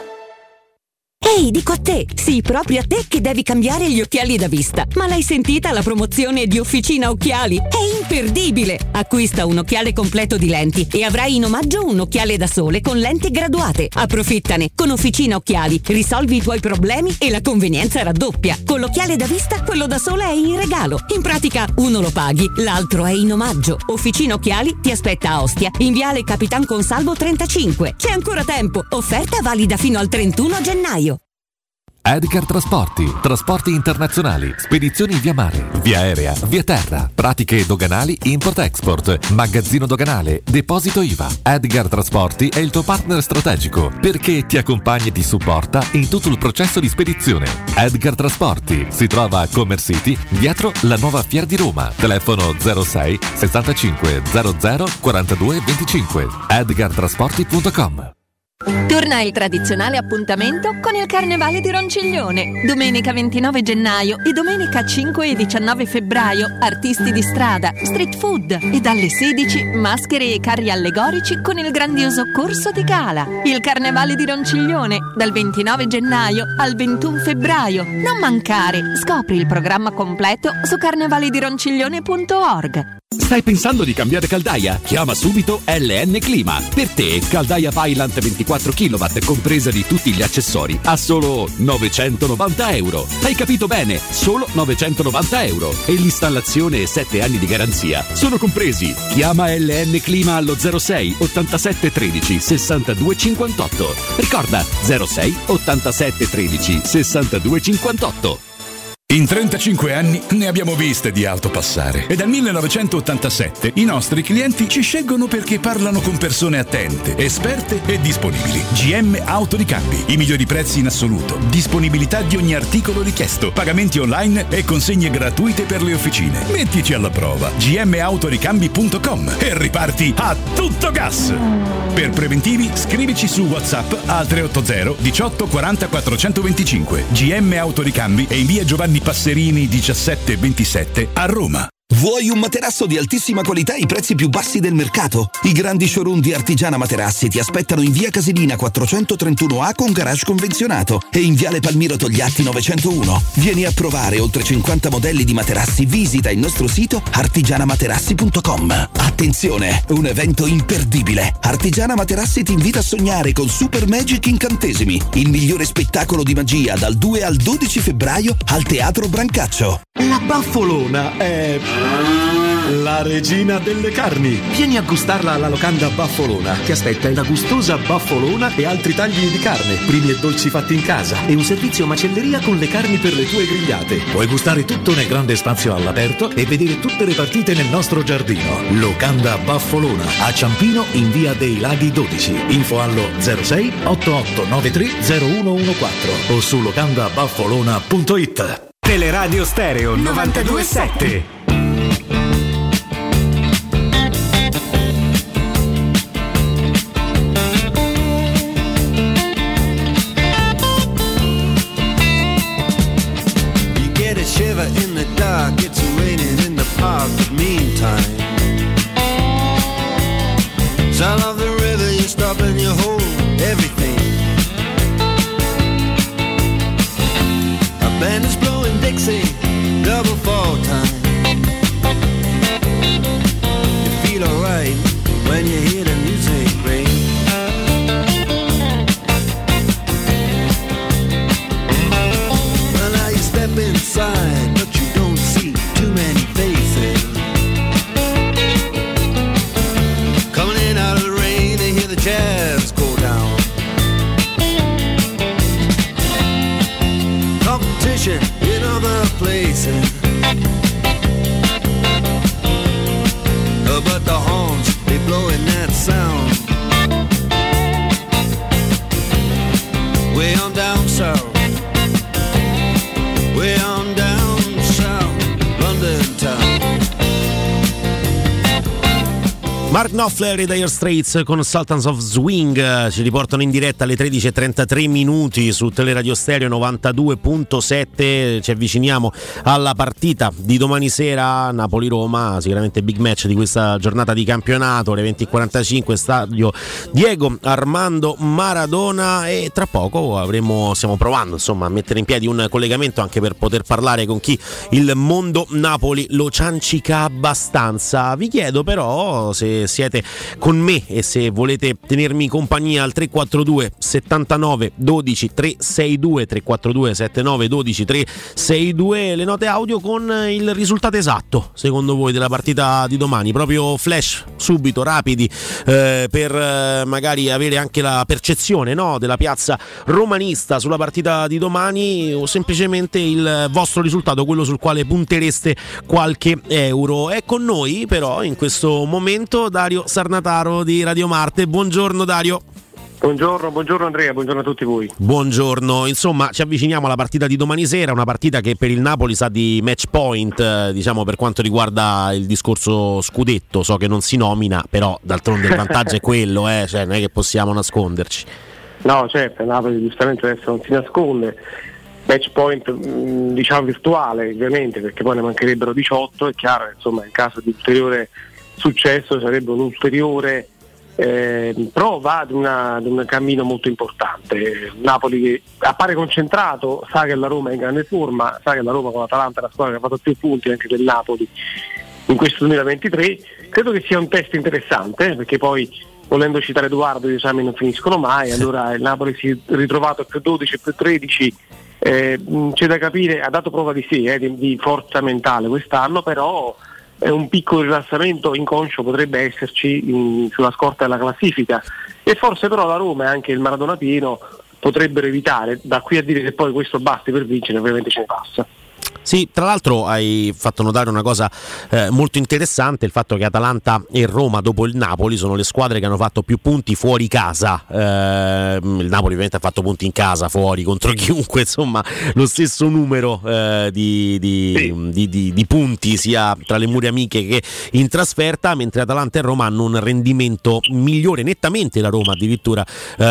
Ehi, dico a te, sì, proprio a te che devi cambiare gli occhiali da vista. Ma l'hai sentita la promozione di Officina Occhiali? È imperdibile! Acquista un occhiale completo di lenti e avrai in omaggio un occhiale da sole con lenti graduate. Approfittane! Con Officina Occhiali risolvi i tuoi problemi e la convenienza raddoppia. Con l'occhiale da vista, quello da sole è in regalo. In pratica, uno lo paghi, l'altro è in omaggio. Officina Occhiali ti aspetta a Ostia, in viale Capitan Consalvo trentacinque. C'è ancora tempo! Offerta valida fino al trentuno gennaio. Edgar Trasporti, trasporti internazionali, spedizioni via mare, via aerea, via terra, pratiche doganali, import-export, magazzino doganale, deposito I V A. Edgar Trasporti è il tuo partner strategico perché ti accompagna e ti supporta in tutto il processo di spedizione. Edgar Trasporti si trova a Commerce City, dietro la nuova Fiera di Roma. Telefono zero sei sessantacinque zero zero quarantadue venticinque. edgar trasporti punto com. Torna il tradizionale appuntamento con il Carnevale di Ronciglione. Domenica ventinove gennaio e domenica cinque e diciannove febbraio, artisti di strada, street food e dalle sedici maschere e carri allegorici con il grandioso corso di gala. Il Carnevale di Ronciglione dal ventinove gennaio al ventuno febbraio. Non mancare, scopri il programma completo su carnevale di ronciglione punto org. Stai pensando di cambiare caldaia? Chiama subito L N Clima. Per te, caldaia Vaillant ventiquattro chilowatt, compresa di tutti gli accessori, a solo novecentonovanta euro. Hai capito bene? Solo novecentonovanta euro. E l'installazione e sette anni di garanzia sono compresi. Chiama L N Clima allo zero sei ottantasette tredici sessantadue cinquantotto. Ricorda, zero sei ottantasette tredici sessantadue cinquantotto. In trentacinque anni ne abbiamo viste di auto passare e dal millenovecentottantasette i nostri clienti ci scelgono perché parlano con persone attente, esperte e disponibili. G M Autoricambi, i migliori prezzi in assoluto, disponibilità di ogni articolo richiesto, pagamenti online e consegne gratuite per le officine. Mettici alla prova. g m autoricambi punto com e riparti a tutto gas. Per preventivi scrivici su WhatsApp al tre otto zero diciotto quaranta quattrocentoventicinque. G M Autoricambi e in via Giovanni Passerini diciassette ventisette a Roma. Vuoi un materasso di altissima qualità ai prezzi più bassi del mercato? I grandi showroom di Artigiana Materassi ti aspettano in via Casilina quattrocentotrentuno A con garage convenzionato e in viale Palmiro Togliatti novecentouno. Vieni a provare oltre cinquanta modelli di materassi, visita il nostro sito artigiana materassi punto com. Attenzione, un evento imperdibile. Artigiana Materassi ti invita a sognare con Super Magic Incantesimi, il migliore spettacolo di magia dal due al dodici febbraio al Teatro Brancaccio. La Baffolona è la regina delle carni. Vieni a gustarla alla locanda Baffolona. Ti aspetta una gustosa baffolona e altri tagli di carne, primi e dolci fatti in casa e un servizio macelleria con le carni per le tue grigliate. Puoi gustare tutto nel grande spazio all'aperto e vedere tutte le partite nel nostro giardino. Locanda Baffolona a Ciampino in via dei Laghi dodici. Info allo zero sei otto otto nove tre zero uno uno quattro o su locanda baffolona punto it. Teleradio Stereo novantadue sette. Shiver in the dark, it's raining in the park, but meantime sound of the river, you stop and you hold everything. A band is blowing Dixie, double fall time. You feel alright when you hear the music ring. Well, now you step inside, but you don't see too many faces. Coming in out of the rain, they hear the jazz go down. Competition in other places, uh, but the horns, they blowing that sound. Way on down south, way on down south, London town. Mark Knopfler e Dire Straits con Sultans of Swing ci riportano in diretta alle tredici e trentatré minuti su Teleradio Stereo novantadue virgola sette. Ci avviciniamo alla partita di domani sera, Napoli-Roma, sicuramente big match di questa giornata di campionato, alle venti e quarantacinque, stadio Diego Armando Maradona, e tra poco avremo, stiamo provando insomma a mettere in piedi un collegamento anche per poter parlare con chi il mondo Napoli lo ciancica abbastanza. Vi chiedo però se siete siete con me, e se volete tenermi compagnia al tre quattro due settantanove dodici trecentosessantadue, tre quattro due settantanove dodici trecentossantadue, le note audio con il risultato esatto secondo voi della partita di domani, proprio flash, subito, rapidi, eh, per eh, magari avere anche la percezione, no, della piazza romanista sulla partita di domani, o semplicemente il vostro risultato, quello sul quale puntereste qualche euro. È con noi però in questo momento Dario Sarnataro di Radio Marte. Buongiorno Dario. Buongiorno, buongiorno Andrea, buongiorno a tutti voi. Buongiorno, insomma ci avviciniamo alla partita di domani sera, una partita che per il Napoli sa di match point, eh, diciamo, per quanto riguarda il discorso scudetto. So che non si nomina, però d'altronde il vantaggio è quello, eh, cioè non è che possiamo nasconderci. No, certo, il Napoli giustamente adesso non si nasconde, match point mh, diciamo virtuale ovviamente, perché poi ne mancherebbero diciotto, è chiaro, insomma in caso di ulteriore successo sarebbe un ulteriore Eh, prova ad, una, ad un cammino molto importante. Napoli che appare concentrato, sa che la Roma è in grande forma, sa che la Roma con l'Atalanta è la squadra che ha fatto più punti anche del Napoli in questo duemilaventitré. Credo che sia un test interessante, perché poi, volendo citare Edoardo, gli esami non finiscono mai. Allora il Napoli si è ritrovato più dodici, più tredici, eh, c'è da capire, ha dato prova di sé, eh, di, di forza mentale quest'anno, però un piccolo rilassamento inconscio potrebbe esserci in, sulla scorta della classifica, e forse però la Roma e anche il Maradona pieno potrebbero evitare. Da qui a dire che poi questo basti per vincere, ovviamente ce ne passa. Sì, tra l'altro hai fatto notare una cosa eh, molto interessante, il fatto che Atalanta e Roma dopo il Napoli sono le squadre che hanno fatto più punti fuori casa. Eh, il Napoli ovviamente ha fatto punti in casa, fuori, contro chiunque, insomma lo stesso numero eh, di, di, sì. di, di, di punti sia tra le mura amiche che in trasferta, mentre Atalanta e Roma hanno un rendimento migliore, nettamente la Roma addirittura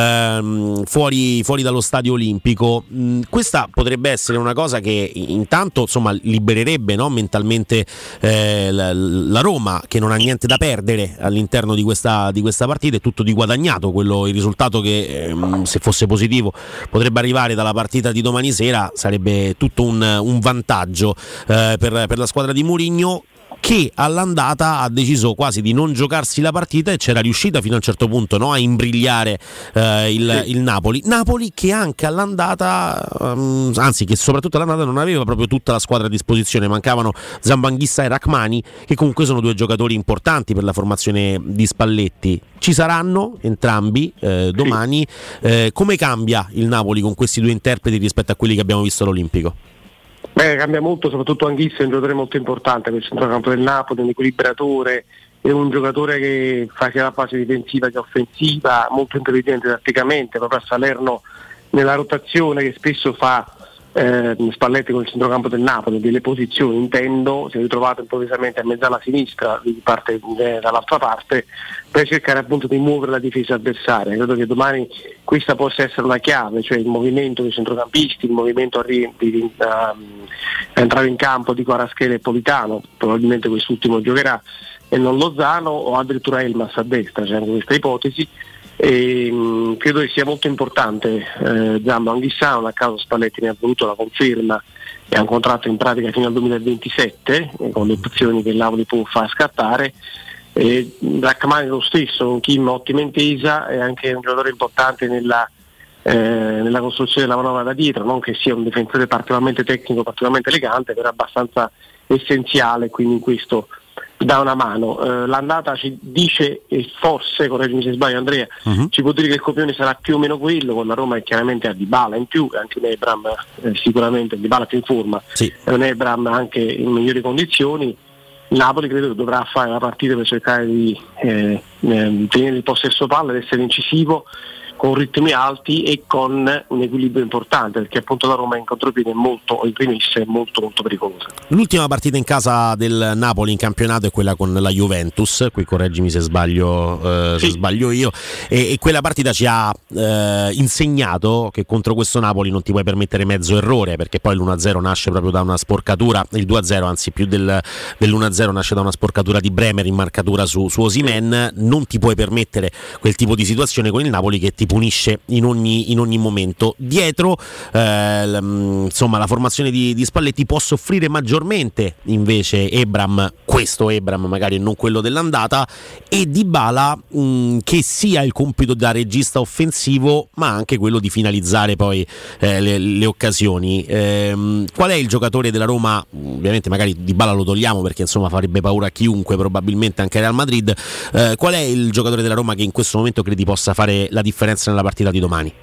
ehm, fuori, fuori dallo stadio olimpico. Mh, questa potrebbe essere una cosa che intanto insomma libererebbe, no, mentalmente eh, la, la Roma, che non ha niente da perdere all'interno di questa, di questa partita, è tutto di guadagnato quello, il risultato che ehm, se fosse positivo potrebbe arrivare dalla partita di domani sera, sarebbe tutto un, un vantaggio eh, per, per la squadra di Mourinho, che all'andata ha deciso quasi di non giocarsi la partita e c'era riuscita fino a un certo punto, no, a imbrigliare eh, il, il Napoli Napoli che anche all'andata um, anzi che soprattutto all'andata non aveva proprio tutta la squadra a disposizione, mancavano Zambanghissa e Rachmani, che comunque sono due giocatori importanti per la formazione di Spalletti. Ci saranno entrambi eh, domani. Eh, come cambia il Napoli con questi due interpreti rispetto a quelli che abbiamo visto all'Olimpico? Beh, cambia molto, soprattutto Anghissa è un giocatore molto importante per il centrocampo del Napoli, un equilibratore, è un giocatore che fa sia la fase difensiva che offensiva, molto intelligente tatticamente, proprio a Salerno nella rotazione che spesso fa eh, Spalletti con il centrocampo del Napoli, delle posizioni intendo, si è ritrovato improvvisamente a mezzala sinistra, di parte, eh, dall'altra parte, per cercare appunto di muovere la difesa avversaria. Credo che domani questa possa essere una chiave, cioè il movimento dei centrocampisti, il movimento a, ri- di, uh, a entrare in campo di Kvaratskhelia e Politano, probabilmente quest'ultimo giocherà e non Lozano, o addirittura Elmas a destra, c'è anche questa ipotesi. E, mh, credo che sia molto importante eh, Zambanghissa, non a caso Spalletti ne ha voluto la conferma e ha un contratto in pratica fino al duemilaventisette eh, con le opzioni che il Napoli può far scattare. eh, Rachmani lo stesso, un Kim ottima intesa, è anche un giocatore importante nella, eh, nella costruzione della manovra da dietro, non che sia un difensore particolarmente tecnico, particolarmente elegante, però abbastanza essenziale, quindi in questo dà una mano. Eh, l'andata ci dice, e forse, correggimi se sbaglio Andrea, uh-huh. ci può dire che il copione sarà più o meno quello, con la Roma che chiaramente ha Dybala in più, anche un Ebram eh, sicuramente, Dybala più in forma, sì. È un Ebram anche in migliori condizioni. Il Napoli credo che dovrà fare la partita per cercare di eh, eh, tenere il possesso palla ed essere incisivo, con ritmi alti e con un equilibrio importante, perché appunto la Roma in contropiede è molto, o in primissima è molto molto pericolosa. L'ultima partita in casa del Napoli in campionato è quella con la Juventus, qui correggimi se sbaglio, eh, sì. se sbaglio io, e, e quella partita ci ha eh, insegnato che contro questo Napoli non ti puoi permettere mezzo errore, perché poi l'uno a zero nasce proprio da una sporcatura, il due a zero anzi più del, dell'uno a zero nasce da una sporcatura di Bremer in marcatura su, su Osimhen. Non ti puoi permettere quel tipo di situazione con il Napoli che ti punisce in ogni, in ogni momento. Dietro eh, l, insomma la formazione di, di Spalletti può soffrire maggiormente invece Ebram, questo Ebram magari non quello dell'andata, e Dybala mh, che sia il compito da regista offensivo ma anche quello di finalizzare poi eh, le, le occasioni. Ehm, qual è il giocatore della Roma? Ovviamente magari Dybala lo togliamo perché insomma farebbe paura a chiunque, probabilmente anche Real Madrid. Eh, qual è il giocatore della Roma che in questo momento credi possa fare la differenza nella partita di domani?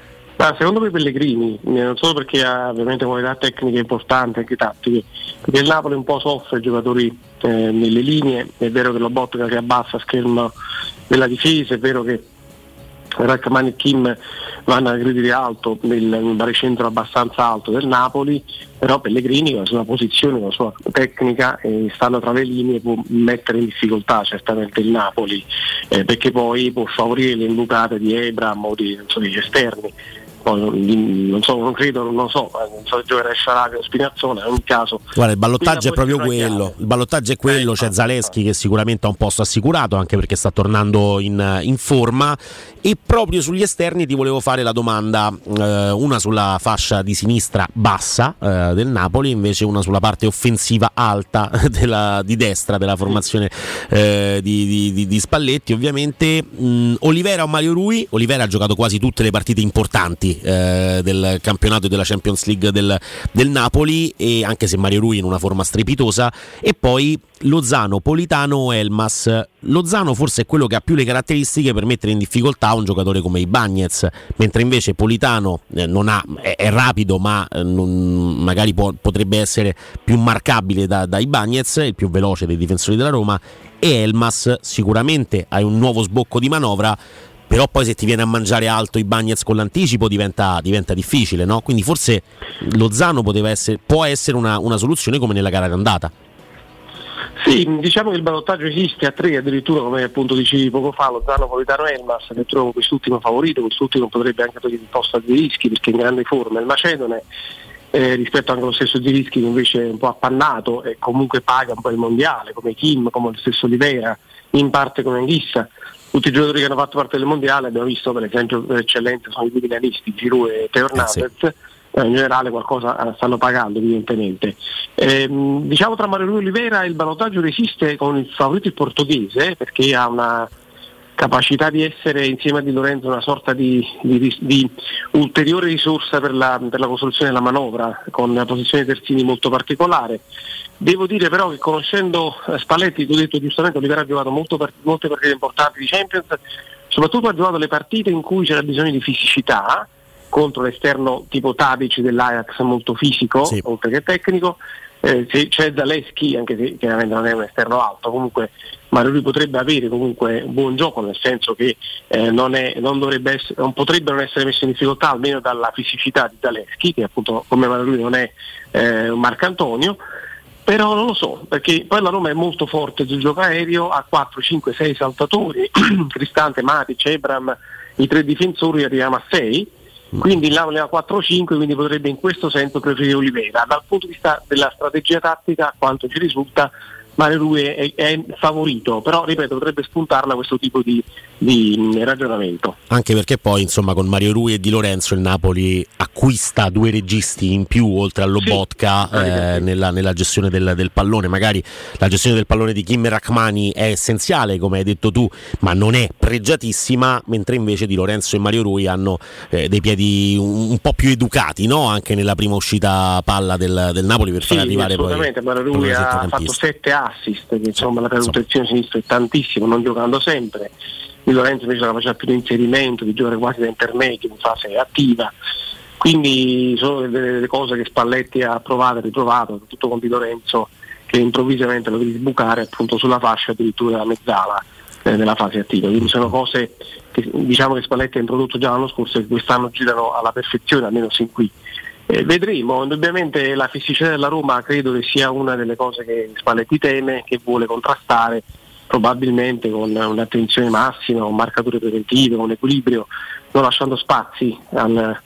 Ma secondo me Pellegrini, non solo perché ha ovviamente qualità tecniche importanti, anche tattiche, perché il Napoli un po' soffre i giocatori eh, nelle linee. È vero che lo Lobotka che abbassa schermo della difesa, è vero che Rachmani e Kim vanno a gridare alto nel, nel baricentro abbastanza alto del Napoli, però Pellegrini con la sua posizione, con la sua tecnica eh, stando tra le linee può mettere in difficoltà certamente il Napoli, eh, perché poi può favorire le imbucate di Ebram o di, non so, degli esterni. Poi non so, non credo, non so, non so se giocherà Sciarabia o Spinazzola, in ogni caso. Guarda, il ballottaggio è proprio quello. Il ballottaggio è quello, c'è Zalewski che sicuramente ha un posto assicurato, anche perché sta tornando in, in forma. E proprio sugli esterni ti volevo fare la domanda, eh, una sulla fascia di sinistra bassa eh, del Napoli, invece una sulla parte offensiva alta della, di destra della formazione eh, di, di, di Spalletti. Ovviamente mh, Olivera o Mario Rui. Olivera ha giocato quasi tutte le partite importanti Eh, del campionato e della Champions League del, del Napoli, e anche se Mario Rui in una forma strepitosa. E poi Lozano, Politano o Elmas. Lozano forse è quello che ha più le caratteristiche per mettere in difficoltà un giocatore come Ibañez, mentre invece Politano eh, non ha, è, è rapido ma eh, non, magari può, potrebbe essere più marcabile da, da Ibañez, il più veloce dei difensori della Roma, e Elmas sicuramente ha un nuovo sbocco di manovra, però poi se ti viene a mangiare alto Ibañez con l'anticipo diventa, diventa difficile, no? Quindi forse Lozano poteva essere, può essere una, una soluzione come nella gara d'andata. Sì, diciamo che il ballottaggio esiste a tre addirittura, come appunto dicevi poco fa, Lozano, Politano e Elmas, che trovo quest'ultimo favorito. Quest'ultimo potrebbe anche togliere il posto a Zielinski perché è in grande forma, il macedone, eh, rispetto anche allo stesso Zielinski che invece è un po' appannato e comunque paga un po' il mondiale, come Kim, come lo stesso Oliveira, in parte come Anghissa. Tutti i giocatori che hanno fatto parte del mondiale abbiamo visto, per esempio, per eccellenza sono i due milanisti, Giroud e Teo Hernandez. Eh sì. In generale qualcosa stanno pagando evidentemente. Eh, diciamo tra Mario Rui e Oliveira il ballottaggio resiste con il favorito il portoghese, perché ha una capacità di essere insieme a Di Lorenzo una sorta di, di, di ulteriore risorsa per la, per la costruzione della manovra, con una posizione terzini molto particolare. Devo dire però che conoscendo Spalletti, tu hai detto giustamente, Oliveira ha giocato molto part- molte partite importanti di Champions, soprattutto ha giocato le partite in cui c'era bisogno di fisicità, contro l'esterno tipo Tadic dell'Ajax molto fisico, sì, oltre che tecnico. Eh, se c'è Zalewski, anche se chiaramente non è un esterno alto, comunque Mario Rui potrebbe avere comunque un buon gioco, nel senso che eh, non, è, non, dovrebbe essere, non potrebbe non essere messo in difficoltà almeno dalla fisicità di Zalewski, che appunto come Mario Rui non è eh, un Marcantonio. Però non lo so, perché poi la Roma è molto forte sul gioco aereo, ha quattro, cinque, sei saltatori, Cristante, Matic, Ebram, i tre difensori, arriviamo a sei, quindi là ne ha quattro cinque, quindi potrebbe in questo senso preferire Oliveira. Dal punto di vista della strategia tattica, a quanto ci risulta, Mario Rui è, è favorito, però ripeto, potrebbe spuntarla questo tipo di, di ragionamento. Anche perché poi insomma con Mario Rui e Di Lorenzo il Napoli acquista due registi in più oltre a Lobotka, sì, eh, nella, nella gestione del, del pallone. Magari la gestione del pallone di Kim Rachmani è essenziale, come hai detto tu, ma non è pregiatissima, mentre invece Di Lorenzo e Mario Rui hanno eh, dei piedi un, un po' più educati, no? Anche nella prima uscita palla del, del Napoli per sì, far arrivare assolutamente. poi Mario Rui ha fatto sette assist, che insomma la manutenzione sinistra è tantissimo, non giocando sempre. Di Lorenzo invece la faceva più di inserimento, di giocare quasi da intermedio in fase attiva, quindi sono delle, delle cose che Spalletti ha provato e riprovato, soprattutto con Di Lorenzo che improvvisamente lo vedi sbucare appunto sulla fascia addirittura della mezzala eh, nella fase attiva. Quindi sono cose che diciamo che Spalletti ha introdotto già l'anno scorso e che quest'anno girano alla perfezione, almeno sin qui. Eh, vedremo, indubbiamente la fisicità della Roma credo che sia una delle cose che Spalletti teme, che vuole contrastare probabilmente con un'attenzione massima, con marcature preventive, con equilibrio, non lasciando spazi al,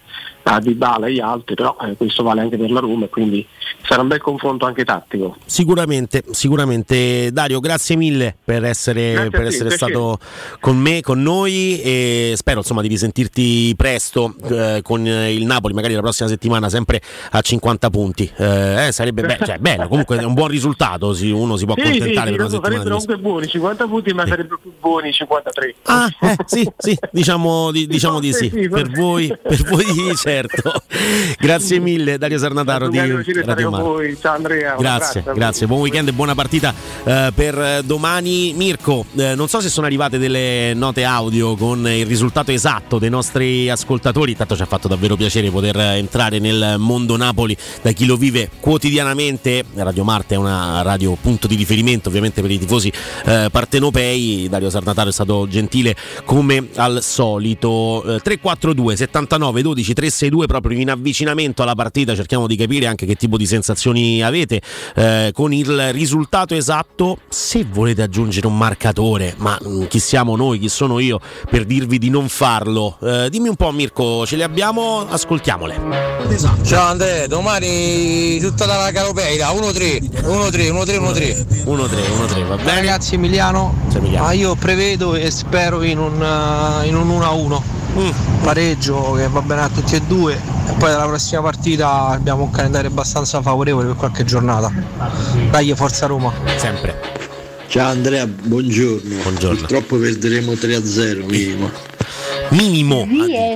a Dybala e gli altri, però eh, questo vale anche per la Roma e quindi sarà un bel confronto anche tattico. Sicuramente, sicuramente. Dario, grazie mille per essere, Grazie per a te, essere piacere. stato con me, con noi, e spero insomma di risentirti presto eh, con il Napoli, magari la prossima settimana sempre a cinquanta punti. Eh, eh, sarebbe be- cioè, bello, comunque è un buon risultato, si, uno si può Sì, accontentare sì, per una sì, settimana. sarebbero comunque buoni cinquanta punti, ma sarebbero più buoni cinquantatré. Ah, eh, sì, sì, diciamo di, diciamo di sì, per voi, per voi certo. Grazie mille Dario Sarnataro di Radio Mar. Voi. Ciao Andrea. Grazie, grazie, buon weekend e buona partita eh, per domani. Mirko, eh, non so se sono arrivate delle note audio con il risultato esatto dei nostri ascoltatori, intanto ci ha fatto davvero piacere poter entrare nel mondo Napoli da chi lo vive quotidianamente. Radio Marte è una radio punto di riferimento ovviamente per i tifosi eh, partenopei. Dario Sarnataro è stato gentile come al solito. eh, tre quattro due settantanove dodici trecentosesantadue, proprio in avvicinamento alla partita cerchiamo di capire anche che tipo di sensazioni avete eh, con il risultato esatto. Se volete aggiungere un marcatore, ma mh, chi siamo noi, chi sono io per dirvi di non farlo? Eh, dimmi un po' Mirko, ce le abbiamo? Ascoltiamole. Ciao Andrea, domani tutta la Calopeira uno tre uno tre uno tre uno tre uno tre uno tre, va bene. Ragazzi, Emiliano, Emiliano. ma io prevedo e spero in un, uh, in un uno a uno, mm. pareggio che va bene a tutti e due, e poi dalla prossima partita abbiamo un calendario abbastanza favorevole per qualche giornata. Dai, forza Roma. Sempre. Ciao Andrea, buongiorno. Buongiorno. Purtroppo perderemo tre a zero minimo. Minimo.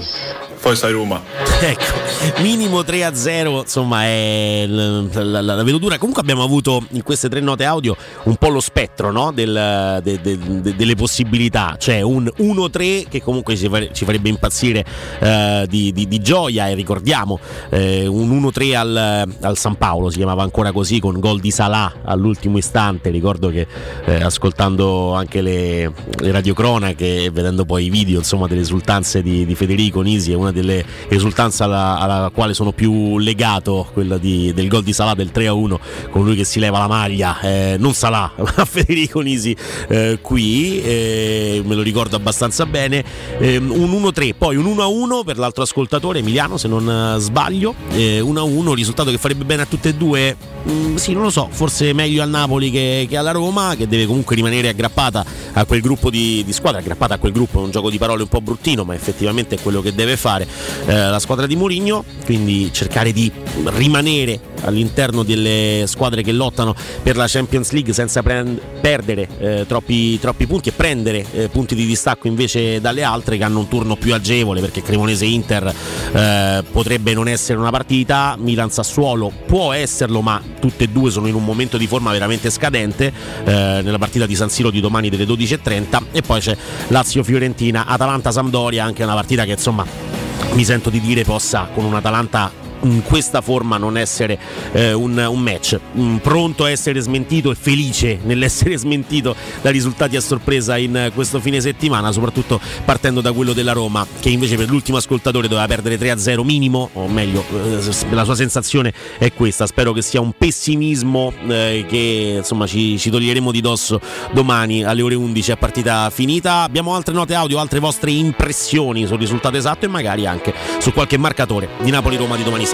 Forza Roma. Ecco, minimo tre a zero, insomma è la, la, la vedutura. Comunque abbiamo avuto in queste tre note audio un po' lo spettro, no? Del, de, de, de, delle possibilità, cioè un uno tre che comunque ci, fare, ci farebbe impazzire eh, di, di, di gioia, e ricordiamo eh, un uno tre al, al San Paolo, si chiamava ancora così, con gol di Salah all'ultimo istante. Ricordo che eh, ascoltando anche le, le radiocronache e vedendo poi i video insomma delle esultanze di, di Federico Nisi, è una delle esultanze alla, alla quale sono più legato, quella di, del gol di Salah del tre a uno, con lui che si leva la maglia, eh, non Salah ma Federico Nisi eh, qui, eh, me lo ricordo abbastanza bene. eh, un uno tre, poi un uno a uno per l'altro ascoltatore Emiliano, se non sbaglio, eh, uno a uno, risultato che farebbe bene a tutte e due. Mm, sì, non lo so, forse meglio al Napoli che, che alla Roma, che deve comunque rimanere aggrappata a quel gruppo di, di squadra. Aggrappata a quel gruppo è un gioco di parole un po' bruttino, ma effettivamente è quello che deve fare eh, la squadra di Mourinho, quindi cercare di rimanere all'interno delle squadre che lottano per la Champions League senza prend- perdere eh, troppi, troppi punti, e prendere eh, punti di distacco invece dalle altre che hanno un turno più agevole, perché Cremonese-Inter eh, potrebbe non essere una partita, Milan-Sassuolo può esserlo, ma tutte e due sono in un momento di forma veramente scadente eh, nella partita di San Siro di domani delle dodici e trenta, e poi c'è Lazio-Fiorentina, Atalanta-Sampdoria, anche una partita che insomma mi sento di dire possa con un Atalanta in questa forma non essere eh, un, un match mm, pronto a essere smentito e felice nell'essere smentito da risultati a sorpresa in questo fine settimana, soprattutto partendo da quello della Roma, che invece per l'ultimo ascoltatore doveva perdere tre a zero minimo, o meglio eh, la sua sensazione è questa. Spero che sia un pessimismo eh, che insomma ci, ci toglieremo di dosso domani alle ore undici a partita finita. Abbiamo altre note audio, altre vostre impressioni sul risultato esatto e magari anche su qualche marcatore di Napoli-Roma di domani sera.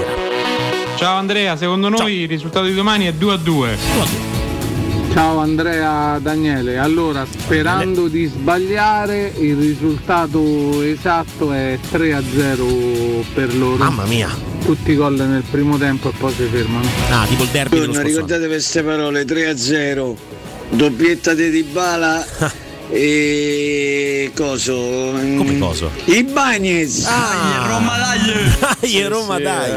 Ciao Andrea, secondo noi Ciao. Il risultato di domani è due a due. Ciao Andrea, Daniele. Allora, sperando di sbagliare, il risultato esatto è tre a zero per loro. Mamma mia. Tutti i gol nel primo tempo e poi si fermano. Ah, tipo il derby dello scorso. Ricordate queste parole, tre a zero, doppietta di Dybala e coso. Come coso? I Bagnez. Ah, Roma dai. Dai, Roma dai.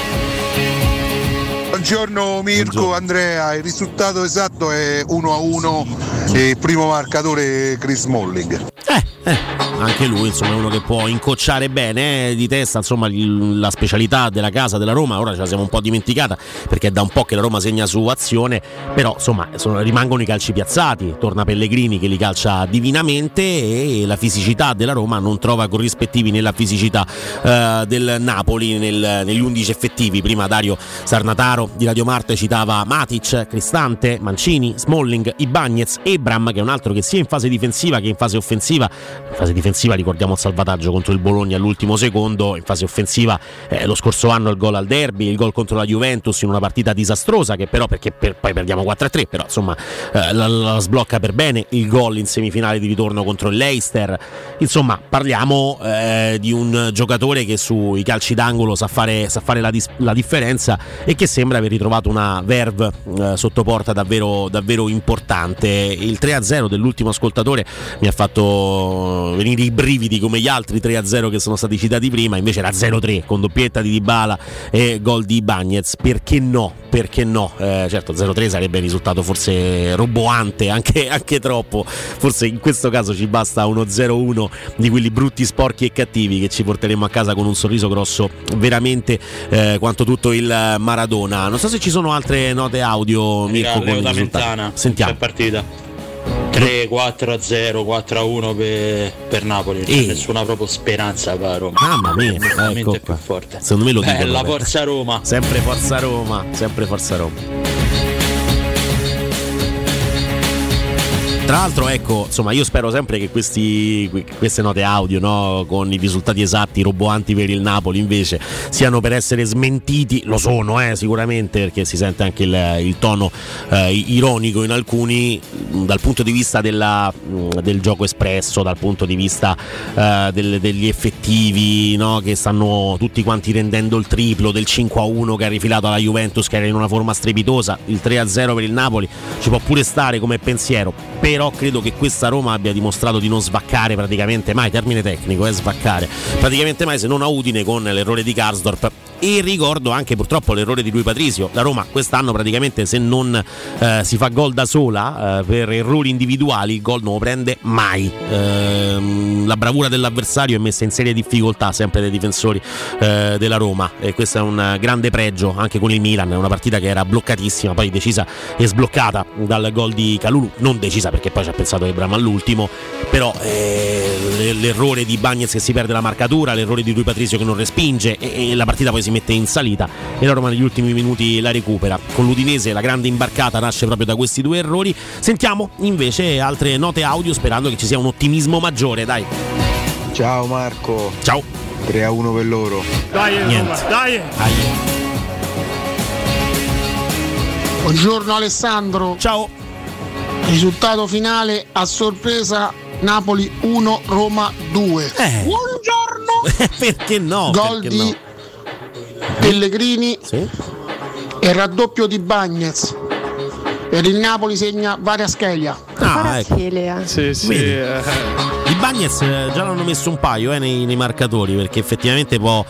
Buongiorno Mirko, Buongiorno. Andrea, il risultato esatto è uno a uno e il primo marcatore Chris Smalling. Eh, eh, anche lui insomma è uno che può incocciare bene eh, di testa, insomma il, la specialità della casa della Roma ora ce la siamo un po' dimenticata perché è da un po' che la Roma segna su azione, però insomma sono, rimangono i calci piazzati, torna Pellegrini che li calcia divinamente e la fisicità della Roma non trova corrispettivi nella fisicità eh, del Napoli nel, negli undici effettivi. Prima Dario Sarnataro di Radio Marte citava Matic, Cristante, Mancini, Smalling, Ibañez, Ebram, che è un altro che sia in fase difensiva che in fase offensiva, in fase difensiva difensiva ricordiamo il salvataggio contro il Bologna all'ultimo secondo, in fase offensiva eh, lo scorso anno il gol al derby, il gol contro la Juventus in una partita disastrosa che però perché per, poi perdiamo quattro a tre, però insomma eh, la, la sblocca per bene, il gol in semifinale di ritorno contro il Leicester, insomma parliamo eh, di un giocatore che sui calci d'angolo sa fare, sa fare la, dis- la differenza e che sembra aver ritrovato una verve eh, sotto porta davvero, davvero importante. Il tre a zero dell'ultimo ascoltatore mi ha fatto venire i brividi come gli altri tre a zero che sono stati citati prima, invece era zero tre con doppietta di Dybala e gol di Bagnez. Perché no? Perché no? Eh, certo zero tre sarebbe risultato forse roboante, anche, anche troppo, forse in questo caso ci basta uno zero uno di quelli brutti, sporchi e cattivi che ci porteremo a casa con un sorriso grosso veramente eh, quanto tutto il Maradona. Non so se ci sono altre note audio, Mirko, con il risultato. Sentiamo. C'è partita tre quattro a zero, quattro a uno per, per Napoli, non c'è nessuna proprio speranza per Roma. Mamma mia, veramente ecco più qua. forte. Secondo me lo dicono. Bella forza Roma. Sempre forza Roma, sempre forza Roma. Tra l'altro, ecco, insomma, io spero sempre che questi, queste note audio, no, con i risultati esatti roboanti per il Napoli, invece siano per essere smentiti. Lo sono, eh, sicuramente, perché si sente anche il, il tono eh, ironico in alcuni, dal punto di vista della, del gioco espresso, dal punto di vista eh, del, degli effettivi, no, che stanno tutti quanti rendendo il triplo, del cinque a uno che ha rifilato alla Juventus, che era in una forma strepitosa, il tre a zero per il Napoli ci può pure stare come pensiero, però credo che questa Roma abbia dimostrato di non svaccare praticamente mai, termine tecnico è eh, svaccare praticamente mai, se non a Udine con l'errore di Karsdorp e ricordo anche purtroppo l'errore di Rui Patricio. La Roma quest'anno praticamente se non eh, si fa gol da sola eh, per errori individuali il gol non lo prende mai. Eh, la bravura dell'avversario è messa in serie difficoltà sempre dai difensori eh, della Roma e questo è un grande pregio anche con il Milan, è una partita che era bloccatissima, poi decisa e sbloccata dal gol di Kalulu, non decisa perché poi ci ha pensato Ebram all'ultimo, però eh, l'errore di Bagnez che si perde la marcatura, l'errore di Rui Patricio che non respinge e, e la partita poi si mette in salita e la Roma negli ultimi minuti la recupera. Con l'Udinese la grande imbarcata nasce proprio da questi due errori. Sentiamo invece altre note audio sperando che ci sia un ottimismo maggiore, dai. Ciao Marco. Ciao. tre a uno per loro. Dai, niente. Dai. Dai. Buongiorno Alessandro. Ciao. Risultato finale a sorpresa Napoli uno Roma due. Eh. Buongiorno. Perché no? Gol Perché di no? Pellegrini sì. E raddoppio di Bagnez. Per il Napoli segna Kvaratskhelia. Ah, ecco. Sì, sì. Di Bagnez già l'hanno messo un paio eh, nei, nei marcatori perché effettivamente può,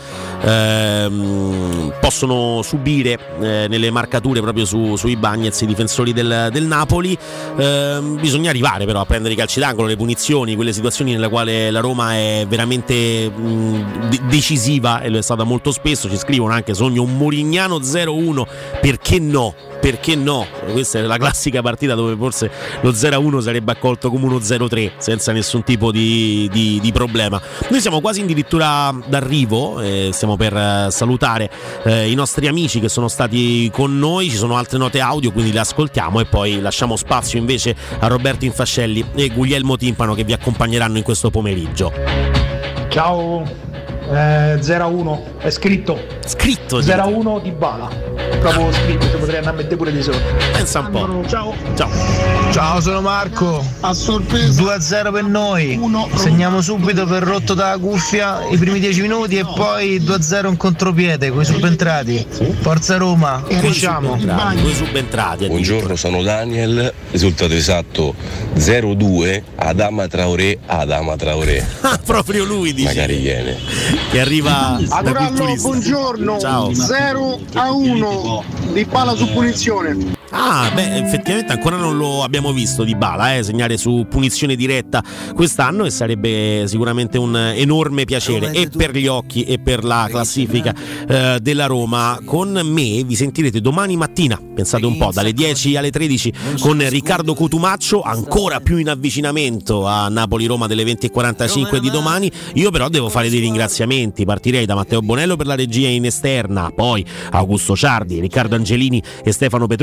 ehm, possono subire eh, nelle marcature proprio su, sui Bagnez i difensori del, del Napoli. Eh, bisogna arrivare però a prendere i calci d'angolo, le punizioni, quelle situazioni nelle quali la Roma è veramente mh, de- decisiva e lo è stata molto spesso. Ci scrivono anche sogno un Morignano zero uno, perché no? Perché no? Questa è la classica partita dove forse lo zero a uno sarebbe accolto come uno zero tre senza nessun tipo di, di, di problema. Noi siamo quasi addirittura d'arrivo, eh, stiamo per eh, salutare eh, i nostri amici che sono stati con noi, ci sono altre note audio quindi le ascoltiamo e poi lasciamo spazio invece a Roberto Infascelli e Guglielmo Timpano che vi accompagneranno in questo pomeriggio. Ciao, eh, zero a uno, è scritto. Scritto? zero a uno Dybala. Proprio scritto, se potrei andare a mettere pure di sotto. Pensa un po'. Ciao. Ciao. Ciao, sono Marco. A sorpresa due a zero per noi. Segniamo subito per rotto dalla cuffia i primi dieci minuti e poi due a zero in contropiede con i subentrati. Forza Roma, cresciamo. Due subentrati. Buongiorno, sono Daniel. Risultato esatto zero due Adama Traoré, Adama Traoré. Ah, proprio lui dice. Magari viene. Che arriva da Adorallo, culturista. buongiorno. Ciao. zero a uno Dybala su punizione. Ah, beh, effettivamente ancora non lo abbiamo visto Dybala eh, segnare su punizione diretta quest'anno e sarebbe sicuramente un enorme piacere e per gli occhi e per la classifica eh, della Roma. Con me vi sentirete domani mattina, pensate un po', dalle dieci alle tredici con Riccardo Cotumaccio, ancora più in avvicinamento a Napoli-Roma delle venti e quarantacinque di domani. Io però devo fare dei ringraziamenti, partirei da Matteo Bonello per la regia in esterna, poi Augusto Ciardi, Riccardo Angelini e Stefano Petrucci che vi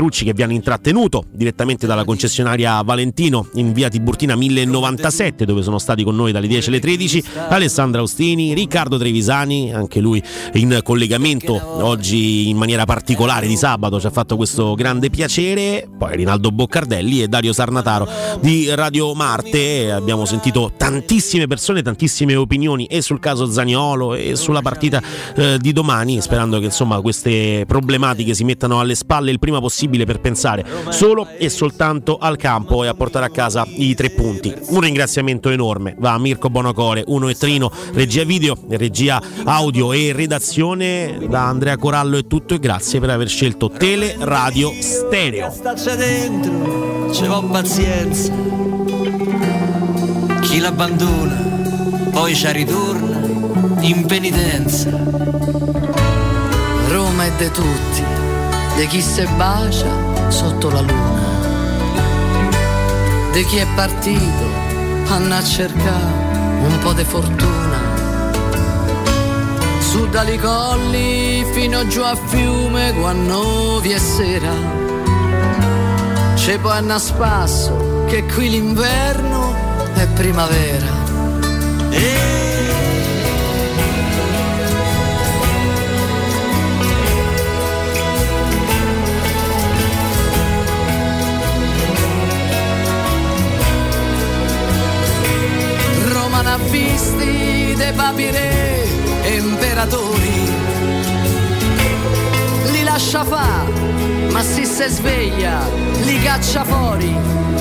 vi hanno intrattenuto direttamente dalla concessionaria Valentino in via Tiburtina mille novantasette, dove sono stati con noi dalle dieci alle tredici Alessandra Austini, Riccardo Trevisani, anche lui in collegamento oggi in maniera particolare di sabato, ci ha fatto questo grande piacere, poi Rinaldo Boccardelli e Dario Sarnataro di Radio Marte. Abbiamo sentito tantissime persone, tantissime opinioni e sul caso Zaniolo e sulla partita eh, di domani, sperando che insomma queste problematiche si mettano alle spalle il prima possibile per pensare solo e soltanto al campo e a portare a casa i tre punti. Un ringraziamento enorme va a Mirko Bonocore, Uno e Trino, regia video, regia audio e redazione. Da Andrea Corallo è tutto e grazie per aver scelto Tele Radio Stereo. Staccia dentro, ci va pazienza. Chi l'abbandona poi ci ritorna in penitenza. Roma è de tutti, de chi se bacia sotto la luna, de chi è partito a cercare un po' di fortuna. Su dali colli fino giù a fiume quando vi è sera, c'è poi a spasso che qui l'inverno è primavera. E Roma n'ha visti dei papi re e imperatori, li lascia fa, ma si se sveglia li caccia fuori.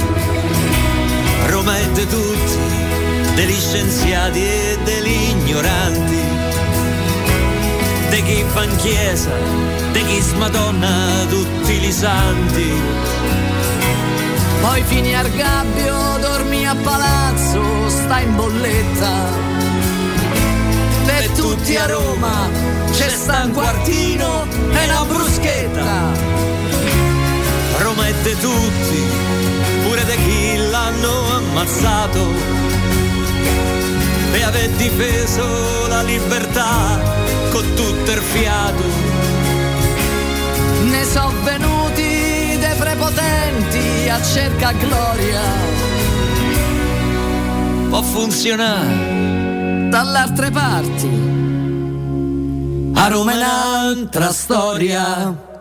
Roma è di tutti, degli scienziati e degli ignoranti, di chi fa in chiesa, di chi smadonna tutti i santi. Poi fini al gabbio, dormi a palazzo, sta in bolletta. Per tutti a Roma c'è sta un quartino e una bruschetta. Roma è di tutti, pure di chi l'hanno ammazzato e aver difeso la libertà con tutto il fiato. Ne so venuti dei prepotenti a cerca gloria, può funzionare dall'altre parti. A Roma è un'altra storia.